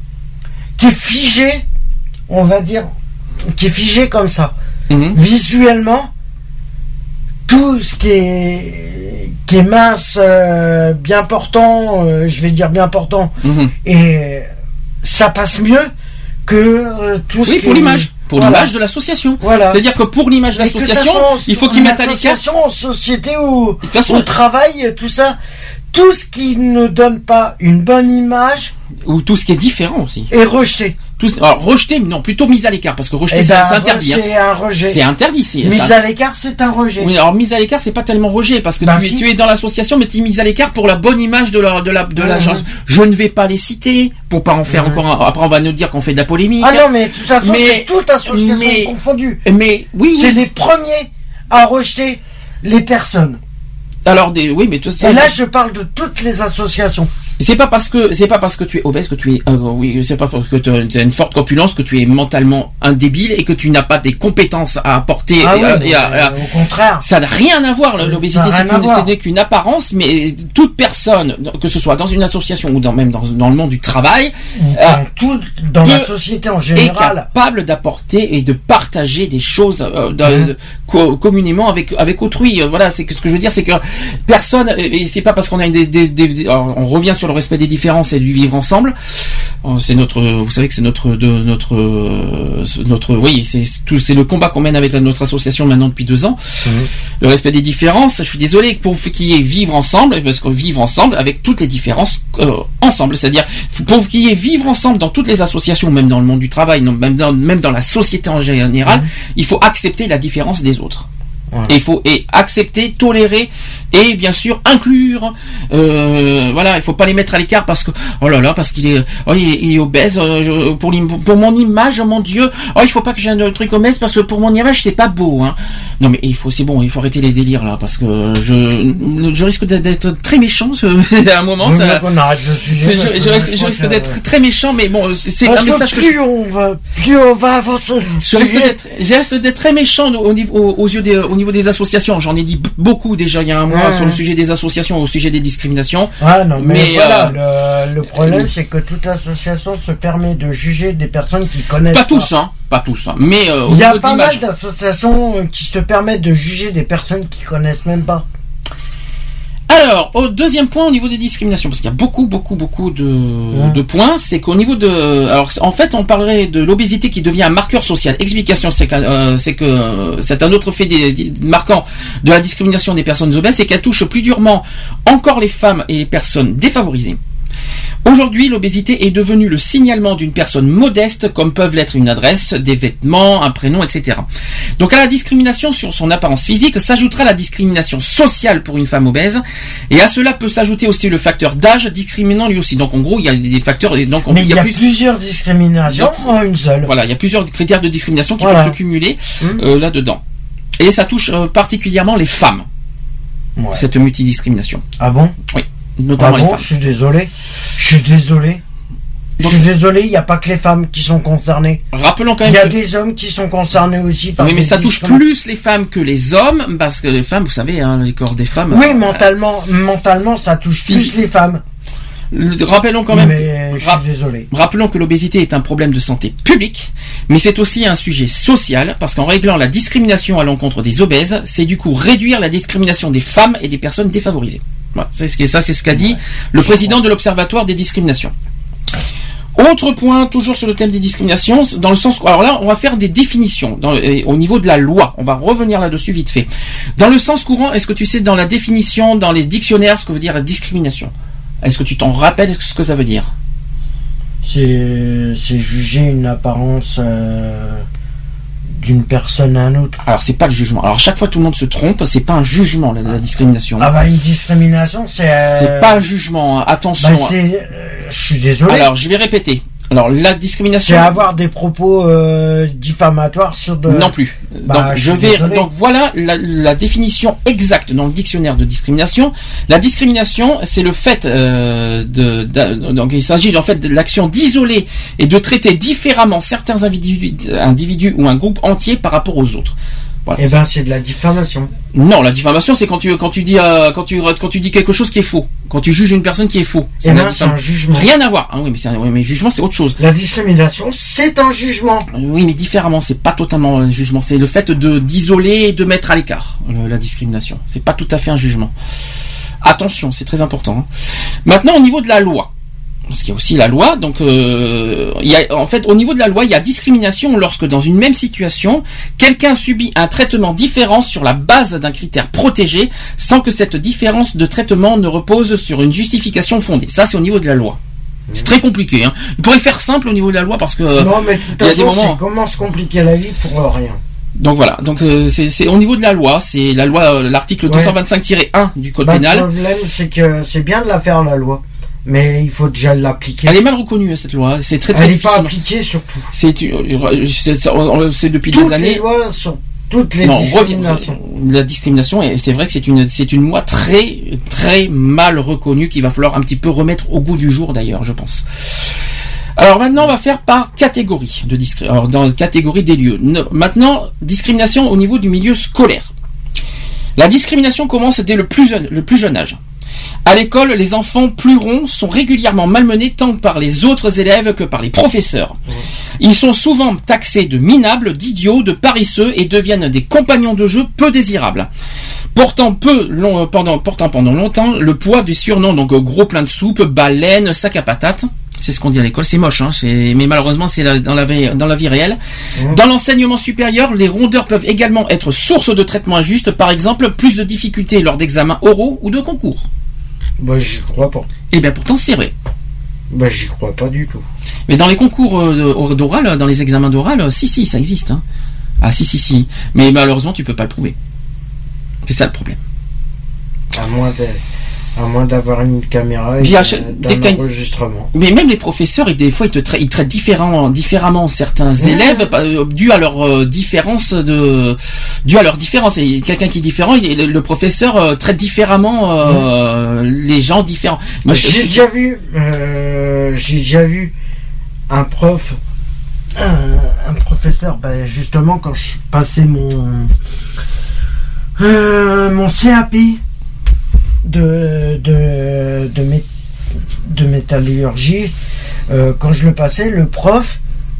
qui est figée, on va dire, qui est figée comme ça. Mmh. Visuellement, tout ce qui est, qui est mince, euh, bien portant, euh, je vais dire bien portant, mmh. et ça passe mieux que euh, tout oui, ce qui pour est... l'image. pour Voilà. l'image de l'association. Voilà. C'est-à-dire que pour l'image de Mais que ça l'association, soit en- il faut en qu'ils mettent à l'écart. association, en société ou toute façon, au travail, tout ça, tout ce qui ne donne pas une bonne image ou tout ce qui est différent aussi. est rejeté. Tout, alors rejeté, non, plutôt mis à l'écart, parce que rejeter Eh c'est ben, c'est interdit. C'est hein. un rejet. C'est interdit. C'est, Mise ça- à l'écart, c'est un rejet. Oui, alors mise à l'écart, c'est pas tellement rejet, parce que Bah, tu, es, si. tu es dans l'association, mais tu es mise à l'écart pour la bonne image de la de la de Mmh. l'agence. Je ne vais pas les citer pour pas en faire Mmh. encore. Un, après, on va nous dire qu'on fait de la polémique. Ah non, mais de toute façon, Mais- c'est toute association mais- confondue. Mais oui, C'est oui. les premiers à rejeter les personnes. Alors des, oui, mais tout ça. Et là, je parle de toutes les associations. C'est pas parce que c'est pas parce que tu es obèse que tu es euh, oui, c'est pas parce que tu as une forte corpulence que tu es mentalement un débile et que tu n'as pas des compétences à apporter. Ah et oui, à- mais et à- et à- au contraire. Ça n'a rien à voir, l'obésité, Ça n'a c'est rien à qu'une- voir. ce n'est qu'une apparence, mais toute personne, que ce soit dans une association ou dans, même dans, dans le monde du travail, euh, Dans tout, dans la peut- société en est général. capable d'apporter et de partager des choses euh, de- Mmh. de- co- communément avec avec autrui. Euh, Voilà, c'est que ce que je veux dire, c'est que personne, et c'est pas parce qu'on a des, des, des- des- alors, on revient sur le respect des différences et du vivre ensemble. Euh, C'est notre, vous savez que c'est notre de notre euh, notre, oui, c'est tout, c'est le combat qu'on mène avec la- notre association maintenant depuis deux ans. Le respect des différences. Je suis désolé pour qu'il y ait vivre ensemble, parce que vivre ensemble avec toutes les différences euh, ensemble, c'est-à-dire pour qu'il y ait vivre ensemble dans toutes les associations, même dans le monde du travail, non, même dans même dans la société en général, Mmh. il faut accepter la différence des autres. Ouais. Et il faut et accepter, tolérer et bien sûr inclure. Euh, voilà, il faut pas les mettre à l'écart parce que oh là là, parce qu'il est, oh, il est, il est obèse. euh, je- pour, l'im- pour mon image, mon Dieu, oh il faut pas que j'ai un truc obèse parce que pour mon image c'est pas beau. Hein. Non mais il faut, c'est bon, il faut arrêter les délires là parce que je, je risque d'être- d'être très méchant ce- à un moment. Oui, Ça, mais on arrête le sujet. c'est- parce je, que je moi, risque, je crois risque que- d'être très méchant, mais bon, c'est c'est Parce un message que que je plus on va, plus on va avancer. dans le je risque sujet. d'être, je risque d'être très méchant au niveau, aux, aux yeux des, au niveau des associations. J'en ai dit b- beaucoup déjà il y a un mois Ouais. sur le sujet des associations, au sujet des discriminations. Ah non, mais, Mais, voilà, euh, le, le problème euh, c'est que toute association se permet de juger des personnes qui connaissent Pas tous, hein, pas tous, hein, mais euh, au Il y a niveau de pas mal l'image. d'associations euh, qui se permettent de juger des personnes qui connaissent même pas. Alors, au deuxième point, au niveau des discriminations, parce qu'il y a beaucoup, beaucoup, beaucoup de, Ouais. de points, c'est qu'au niveau de, alors en fait, on parlerait de l'obésité qui devient un marqueur social. Explication, c'est que, euh, c'est que euh, c'est un autre fait des- des- marquant de la discrimination des personnes obèses, c'est qu'elle touche plus durement encore les femmes et les personnes défavorisées. Aujourd'hui, l'obésité est devenue le signalement d'une personne modeste, comme peuvent l'être une adresse, des vêtements, un prénom, et cetera. Donc à la discrimination sur son apparence physique s'ajoutera la discrimination sociale pour une femme obèse, et à cela peut s'ajouter aussi le facteur d'âge discriminant lui aussi. Donc en gros, il y a des facteurs, et donc on- Mais il y a plus- plusieurs discriminations en une seule. voilà, il y a plusieurs critères de discrimination qui Voilà. peuvent se cumuler Hum. euh, là-dedans. Et ça touche euh, particulièrement les femmes, Ouais. cette multidiscrimination. Ah bon Oui, Ah notamment les bon, femmes. je suis désolé. Je suis désolé. Je Donc, suis désolé, il n'y a pas que les femmes qui sont concernées. rappelons quand Il même y a que- des hommes qui sont concernés aussi par Oui, mais des ça touche discriminations. plus les femmes que les hommes, parce que les femmes, vous savez, hein, les corps des femmes. Oui, euh, mentalement, mentalement, ça touche plus Physique. les femmes. euh, Rappelons quand même. Mais je Rap- suis désolé. Rappelons que l'obésité est un problème de santé publique, mais c'est aussi un sujet social, parce qu'en réglant la discrimination à l'encontre des obèses, c'est du coup réduire la discrimination des femmes et des personnes défavorisées. Voilà, c'est ce que, ça, c'est ce qu'a dit le président de l'Observatoire des discriminations. Autre point, toujours sur le thème des discriminations, dans le sens, alors là, on va faire des définitions dans, et au niveau de la loi. On va revenir là-dessus vite fait. Dans le sens courant, est-ce que tu sais dans la définition, dans les dictionnaires, ce que veut dire la discrimination? Est-ce que tu t'en rappelles ce que ça veut dire? C'est c'est juger une apparence euh, d'une personne à une autre. Alors c'est pas le jugement. Alors chaque fois tout le monde se trompe, c'est pas un jugement la, la discrimination. Ah bah une discrimination, c'est... euh, C'est pas un jugement. hein. Attention. Bah c'est... euh, je suis désolé. Alors je vais répéter. Alors la discrimination. C'est avoir des propos euh, diffamatoires sur de... Non plus. Bah, donc je je suis vais désolé. donc voilà la, la définition exacte dans le dictionnaire de discrimination. La discrimination, c'est le fait euh, de, de donc il s'agit en fait de l'action d'isoler et de traiter différemment certains individus, individus ou un groupe entier par rapport aux autres. Voilà. Eh ben c'est de la diffamation. Non, la diffamation, c'est quand tu quand tu dis euh, quand tu quand tu dis quelque chose qui est faux, quand tu juges une personne qui est faux. Eh la ben c'est diffam- un jugement. Rien à voir. Ah oui, mais c'est un, oui, mais jugement, c'est autre chose. La discrimination, c'est un jugement. Oui, mais différemment, c'est pas totalement un jugement. C'est le fait de d'isoler et de mettre à l'écart le- la discrimination. C'est pas tout à fait un jugement. Attention, c'est très important. hein. Maintenant, au niveau de la loi. parce qu'il y a aussi la loi. Donc, euh, il y a, en fait, au niveau de la loi, il y a discrimination lorsque, dans une même situation, quelqu'un subit un traitement différent sur la base d'un critère protégé, sans que cette différence de traitement ne repose sur une justification fondée. Ça, c'est au niveau de la loi. C'est très compliqué. Hein. On pourrait faire simple au niveau de la loi parce que non, mais de toute façon, moments... c'est comment se compliquer la vie pour rien. Donc voilà. Donc euh, c'est, c'est au niveau de la loi, c'est la loi, euh, l'article ouais. deux cent vingt-cinq tiret un du code bah, pénal. Le problème, c'est que c'est bien de la faire la loi, mais il faut déjà l'appliquer. Elle est mal reconnue cette loi. C'est très très. Elle n'est pas appliquée surtout. C'est, c'est, c'est depuis Toutes des années. Les lois sont toutes les non, discriminations. Revient, la discrimination, et c'est vrai que c'est une c'est une loi très très mal reconnue qu'il va falloir un petit peu remettre au goût du jour d'ailleurs, je pense. Alors maintenant, on va faire par catégorie de discri- alors dans la catégorie des lieux. No, maintenant, discrimination au niveau du milieu scolaire. La discrimination commence dès le plus jeune, le plus jeune âge. À l'école, les enfants plus ronds sont régulièrement malmenés tant par les autres élèves que par les professeurs. Ils sont souvent taxés de minables, d'idiots, de paresseux et deviennent des compagnons de jeu peu désirables. Portant peu long, pendant, portant pendant longtemps le poids des surnoms, donc gros plein de soupe, baleine, sac à patates. C'est ce qu'on dit à l'école, c'est moche, hein, c'est... mais malheureusement c'est la... dans, la vie... dans la vie réelle. Mmh. Dans l'enseignement supérieur, les rondeurs peuvent également être source de traitements injustes, par exemple plus de difficultés lors d'examens oraux ou de concours. Bah j'y crois pas. Eh bien pourtant c'est vrai. Bah j'y crois pas du tout. Mais dans les concours d'oral, dans les examens d'oral, si si ça existe. Hein. Ah si si si. Mais malheureusement tu peux pas le prouver. C'est ça le problème. À moins de... À moins d'avoir une caméra et Bien, d'un enregistrement. Mais même les professeurs, et des fois, ils, te tra- ils traitent différent, différemment certains mmh. élèves, euh, dû à leur euh, différence de, dû à leur différence. Et quelqu'un qui est différent, il, le, le professeur euh, traite différemment euh, mmh. les gens différents. Moi, j'ai je, déjà je... vu, euh, j'ai déjà vu un prof, un, un professeur, ben justement quand je passais mon, euh, mon C A P. de de de, mé, de métallurgie euh, quand je le passais, le prof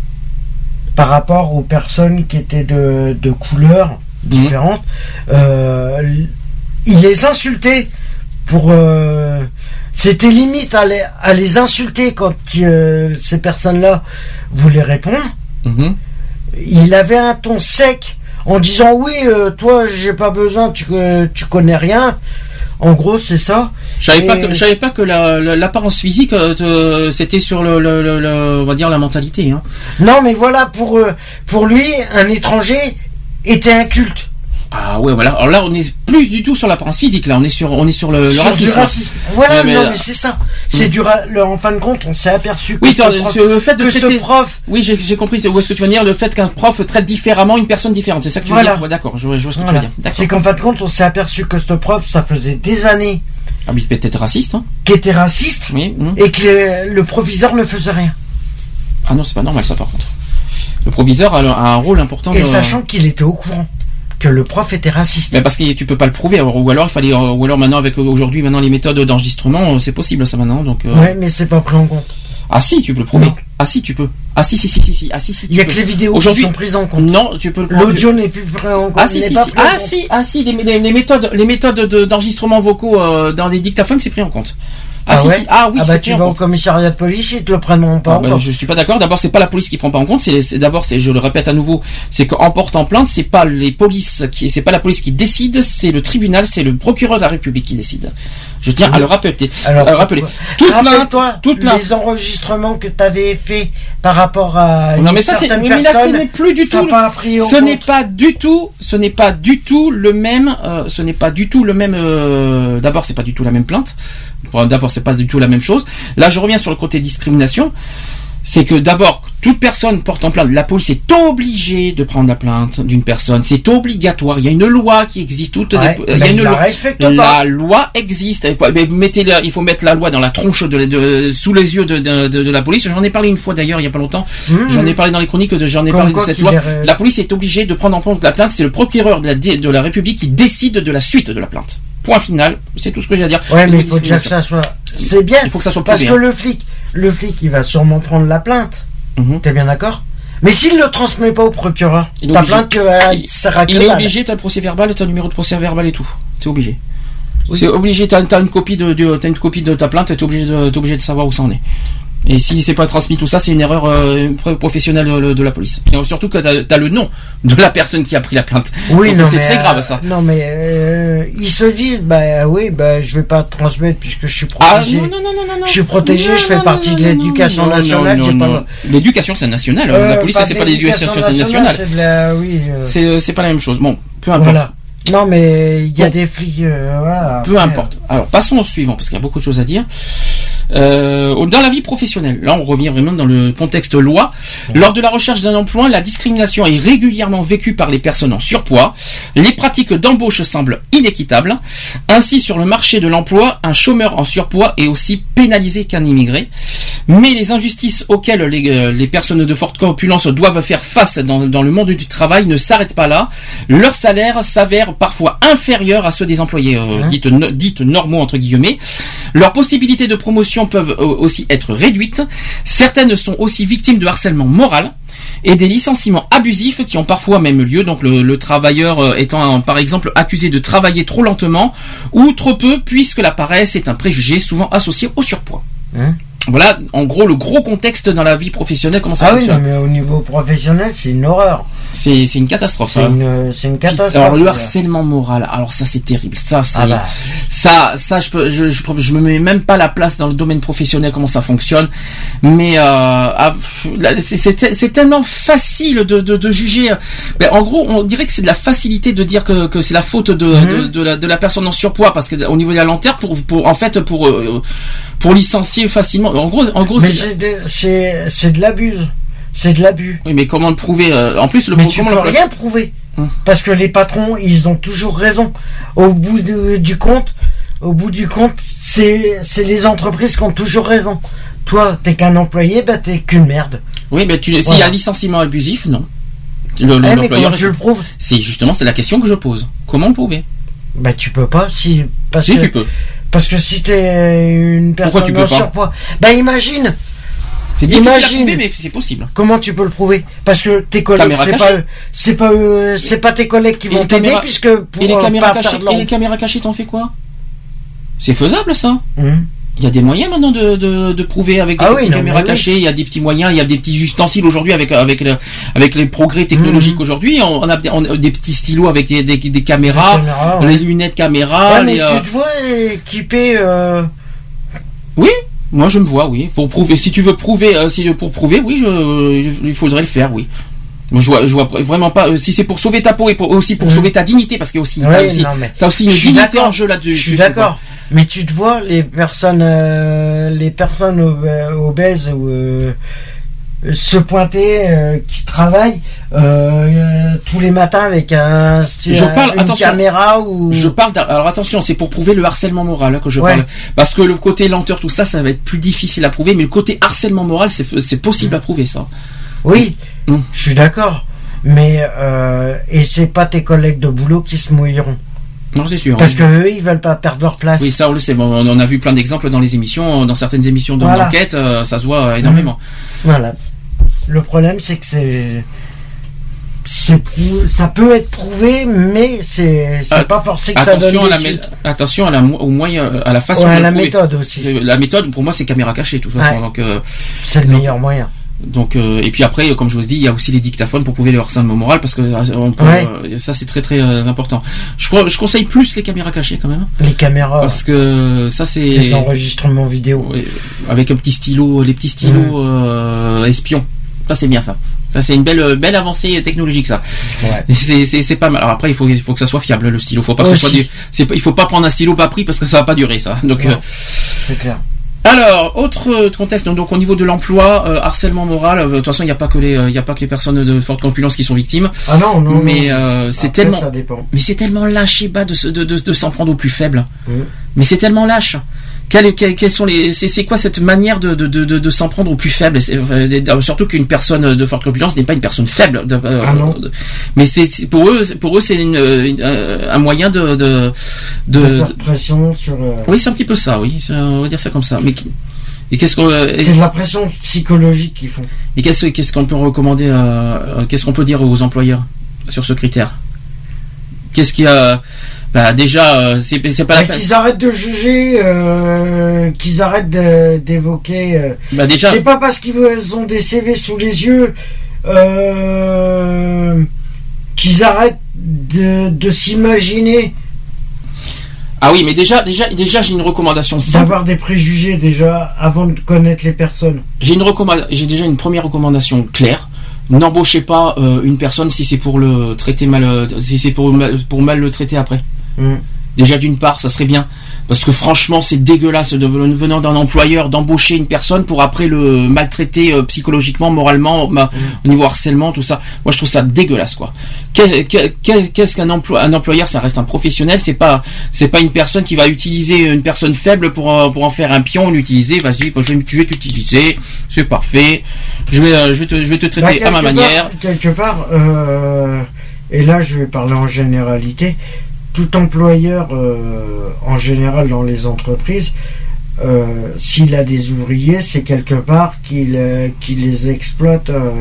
par rapport aux personnes qui étaient de, de couleurs différentes, mmh. euh, il les insultait pour euh, c'était limite à les, à les insulter quand euh, ces personnes-là voulaient répondre. Mmh. Il avait un ton sec en disant oui euh, toi j'ai pas besoin, tu, euh, tu connais rien. En gros, c'est ça. Je savais et... pas que je savais pas que la, la, l'apparence physique euh, c'était sur le, le, le, le on va dire la mentalité. Hein. Non, mais voilà pour euh, pour lui, un étranger était inculte. Ah ouais, voilà. Alors là, on est plus du tout sur l'apparence physique. Là, on est sur on est sur le, sur le racisme. Du racisme. Voilà, ouais, mais non, là... mais c'est ça. C'est mmh. du ra... le, en fin de compte, on s'est aperçu que oui, ce prof, le fait de que traiter... ce prof. Oui, j'ai, j'ai compris. C'est où est-ce que tu veux dire le fait qu'un prof traite différemment une personne différente. C'est ça que tu veux voilà. dire. Ouais, d'accord. Je, je vois ce que voilà. tu veux dire. D'accord. C'est qu'en fin de compte, on s'est aperçu que ce prof, ça faisait des années. Ah oui, peut-être raciste. Hein. Qui était raciste. Oui. Mmh. Et que le, le proviseur ne faisait rien. Ah non, c'est pas normal ça par contre. Le proviseur a, a un rôle important. Et de... sachant qu'il était au courant que le prof était raciste. Mais parce que tu peux pas le prouver, alors, ou alors il fallait, ou alors maintenant avec aujourd'hui maintenant les méthodes d'enregistrement, c'est possible ça maintenant. Donc. Euh... Ouais, mais c'est pas pris en compte. Ah si, tu peux le prouver. Non. Ah si, tu peux. Ah si si si si si. Ah si si. Il y a que les vidéos qui sont prises en compte. Non, tu peux. L'audio n'est plus pris en compte. Ah si si si. Ah si ah si. Les, les, les méthodes les méthodes de, d'enregistrement vocaux euh, dans les dictaphones c'est pris en compte. Ah, ah si, ouais si. Ah oui. Ah bah tu vas au commissariat de police, ils te le prennent pas ah en bah, compte. Je suis pas d'accord. D'abord c'est pas la police qui prend pas en compte. C'est, c'est d'abord c'est je le répète à nouveau, c'est qu'en portant plainte c'est pas les polices qui c'est pas la police qui décide, c'est le tribunal, c'est le procureur de la République qui décide. Je tiens oui. à le rappeler. Alors, à le rappeler. Toute plainte, toute plainte. Les enregistrements que tu avais fait par rapport à une non mais ça c'est oui, mais là ce n'est plus du tout. Pas appris ce compte. n'est pas du tout. Ce n'est pas du tout le même. Euh, ce n'est pas du tout le même. Euh, d'abord c'est pas du tout la même plainte. D'abord c'est pas du tout la même chose. Là je reviens sur le côté discrimination. C'est que d'abord, toute personne portant plainte, la police est obligée de prendre la plainte d'une personne. C'est obligatoire. Il y a une loi qui existe. Toute ouais, des, il y a une la loi. Respecte la pas. loi existe. Mais mettez la, il faut mettre la loi dans la tronche de, de sous les yeux de, de, de, de la police. J'en ai parlé une fois d'ailleurs il y a pas longtemps. Mmh. J'en ai parlé dans les chroniques. De, j'en ai Comme parlé de cette loi. Est... La police est obligée de prendre en compte la plainte. C'est le procureur de la, de la République qui décide de la suite de la plainte. Point final. C'est tout ce que j'ai à dire. Ouais, mais il faut déjà que ça soit. C'est bien. Il faut que ça soit parce prouvé, que hein. le flic, le flic, il va sûrement prendre la plainte. Mmh. T'es bien d'accord? Mais s'il le transmet pas au procureur, ta plainte que euh, il, sert à il est obligé, t'as le procès verbal, t'as le numéro de procès verbal et tout. C'est obligé. Oui. C'est obligé. T'as, t'as une copie de, de t'as une copie de ta plainte. T'es obligé de, t'es obligé de savoir où ça en est. Et si c'est pas transmis tout ça, c'est une erreur euh, professionnelle de, de la police. Et surtout que t'as, t'as le nom de la personne qui a pris la plainte. Oui, donc non, c'est mais, très grave euh, ça. Non mais euh, ils se disent bah oui bah je vais pas transmettre puisque je suis protégé. Ah, non, non, non, non, non. Je suis protégé, non, je fais non, partie non, de l'éducation non, nationale. non, j'ai non, pas non. L'éducation c'est national. Euh, la police c'est pas l'éducation nationale. C'est de la oui. Euh... C'est c'est pas la même chose. Bon, peu importe. Voilà. Non mais il y a bon. des flics. Euh, voilà. Peu après, importe. Alors passons au suivant parce qu'il y a beaucoup de choses à dire. Euh, dans la vie professionnelle, là on revient vraiment dans le contexte loi. Ouais. Lors de la recherche d'un emploi, la discrimination est régulièrement vécue par les personnes en surpoids. Les pratiques d'embauche semblent inéquitables. Ainsi, sur le marché de l'emploi, un chômeur en surpoids est aussi pénalisé qu'un immigré. Mais les injustices auxquelles les, les personnes de forte corpulence doivent faire face dans, dans le monde du travail ne s'arrêtent pas là. Leur salaire s'avère parfois inférieur à ceux des employés euh, hein dites, no, dites normaux entre guillemets. Leurs possibilités de promotion peuvent aussi être réduites. Certaines sont aussi victimes de harcèlement moral et des licenciements abusifs qui ont parfois même lieu. Donc le, le travailleur étant par exemple accusé de travailler trop lentement ou trop peu puisque la paresse est un préjugé souvent associé au surpoids. Hein? Voilà, en gros, le gros contexte dans la vie professionnelle, comment ça ah fonctionne. Ah oui, mais au niveau professionnel, c'est une horreur. C'est, c'est une catastrophe. C'est, hein. une, c'est une catastrophe. Alors, le harcèlement moral, alors ça, c'est terrible. Ça, c'est, ah bah. ça, ça, je peux, je, je, je me mets même pas la place dans le domaine professionnel, comment ça fonctionne. Mais, euh, ah, c'est, c'est, c'est tellement facile de, de, de juger. Mais en gros, on dirait que c'est de la facilité de dire que, que c'est la faute de, mmh. de, de, la, de la personne en surpoids, parce que au niveau de la lanterne, pour, pour, en fait, pour, euh, pour licencier facilement. En gros, en gros, mais c'est, c'est, de, c'est, c'est de l'abus. C'est de l'abus. Oui, mais comment le prouver euh, En plus, le mais pro- tu comment peux le... rien prouver. Hum. Parce que les patrons, ils ont toujours raison. Au bout du, du compte, au bout du compte, c'est, c'est les entreprises qui ont toujours raison. Toi, t'es qu'un employé, bah t'es qu'une merde. Oui, mais tu, voilà. S'il y a licenciement abusif, non. Le, le, eh, mais comment tu le prouves ? C'est justement, c'est la question que je pose. Comment le prouver ? Bah tu peux pas. Si, parce si que, tu peux. Parce que si t'es une personne en surpoids, bah imagine. C'est difficile Imagine, à prouver, mais c'est possible. Comment tu peux le prouver ? Parce que tes collègues, c'est pas, eux, c'est pas, eux, c'est pas tes collègues qui vont t'aider, caméras, puisque pour et les caméras cachées, perdre et les caméras cachées, t'en fais quoi ? C'est faisable, ça. Mmh. Il y a des moyens maintenant de, de, de prouver avec des ah oui, non, caméras cachées. Oui. Il y a des petits moyens, il y a des petits ustensiles aujourd'hui avec avec le, avec les progrès technologiques mmh. aujourd'hui. On, on, a, on a des petits stylos avec des, des, des caméras, les, caméras, ouais. les lunettes caméras. Ouais, mais les, tu euh... te vois équipé. Euh... Oui. Moi, je me vois, oui. Pour prouver, si tu veux prouver, euh, si pour prouver, oui, je, je, il faudrait le faire, oui. Moi, je vois, je vois vraiment pas. Euh, si c'est pour sauver ta peau et pour, aussi pour mmh. sauver ta dignité, parce que aussi, oui, t'as aussi, non, mais t'as aussi une dignité en jeu là-dessus. Je suis d'accord. Mais tu te vois, les personnes, euh, les personnes obèses ou euh, se pointer, euh, qui travaillent euh, tous les matins avec un style, je parle, une attention, caméra ou. Je parle. Alors attention, c'est pour prouver le harcèlement moral hein, que je ouais. parle, parce que le côté lenteur, tout ça, ça va être plus difficile à prouver, mais le côté harcèlement moral, c'est, c'est possible mmh. à prouver ça. Oui, mmh. je suis d'accord. Mais euh, et c'est pas tes collègues de boulot qui se mouilleront. Non, c'est sûr. Parce que eux, ils veulent pas perdre leur place. Oui, ça, on le sait. Bon, on en a vu plein d'exemples dans les émissions, dans certaines émissions de voilà. d'enquête, euh, ça se voit énormément. Mmh. Voilà. Le problème, c'est que c'est, c'est, ça peut être prouvé, mais c'est, c'est euh, pas forcé que ça donne des à la suites. mé- Attention à la, au moyen, à la façon ouais, de à la prouver. méthode aussi. La méthode, pour moi, c'est caméra cachée, de toute façon. Ouais. Donc, euh, c'est le donc, meilleur moyen. Donc euh, et puis après, comme je vous ai dit, il y a aussi les dictaphones pour prouver le harcèlement moral parce que on peut, ouais. euh, ça c'est très très euh, important. Je crois, je conseille plus les caméras cachées quand même. Les caméras. Parce que ça c'est. Les enregistrements vidéo. Ouais, avec un petit stylo, les petits stylos mmh. euh, espions. Ça c'est bien ça. Ça c'est une belle belle avancée technologique ça. Ouais. C'est c'est c'est pas mal. Alors après il faut il faut que ça soit fiable le stylo. Faut pas que aussi. ce soit du, c'est il faut pas prendre un stylo pas pris parce que ça va pas durer ça. Donc ouais. euh, c'est clair. Alors, autre contexte, donc, donc au niveau de l'emploi, euh, harcèlement moral, euh, de toute façon, il n'y a pas que les, il euh, y a pas que les personnes de forte corpulence qui sont victimes. Ah non, non. Mais non. Euh, c'est Après, tellement, ça dépend. mais c'est tellement lâche et bas de, de, de, de s'en prendre aux plus faibles. Mmh. Mais c'est tellement lâche. Quelles, quelles, quelles sont les, c'est, c'est quoi cette manière de, de, de, de s'en prendre aux plus faibles c'est, euh, surtout qu'une personne de forte corpulence n'est pas une personne faible. De, euh, ah non. De, mais c'est, c'est pour eux, pour eux, c'est une, une, un moyen de de de, de faire pression sur. Euh... Oui, c'est un petit peu ça. Oui, c'est, on va dire ça comme ça. Mais et qu'est-ce qu'on, c'est de la pression psychologique qu'ils font. Et qu'est-ce, qu'est-ce qu'on peut recommander, euh, qu'est-ce qu'on peut dire aux employeurs sur ce critère ? Qu'est-ce qu'il y a? Bah déjà, euh, c'est, c'est pas bah, la peine. Qu'ils arrêtent de juger, euh, qu'ils arrêtent de, d'évoquer. Euh, bah déjà. C'est pas parce qu'ils ont des C V sous les yeux euh, qu'ils arrêtent de, de s'imaginer. Ah oui, mais déjà, déjà, déjà, j'ai une recommandation simple. D'avoir des préjugés déjà avant de connaître les personnes. J'ai une recommanda- j'ai déjà une première recommandation claire. N'embauchez pas euh, une personne si c'est pour le traiter mal, euh, si c'est pour mal, pour mal le traiter après. Mmh. Déjà d'une part, ça serait bien, parce que franchement, c'est dégueulasse de venant d'un employeur d'embaucher une personne pour après le maltraiter euh, psychologiquement, moralement, ma, mmh. au niveau harcèlement, tout ça. Moi, je trouve ça dégueulasse, quoi. Qu'est, qu'est, qu'est-ce qu'un emploi, un employeur, ça reste un professionnel. C'est pas, c'est pas une personne qui va utiliser une personne faible pour pour en faire un pion, l'utiliser. Vas-y, je vais, je vais t'utiliser, c'est parfait. Je vais, je vais te, je vais te traiter bah, à ma manière. Part, quelque part, euh, et là, je vais parler en généralité. Tout employeur, euh, en général dans les entreprises, euh, s'il a des ouvriers, c'est quelque part qu'il, euh, qu'il les exploite euh,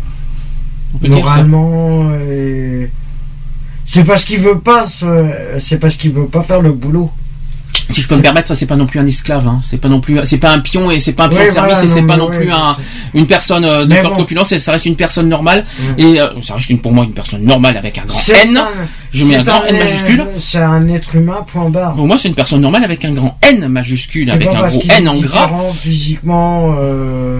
moralement. Et... C'est parce qu'il veut pas, c'est parce qu'il veut pas faire le boulot. Si je peux c'est... me permettre, c'est pas non plus un esclave, hein. C'est pas non plus, c'est pas un pion et c'est pas un pion ouais, de service voilà, et c'est non, pas non ouais, plus un, une personne euh, de forte bon. opulence. Ça reste une personne normale mmh. et euh, ça reste une, pour moi une personne normale avec un grand c'est N. Un, je mets un grand un, N majuscule. C'est un être humain. Point barre. Pour moi, c'est une personne normale avec un grand N majuscule, c'est avec un gros N en gras. Physiquement. Euh...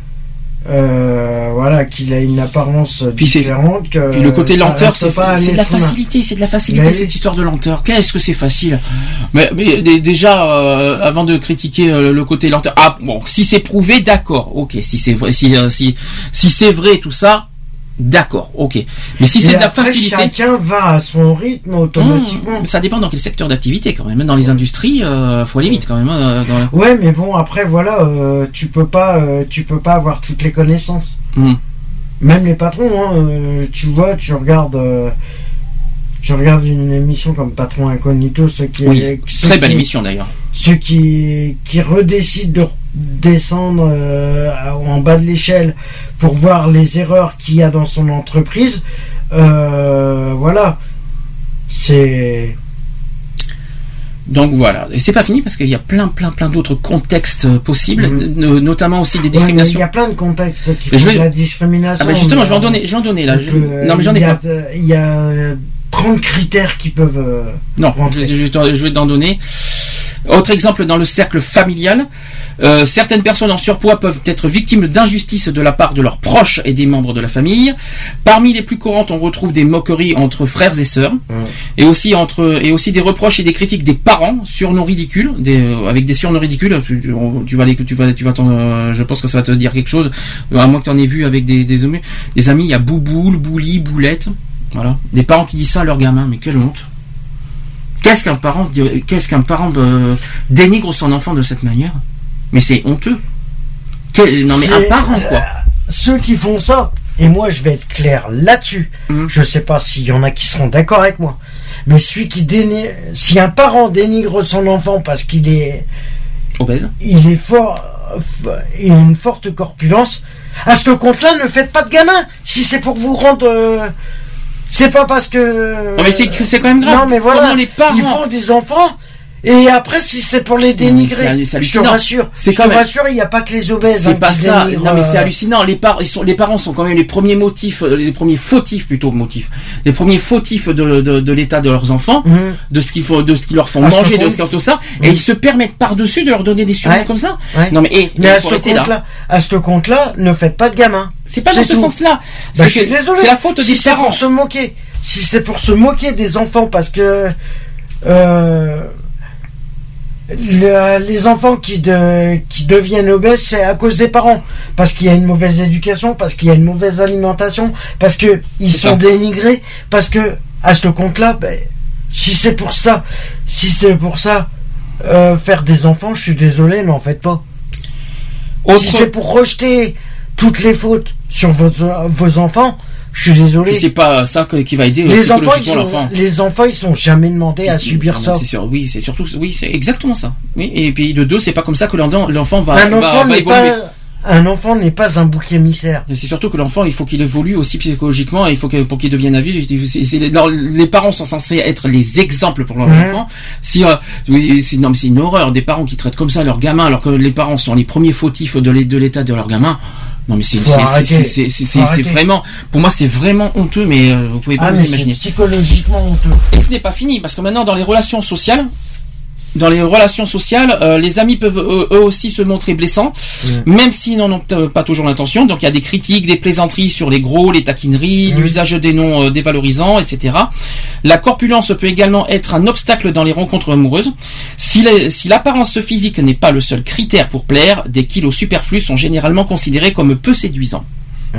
Euh, voilà, qu'il a une apparence puis différente. Que puis le côté lenteur, c'est, pas c'est de la facilité, c'est de la facilité mais cette oui. histoire de lenteur. Qu'est-ce que c'est facile. Mais, mais déjà, euh, avant de critiquer euh, le côté lenteur, ah bon, si c'est prouvé, d'accord, ok. Si c'est vrai, si euh, si si c'est vrai tout ça. D'accord, ok. Mais si c'est et de la facilité. Chacun va à son rythme automatiquement. Mmh, ça dépend dans quel secteur d'activité quand même. Même dans les industries, euh, faut aller vite quand même. Euh, dans la... Ouais, mais bon, après voilà, euh, tu peux pas, euh, tu peux pas avoir toutes les connaissances. Mmh. Même les patrons, hein, euh, tu vois, tu regardes, euh, tu regardes une émission comme Patron Incognito, ceux qui, oui, ceux très qui, belle émission d'ailleurs. Ceux qui qui redécident de descendre euh, en bas de l'échelle pour voir les erreurs qu'il y a dans son entreprise, euh, voilà, c'est donc voilà, et c'est pas fini parce qu'il y a plein plein plein d'autres contextes possibles, mmh. notamment aussi des discriminations. Ouais, il y a plein de contextes qui font vais... de la discrimination. Ah bah justement, je vais en donner, j'en donner là. Je... Euh, non mais j'en ai pas. Il y a trente critères qui peuvent. Euh, non, je, je, je vais t'en donner. Autre exemple dans le cercle familial, euh, certaines personnes en surpoids peuvent être victimes d'injustices de la part de leurs proches et des membres de la famille. Parmi les plus courantes, on retrouve des moqueries entre frères et sœurs, mmh. et aussi entre et aussi des reproches et des critiques des parents, surnoms ridicules, des, euh, avec des surnoms ridicules. Tu, tu vas aller, tu vas, tu vas, euh, je pense que ça va te dire quelque chose. À moins que tu en aies vu avec des des, des amis, il y a Bouboule, Bouli, Boulette, voilà, des parents qui disent ça à leurs gamins, mais quelle honte. Qu'est-ce qu'un parent, qu'est-ce qu'un parent euh, dénigre son enfant de cette manière? Mais c'est honteux. Quel, non mais c'est, un parent quoi. Euh, ceux qui font ça, et moi je vais être clair là-dessus. Mmh. Je sais pas s'il y en a qui seront d'accord avec moi, mais celui qui dénigre, si un parent dénigre son enfant parce qu'il est obèse, il est fort, il a une forte corpulence, à ce compte-là, ne faites pas de gamin. Si c'est pour vous rendre euh, c'est pas parce que. Non mais c'est, c'est quand même grave. Non mais voilà. Les parents... Ils font des enfants. Et après, si c'est pour les dénigrer, c'est je te rassure, c'est je te même... rassure, il n'y a pas que les obèses. C'est hein, pas qui ça. Dénigrent, non mais c'est hallucinant. Les, par... ils sont... les parents sont quand même les premiers motifs, les premiers fautifs plutôt motifs, les premiers fautifs de, de, de l'état de leurs enfants, mmh. de ce qu'il faut, de ce qu'ils leur font à manger, de ce qu'ils font tout ça, mmh. et ils se permettent par dessus de leur donner des surnoms ouais. comme ça. Ouais. Non mais, et, mais à ce compte-là, là. à ce compte-là, ne faites pas de gamins. C'est pas c'est dans tout. ce sens-là. Bah, je suis désolé. C'est la faute si des c'est parents. Pour se moquer, si c'est pour se moquer des enfants, parce que. Euh, Le, les enfants qui, de, qui deviennent obèses, c'est à cause des parents, parce qu'il y a une mauvaise éducation, parce qu'il y a une mauvaise alimentation, parce que ils c'est sont ça. dénigrés, parce que à ce compte-là, ben, si c'est pour ça, si c'est pour ça, euh, faire des enfants, je suis désolé, mais en faites pas. Autre... Si c'est pour rejeter toutes les fautes sur vos, vos enfants. Je suis désolé. Puis c'est pas ça qui va aider les enfants. Ils sont, l'enfant. Les enfants, ils sont jamais demandés à subir non, ça. C'est sûr, oui, c'est surtout, oui, c'est exactement ça. Oui, et puis de deux, c'est pas comme ça que l'enfant va. Un enfant va, va n'est évoluer. pas. un enfant n'est pas un bouc émissaire. Et c'est surtout que l'enfant, il faut qu'il évolue aussi psychologiquement, il faut que pour qu'il devienne adulte, c'est, c'est, les parents sont censés être les exemples pour leurs mmh. enfants. Si euh, c'est, non mais c'est une horreur des parents qui traitent comme ça leurs gamins alors que les parents sont les premiers fautifs de l'état de leurs gamins. Non mais c'est c'est, c'est, c'est, c'est, c'est, c'est, c'est vraiment, pour moi c'est vraiment honteux, mais euh, vous pouvez pas ah, vous imaginer. C'est psychologiquement honteux. Et ce n'est pas fini parce que maintenant dans les relations sociales, dans les relations sociales, euh, les amis peuvent eux, eux aussi se montrer blessants, mmh. même s'ils n'en ont euh, pas toujours l'intention. Donc il y a des critiques, des plaisanteries sur les gros, les taquineries, mmh. l'usage des noms euh, dévalorisants, et cetera. La corpulence peut également être un obstacle dans les rencontres amoureuses. Si, les, si l'apparence physique n'est pas le seul critère pour plaire, des kilos superflus sont généralement considérés comme peu séduisants. Mmh.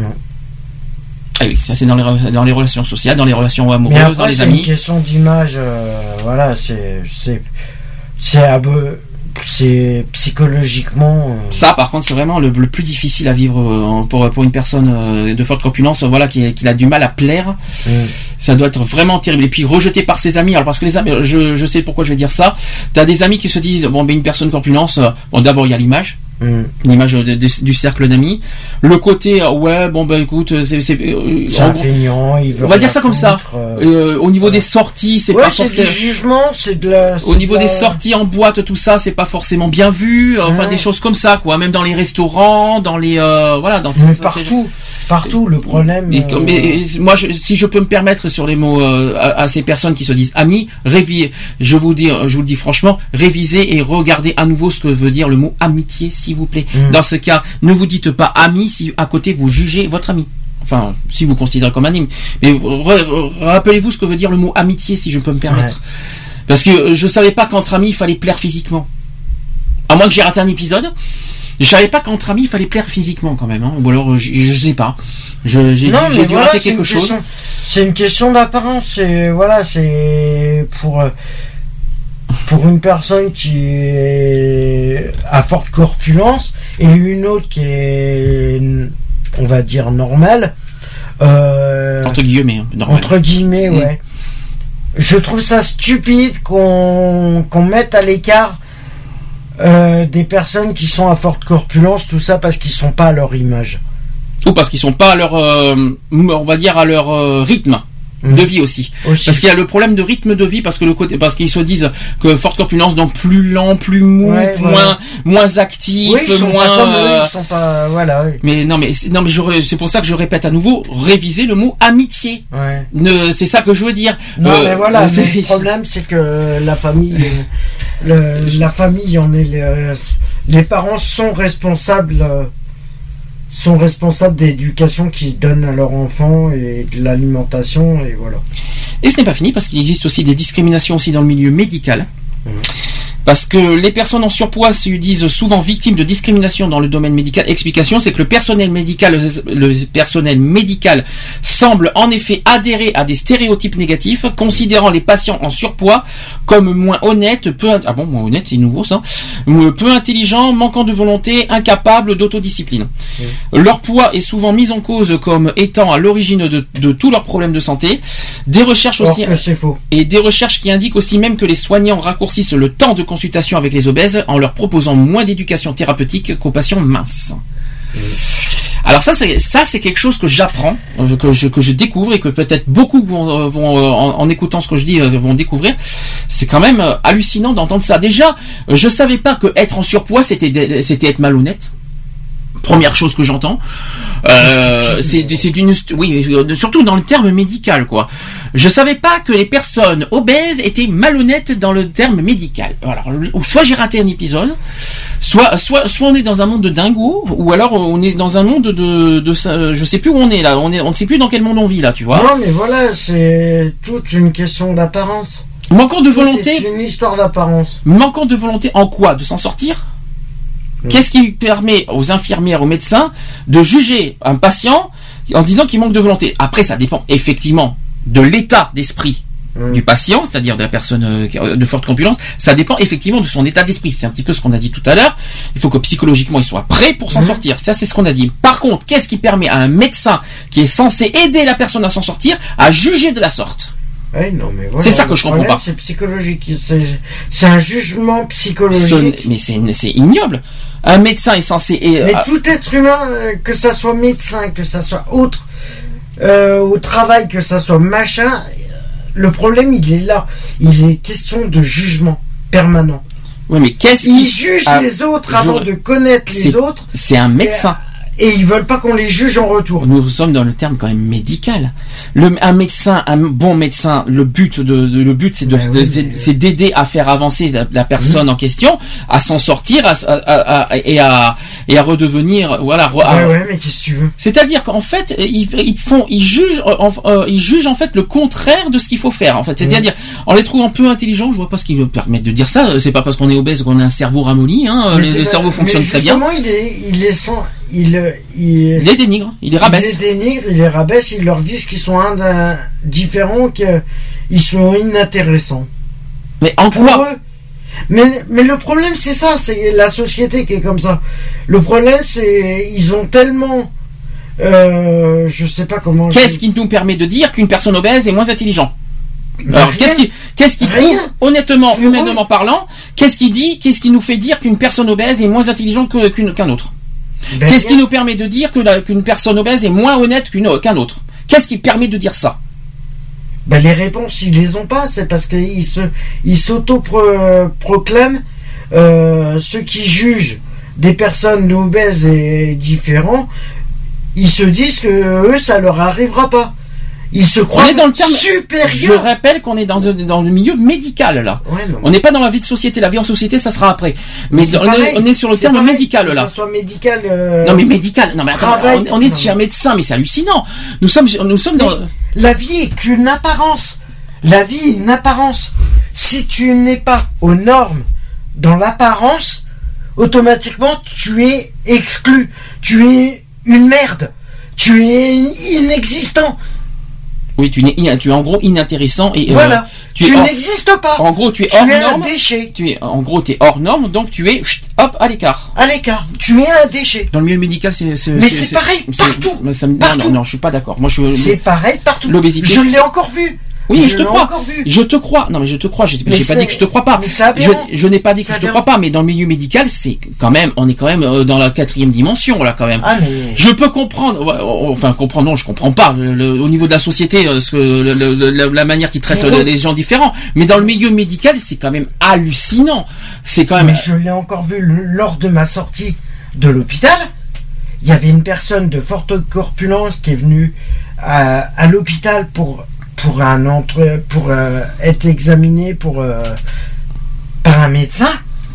Ah oui, ça c'est dans les, dans les relations sociales, dans les relations amoureuses, mais après, dans les c'est amis. C'est une question d'image, euh, voilà, c'est... c'est... C'est un peu, c'est psychologiquement. Euh... Ça, par contre, c'est vraiment le, le plus difficile à vivre euh, pour pour une personne euh, de forte corpulence, voilà, qui, qui a du mal à plaire. Mm. Ça doit être vraiment terrible. Et puis rejeté par ses amis. Alors parce que les amis, je je sais pourquoi je vais dire ça. T'as des amis qui se disent bon, ben une personne corpulence. Euh, bon, d'abord il y a l'image. Mmh. L'image de, de, du cercle d'amis, le côté euh, ouais bon bah écoute c'est c'est, euh, c'est un feignant, il veut on va dire ça comme ça euh, euh, au niveau ouais. des sorties c'est ouais, pas c'est forcément du jugement, c'est de la c'est au niveau de la... des sorties en boîte tout ça c'est pas forcément bien vu, enfin mmh. des choses comme ça quoi, même dans les restaurants, dans les euh, voilà dans mais ça, partout c'est... partout le problème et, euh... mais moi je, si je peux me permettre sur les mots euh, à, à ces personnes qui se disent amis, révisez, je vous dis je vous le dis franchement, révisez et regardez à nouveau ce que veut dire le mot amitié s'il vous plaît. Mmh. Dans ce cas, ne vous dites pas ami si à côté vous jugez votre ami. Enfin, si vous considérez comme ami. Mais re, rappelez-vous ce que veut dire le mot amitié, si je peux me permettre. Ouais. Parce que je savais pas qu'entre amis il fallait plaire physiquement. À moins que j'ai raté un épisode, je savais pas qu'entre amis il fallait plaire physiquement quand même. Hein. Ou alors je, je sais pas. Je, j'ai, non, j'ai dû voilà, rater quelque chose. Question, c'est une question d'apparence. C'est voilà, c'est pour. Pour une personne qui est à forte corpulence et une autre qui est, on va dire, normale. Euh, entre guillemets. Hein, normal. Entre guillemets, mmh. ouais. Je trouve ça stupide qu'on, qu'on mette à l'écart euh, des personnes qui sont à forte corpulence, tout ça parce qu'ils sont pas à leur image. Ou parce qu'ils sont pas à leur, euh, on va dire, à leur euh, rythme. De vie aussi. aussi, parce qu'il y a le problème de rythme de vie, parce que le côté, parce qu'ils se disent que forte corpulence, donc plus lent, plus mou, ouais, moins, voilà. moins actif, oui, ils sont moins. Pas comme eux, ils sont pas, voilà. Oui. Mais non, mais non, mais je, c'est pour ça que je répète à nouveau, réviser le mot amitié. Ouais. Ne, c'est ça que je veux dire. Non, euh, mais voilà. Mais le problème, c'est que la famille, le, la famille, on est les, les parents sont responsables. sont responsables d'éducation qui se donnent à leurs enfants et de l'alimentation et voilà. Et ce n'est pas fini parce qu'il existe aussi des discriminations aussi dans le milieu médical. Mmh. Parce que les personnes en surpoids se disent souvent victimes de discrimination dans le domaine médical. Explication, c'est que le personnel médical, le personnel médical semble en effet adhérer à des stéréotypes négatifs, considérant les patients en surpoids comme moins honnêtes, peu, ah bon, moins honnêtes, c'est nouveau ça, peu intelligents, manquant de volonté, incapables d'autodiscipline. Mmh. Leur poids est souvent mis en cause comme étant à l'origine de, de tous leurs problèmes de santé. Des recherches aussi, que c'est faux. Et des recherches qui indiquent aussi même que les soignants raccourcissent le temps de consultation avec les obèses en leur proposant moins d'éducation thérapeutique qu'aux patients minces. Mmh. Alors ça c'est ça c'est quelque chose que j'apprends, que je que je découvre et que peut-être beaucoup vont, vont en, en écoutant ce que je dis vont découvrir. C'est quand même hallucinant d'entendre ça. Déjà, je savais pas que être en surpoids c'était c'était être malhonnête. Première chose que j'entends, euh, c'est, c'est d'une, oui, surtout dans le terme médical, quoi. Je savais pas que les personnes obèses étaient malhonnêtes dans le terme médical. Alors, soit j'ai raté un épisode, soit, soit, soit on est dans un monde de dingo, ou alors on est dans un monde de, de, de je sais plus où on est là. On est, on ne sait plus dans quel monde on vit là, tu vois. Non, mais voilà, c'est toute une question d'apparence. Manquant de volonté. C'est une histoire d'apparence. Manquant de volonté en quoi? De s'en sortir? Qu'est-ce qui permet aux infirmières, aux médecins de juger un patient en disant qu'il manque de volonté? Après, ça dépend effectivement de l'état d'esprit mmh. du patient, c'est-à-dire de la personne de forte corpulence. Ça dépend effectivement de son état d'esprit. C'est un petit peu ce qu'on a dit tout à l'heure. Il faut que psychologiquement il soit prêt pour s'en mmh. sortir. Ça, c'est ce qu'on a dit. Par contre, qu'est-ce qui permet à un médecin qui est censé aider la personne à s'en sortir à juger de la sorte? Ouais, non, mais voilà, c'est ça que je comprends pas. C'est psychologique. C'est, c'est un jugement psychologique. Ce, mais c'est, c'est ignoble. Un médecin est censé. Et, mais euh, tout être humain, que ça soit médecin, que ça soit autre, euh, au travail, que ça soit machin, le problème il est là. Il est question de jugement permanent. Oui, mais qu'est-ce Il qui... juge ah, les autres avant je... de connaître les c'est, autres. C'est un médecin. Et, et ils veulent pas qu'on les juge en retour. Nous sommes dans le terme quand même médical. Le, un médecin, un bon médecin, le but de, de le but c'est de, ben de, oui, de mais... c'est d'aider à faire avancer la, la personne mmh. en question, à s'en sortir, à, à, à, à, et à et à redevenir, voilà. Ouais, à, ouais, mais qu'est-ce que tu veux? C'est-à-dire qu'en fait, ils, ils font, ils jugent, euh, ils jugent en fait le contraire de ce qu'il faut faire. En fait, c'est-à-dire mmh. en les trouvant peu intelligents, je vois pas ce qui me permet de dire ça. C'est pas parce qu'on est obèse qu'on a un cerveau ramolli. Hein, le, le cerveau fonctionne très bien. Il est, il est sans, il, il, il les dénigre, il les rabaisse. Il les dénigre, il les rabaisse, il leur dit qu'ils sont un d'un, différents, qu'ils sont inintéressants. Mais en Pour quoi eux, mais, mais le problème c'est ça, c'est la société qui est comme ça. Le problème c'est ils ont tellement, euh, je sais pas comment. Qu'est-ce je... qui nous permet de dire qu'une personne obèse est moins intelligente? Alors rien, qu'est-ce qui, qu'est-ce qui prouve, honnêtement, humainement parlant, qu'est-ce qui dit, qu'est-ce qui nous fait dire qu'une personne obèse est moins intelligente que, qu'une, qu'un autre? Ben qu'est-ce rien. Qui nous permet de dire que la, qu'une personne obèse est moins honnête qu'une, qu'un autre? Qu'est-ce qui permet de dire ça? Ben les réponses, ils les ont pas. C'est parce qu'ils se, ils s'auto-proclament euh, ceux qui jugent des personnes obèses et différents. Ils se disent que eux, ça leur arrivera pas. Ils se croient on est dans le terme supérieur. Je rappelle qu'on est dans, dans le milieu médical là. Ouais, non, on n'est pas dans la vie de société. La vie en société, ça sera après. Mais, mais on, est, on est sur le terme pareil, médical là. Que ça soit médical. Euh, non mais médical. Non mais attends, travail, on, on est non, chez un médecin, mais c'est hallucinant. Nous sommes, nous sommes mais dans. La vie est qu'une apparence. La vie est une apparence. Si tu n'es pas aux normes dans l'apparence, automatiquement tu es exclu. Tu es une merde. Tu es inexistant. Oui, tu es, tu es en gros inintéressant et voilà. Euh, tu tu n'existes pas. En gros, tu es tu hors es norme. Un déchet. Tu es, en gros, tu es hors norme, donc tu es hop à l'écart. À l'écart. Tu es un déchet. Dans le milieu médical, c'est. c'est Mais c'est, c'est, c'est pareil c'est, partout. C'est, ça, partout. Non, non, non, je suis pas d'accord. Moi, je. C'est pareil partout. L'obésité. Je l'ai encore vu. Oui, je, je te crois. Je te crois. Non, mais je te crois. J'ai, j'ai pas dit que je te crois pas. Je, je n'ai pas dit que je te crois pas. Mais dans le milieu médical, c'est quand même, on est quand même dans la quatrième dimension là, quand même. Ah, mais... Je peux comprendre. Enfin, comprendre. Non, je comprends pas. Le, le, au niveau de la société, ce que, le, le, la, la manière qu'ils traitent les, les gens différents. Mais dans le milieu médical, c'est quand même hallucinant. C'est quand même. Mais je l'ai encore vu lors de ma sortie de l'hôpital. Il y avait une personne de forte corpulence qui est venue à, à l'hôpital pour pour un entre pour euh, être examiné pour euh, par un médecin.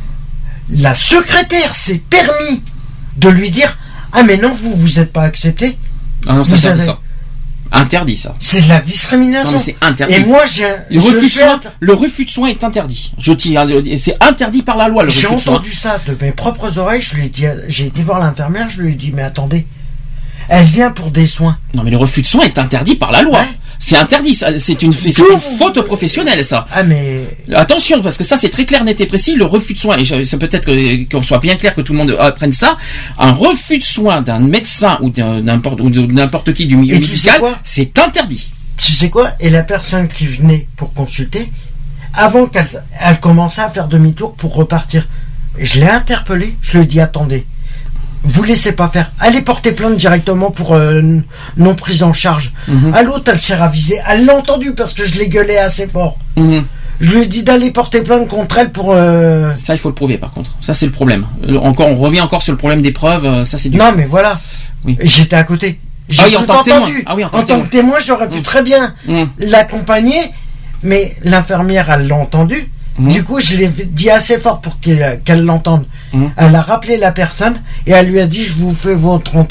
La secrétaire s'est permis de lui dire ah mais non vous vous êtes pas accepté. Ah non, c'est avez... ça. Interdit ça. C'est de la discrimination. Non, mais c'est interdit. Et moi j'ai le refus, de soins, inter... le refus de soins est interdit. Je tire, c'est interdit par la loi. Le j'ai refus de entendu soins. ça de mes propres oreilles. Je lui ai dit, j'ai été voir l'infirmière. Je lui ai dit mais attendez, elle vient pour des soins. Non mais le refus de soins est interdit par la loi. Ouais. C'est interdit, ça, c'est une, c'est une faute professionnelle, ça. Ah mais attention, parce que ça c'est très clair, net et précis. Le refus de soins, et c'est peut-être que, qu'on soit bien clair, que tout le monde apprenne ça. Un refus de soins d'un médecin ou d'un n'importe ou de n'importe qui du milieu et médical, c'est interdit. Tu sais quoi? Et la personne qui venait pour consulter, avant qu'elle elle commençait à faire demi-tour pour repartir, je l'ai interpellée. Je lui ai dit attendez. Vous laissez pas faire. Allez porter plainte directement pour euh, non prise en charge. Mm-hmm. À l'autre, elle s'est ravisée. Elle l'a entendu parce que je l'ai gueulé assez fort. Mm-hmm. Je lui ai dit d'aller porter plainte contre elle pour... Euh... Ça, il faut le prouver par contre. Ça, c'est le problème. Encore, on revient encore sur le problème des preuves. Ça, c'est du... Non, mais voilà. Oui. J'étais à côté. J'ai ah oui, en tant que témoin. Ah oui, en tant, en tant que témoin, j'aurais pu mm. très bien mm. l'accompagner. Mais l'infirmière, elle l'a entendu. Mmh. Du coup, je l'ai dit assez fort pour qu'elle, qu'elle l'entende. Mmh. Elle a rappelé la personne et elle lui a dit « Je vous fais votre entrée ».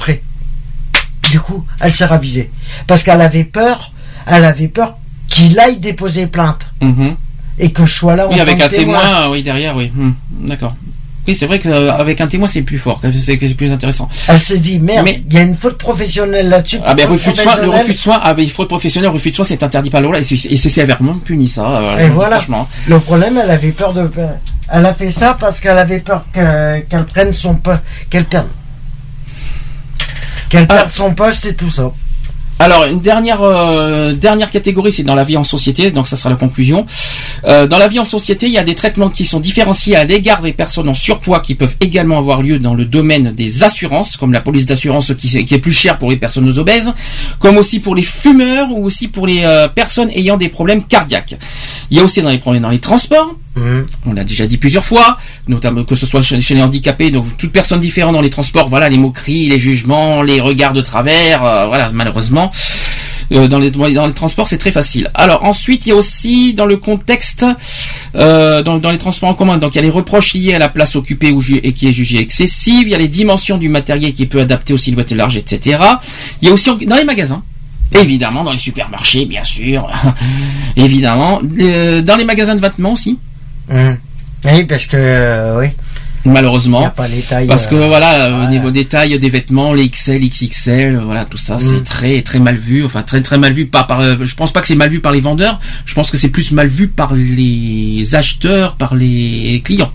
Du coup, elle s'est ravisée. Parce qu'elle avait peur, elle avait peur qu'il aille déposer plainte. Mmh. Et que je sois là en oui, avec un témoin. témoin. Oui, derrière, oui. Mmh. D'accord. Oui, c'est vrai qu'avec un témoin, c'est plus fort, c'est, c'est plus intéressant. Elle s'est dit, merde, il mais, y a une faute professionnelle là-dessus. Ah, ben, refus de soins, le refus de soins, ah, ben, faute professionnelle, refus de soins, c'est interdit par la loi, et c'est, et c'est sévèrement puni, ça. Euh, et voilà. Franchement. Le problème, elle avait peur de, elle a fait ça parce qu'elle avait peur que, qu'elle prenne son poste, qu'elle perde, qu'elle perde ah. son poste et tout ça. Alors une dernière euh, dernière catégorie, c'est dans la vie en société, donc ça sera la conclusion. Euh, dans la vie en société, il y a des traitements qui sont différenciés à l'égard des personnes en surpoids qui peuvent également avoir lieu dans le domaine des assurances, comme la police d'assurance qui, qui est plus chère pour les personnes obèses, comme aussi pour les fumeurs ou aussi pour les euh, personnes ayant des problèmes cardiaques. Il y a aussi dans les problèmes dans les transports. Mmh. On l'a déjà dit plusieurs fois, notamment que ce soit chez, chez les handicapés, donc toute personne différente dans les transports, voilà, les moqueries, les jugements, les regards de travers, euh, voilà, malheureusement. Euh, dans les dans les transports, c'est très facile. Alors ensuite, il y a aussi dans le contexte euh, dans, dans les transports en commun, donc il y a les reproches liés à la place occupée ou ju- et qui est jugée excessive, il y a les dimensions du matériel qui peut adapter aux silhouettes larges, et cetera. Il y a aussi dans les magasins. Évidemment, dans les supermarchés, bien sûr. Évidemment, euh, dans les magasins de vêtements aussi. Mmh. Oui, parce que euh, oui. Malheureusement, y a pas les tailles, parce que euh, voilà, ouais. Au niveau des tailles des vêtements, les X L, X X L, voilà, tout ça, mmh. c'est très très mal vu. Enfin, très très mal vu. Pas par. Je pense pas que c'est mal vu par les vendeurs. Je pense que c'est plus mal vu par les acheteurs, par les clients.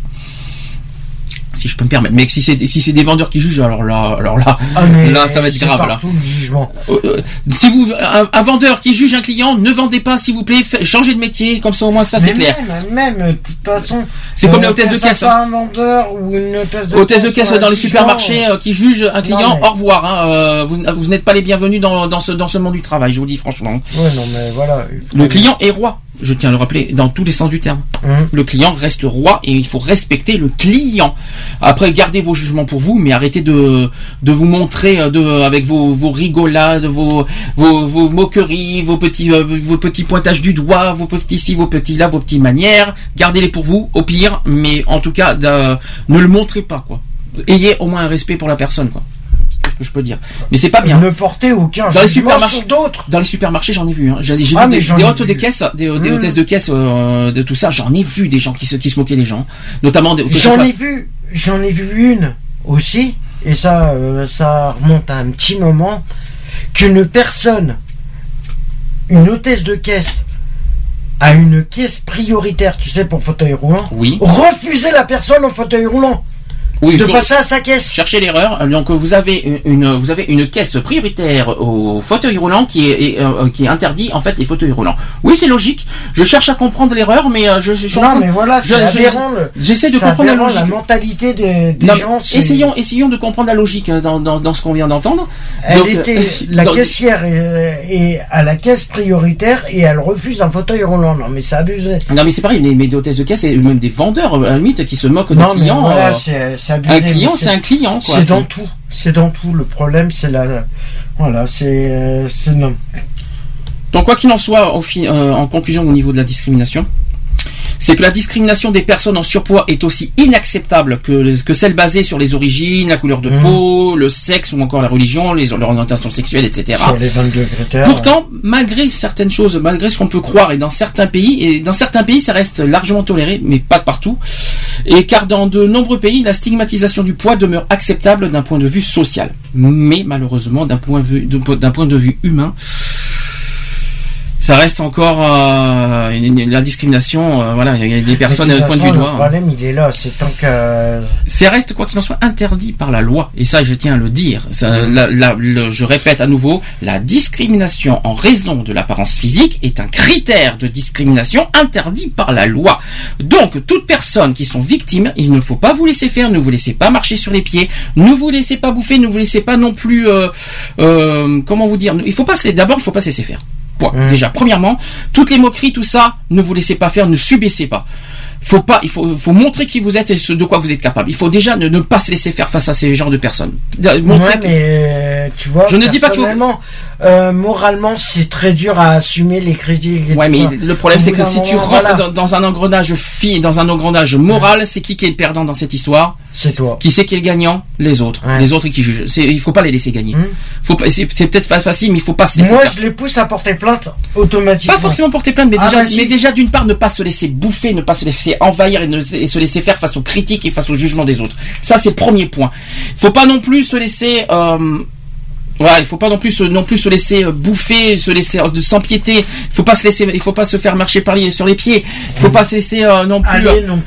Si je peux me permettre, mais si c'est si c'est des vendeurs qui jugent, alors là, alors là, ah, là, ça va être grave là. Le jugement. Euh, si vous un, un vendeur qui juge un client, ne vendez pas, s'il vous plaît, fait, changez de métier, comme ça au moins ça mais c'est clair. Même, même, de toute façon, c'est euh, comme les hôtesses de caisse. Pas un vendeur ou une hôtesse de hôtesse caisse, de caisse dans les supermarchés euh, qui jugent un client. Non, mais... Au revoir. Hein, euh, vous, vous n'êtes pas les bienvenus dans dans ce dans ce monde du travail. Je vous le dis franchement. Ouais, non mais voilà. Le client est roi. Je tiens à le rappeler dans tous les sens du terme. Mmh. Le client reste roi et il faut respecter le client. Après, gardez vos jugements pour vous, mais arrêtez de de vous montrer de avec vos vos rigolades, vos vos vos moqueries, vos petits euh, vos petits pointages du doigt, vos petits ci, vos petits là, vos petites manières. Gardez-les pour vous, au pire, mais en tout cas, de, ne le montrez pas quoi. Ayez au moins un respect pour la personne quoi. Ce que je peux dire, mais c'est pas bien. Ne portez aucun dans les supermarchés sur d'autres. Dans les supermarchés, j'en ai vu. Hein. J'ai, j'ai ah, vu des, des hôtes vu. des caisses, des, des mmh. hôtesses de caisse, euh, de tout ça. J'en ai vu des gens qui se qui se moquaient des gens, notamment. Des, j'en ai vu, j'en ai vu une aussi, et ça, euh, ça remonte à un petit moment, qu'une personne, une hôtesse de caisse, a une caisse prioritaire, tu sais, pour fauteuil roulant. Oui. Refusait la personne en fauteuil roulant. Oui, de sur, passer à sa caisse. Cherchez l'erreur. Donc vous avez une, vous avez une caisse prioritaire au fauteuil roulant qui est, euh, qui est interdit en fait les fauteuils roulants. Oui, c'est logique. Je cherche à comprendre l'erreur, mais euh, je, je suis non, en train. mais voilà, je, c'est je, aberrant, je, j'essaie de comprendre la logique. La mentalité des, des non, gens. C'est... Essayons, essayons de comprendre la logique dans, dans, dans ce qu'on vient d'entendre. Elle Donc, était la dans... caissière est, est à la caisse prioritaire et elle refuse un fauteuil roulant. Non, mais c'est abusé. Non, mais c'est pareil. Mais, mais des hôtesses de caisse et même des vendeurs à la limite qui se moquent des clients. Voilà, euh, c'est, c'est abusé. Un client, c'est un client quoi. C'est dans tout, c'est dans tout. Le problème, c'est la, voilà, c'est, c'est non. Donc quoi qu'il en soit, au fi- euh, en conclusion au niveau de la discrimination, c'est que la discrimination des personnes en surpoids est aussi inacceptable que, que celle basée sur les origines, la couleur de mmh. peau, le sexe ou encore la religion, les, leur orientation sexuelle, et cetera. Sur les vingt-deux critères. Pourtant, malgré certaines choses, malgré ce qu'on peut croire, et dans certains pays, et dans certains pays, ça reste largement toléré, mais pas partout. Et car dans de nombreux pays, la stigmatisation du poids demeure acceptable d'un point de vue social. Mais malheureusement, d'un point de vue, d'un point de vue humain, ça reste encore euh, une, une, la discrimination. Euh, voilà, il y a des personnes de pointent du doigt. Le problème, hein. Il est là. C'est tant que. Ça reste quoi qu'il en soit interdit par la loi. Et ça, je tiens à le dire. Ça, la, la, le, je répète à nouveau, la discrimination en raison de l'apparence physique est un critère de discrimination interdit par la loi. Donc, toutes personnes qui sont victimes, il ne faut pas vous laisser faire, ne vous laissez pas marcher sur les pieds, ne vous laissez pas bouffer, ne vous laissez pas non plus. Euh, euh, comment vous dire ? Il faut pas se. D'abord, il faut pas se laisser faire. Mmh. Déjà, premièrement, toutes les moqueries, tout ça, ne vous laissez pas faire, ne subissez pas. Faut pas, il faut, faut montrer qui vous êtes et ce de quoi vous êtes capable. Il faut déjà ne, ne pas se laisser faire face à ces genres de personnes. Montrer ouais, que... mais tu vois, je ne dis pas que vous... euh, moralement, c'est très dur à assumer les critiques. Et ouais, mais ça. Le problème, c'est que si moment, tu rentres voilà. dans, dans un engrenage fi, dans un engrenage moral, ouais. c'est qui qui est le perdant dans cette histoire ? C'est toi. Qui c'est qui est le gagnant ? Les autres. Ouais. Les autres qui jugent. C'est, il faut pas les laisser gagner. Mmh. Faut pas, c'est, c'est peut-être pas facile, mais il faut pas se laisser Moi, faire. je les pousse à porter plainte automatiquement. Pas forcément porter plainte, mais ah, déjà, bah, si. mais déjà d'une part, ne pas se laisser bouffer, ne pas se laisser envahir et, ne, et se laisser faire face aux critiques et face au jugement des autres. Ça, c'est le premier point. Faut pas non plus se laisser. Euh, Voilà, il faut pas non plus se, non plus se laisser bouffer, se laisser de s'empiéter. Il faut pas se laisser, il faut pas se faire marcher par les, sur les pieds. Il faut pas se laisser euh, non plus. Aller non plus.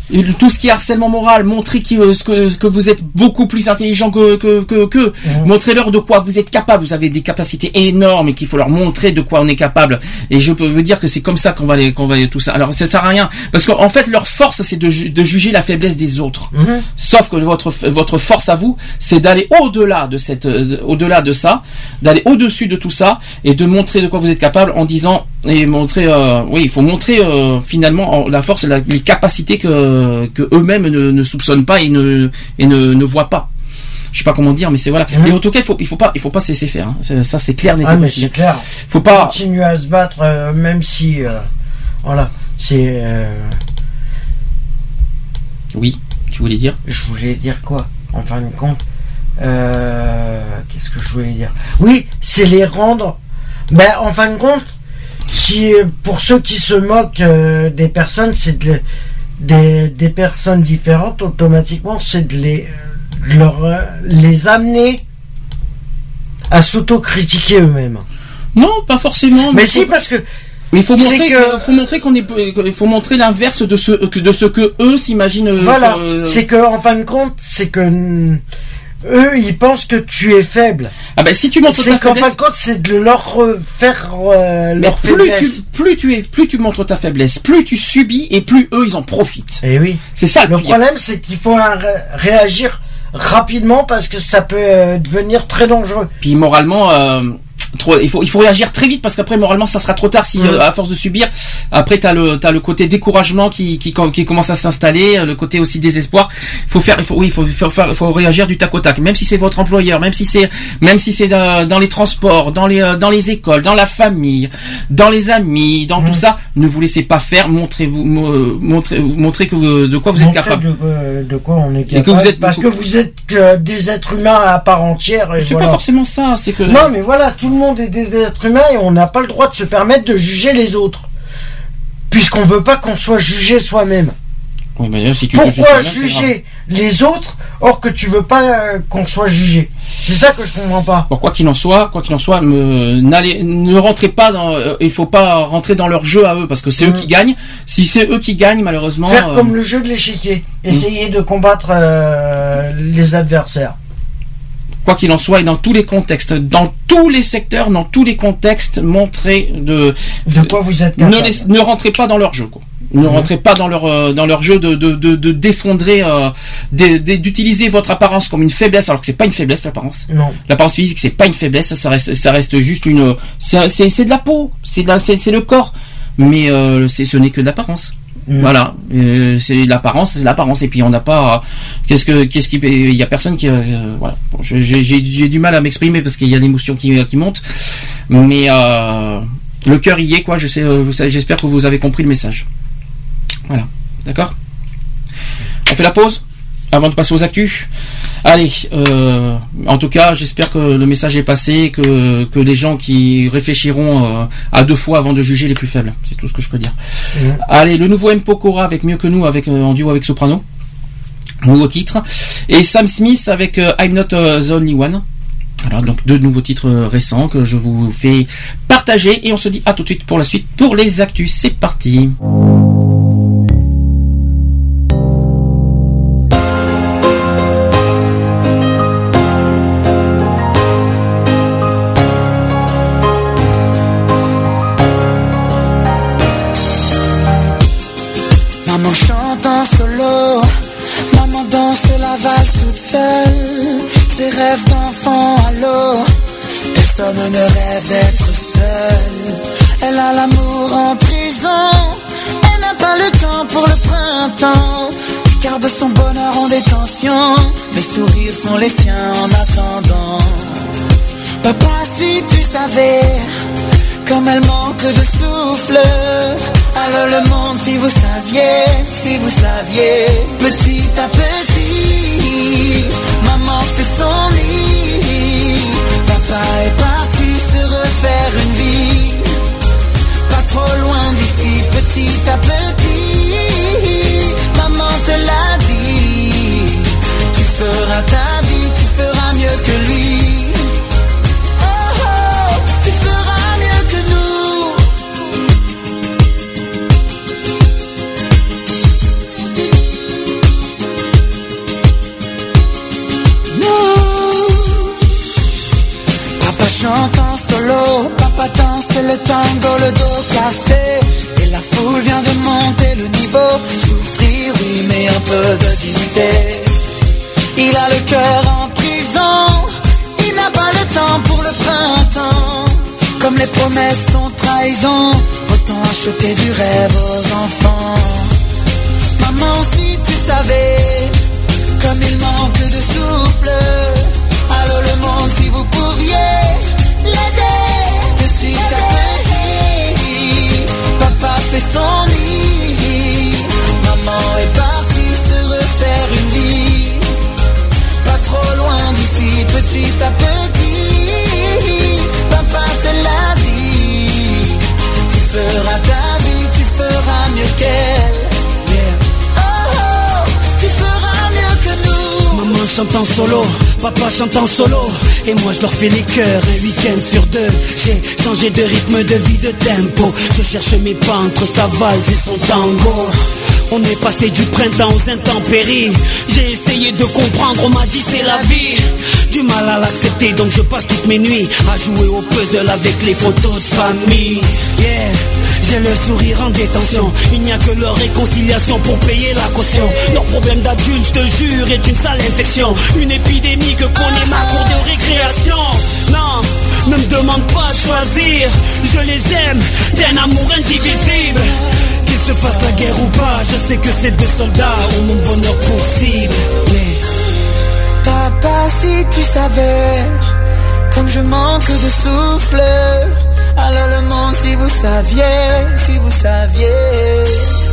tout ce qui est harcèlement moral, montrez que, que, que vous êtes beaucoup plus intelligent que que que, que. Mmh. Montrez-leur de quoi vous êtes capable. Vous avez des capacités énormes et qu'il faut leur montrer de quoi on est capable. Et je peux vous dire que c'est comme ça qu'on va les qu'on va les, tout ça. Alors ça sert à rien parce qu'en fait leur force c'est de, de juger la faiblesse des autres. Mmh. Sauf que votre votre force à vous c'est d'aller au-delà de cette euh, au-delà de ça, d'aller au-dessus de tout ça et de montrer de quoi vous êtes capable en disant et montrer euh, oui il faut montrer euh, finalement la force la, les capacités que que eux-mêmes ne, ne soupçonnent pas et ne et ne, ne voient pas. Je sais pas comment dire, mais c'est voilà. Mmh. Et en tout cas, il faut il faut pas il faut pas se laisser faire. Hein. C'est, ça c'est clair, net ah, mais c'est clair. Faut pas continuer à se battre, euh, même si euh, voilà, c'est. Euh... Oui, tu voulais dire? Je voulais dire quoi? En fin de compte, euh... qu'est-ce que je voulais dire? Oui, c'est les rendre. Ben en fin de compte, si pour ceux qui se moquent euh, des personnes, c'est de Des, des personnes différentes, automatiquement, c'est de les, leur, les amener à s'autocritiquer eux-mêmes. Non, pas forcément. Mais, mais si, parce que. Mais il faut montrer, que... faut montrer qu'on est, il faut montrer l'inverse de ce, de ce que eux s'imaginent. Voilà. Euh... C'est que, en fin de compte, c'est que. Eux, ils pensent que tu es faible. Ah ben si tu montres c'est ta qu'en faiblesse, fin de compte, c'est de leur faire euh, leur plus faiblesse. Tu, plus tu es, plus tu montres ta faiblesse, plus tu subis et plus eux ils en profitent. Et oui. C'est ça le, le problème, c'est qu'il faut ré- réagir rapidement parce que ça peut euh, devenir très dangereux. Puis moralement. Euh... Trop, il faut il faut réagir très vite parce qu'après moralement ça sera trop tard si mmh. euh, à force de subir après t'as le t'as le côté découragement qui qui qui commence à s'installer, le côté aussi désespoir. Il faut faire il faut oui il faut faire il faut réagir du tac au tac, même si c'est votre employeur, même si c'est même si c'est dans, dans les transports, dans les dans les écoles, dans la famille, dans les amis, dans mmh. tout ça, ne vous laissez pas faire, montrez-vous montrez montrez que vous, de quoi vous montrez êtes capable. De, de quoi on est capable. Et que vous êtes parce que vous êtes euh, des êtres humains à part entière. Et c'est voilà. Pas forcément ça, c'est que non mais voilà, tout le monde est des êtres humains et on n'a pas le droit de se permettre de juger les autres puisqu'on veut pas qu'on soit jugé soi-même. Oui, mais si tu pourquoi juger les autres or que tu veux pas euh, qu'on soit jugé? C'est ça que je comprends pas. Bon, quoi qu'il en soit, quoi qu'il en soit, me, n'allez, ne rentrez pas dans. Euh, il faut pas rentrer dans leur jeu à eux parce que c'est mmh. eux qui gagnent. Si c'est eux qui gagnent, malheureusement. Faire euh... comme le jeu de l'échiquier, essayer mmh. de combattre euh, les adversaires. Quoi qu'il en soit, et dans tous les contextes, dans tous les secteurs, dans tous les contextes, montrez de. De quoi vous êtes capable. Ne, laisse, ne rentrez pas dans leur jeu, quoi. Ne mmh. rentrez pas dans leur euh, dans leur jeu de de de, de défondrer, euh, de, de, d'utiliser votre apparence comme une faiblesse, alors que c'est pas une faiblesse l'apparence. Non. L'apparence physique c'est pas une faiblesse, ça reste ça reste juste une. C'est c'est, c'est de la peau, c'est de la, c'est, c'est le corps, mais euh, c'est ce n'est que de l'apparence. Mmh. Voilà, euh, c'est l'apparence, c'est l'apparence, et puis on n'a pas. Euh, qu'est-ce que, qu'est-ce qui, il y a personne qui, euh, voilà. Bon, j'ai, j'ai, j'ai du mal à m'exprimer parce qu'il y a l'émotion qui, qui monte, mais euh, le cœur y est, quoi. Je sais, vous savez, j'espère que vous avez compris le message. Voilà, d'accord. On fait la pause avant de passer aux actus. Allez, euh, en tout cas, j'espère que le message est passé, que que les gens qui réfléchiront euh, à deux fois avant de juger les plus faibles, c'est tout ce que je peux dire. Mmh. Allez, le nouveau M. Pokora avec Mieux que nous, avec euh, en duo avec Soprano, nouveau titre, et Sam Smith avec euh, I'm Not uh, the Only One. Alors donc deux nouveaux titres euh, récents que je vous fais partager, et on se dit à tout de suite pour la suite pour les actus. C'est parti. Maman chante en solo, maman danse la valse toute seule. Ses rêves d'enfant à l'eau, personne ne rêve d'être seul. Elle a l'amour en prison, elle n'a pas le temps pour le printemps. Garde son bonheur en détention, mes sourires font les siens en attendant. Papa, si tu savais comme elle manque de souffle. Alors le monde, si vous saviez, si vous saviez. Petit à petit, maman fait son lit. Papa est parti se refaire une vie. Pas trop loin d'ici, petit à petit. Maman te l'a dit. Tu feras ta vie, tu feras mieux que lui. j'entends solo. Papa danse le tango, le dos cassé. Et la foule vient de monter le niveau. Souffrir, oui, mais un peu de dignité. Il a le cœur en prison. Il n'a pas le temps pour le printemps. Comme les promesses sont trahison, autant acheter du rêve aux enfants. Maman, si tu savais comme il manque de souffle. Allô le monde, si vous pouviez l'aider. Petit à petit, papa fait son lit. Maman est partie se refaire une vie. Pas trop loin d'ici, petit à petit. Papa te l'a dit. Tu feras ta vie, tu feras mieux qu'elle. Maman chante en solo, papa chante en solo. Et moi je leur fais les chœurs un week-end sur deux. J'ai changé de rythme, de vie, de tempo. Je cherche mes pas entre sa valse et son tango. On est passé du printemps aux intempéries. J'ai essayé de comprendre, on m'a dit c'est la vie. Du mal à l'accepter, donc je passe toutes mes nuits à jouer au puzzle avec les photos de famille. Yeah, j'ai le sourire en détention. Il n'y a que leur réconciliation pour payer la caution. Leur problème d'adulte, je te jure, est une sale infection. Une épidémie que connaît ma cour de récréation. Non, ne me demande pas de choisir. Je les aime d'un amour indivisible. Qu'ils se fassent la guerre ou pas, je sais que ces deux soldats ont mon bonheur pour cible. Mais papa, si tu savais comme je manque de souffle. Alors le monde, si vous saviez, si vous saviez.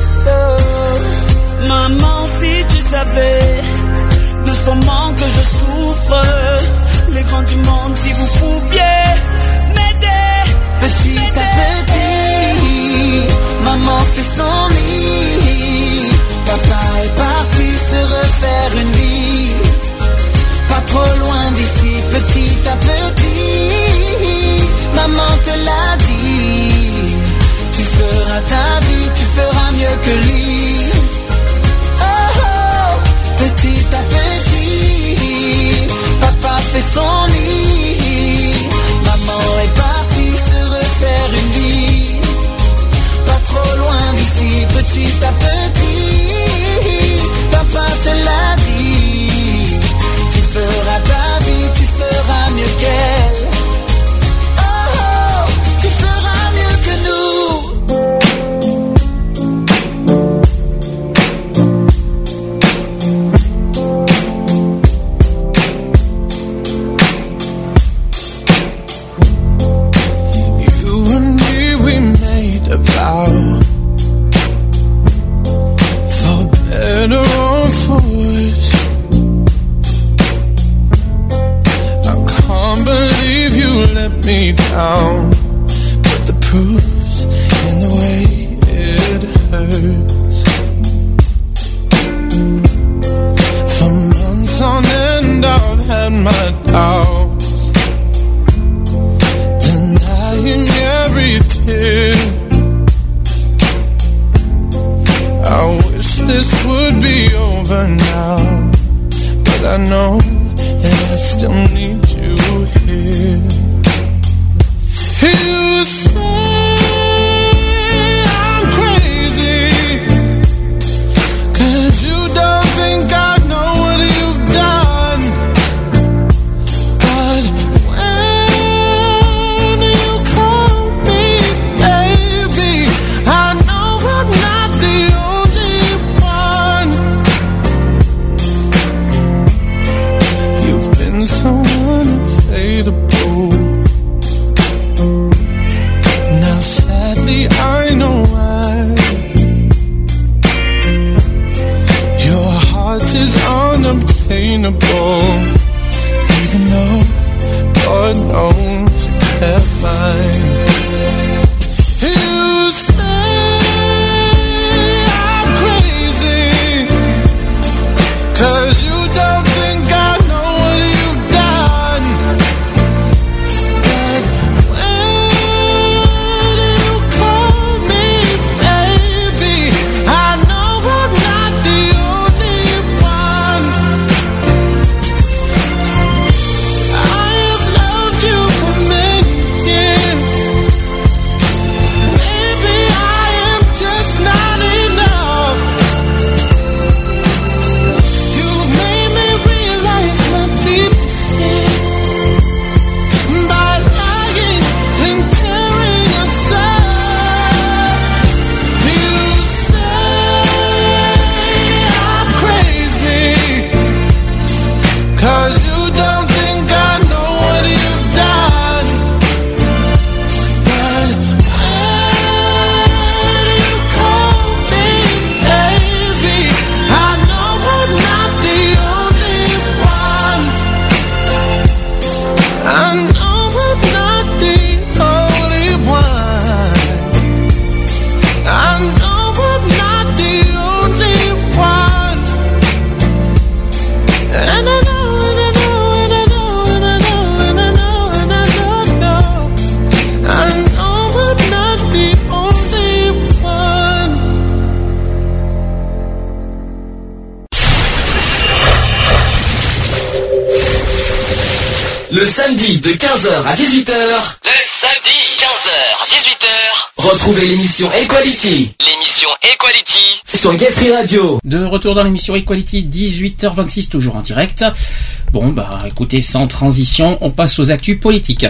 Oh. Maman, si tu savais de son manque je souffre. Les grands du monde, si vous pouviez m'aider. Petit à petit, maman fait son lit. Papa est parti se refaire une vie. Pas trop loin d'ici, petit à petit. Maman te l'a dit. Tu feras ta vie, tu feras mieux que lui. Oh, oh, petit à petit, papa fait son lit. Maman est partie se refaire une vie. Pas trop loin d'ici, petit à petit. Papa te l'a dit. Tu feras ta vie, tu feras mieux qu'elle. For better or for worse, I can't believe you let me down, but the proof's in the way it hurts. For months on end I've had my doubts, denying every tear. I wish this would be over now, but I know that I still need you here. You say I'm crazy, 'cause you don't think I know what you've done. But when you call me baby, I know I'm not the only one. You've been so unavailable. Now sadly I know why. Your heart is unobtainable, even though God knows you kept mine. You say I'm crazy, 'cause you don't think I know what you've done. But when you call me baby, I know I'm not the only one. I have loved you for many Le samedi de quinze heures à dix-huit heures. Le samedi quinze heures à dix-huit heures. Retrouvez l'émission Equality. L'émission Equality sur Gay Free Radio. De retour dans l'émission Equality, dix-huit heures vingt-six, toujours en direct. Bon, bah écoutez, sans transition, on passe aux actus politiques.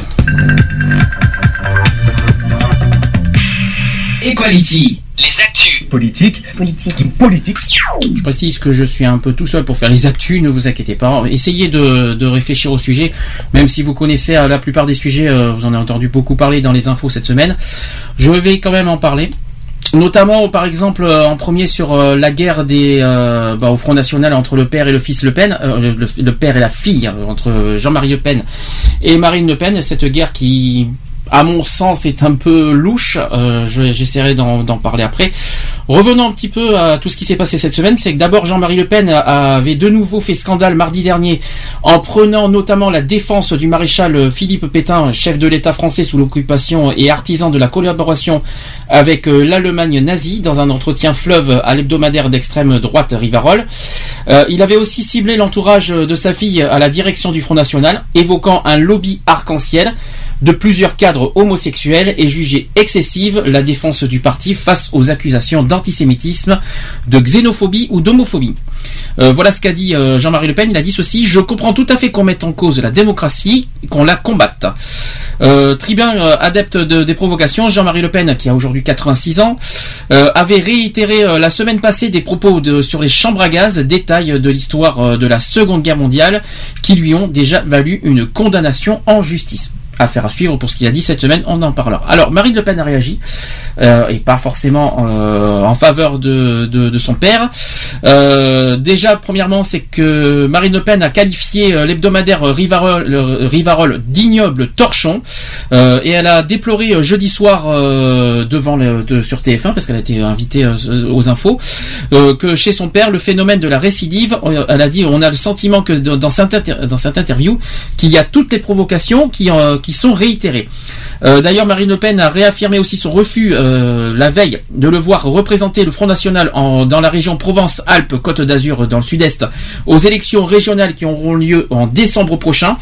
Equality. Les actus. Politique. Politique. Politique. Je précise que je suis un peu tout seul pour faire les actus, ne vous inquiétez pas. Essayez de, de réfléchir au sujet, même si vous connaissez la plupart des sujets, euh, vous en avez entendu beaucoup parler dans les infos cette semaine. Je vais quand même en parler. Notamment, par exemple, euh, en premier sur euh, la guerre des euh, bah, au Front National entre le père et le fils Le Pen, euh, le, le père et la fille, euh, entre Jean-Marie Le Pen et Marine Le Pen, cette guerre qui, à mon sens, est un peu louche. Euh, je, j'essaierai d'en, d'en parler après. Revenons un petit peu à tout ce qui s'est passé cette semaine. C'est que d'abord, Jean-Marie Le Pen avait de nouveau fait scandale mardi dernier en prenant notamment la défense du maréchal Philippe Pétain, chef de l'État français sous l'occupation et artisan de la collaboration avec l'Allemagne nazie, dans un entretien fleuve à l'hebdomadaire d'extrême droite Rivarol. Euh, il avait aussi ciblé l'entourage de sa fille à la direction du Front National, évoquant un lobby arc-en-ciel de plusieurs cadres homosexuels et jugé excessive la défense du parti face aux accusations d'antisémitisme, de xénophobie ou d'homophobie. Euh, voilà ce qu'a dit euh, Jean-Marie Le Pen. Il a dit ceci: je comprends tout à fait qu'on mette en cause la démocratie, qu'on la combatte. Euh, tribun euh, adepte de, des provocations, Jean-Marie Le Pen, qui a aujourd'hui quatre-vingt-six ans, euh, avait réitéré euh, la semaine passée des propos de, sur les chambres à gaz, détails de l'histoire euh, de la Seconde Guerre mondiale, qui lui ont déjà valu une condamnation en justice. Affaire à suivre pour ce qu'il a dit cette semaine, on en parlera. Alors, Marine Le Pen a réagi, euh, et pas forcément euh, en faveur de, de, de son père. Euh, déjà, premièrement, c'est que Marine Le Pen a qualifié euh, l'hebdomadaire Rivarol, le, Rivarol d'ignoble torchon, euh, et elle a déploré euh, jeudi soir euh, devant le, de, sur T F un, parce qu'elle a été invitée euh, aux infos, euh, que chez son père, le phénomène de la récidive, euh, elle a dit, on a le sentiment que dans cette, inter- dans cette interview, qu'il y a toutes les provocations qui, euh, qui sont réitérées. Euh, d'ailleurs, Marine Le Pen a réaffirmé aussi son refus euh, la veille de le voir représenter le Front National en, dans la région Provence-Alpes-Côte d'Azur dans le sud-est aux élections régionales qui auront lieu en décembre prochain.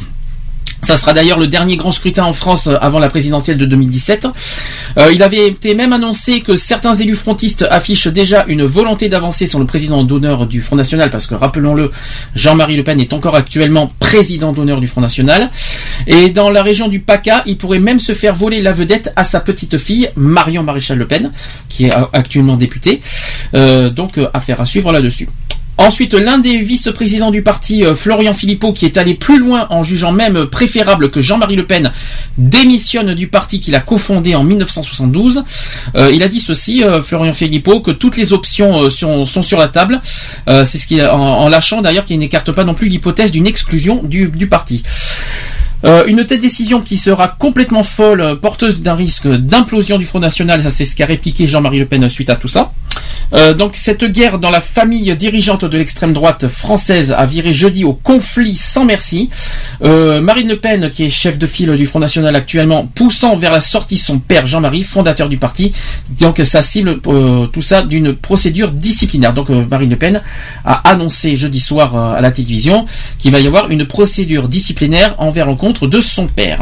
Ça sera d'ailleurs le dernier grand scrutin en France avant la présidentielle de deux mille dix-sept. Euh, il avait été même annoncé que certains élus frontistes affichent déjà une volonté d'avancer sur le président d'honneur du Front National, parce que, rappelons-le, Jean-Marie Le Pen est encore actuellement président d'honneur du Front National. Et dans la région du PACA, il pourrait même se faire voler la vedette à sa petite fille, Marion Maréchal Le Pen, qui est actuellement députée. Euh, donc, affaire à suivre là-dessus. Ensuite, l'un des vice-présidents du parti, euh, Florian Philippot, qui est allé plus loin en jugeant même préférable que Jean-Marie Le Pen démissionne du parti qu'il a cofondé en dix-neuf cent soixante-douze. Euh, il a dit ceci, euh, Florian Philippot, que toutes les options euh, sont, sont sur la table. Euh, c'est ce qu'il en, en lâchant d'ailleurs qu'il n'écarte pas non plus l'hypothèse d'une exclusion du, du parti. Euh, une telle décision qui sera complètement folle, porteuse d'un risque d'implosion du Front National, ça c'est ce qu'a répliqué Jean-Marie Le Pen suite à tout ça. Euh, donc cette guerre dans la famille dirigeante de l'extrême droite française a viré jeudi au conflit sans merci. Euh, Marine Le Pen, qui est chef de file du Front National actuellement, poussant vers la sortie son père Jean-Marie, fondateur du parti. Donc ça cible euh, tout ça d'une procédure disciplinaire. Donc euh, Marine Le Pen a annoncé jeudi soir euh, à la télévision qu'il va y avoir une procédure disciplinaire envers l'encontre de son père.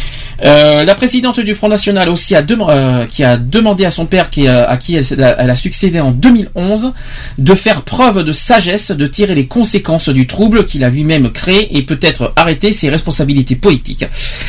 Euh, la présidente du Front National aussi a dem- euh, qui a demandé à son père, qui, euh, à qui elle, elle a succédé en deux mille onze, de faire preuve de sagesse, de tirer les conséquences du trouble qu'il a lui-même créé et peut-être arrêter ses responsabilités politiques.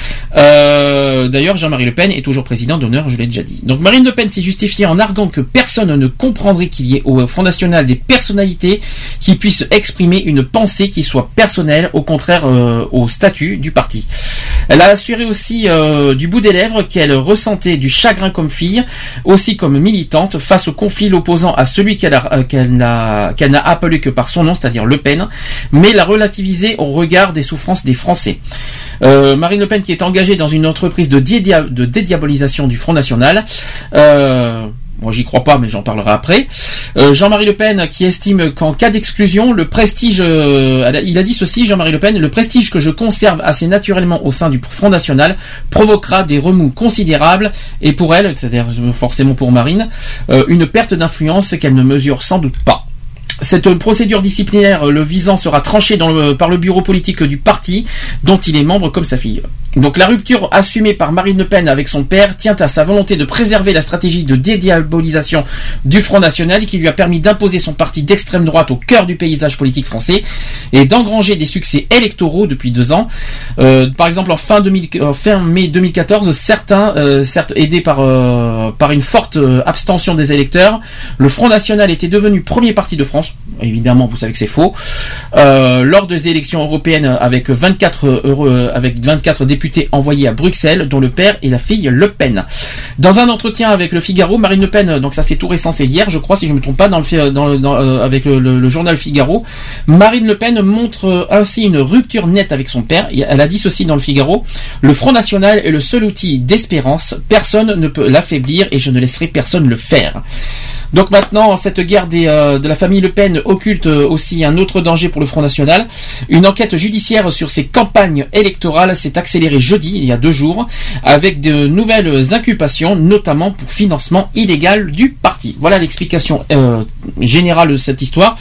Euh, d'ailleurs, Jean-Marie Le Pen est toujours président d'honneur, je l'ai déjà dit. Donc Marine Le Pen s'est justifiée en arguant que personne ne comprendrait qu'il y ait au Front National des personnalités qui puissent exprimer une pensée qui soit personnelle, au contraire euh, au statut du parti. Elle a assuré aussi euh, du bout des lèvres qu'elle ressentait du chagrin comme fille, aussi comme militante, face au conflit l'opposant à celui qu'elle, a, euh, qu'elle, n'a, qu'elle n'a appelé que par son nom, c'est-à-dire Le Pen, mais l'a relativisé au regard des souffrances des Français. Euh, Marine Le Pen, qui est engagée dans une entreprise de, dédia- de dédiabolisation du Front National, euh, moi j'y crois pas, mais j'en parlerai après. Euh, Jean-Marie Le Pen, qui estime qu'en cas d'exclusion, le prestige, euh, il a dit ceci, Jean-Marie Le Pen, le prestige que je conserve assez naturellement au sein du Front National provoquera des remous considérables, et pour elle, c'est-à-dire forcément pour Marine, euh, une perte d'influence qu'elle ne mesure sans doute pas. Cette procédure disciplinaire le visant sera tranchée dans le, par le bureau politique du parti dont il est membre comme sa fille. Donc la rupture assumée par Marine Le Pen avec son père tient à sa volonté de préserver la stratégie de dédiabolisation du Front National qui lui a permis d'imposer son parti d'extrême droite au cœur du paysage politique français et d'engranger des succès électoraux depuis deux ans. Euh, par exemple en fin, deux mille, euh, fin mai deux mille quatorze, certains, euh, certes aidés par, euh, par une forte euh, abstention des électeurs, le Front National était devenu premier parti de France. Évidemment, vous savez que c'est faux. Euh, lors des élections européennes, avec vingt-quatre, euh, avec vingt-quatre députés envoyés à Bruxelles, dont le père et la fille Le Pen. Dans un entretien avec le Figaro, Marine Le Pen, donc ça c'est tout récent, c'est hier, je crois, si je me trompe pas, dans le, dans, dans, euh, avec le, le, le journal Figaro, Marine Le Pen montre ainsi une rupture nette avec son père. Elle a dit ceci dans le Figaro: le Front National est le seul outil d'espérance. Personne ne peut l'affaiblir et je ne laisserai personne le faire. Donc maintenant, cette guerre des, euh, de la famille Le Pen occulte aussi un autre danger pour le Front National. Une enquête judiciaire sur ses campagnes électorales s'est accélérée jeudi, il y a deux jours, avec de nouvelles inculpations, notamment pour financement illégal du parti. Voilà l'explication euh, générale de cette histoire.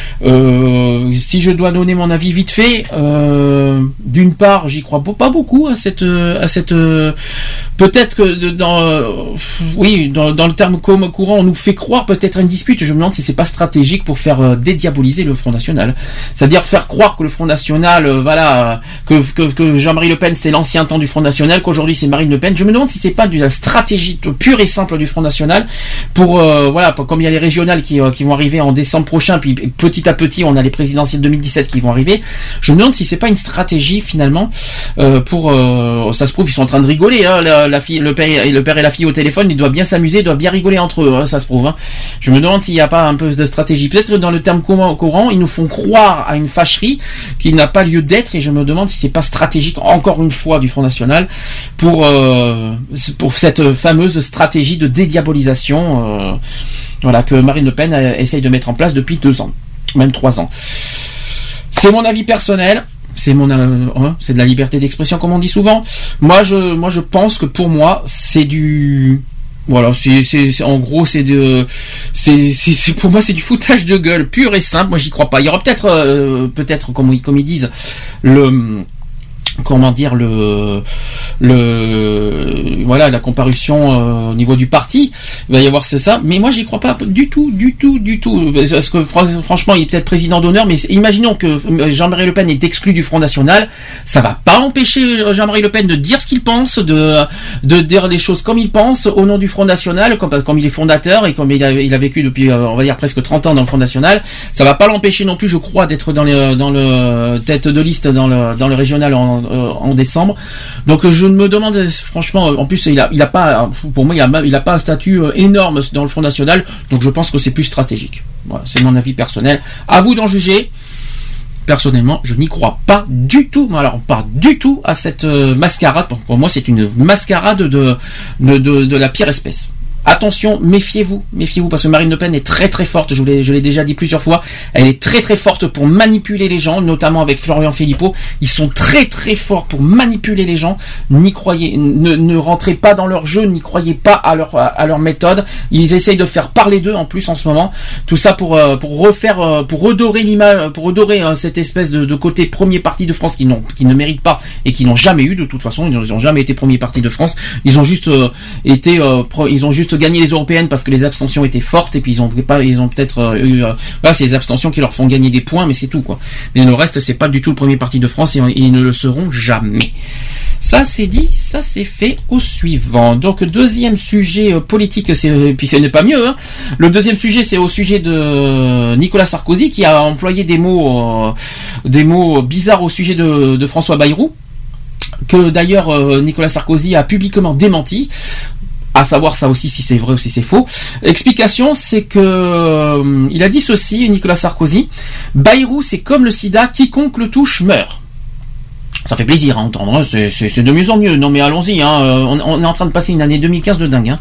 Euh, si je dois donner mon avis vite fait, euh, d'une part, j'y crois pas beaucoup à cette, à cette, euh, peut-être que dans, euh, oui, dans, dans le terme courant, on nous fait croire peut-être une dispute. Je me demande si c'est pas stratégique pour faire euh, dédiaboliser le Front National, c'est-à-dire faire croire que le Front National, euh, voilà, que, que, que Jean-Marie Le Pen c'est l'ancien temps du Front National, qu'aujourd'hui c'est Marine Le Pen. Je me demande si c'est pas de la stratégie pure et simple du Front National pour, euh, voilà, pour, comme il y a les régionales qui, euh, qui vont arriver en décembre prochain, puis petit à petit on a les présidentielles deux mille dix-sept qui vont arriver. Je me demande si c'est pas une stratégie finalement euh, pour, euh, ça se prouve ils sont en train de rigoler, hein, la, la fille, le père et le père et la fille au téléphone, ils doivent bien s'amuser, ils doivent bien rigoler entre eux, hein, ça se prouve. Hein. Je me demande s'il n'y a pas un peu de stratégie. Peut-être dans le terme courant, ils nous font croire à une fâcherie qui n'a pas lieu d'être, et je me demande si c'est pas stratégique, encore une fois, du Front National pour euh, pour cette fameuse stratégie de dédiabolisation, euh, voilà, que Marine Le Pen a, essaye de mettre en place depuis deux ans, même trois ans. C'est mon avis personnel. C'est mon, euh, hein, c'est de la liberté d'expression, comme on dit souvent. Moi, je, moi, je pense que pour moi, c'est du Voilà, c'est, c'est, c'est en gros c'est de, c'est, c'est, c'est pour moi c'est du foutage de gueule pur et simple. Moi j'y crois pas. Il y aura peut-être, euh, peut-être comme comme ils disent le. Comment dire le le voilà la comparution euh, au niveau du parti, il va y avoir c'est ça, mais moi j'y crois pas du tout du tout du tout parce que franchement il est peut-être président d'honneur, mais imaginons que Jean-Marie Le Pen est exclu du Front National, ça va pas empêcher Jean-Marie Le Pen de dire ce qu'il pense, de de dire les choses comme il pense au nom du Front National, comme, comme il est fondateur et comme il a, il a vécu depuis on va dire presque trente ans dans le Front National. Ça va pas l'empêcher non plus, je crois, d'être dans les dans le tête de liste dans le dans le régional en en décembre. Donc je me demande franchement, en plus il a il a pas pour moi il a il a pas un statut énorme dans le Front National, donc je pense que c'est plus stratégique. Voilà, c'est mon avis personnel. À vous d'en juger. Personnellement, je n'y crois pas du tout. Alors pas du tout à cette mascarade. Pour moi, c'est une mascarade de de de, de la pire espèce. Attention, méfiez-vous, méfiez-vous, parce que Marine Le Pen est très très forte, je vous l'ai, je l'ai déjà dit plusieurs fois, elle est très très forte pour manipuler les gens, notamment avec Florian Philippot, ils sont très très forts pour manipuler les gens, n'y croyez, ne, ne rentrez pas dans leur jeu, n'y croyez pas à leur, à leur méthode, ils essayent de faire parler d'eux en plus en ce moment, tout ça pour, pour refaire, pour redorer l'image, pour redorer cette espèce de, de côté premier parti de France qui n'ont, qui ne méritent pas et qui n'ont jamais eu de toute façon, ils n'ont jamais été premier parti de France, ils ont juste euh, été, euh, pro, ils ont juste gagner les européennes parce que les abstentions étaient fortes et puis ils ont pas ils ont peut-être euh, eu euh, voilà, c'est les abstentions qui leur font gagner des points, mais c'est tout quoi. Mais le reste c'est pas du tout le premier parti de France et, et ils ne le seront jamais. Ça c'est dit, ça c'est fait. Au suivant. Donc deuxième sujet euh, politique, c'est et puis ce n'est pas mieux. Hein. Le deuxième sujet c'est au sujet de Nicolas Sarkozy qui a employé des mots euh, des mots bizarres au sujet de, de François Bayrou, que d'ailleurs euh, Nicolas Sarkozy a publiquement démenti. À savoir ça aussi si c'est vrai ou si c'est faux. Explication, c'est que euh, il a dit ceci, Nicolas Sarkozy: Bayrou, c'est comme le sida, quiconque le touche meurt. Ça fait plaisir à entendre, hein, c'est, c'est, c'est de mieux en mieux. Non mais allons-y, hein, on, on est en train de passer une année deux mille quinze de dingue. Hein.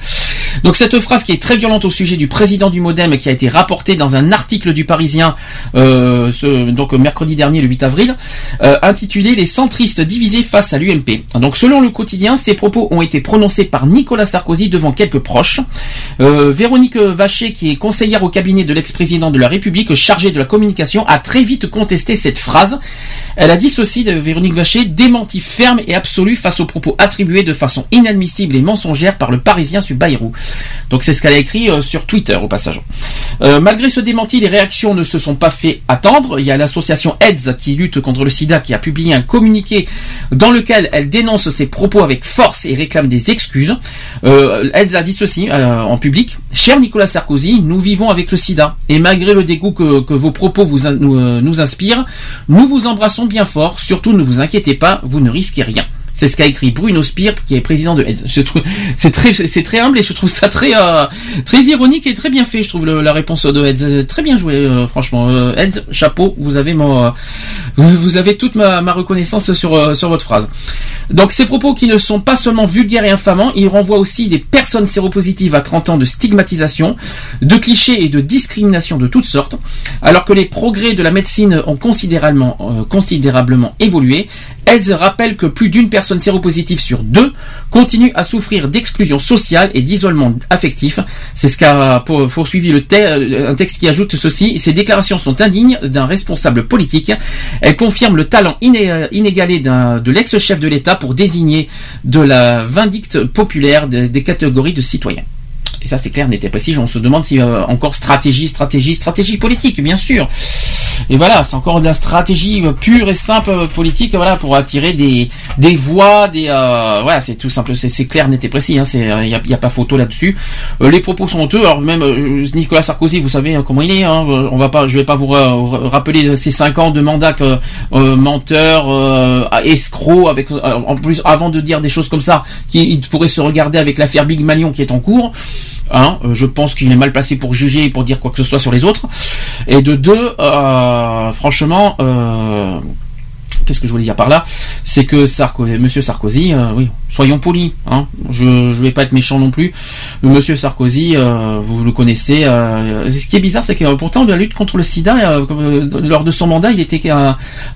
Donc cette phrase qui est très violente au sujet du président du MoDem, qui a été rapportée dans un article du Parisien, euh, ce, donc mercredi dernier, le huit avril, euh, intitulé « Les centristes divisés face à l'U M P ». Donc selon le quotidien, ces propos ont été prononcés par Nicolas Sarkozy devant quelques proches. Euh, Véronique Vacher, qui est conseillère au cabinet de l'ex-président de la République chargée de la communication, a très vite contesté cette phrase. Elle a dit ceci de Véronique Vacher: démenti ferme et absolu face aux propos attribués de façon inadmissible et mensongère par le Parisien sur Bayrou. Donc c'est ce qu'elle a écrit euh, sur Twitter au passage. Euh, malgré ce démenti, les réactions ne se sont pas fait attendre. Il y a l'association AIDS qui lutte contre le sida qui a publié un communiqué dans lequel elle dénonce ses propos avec force et réclame des excuses. Euh, AIDS a dit ceci euh, en public: cher Nicolas Sarkozy, nous vivons avec le sida et malgré le dégoût que, que vos propos vous, nous, euh, nous inspirent, nous vous embrassons bien fort. Surtout ne vous inquiétez pas, vous ne risquez rien. C'est ce qu'a écrit Bruno Spire, qui est président de AIDS. Je trouve, c'est très, c'est très humble et je trouve ça très, euh, très ironique et très bien fait. Je trouve le, la réponse de AIDS très bien jouée, euh, franchement. Euh, AIDS, chapeau, vous avez mon, euh, vous avez toute ma, ma reconnaissance sur, euh, sur votre phrase. Donc ces propos qui ne sont pas seulement vulgaires et infamants, ils renvoient aussi des personnes séropositives à trente ans de stigmatisation, de clichés et de discrimination de toutes sortes. Alors que les progrès de la médecine ont considérablement, euh, considérablement évolué, AIDS rappelle que plus d'une personne séropositive sur deux continue à souffrir d'exclusion sociale et d'isolement affectif. C'est ce qu'a poursuivi le te- un texte qui ajoute ceci: ces déclarations sont indignes d'un responsable politique. Elles confirment le talent iné- inégalé d'un, de l'ex-chef de l'État pour désigner de la vindicte populaire des, des catégories de citoyens. Et ça, c'est clair, n'était précis. On se demande si euh, encore stratégie, stratégie, stratégie politique, bien sûr. Et voilà, c'est encore de la stratégie pure et simple politique, voilà, pour attirer des des voix, des euh, voilà, c'est tout simple, c'est, c'est clair, net et précis. Hein, c'est il y a, y a pas photo là-dessus. Euh, les propos sont honteux. Alors même euh, Nicolas Sarkozy, vous savez hein, comment il est. Hein, on va pas, je vais pas vous ra- rappeler ces cinq ans de mandat que euh, menteur, euh, escroc, avec euh, en plus avant de dire des choses comme ça, qui il pourrait se regarder avec l'affaire Big Malion qui est en cours. Hein, je pense qu'il est mal placé pour juger et pour dire quoi que ce soit sur les autres. Et de deux, euh, franchement, euh, qu'est-ce que je voulais dire par là, c'est que Sarkozy, Monsieur Sarkozy, euh, oui, soyons polis. Hein, je ne vais pas être méchant non plus. Monsieur Sarkozy, euh, vous le connaissez. Euh, ce qui est bizarre, c'est que pourtant de la lutte contre le SIDA, euh, lors de son mandat, il était. Euh,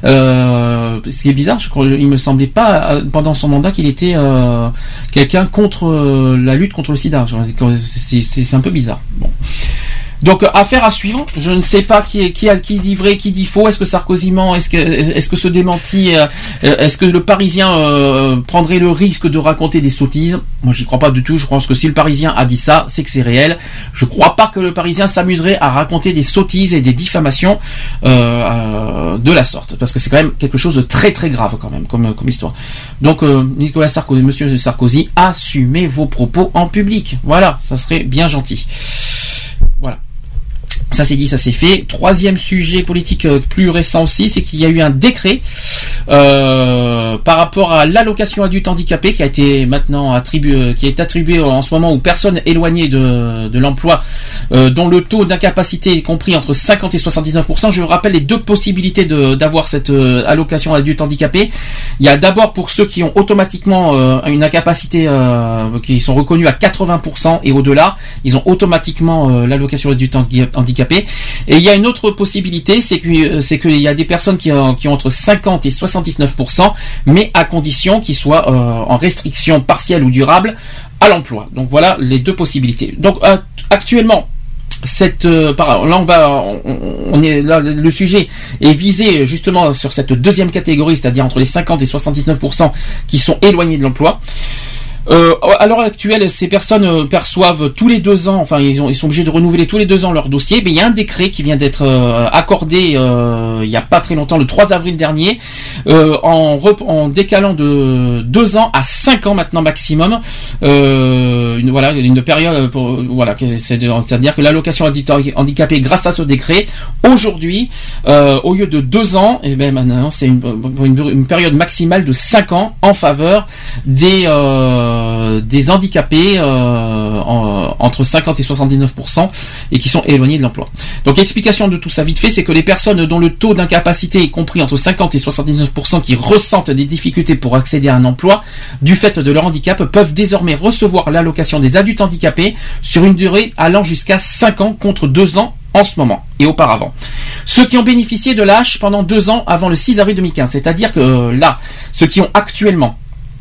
euh, ce qui est bizarre, je crois, il me semblait pas pendant son mandat qu'il était euh, quelqu'un contre euh, la lutte contre le SIDA. C'est, c'est, c'est un peu bizarre. Bon. Donc affaire à suivre. Je ne sais pas qui, qui, qui dit vrai, qui dit faux. Est-ce que Sarkozy ment? Est-ce que, est-ce que ce démenti, euh, est-ce que le Parisien euh, prendrait le risque de raconter des sottises? Moi, j'y crois pas du tout. Je pense que si le Parisien a dit ça, c'est que c'est réel. Je crois pas que le Parisien s'amuserait à raconter des sottises et des diffamations euh, euh, de la sorte, parce que c'est quand même quelque chose de très très grave quand même comme comme histoire. Donc euh, Nicolas Sarkozy, Monsieur Sarkozy, assumez vos propos en public. Voilà, ça serait bien gentil. Voilà. Ça c'est dit, ça c'est fait. Troisième sujet politique euh, plus récent aussi, c'est qu'il y a eu un décret euh, par rapport à l'allocation adulte handicapé qui a été maintenant attribué, qui est attribué en ce moment aux personnes éloignées de, de l'emploi, euh, dont le taux d'incapacité est compris entre cinquante et soixante-dix-neuf pour cent. Je vous rappelle les deux possibilités de, d'avoir cette euh, allocation adulte handicapé. Il y a d'abord pour ceux qui ont automatiquement euh, une incapacité, euh, qui sont reconnus à quatre-vingts pour cent et au-delà, ils ont automatiquement euh, l'allocation adulte handicapé. Et il y a une autre possibilité, c'est que c'est qu'il y a des personnes qui ont, qui ont entre cinquante et soixante-dix-neuf pour cent, mais à condition qu'ils soient euh, en restriction partielle ou durable à l'emploi. Donc voilà les deux possibilités. Donc euh, actuellement, cette euh, par, là on va on, on est là, le sujet est visé justement sur cette deuxième catégorie, c'est-à-dire entre les cinquante et soixante-dix-neuf pour cent qui sont éloignés de l'emploi. Euh, à l'heure actuelle, ces personnes perçoivent tous les deux ans, enfin ils, ont, ils sont obligés de renouveler tous les deux ans leur dossier. Mais il y a un décret qui vient d'être euh, accordé euh, il n'y a pas très longtemps, le trois avril dernier, euh, en, rep- en décalant de deux ans à cinq ans maintenant maximum. Euh, une, voilà, une période, pour, voilà, c'est de, c'est-à-dire que l'allocation handicapée, grâce à ce décret, aujourd'hui, euh, au lieu de deux ans, et ben maintenant c'est une, une, une période maximale de cinq ans en faveur des euh, euh, des handicapés euh, en, entre cinquante et soixante-dix-neuf pour cent et qui sont éloignés de l'emploi. Donc explication de tout ça vite fait, c'est que les personnes dont le taux d'incapacité est compris entre cinquante et soixante-dix-neuf pour cent qui ressentent des difficultés pour accéder à un emploi du fait de leur handicap peuvent désormais recevoir l'allocation des adultes handicapés sur une durée allant jusqu'à cinq ans contre deux ans en ce moment et auparavant. Ceux qui ont bénéficié de l'A H pendant deux ans avant le six avril deux mille quinze, c'est-à-dire que euh, là, ceux qui ont actuellement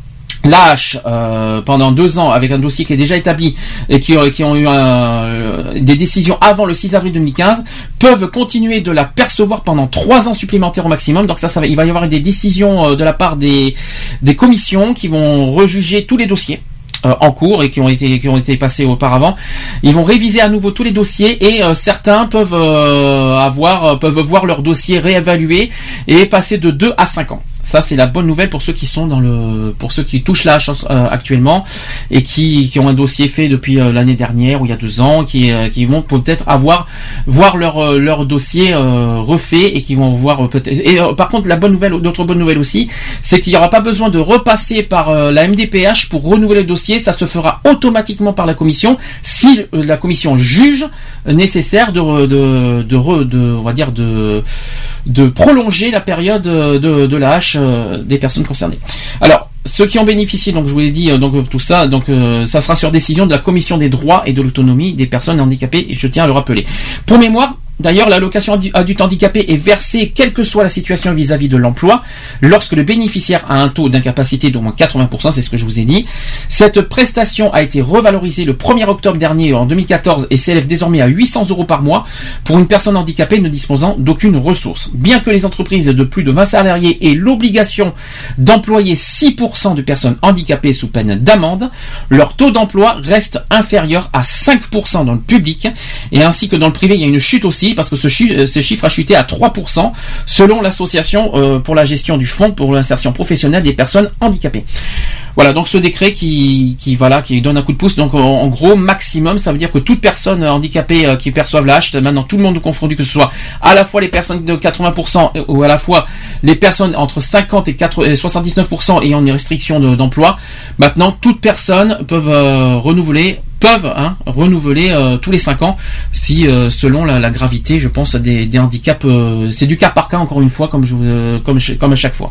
l'A H euh, pendant deux ans avec un dossier qui est déjà établi et qui, euh, qui ont eu euh, des décisions avant le six avril deux mille quinze peuvent continuer de la percevoir pendant trois ans supplémentaires au maximum. Donc ça, ça va, il va y avoir des décisions euh, de la part des, des commissions qui vont rejuger tous les dossiers en cours et qui ont été qui ont été passés auparavant. Ils vont réviser à nouveau tous les dossiers et euh, certains peuvent euh, avoir peuvent voir leur dossier réévalué et passer de deux à cinq ans. Ça, c'est la bonne nouvelle pour ceux qui sont dans le, pour ceux qui touchent l'A H euh, actuellement et qui, qui ont un dossier fait depuis euh, l'année dernière ou il y a deux ans, qui, euh, qui vont peut-être avoir, voir leur, euh, leur dossier euh, refait et qui vont voir euh, peut-être. Et euh, par contre, la bonne nouvelle, d'autres bonnes nouvelles aussi, c'est qu'il n'y aura pas besoin de repasser par euh, la M D P H pour renouveler le dossier. Ça se fera automatiquement par la commission si euh, la commission juge nécessaire de, de, de, de, de, on va dire de, de prolonger la période de, de l'A H des personnes concernées. Alors, ceux qui ont bénéficié, donc je vous l'ai dit, donc tout ça, donc euh, ça sera sur décision de la Commission des droits et de l'autonomie des personnes handicapées, et je tiens à le rappeler. Pour mémoire, d'ailleurs, l'allocation adulte handicapé est versée quelle que soit la situation vis-à-vis de l'emploi, lorsque le bénéficiaire a un taux d'incapacité d'au moins quatre-vingts pour cent, c'est ce que je vous ai dit. Cette prestation a été revalorisée le premier octobre dernier en deux mille quatorze et s'élève désormais à huit cents euros par mois pour une personne handicapée ne disposant d'aucune ressource. Bien que les entreprises de plus de vingt salariés aient l'obligation d'employer six pour cent de personnes handicapées sous peine d'amende, leur taux d'emploi reste inférieur à cinq pour cent dans le public et ainsi que dans le privé, il y a une chute aussi parce que ce chiffre, ce chiffre a chuté à trois pour cent selon l'association euh, pour la gestion du fonds pour l'insertion professionnelle des personnes handicapées. Voilà, donc ce décret qui, qui voilà, qui donne un coup de pouce. Donc en, en gros, maximum, ça veut dire que toute personne handicapée euh, qui perçoive l'A H, maintenant tout le monde confondu, que ce soit à la fois les personnes de quatre-vingts pour cent ou à la fois les personnes entre cinquante et soixante-dix-neuf pour cent ayant une restriction de, d'emploi, maintenant toute personne peuvent euh, renouveler peuvent hein, renouveler euh, tous les cinq ans si euh, selon la, la gravité, je pense, des, des handicaps. Euh, c'est du cas par cas encore une fois, comme je euh, comme comme à chaque fois.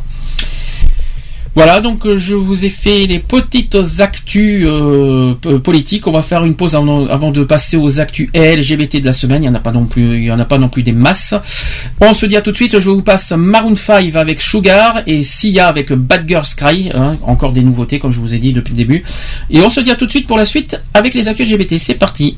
Voilà, donc euh, je vous ai fait les petites actus euh, politiques. On va faire une pause avant, avant de passer aux actus L G B T de la semaine. Il y en a pas non plus, il y en a pas non plus des masses. On se dit à tout de suite. Je vous passe Maroon five avec Sugar et Sia avec Bad Girls Cry. Hein, encore des nouveautés, comme je vous ai dit depuis le début. Et on se dit à tout de suite pour la suite avec les actus L G B T. C'est parti.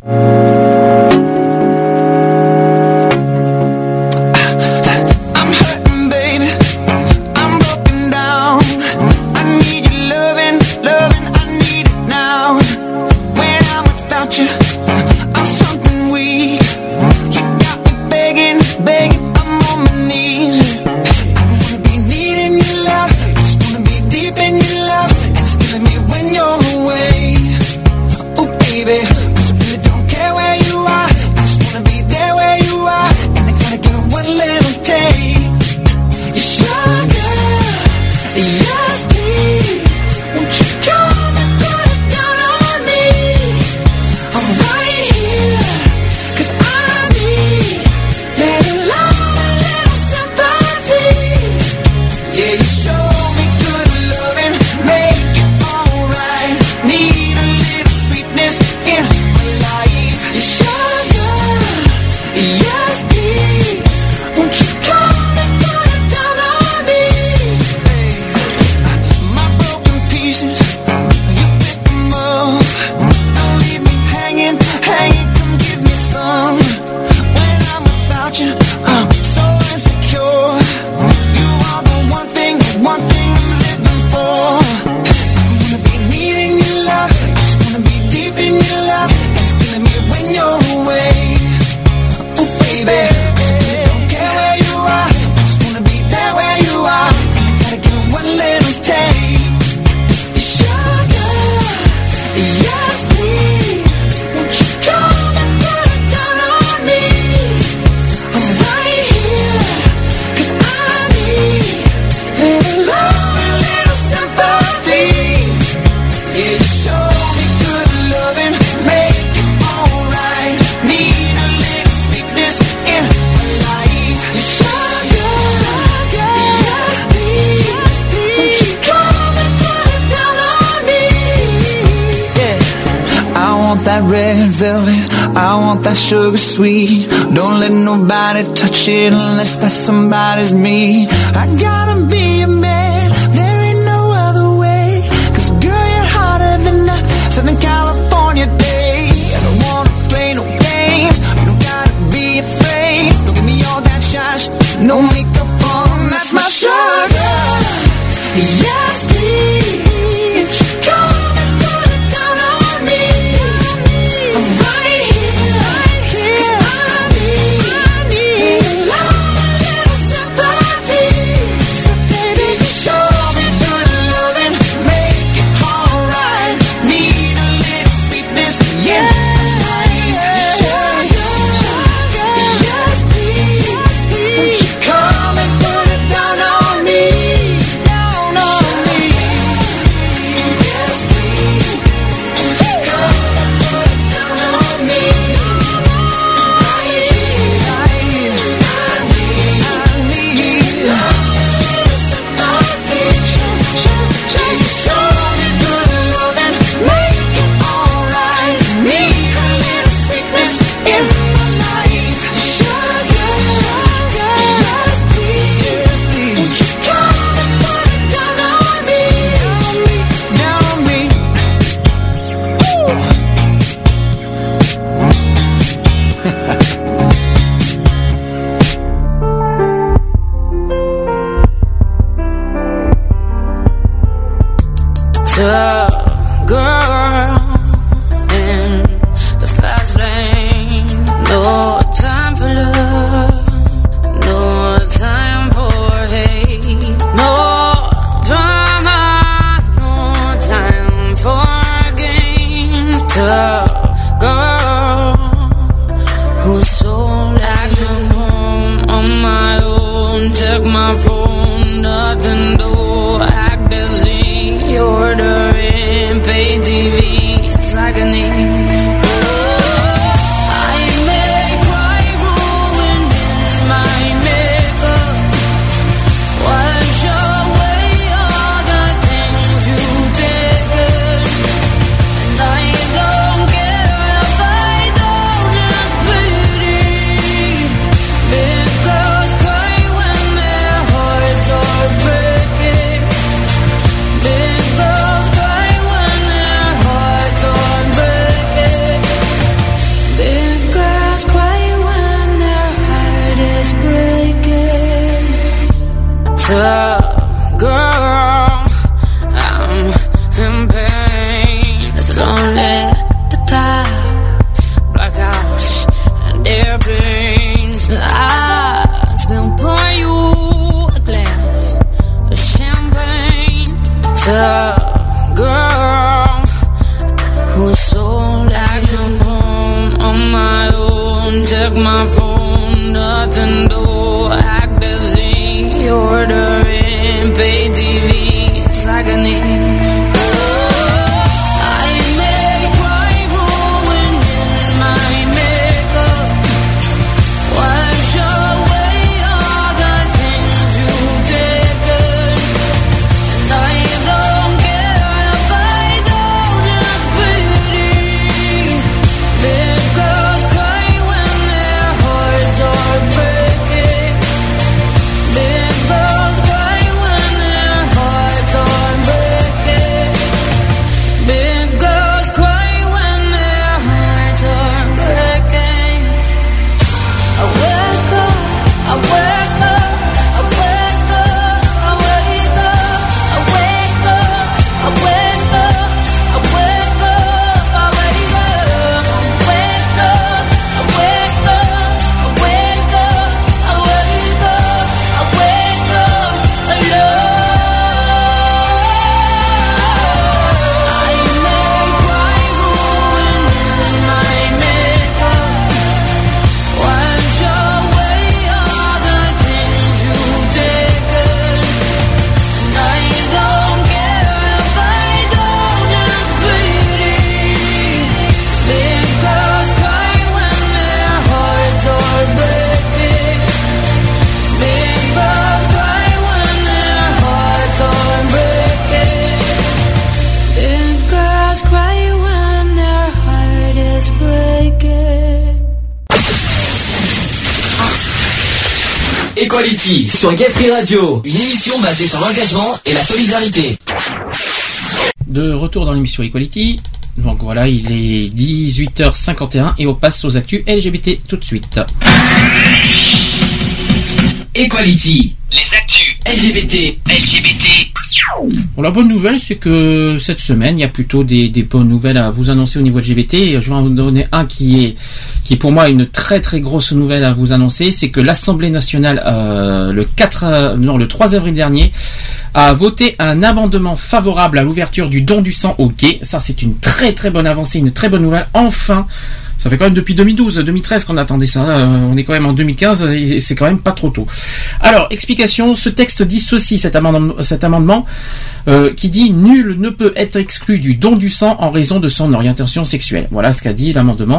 Yes. red velvet, I want that sugar sweet. Don't let nobody touch it unless that somebody's me. I gotta be a man, there ain't no other way. Cause girl, you're hotter than a Southern California day. I don't wanna play no games, you don't gotta be afraid. Don't give me all that shush, no makeup on, that's my sugar. Yes, please. Come and put it down on me. I'm right here, right here. 'Cause I need, I need a love, a little sympathy. So baby, just show me good loving, make it alright. Need a little sweetness in my life. Sugar, sugar, yes please. Won't you come and put it down on me? Down on me. Yes please. Won't you come and put it down on me? I need, I need, I need, I need love, sympathy. Show me good loving, make it alright. Need a little sweetness in my life. Sugar, sugar, yes please. Won't you come and put it down on me? Down on me, down on me. Tough girl in the fast lane. No time for love, no time for hate, no drama, no time for games. Tough girl who's so like I'm home on my own. Check my phone, nothing to act busy, ordering pay T V, it's like an need. I may cry ruining my makeup, wash away all the things you've taken, and I don't care if I don't look pretty. Big girls cry when their hearts are breaking. Big girls cry when their hearts are breaking. Big girls cry when their heart is breaking. Tough girl, I'm in pain. It's lonely at the top, black house and airplanes. I still pour you a glass of champagne. Tough girl who's so like I'm home on my own. Check my phone, nothing to act busy, ordering pay T V, it's like I need. I may cry ruining my makeup, wash away all the things you've taken, and I don't care if I don't look pretty. Big girls cry when their hearts are breaking. Big girls cry when their hearts are breaking. Equality sur Gay Free Radio, une émission basée sur l'engagement et la solidarité. De retour dans l'émission Equality. Donc voilà, il est dix-huit heures cinquante et un et on passe aux actus L G B T tout de suite. Equality, les actus L G B T, L G B T. Bon, la bonne nouvelle, c'est que cette semaine, il y a plutôt des, des bonnes nouvelles à vous annoncer au niveau L G B T. Je vais en donner un qui est, qui est pour moi une très très grosse nouvelle à vous annoncer. C'est que l'Assemblée nationale, euh, le quatre, euh, non, le trois avril dernier, a voté un amendement favorable à l'ouverture du don du sang aux gays. Ça, c'est une très très bonne avancée, une très bonne nouvelle. Enfin, ça fait quand même depuis deux mille douze, deux mille treize qu'on attendait ça. Euh, on est quand même en deux mille quinze et c'est quand même pas trop tôt. Alors, explication, ce texte dit ceci, cet amendement, cet amendement euh, qui dit « Nul ne peut être exclu du don du sang en raison de son orientation sexuelle ». Voilà ce qu'a dit l'amendement.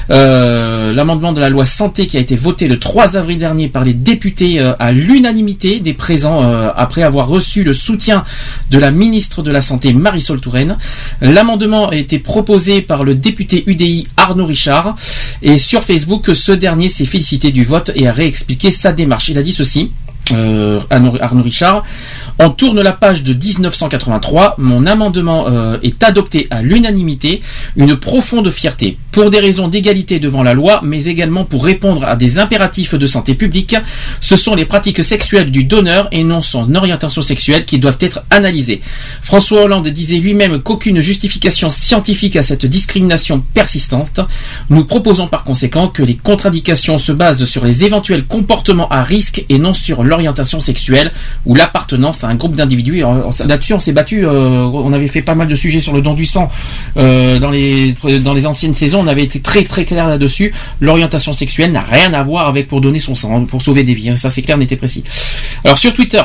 Euh, l'amendement de la loi santé qui a été voté le trois avril dernier par les députés euh, à l'unanimité des présents euh, après avoir reçu le soutien de la ministre de la Santé Marisol Touraine. L'amendement a été proposé par le député U D I Arnaud Richard et sur Facebook, ce dernier s'est félicité du vote et a réexpliqué sa démarche. Il a dit ceci. Euh, Arnaud Richard, on tourne la page de dix-neuf cent quatre-vingt-trois, mon amendement euh, est adopté à l'unanimité, une profonde fierté, pour des raisons d'égalité devant la loi, mais également pour répondre à des impératifs de santé publique. Ce sont les pratiques sexuelles du donneur et non son orientation sexuelle qui doivent être analysées. François Hollande disait lui-même qu'aucune justification scientifique à cette discrimination persistante. Nous proposons par conséquent que les contre-indications se basent sur les éventuels comportements à risque et non sur leur orientation sexuelle ou l'appartenance à un groupe d'individus. Là-dessus, on s'est battu. Euh, on avait fait pas mal de sujets sur le don du sang euh, dans les dans les anciennes saisons. On avait été très très clair là-dessus. L'orientation sexuelle n'a rien à voir avec pour donner son sang, pour sauver des vies. Ça, c'est clair, n'était précis. Alors sur Twitter,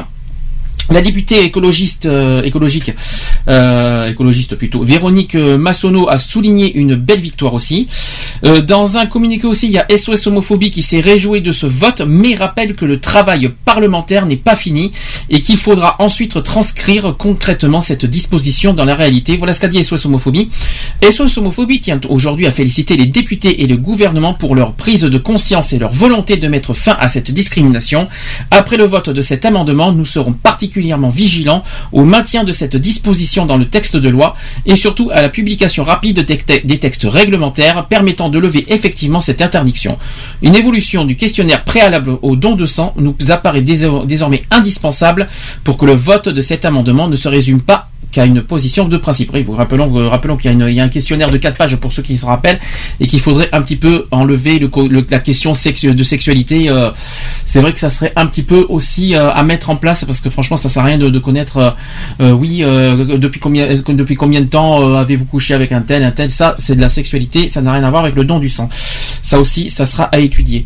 la députée écologiste, euh, écologique, euh, écologiste plutôt, Véronique Massonneau a souligné une belle victoire aussi. Euh, dans un communiqué aussi, il y a S O S Homophobie qui s'est réjoui de ce vote, mais rappelle que le travail parlementaire n'est pas fini et qu'il faudra ensuite transcrire concrètement cette disposition dans la réalité. Voilà ce qu'a dit S O S Homophobie. S O S Homophobie tient aujourd'hui à féliciter les députés et le gouvernement pour leur prise de conscience et leur volonté de mettre fin à cette discrimination. Après le vote de cet amendement, nous serons particulièrement vigilants au maintien de cette disposition dans le texte de loi et surtout à la publication rapide des textes réglementaires permettant de lever effectivement cette interdiction. Une évolution du questionnaire préalable au don de sang nous apparaît désormais indispensable pour que le vote de cet amendement ne se résume pas qu'à une position de principe. Oui, vous rappelons, euh, rappelons qu'il y a, une, il y a un questionnaire de quatre pages pour ceux qui se rappellent et qu'il faudrait un petit peu enlever le, le, la question sexu, de sexualité. Euh, c'est vrai que ça serait un petit peu aussi euh, à mettre en place parce que franchement ça sert à rien de, de connaître. Euh, euh, oui, euh, depuis combien, depuis combien de temps euh, avez-vous couché avec un tel, un tel. Ça, c'est de la sexualité. Ça n'a rien à voir avec le don du sang. Ça aussi, ça sera à étudier.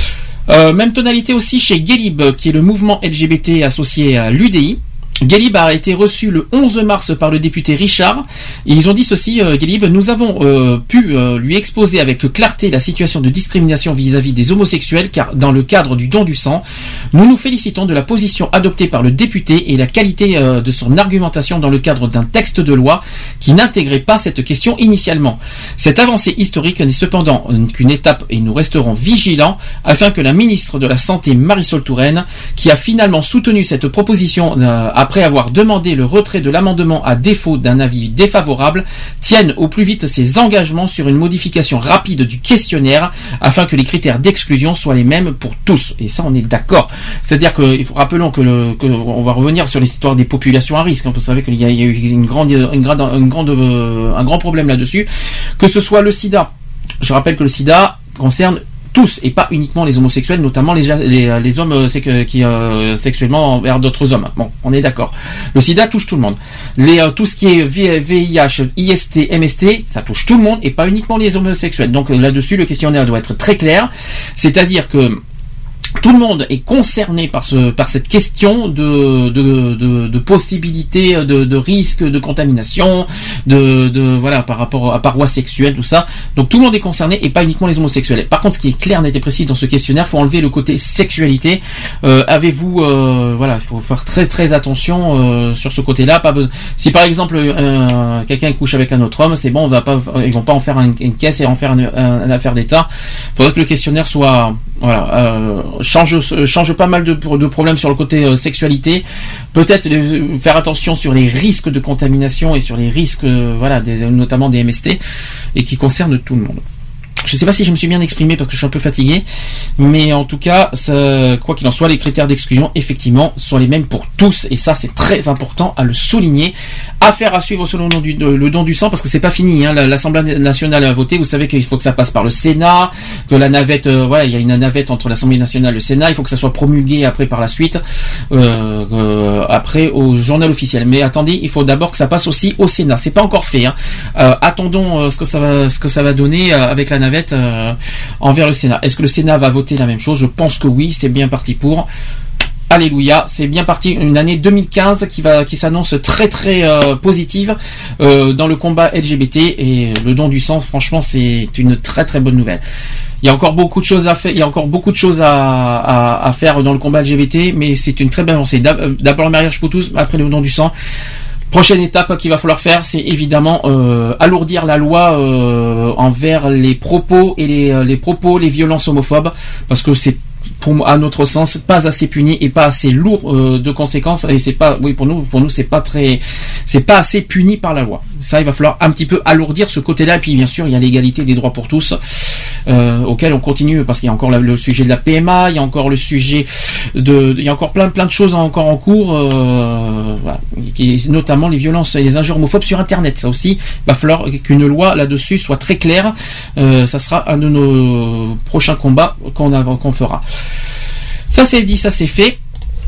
Euh, même tonalité aussi chez Guélib, qui est le mouvement L G B T associé à l'U D I. Guélib a été reçu le onze mars par le député Richard. Et ils ont dit ceci, euh, Guélib, nous avons euh, pu euh, lui exposer avec clarté la situation de discrimination vis-à-vis des homosexuels car dans le cadre du don du sang, nous nous félicitons de la position adoptée par le député et la qualité euh, de son argumentation dans le cadre d'un texte de loi qui n'intégrait pas cette question initialement. Cette avancée historique n'est cependant qu'une étape et nous resterons vigilants afin que la ministre de la Santé Marisol Touraine, qui a finalement soutenu cette proposition euh, après avoir demandé le retrait de l'amendement à défaut d'un avis défavorable, tienne au plus vite ses engagements sur une modification rapide du questionnaire afin que les critères d'exclusion soient les mêmes pour tous. Et ça, on est d'accord. C'est-à-dire que, il faut rappelons que, le, que on va revenir sur l'histoire des populations à risque. Vous savez qu'il y a, il y a eu une grande, une grande, une grande, euh, un grand problème là-dessus. Que ce soit le sida. Je rappelle que le sida concerne tous et pas uniquement les homosexuels, notamment les, les, les hommes euh, qui euh, sexuellement envers d'autres hommes. Bon, on est d'accord. Le sida touche tout le monde. Les, euh, tout ce qui est V I H, I S T, M S T, ça touche tout le monde et pas uniquement les homosexuels. Donc là-dessus, le questionnaire doit être très clair. C'est-à-dire que tout le monde est concerné par ce, par cette question de, de, de, de possibilité de, de risque de contamination, de, de, voilà, par rapport à parois sexuelles, tout ça. Donc tout le monde est concerné et pas uniquement les homosexuels. Par contre, ce qui est clair, net et précis dans ce questionnaire, faut enlever le côté sexualité. Euh, avez-vous, euh, voilà, il faut faire très très attention euh, sur ce côté-là. Pas besoin. Si par exemple euh, quelqu'un couche avec un autre homme, c'est bon, on va pas, ils vont pas en faire une, une caisse et en faire une, une affaire d'État. Il faudrait que le questionnaire soit, voilà. Euh, change change pas mal de, de problèmes sur le côté euh, sexualité. Peut-être euh, faire attention sur les risques de contamination et sur les risques, euh, voilà, des, notamment des M S T, et qui concernent tout le monde. Je ne sais pas si je me suis bien exprimé parce que je suis un peu fatigué, mais en tout cas, ça, quoi qu'il en soit, les critères d'exclusion, effectivement, sont les mêmes pour tous, et ça, c'est très important à le souligner. Affaire à suivre selon le don du, le don du sang, parce que c'est pas fini, hein. L'Assemblée nationale a voté, vous savez qu'il faut que ça passe par le Sénat, que la navette, euh, ouais, il y a une navette entre l'Assemblée nationale et le Sénat, il faut que ça soit promulgué après par la suite, euh, euh, après au journal officiel. Mais attendez, il faut d'abord que ça passe aussi au Sénat. C'est pas encore fait, hein. Euh, attendons euh, ce que ça va, ce que ça va donner euh, avec la navette Euh, envers le Sénat. Est-ce que le Sénat va voter la même chose? Je pense que oui, c'est bien parti pour. Alléluia, c'est bien parti, une année deux mille quinze qui va, qui s'annonce très très euh, positive euh, dans le combat L G B T, et le don du sang, franchement, c'est une très très bonne nouvelle. Il y a encore beaucoup de choses à faire, il y a encore beaucoup de choses à, à, à faire dans le combat L G B T, mais c'est une très belle avancée. D'abord le mariage pour tous, après le don du sang. Prochaine étape qu'il va falloir faire, c'est évidemment euh, alourdir la loi euh, envers les propos et les, les propos, les violences homophobes, parce que c'est, pour à notre sens, pas assez puni et pas assez lourd euh, de conséquences, et c'est pas, oui, pour nous, pour nous, c'est pas très, c'est pas assez puni par la loi. Ça, il va falloir un petit peu alourdir ce côté-là, et puis bien sûr, il y a l'égalité des droits pour tous, euh, auquel on continue, parce qu'il y a encore la, le sujet de la P M A, il y a encore le sujet de, il y a encore plein, plein de choses encore en cours, euh, voilà, qui, notamment les violences et les injures homophobes sur Internet. Ça aussi, il va falloir qu'une loi là-dessus soit très claire. Euh, ça sera un de nos prochains combats qu'on a, qu'on fera. Ça c'est dit, ça c'est fait.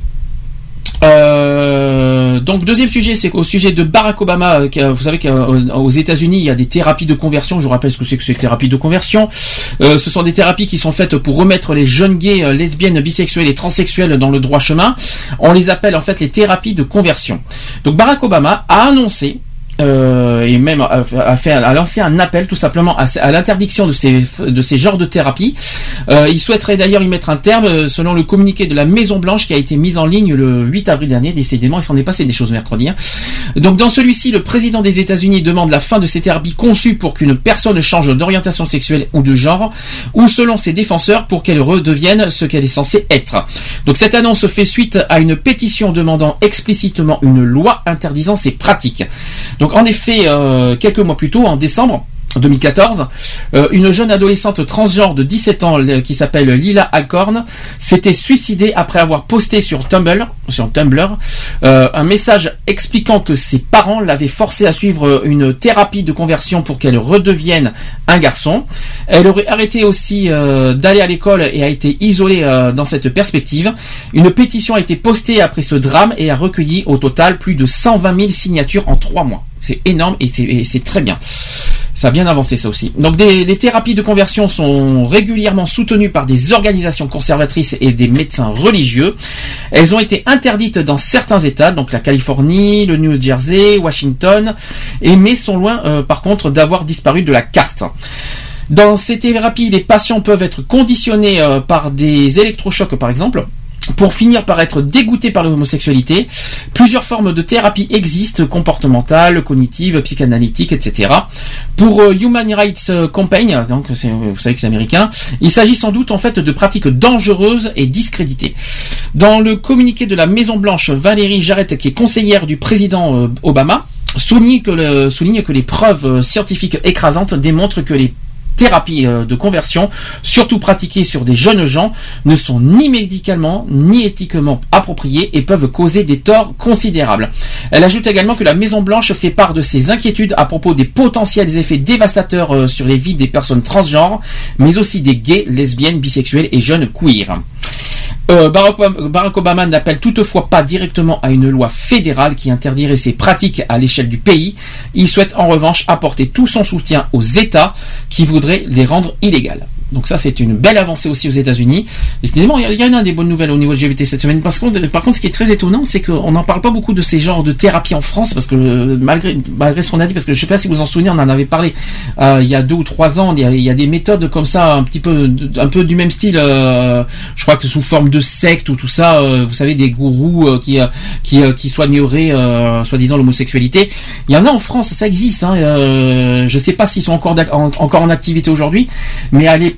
Euh, donc deuxième sujet, c'est au sujet de Barack Obama. Euh, vous savez qu'aux États-Unis, il y a des thérapies de conversion. Je vous rappelle ce que c'est que ces thérapies de conversion. Euh, ce sont des thérapies qui sont faites pour remettre les jeunes gays, euh, lesbiennes, bisexuels et transsexuels dans le droit chemin. On les appelle en fait les thérapies de conversion. Donc Barack Obama a annoncé, Euh, et même a, a, fait, a lancé un appel tout simplement à, à l'interdiction de ces, de ces genres de thérapies. Euh, il souhaiterait d'ailleurs y mettre un terme selon le communiqué de la Maison Blanche qui a été mis en ligne le huit avril dernier. Décidément, il s'en est passé des choses mercredi. Hein. Donc dans celui-ci, le président des États-Unis demande la fin de ces thérapies conçues pour qu'une personne change d'orientation sexuelle ou de genre, ou selon ses défenseurs pour qu'elle redevienne ce qu'elle est censée être. Donc cette annonce fait suite à une pétition demandant explicitement une loi interdisant ces pratiques. Donc en effet, euh, quelques mois plus tôt, en décembre deux mille quatorze, euh, une jeune adolescente transgenre de dix-sept ans euh, qui s'appelle Lila Alcorn s'était suicidée après avoir posté sur Tumblr, sur Tumblr euh, un message expliquant que ses parents l'avaient forcée à suivre une thérapie de conversion pour qu'elle redevienne un garçon. Elle aurait arrêté aussi euh, d'aller à l'école et a été isolée euh, dans cette perspective. Une pétition a été postée après ce drame et a recueilli au total plus de cent vingt mille signatures en trois mois. C'est énorme et c'est, et c'est très bien. Ça a bien avancé, ça aussi. Donc, des, les thérapies de conversion sont régulièrement soutenues par des organisations conservatrices et des médecins religieux. Elles ont été interdites dans certains États, donc la Californie, le New Jersey, Washington, et mais sont loin, euh, par contre, d'avoir disparu de la carte. Dans ces thérapies, les patients peuvent être conditionnés euh, par des électrochocs, par exemple, pour finir par être dégoûté par l'homosexualité. Plusieurs formes de thérapie existent, comportementales, cognitives, psychanalytiques, et cetera. Pour euh, Human Rights Campaign, donc c'est, vous savez que c'est américain, il s'agit sans doute en fait de pratiques dangereuses et discréditées. Dans le communiqué de la Maison Blanche, Valérie Jarrett, qui est conseillère du président euh, Obama, souligne que, le, souligne que les preuves scientifiques écrasantes démontrent que les thérapies de conversion, surtout pratiquées sur des jeunes gens, ne sont ni médicalement ni éthiquement appropriées et peuvent causer des torts considérables. Elle ajoute également que la Maison Blanche fait part de ses inquiétudes à propos des potentiels effets dévastateurs sur les vies des personnes transgenres, mais aussi des gays, lesbiennes, bisexuels et jeunes queers. Euh, Barack Obama n'appelle toutefois pas directement à une loi fédérale qui interdirait ces pratiques à l'échelle du pays. Il souhaite en revanche apporter tout son soutien aux États qui voudraient les rendre illégales. Donc ça, c'est une belle avancée aussi aux États-Unis. Décidément, il y en a des bonnes nouvelles au niveau L G B T cette semaine. Parce que, par contre, ce qui est très étonnant, c'est qu'on n'en parle pas beaucoup de ces genres de thérapies en France, parce que malgré, malgré ce qu'on a dit, parce que je ne sais pas si vous en souvenez, on en avait parlé euh, il y a deux ou trois ans. Il y a, il y a des méthodes comme ça, un petit peu, un peu du même style. Euh, je crois que sous forme de secte ou tout ça, euh, vous savez, des gourous euh, qui, euh, qui, euh, qui soigneraient, euh, soi-disant, l'homosexualité. Il y en a en France, ça existe. Hein, euh, je ne sais pas s'ils sont encore, en, encore en activité aujourd'hui, mais à l'époque,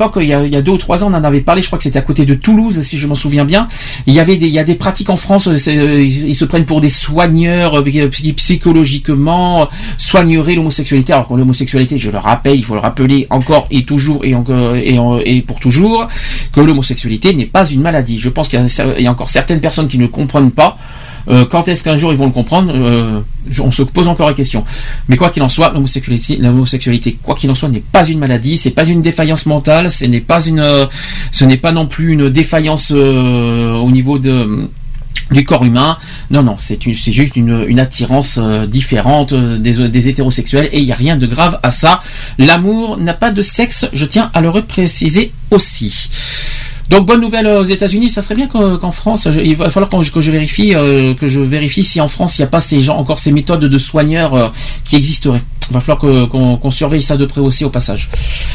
l'époque, il y, a, il y a deux ou trois ans, on en avait parlé. Je crois que c'était à côté de Toulouse, si je m'en souviens bien. Il y avait des, il y a des pratiques en France. C'est, ils, ils se prennent pour des soigneurs qui psychologiquement soigneraient l'homosexualité. Alors que l'homosexualité, je le rappelle, il faut le rappeler encore et toujours et encore et, et pour toujours, que l'homosexualité n'est pas une maladie. Je pense qu'il y a, il y a encore certaines personnes qui ne comprennent pas. Euh, quand est-ce qu'un jour ils vont le comprendre, euh, on se pose encore la question. Mais quoi qu'il en soit, l'homosexualité, l'homosexualité, quoi qu'il en soit, n'est pas une maladie, c'est pas une défaillance mentale, ce n'est pas une, euh, ce n'est pas non plus une défaillance euh, au niveau de du corps humain. Non, non, c'est, une, c'est juste une, une attirance euh, différente euh, des, des hétérosexuels et il n'y a rien de grave à ça. L'amour n'a pas de sexe, je tiens à le repréciser aussi. Donc bonne nouvelle aux États-Unis, ça serait bien qu'en, qu'en France, je, il va falloir que je, que je vérifie, euh, que je vérifie si en France il n'y a pas ces gens, encore ces méthodes de soigneurs euh, qui existeraient. Il va falloir que, qu'on, qu'on surveille ça de près aussi au passage.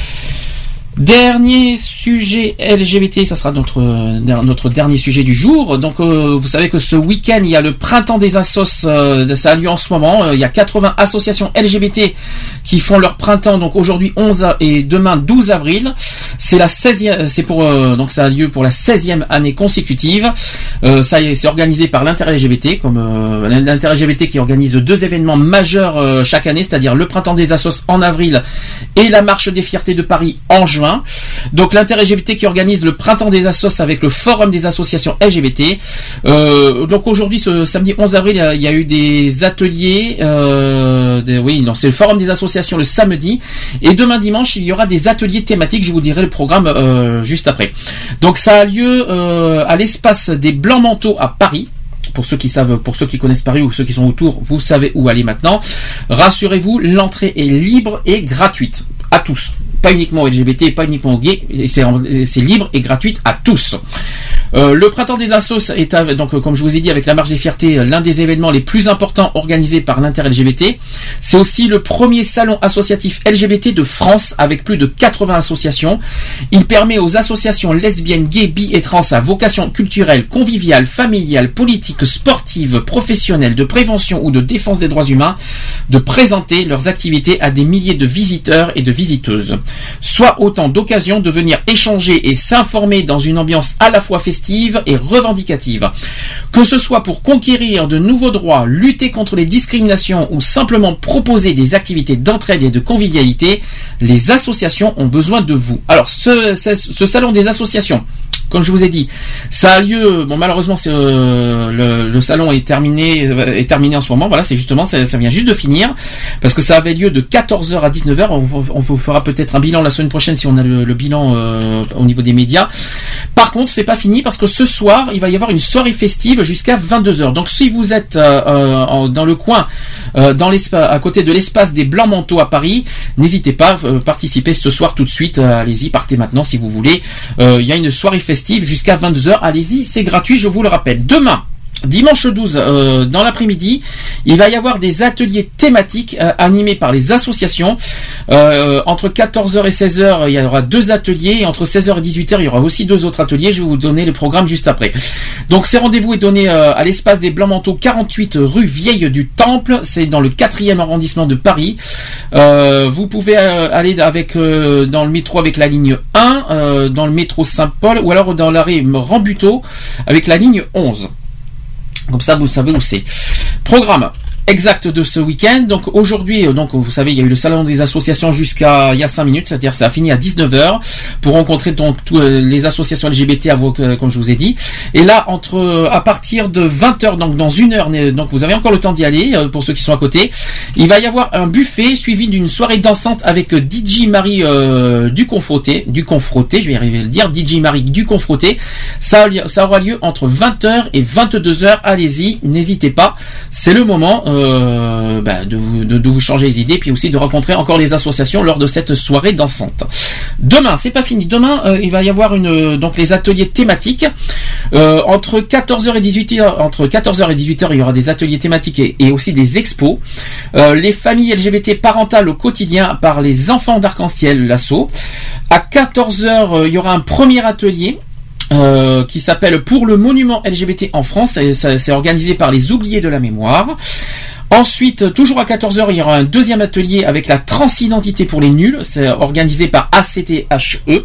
Dernier sujet L G B T, ça sera notre notre dernier sujet du jour. Donc euh, vous savez que ce week-end il y a le printemps des assos, euh, ça a lieu en ce moment. Euh, il y a quatre-vingts associations L G B T qui font leur printemps. Donc aujourd'hui onze et demain douze avril. C'est la seizième, c'est pour euh, donc ça a lieu pour la seizième année consécutive. Euh, ça c'est organisé par l'Inter-L G B T, comme euh, l'Inter-L G B T qui organise deux événements majeurs euh, chaque année, c'est-à-dire le printemps des assos en avril et la marche des fiertés de Paris en juin. Donc l'Inter-L G B T qui organise le printemps des assos avec le forum des associations L G B T. Euh, donc aujourd'hui, ce samedi onze avril, il y a eu des ateliers. Euh, des, oui, non, c'est le forum des associations le samedi. Et demain dimanche, il y aura des ateliers thématiques. Je vous dirai le programme euh, juste après. Donc ça a lieu euh, à l'espace des Blancs Manteaux à Paris. Pour ceux qui savent, pour ceux qui connaissent Paris ou ceux qui sont autour, vous savez où aller maintenant. Rassurez-vous, l'entrée est libre et gratuite à tous. Pas uniquement aux L G B T, pas uniquement aux gays, c'est, c'est libre et gratuite à tous. Euh, le printemps des assos est, donc comme je vous ai dit, avec la marche des fiertés, l'un des événements les plus importants organisés par l'Inter-L G B T. C'est aussi le premier salon associatif L G B T de France avec plus de quatre-vingts associations. Il permet aux associations lesbiennes, gays, bi et trans à vocation culturelle, conviviale, familiale, politique, sportive, professionnelle, de prévention ou de défense des droits humains de présenter leurs activités à des milliers de visiteurs et de visiteuses. Soit autant d'occasions de venir échanger et s'informer dans une ambiance à la fois festive et revendicative. Que ce soit pour conquérir de nouveaux droits, lutter contre les discriminations ou simplement proposer des activités d'entraide et de convivialité, les associations ont besoin de vous. Alors ce, ce, ce salon des associations, comme je vous ai dit, ça a lieu. Bon, malheureusement, c'est, euh, le, le salon est terminé, est terminé en ce moment. Voilà, c'est justement, ça, ça vient juste de finir parce que ça avait lieu de quatorze heures à dix-neuf heures. On, on vous fera peut-être un bilan la semaine prochaine si on a le, le bilan euh, au niveau des médias. Par contre, c'est pas fini parce que ce soir, il va y avoir une soirée festive jusqu'à vingt-deux heures. Donc, si vous êtes euh, euh, dans le coin, euh, dans l'espace, à côté de l'espace des Blancs Manteaux à Paris, n'hésitez pas, euh, participez ce soir tout de suite. Euh, allez-y, partez maintenant si vous voulez. Euh, il y a une soirée festive jusqu'à vingt-deux heures, allez-y, c'est gratuit, je vous le rappelle. Demain, dimanche douze, euh, dans l'après-midi, il va y avoir des ateliers thématiques euh, animés par les associations. Euh, entre quatorze heures et seize heures, il y aura deux ateliers, et entre seize heures et dix-huit heures, il y aura aussi deux autres ateliers. Je vais vous donner le programme juste après. Donc, ces rendez-vous est donné euh, à l'espace des Blancs Manteaux, quarante-huit rue Vieille du Temple. C'est dans le quatrième arrondissement de Paris. Euh, vous pouvez euh, aller avec euh, dans le métro avec la ligne un, euh, dans le métro Saint-Paul, ou alors dans l'arrêt Rambuteau avec la ligne onze. Comme ça, vous savez où c'est. Programme exact de ce week-end. Donc aujourd'hui, donc vous savez, il y a eu le salon des associations jusqu'à il y a cinq minutes, c'est-à-dire ça a fini à dix-neuf heures pour rencontrer donc tous les associations L G B T, à vos, comme je vous ai dit. Et là, entre à partir de vingt heures, donc dans une heure, donc vous avez encore le temps d'y aller pour ceux qui sont à côté. Il va y avoir un buffet suivi d'une soirée dansante avec D J Marie euh, du Confronté, du Confronté, je vais y arriver à le dire, D J Marie du Confronté. Ça, ça aura lieu entre vingt heures et vingt-deux heures. Allez-y, n'hésitez pas, c'est le moment. Euh, Euh, bah, de, vous, de, de vous changer les idées, puis aussi de rencontrer encore les associations lors de cette soirée dansante. Demain, c'est pas fini. Demain, euh, il va y avoir une, donc les ateliers thématiques euh, entre quatorze heures et dix-huit heures. Entre quatorze heures et dix-huit heures, il y aura des ateliers thématiques et, et aussi des expos. Euh, les familles L G B T parentales au quotidien par les enfants d'Arc-en-Ciel, l'asso. À quatorze heures, euh, il y aura un premier atelier. Euh, qui s'appelle Pour le monument L G B T en France, et ça, c'est organisé par les oubliés de la mémoire. Ensuite, toujours à quatorze heures, il y aura un deuxième atelier avec la transidentité pour les nuls, c'est organisé par A C T H E.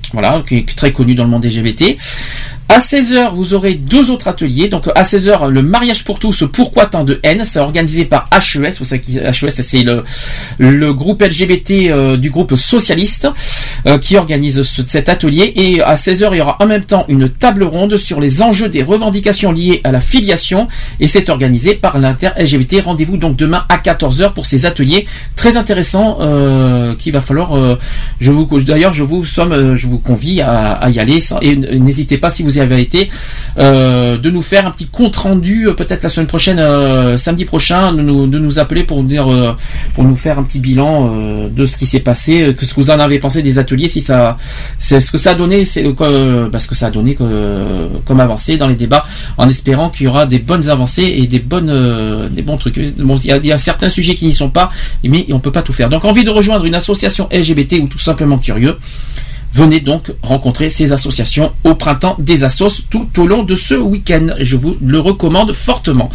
Voilà, qui est très connu dans le monde L G B T. À seize heures, vous aurez deux autres ateliers. Donc, à seize heures, le mariage pour tous, pourquoi tant de haine? C'est organisé par H E S. Vous savez que H E S, c'est le, le groupe L G B T euh, du groupe socialiste euh, qui organise ce, cet atelier. Et à seize heures, il y aura en même temps une table ronde sur les enjeux des revendications liées à la filiation. Et c'est organisé par l'Inter-L G B T. Rendez-vous donc demain à quatorze heures pour ces ateliers très intéressants euh, qu'il va falloir... Euh, je vous, d'ailleurs, je vous, somme, je vous convie à, à y aller. Sans, et n'hésitez pas, si vous avait été euh, de nous faire un petit compte rendu euh, peut-être la semaine prochaine, euh, samedi prochain, de nous, de nous appeler pour dire euh, pour nous faire un petit bilan euh, de ce qui s'est passé, euh, que ce que vous en avez pensé des ateliers, si ça, c'est ce que ça a donné, c'est euh, parce que ça a donné euh, comme avancée dans les débats, en espérant qu'il y aura des bonnes avancées et des bonnes euh, des bons trucs. Bon, il y a, il y a certains sujets qui n'y sont pas, mais on peut pas tout faire. Donc, envie de rejoindre une association L G B T ou tout simplement curieux, venez donc rencontrer ces associations au printemps des assos tout au long de ce week-end. Je vous le recommande fortement.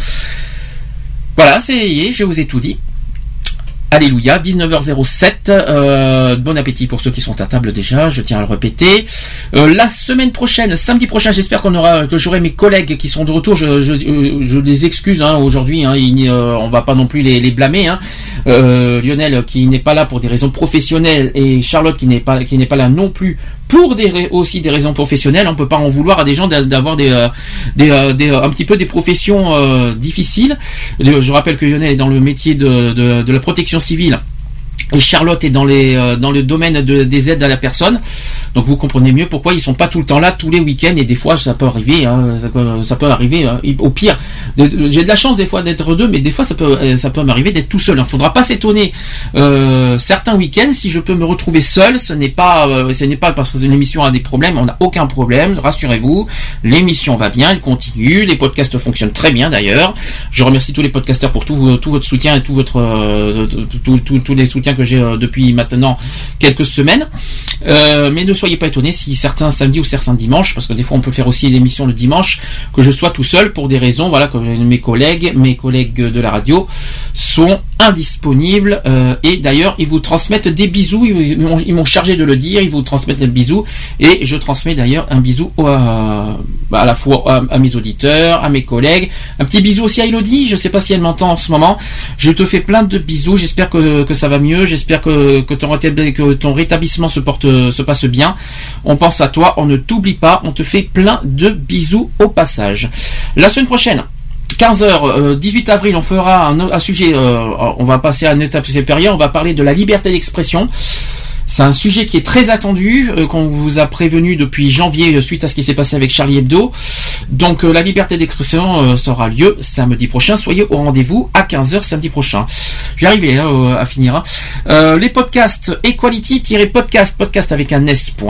Voilà, c'est, je vous ai tout dit. Alléluia, dix-neuf heures zéro sept, euh, bon appétit pour ceux qui sont à table déjà, je tiens à le répéter. Euh, la semaine prochaine, samedi prochain, j'espère qu'on aura, que j'aurai mes collègues qui sont de retour, je, je, je les excuse hein, aujourd'hui, hein, il, euh, on va pas non plus les, les blâmer. Hein. Euh, Lionel qui n'est pas là pour des raisons professionnelles et Charlotte qui n'est pas, qui n'est pas là non plus pour des, aussi des raisons professionnelles. On peut pas en vouloir à des gens d'avoir des, euh, des, euh, des, un petit peu des professions euh, difficiles. Je rappelle que Lionel est dans le métier de, de, de la protection civile et Charlotte est dans les euh, dans le domaine de, des aides à la personne. Donc vous comprenez mieux pourquoi ils sont pas tout le temps là tous les week-ends, et des fois ça peut arriver, hein, ça, peut, ça peut arriver. Hein, au pire, j'ai de la chance des fois d'être deux, mais des fois ça peut ça peut m'arriver d'être tout seul. Il faudra pas s'étonner. Euh, certains week-ends, si je peux me retrouver seul, ce n'est pas euh, ce n'est pas parce que l'émission a des problèmes. On n'a aucun problème, rassurez-vous. L'émission va bien, elle continue. Les podcasts fonctionnent très bien d'ailleurs. Je remercie tous les podcasteurs pour tout tout votre soutien et tout votre euh, tous tout, tout les soutiens que j'ai euh, depuis maintenant quelques semaines. Euh, mais ne soyez pas étonnés si certains samedis ou certains dimanches, parce que des fois on peut faire aussi l'émission le dimanche, que je sois tout seul pour des raisons, voilà, que mes collègues, mes collègues de la radio sont indisponibles, euh, et d'ailleurs ils vous transmettent des bisous, ils m'ont, ils m'ont chargé de le dire, ils vous transmettent des bisous, et je transmets d'ailleurs un bisou à, à la fois à, à mes auditeurs, à mes collègues, un petit bisou aussi à Elodie, je sais pas si elle m'entend en ce moment, je te fais plein de bisous, j'espère que, que ça va mieux, j'espère que, que, ton, que ton rétablissement se porte se passe bien. On pense à toi, on ne t'oublie pas, on te fait plein de bisous au passage. La semaine prochaine, quinze heures, euh, dix-huit avril, on fera un, un sujet, euh, on va passer à une étape supérieure, on va parler de la liberté d'expression. C'est un sujet qui est très attendu, euh, qu'on vous a prévenu depuis janvier euh, suite à ce qui s'est passé avec Charlie Hebdo. Donc euh, la liberté d'expression euh, aura lieu samedi prochain. Soyez au rendez-vous à quinze heures samedi prochain. Je vais arriver hein, à finir. Hein. Euh, les podcasts equality-podcast, podcast avec un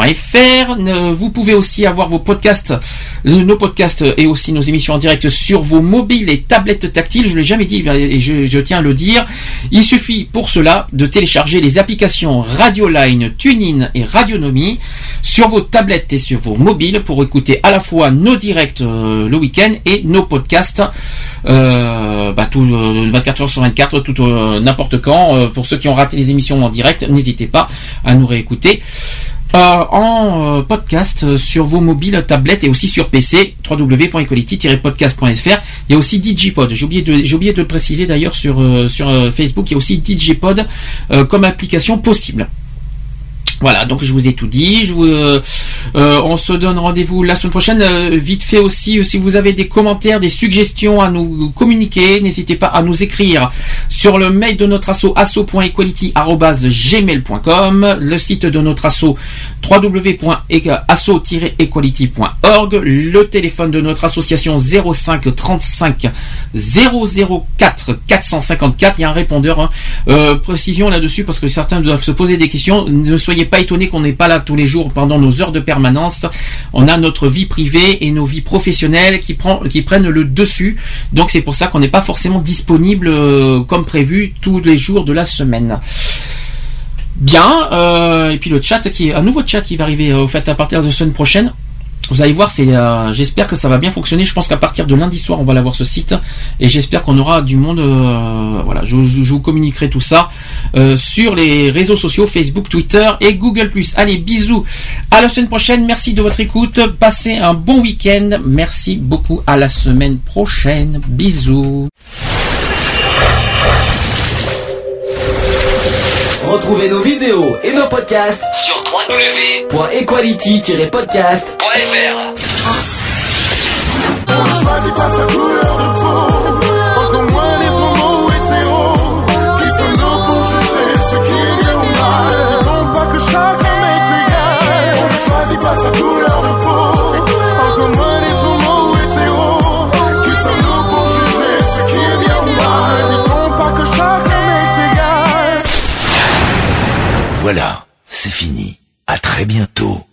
s.fr. Euh, vous pouvez aussi avoir vos podcasts, euh, nos podcasts et aussi nos émissions en direct sur vos mobiles et tablettes tactiles. Je l'ai jamais dit et je, je tiens à le dire. Il suffit pour cela de télécharger les applications Radioline, TuneIn et Radionomie sur vos tablettes et sur vos mobiles pour écouter à la fois nos directs euh, le week-end et nos podcasts euh, bah, tout, euh, vingt-quatre heures sur vingt-quatre, tout euh, n'importe quand. Euh, pour ceux qui ont raté les émissions en direct, n'hésitez pas à nous réécouter euh, en euh, podcast euh, sur vos mobiles, tablettes et aussi sur P C, w w w point equality tiret podcast point f r. Il y a aussi Digipod. J'ai oublié de, j'ai oublié de le préciser d'ailleurs sur, euh, sur euh, Facebook. Il y a aussi Digipod euh, comme application possible. Voilà, donc je vous ai tout dit. Je vous, euh, euh, on se donne rendez-vous la semaine prochaine. Euh, vite fait aussi, euh, si vous avez des commentaires, des suggestions à nous communiquer, n'hésitez pas à nous écrire sur le mail de notre asso, asso point equality arobase gmail point com, le site de notre asso, w w w point asso tiret equality point org, le téléphone de notre association zéro cinq trente-cinq zéro zéro quatre quatre cent cinquante-quatre. Il y a un répondeur. Hein. Euh, précision là-dessus parce que certains doivent se poser des questions. Ne soyez pas étonné qu'on n'est pas là tous les jours pendant nos heures de permanence. On a notre vie privée et nos vies professionnelles qui, prend, qui prennent le dessus. Donc c'est pour ça qu'on n'est pas forcément disponible euh, comme prévu tous les jours de la semaine. Bien, euh, et puis le chat, qui un nouveau chat qui va arriver euh, au fait à partir de la semaine prochaine. Vous allez voir, c'est, euh, j'espère que ça va bien fonctionner. Je pense qu'à partir de lundi soir, on va l'avoir ce site, et j'espère qu'on aura du monde. Euh, voilà, je, je, je vous communiquerai tout ça euh, sur les réseaux sociaux, Facebook, Twitter et Google plus. Allez, bisous. À la semaine prochaine. Merci de votre écoute. Passez un bon week-end. Merci beaucoup. À la semaine prochaine. Bisous. Retrouvez nos vidéos et nos podcasts sur w w w point equality tiret podcast point f r. On ne choisit pas sa couleur de peau, encore moins les tourments hétéros. Qui sommes-nous pour juger ce qui est bien ou mal? Dit-on pas que chaque homme est égal? On ne choisit pas sa couleur de peau, encore moins les tourments hétéros. Qui sommes-nous pour juger ce qui est bien ou mal? Dit-on pas que chaque homme est égal? Voilà, c'est fini. À très bientôt.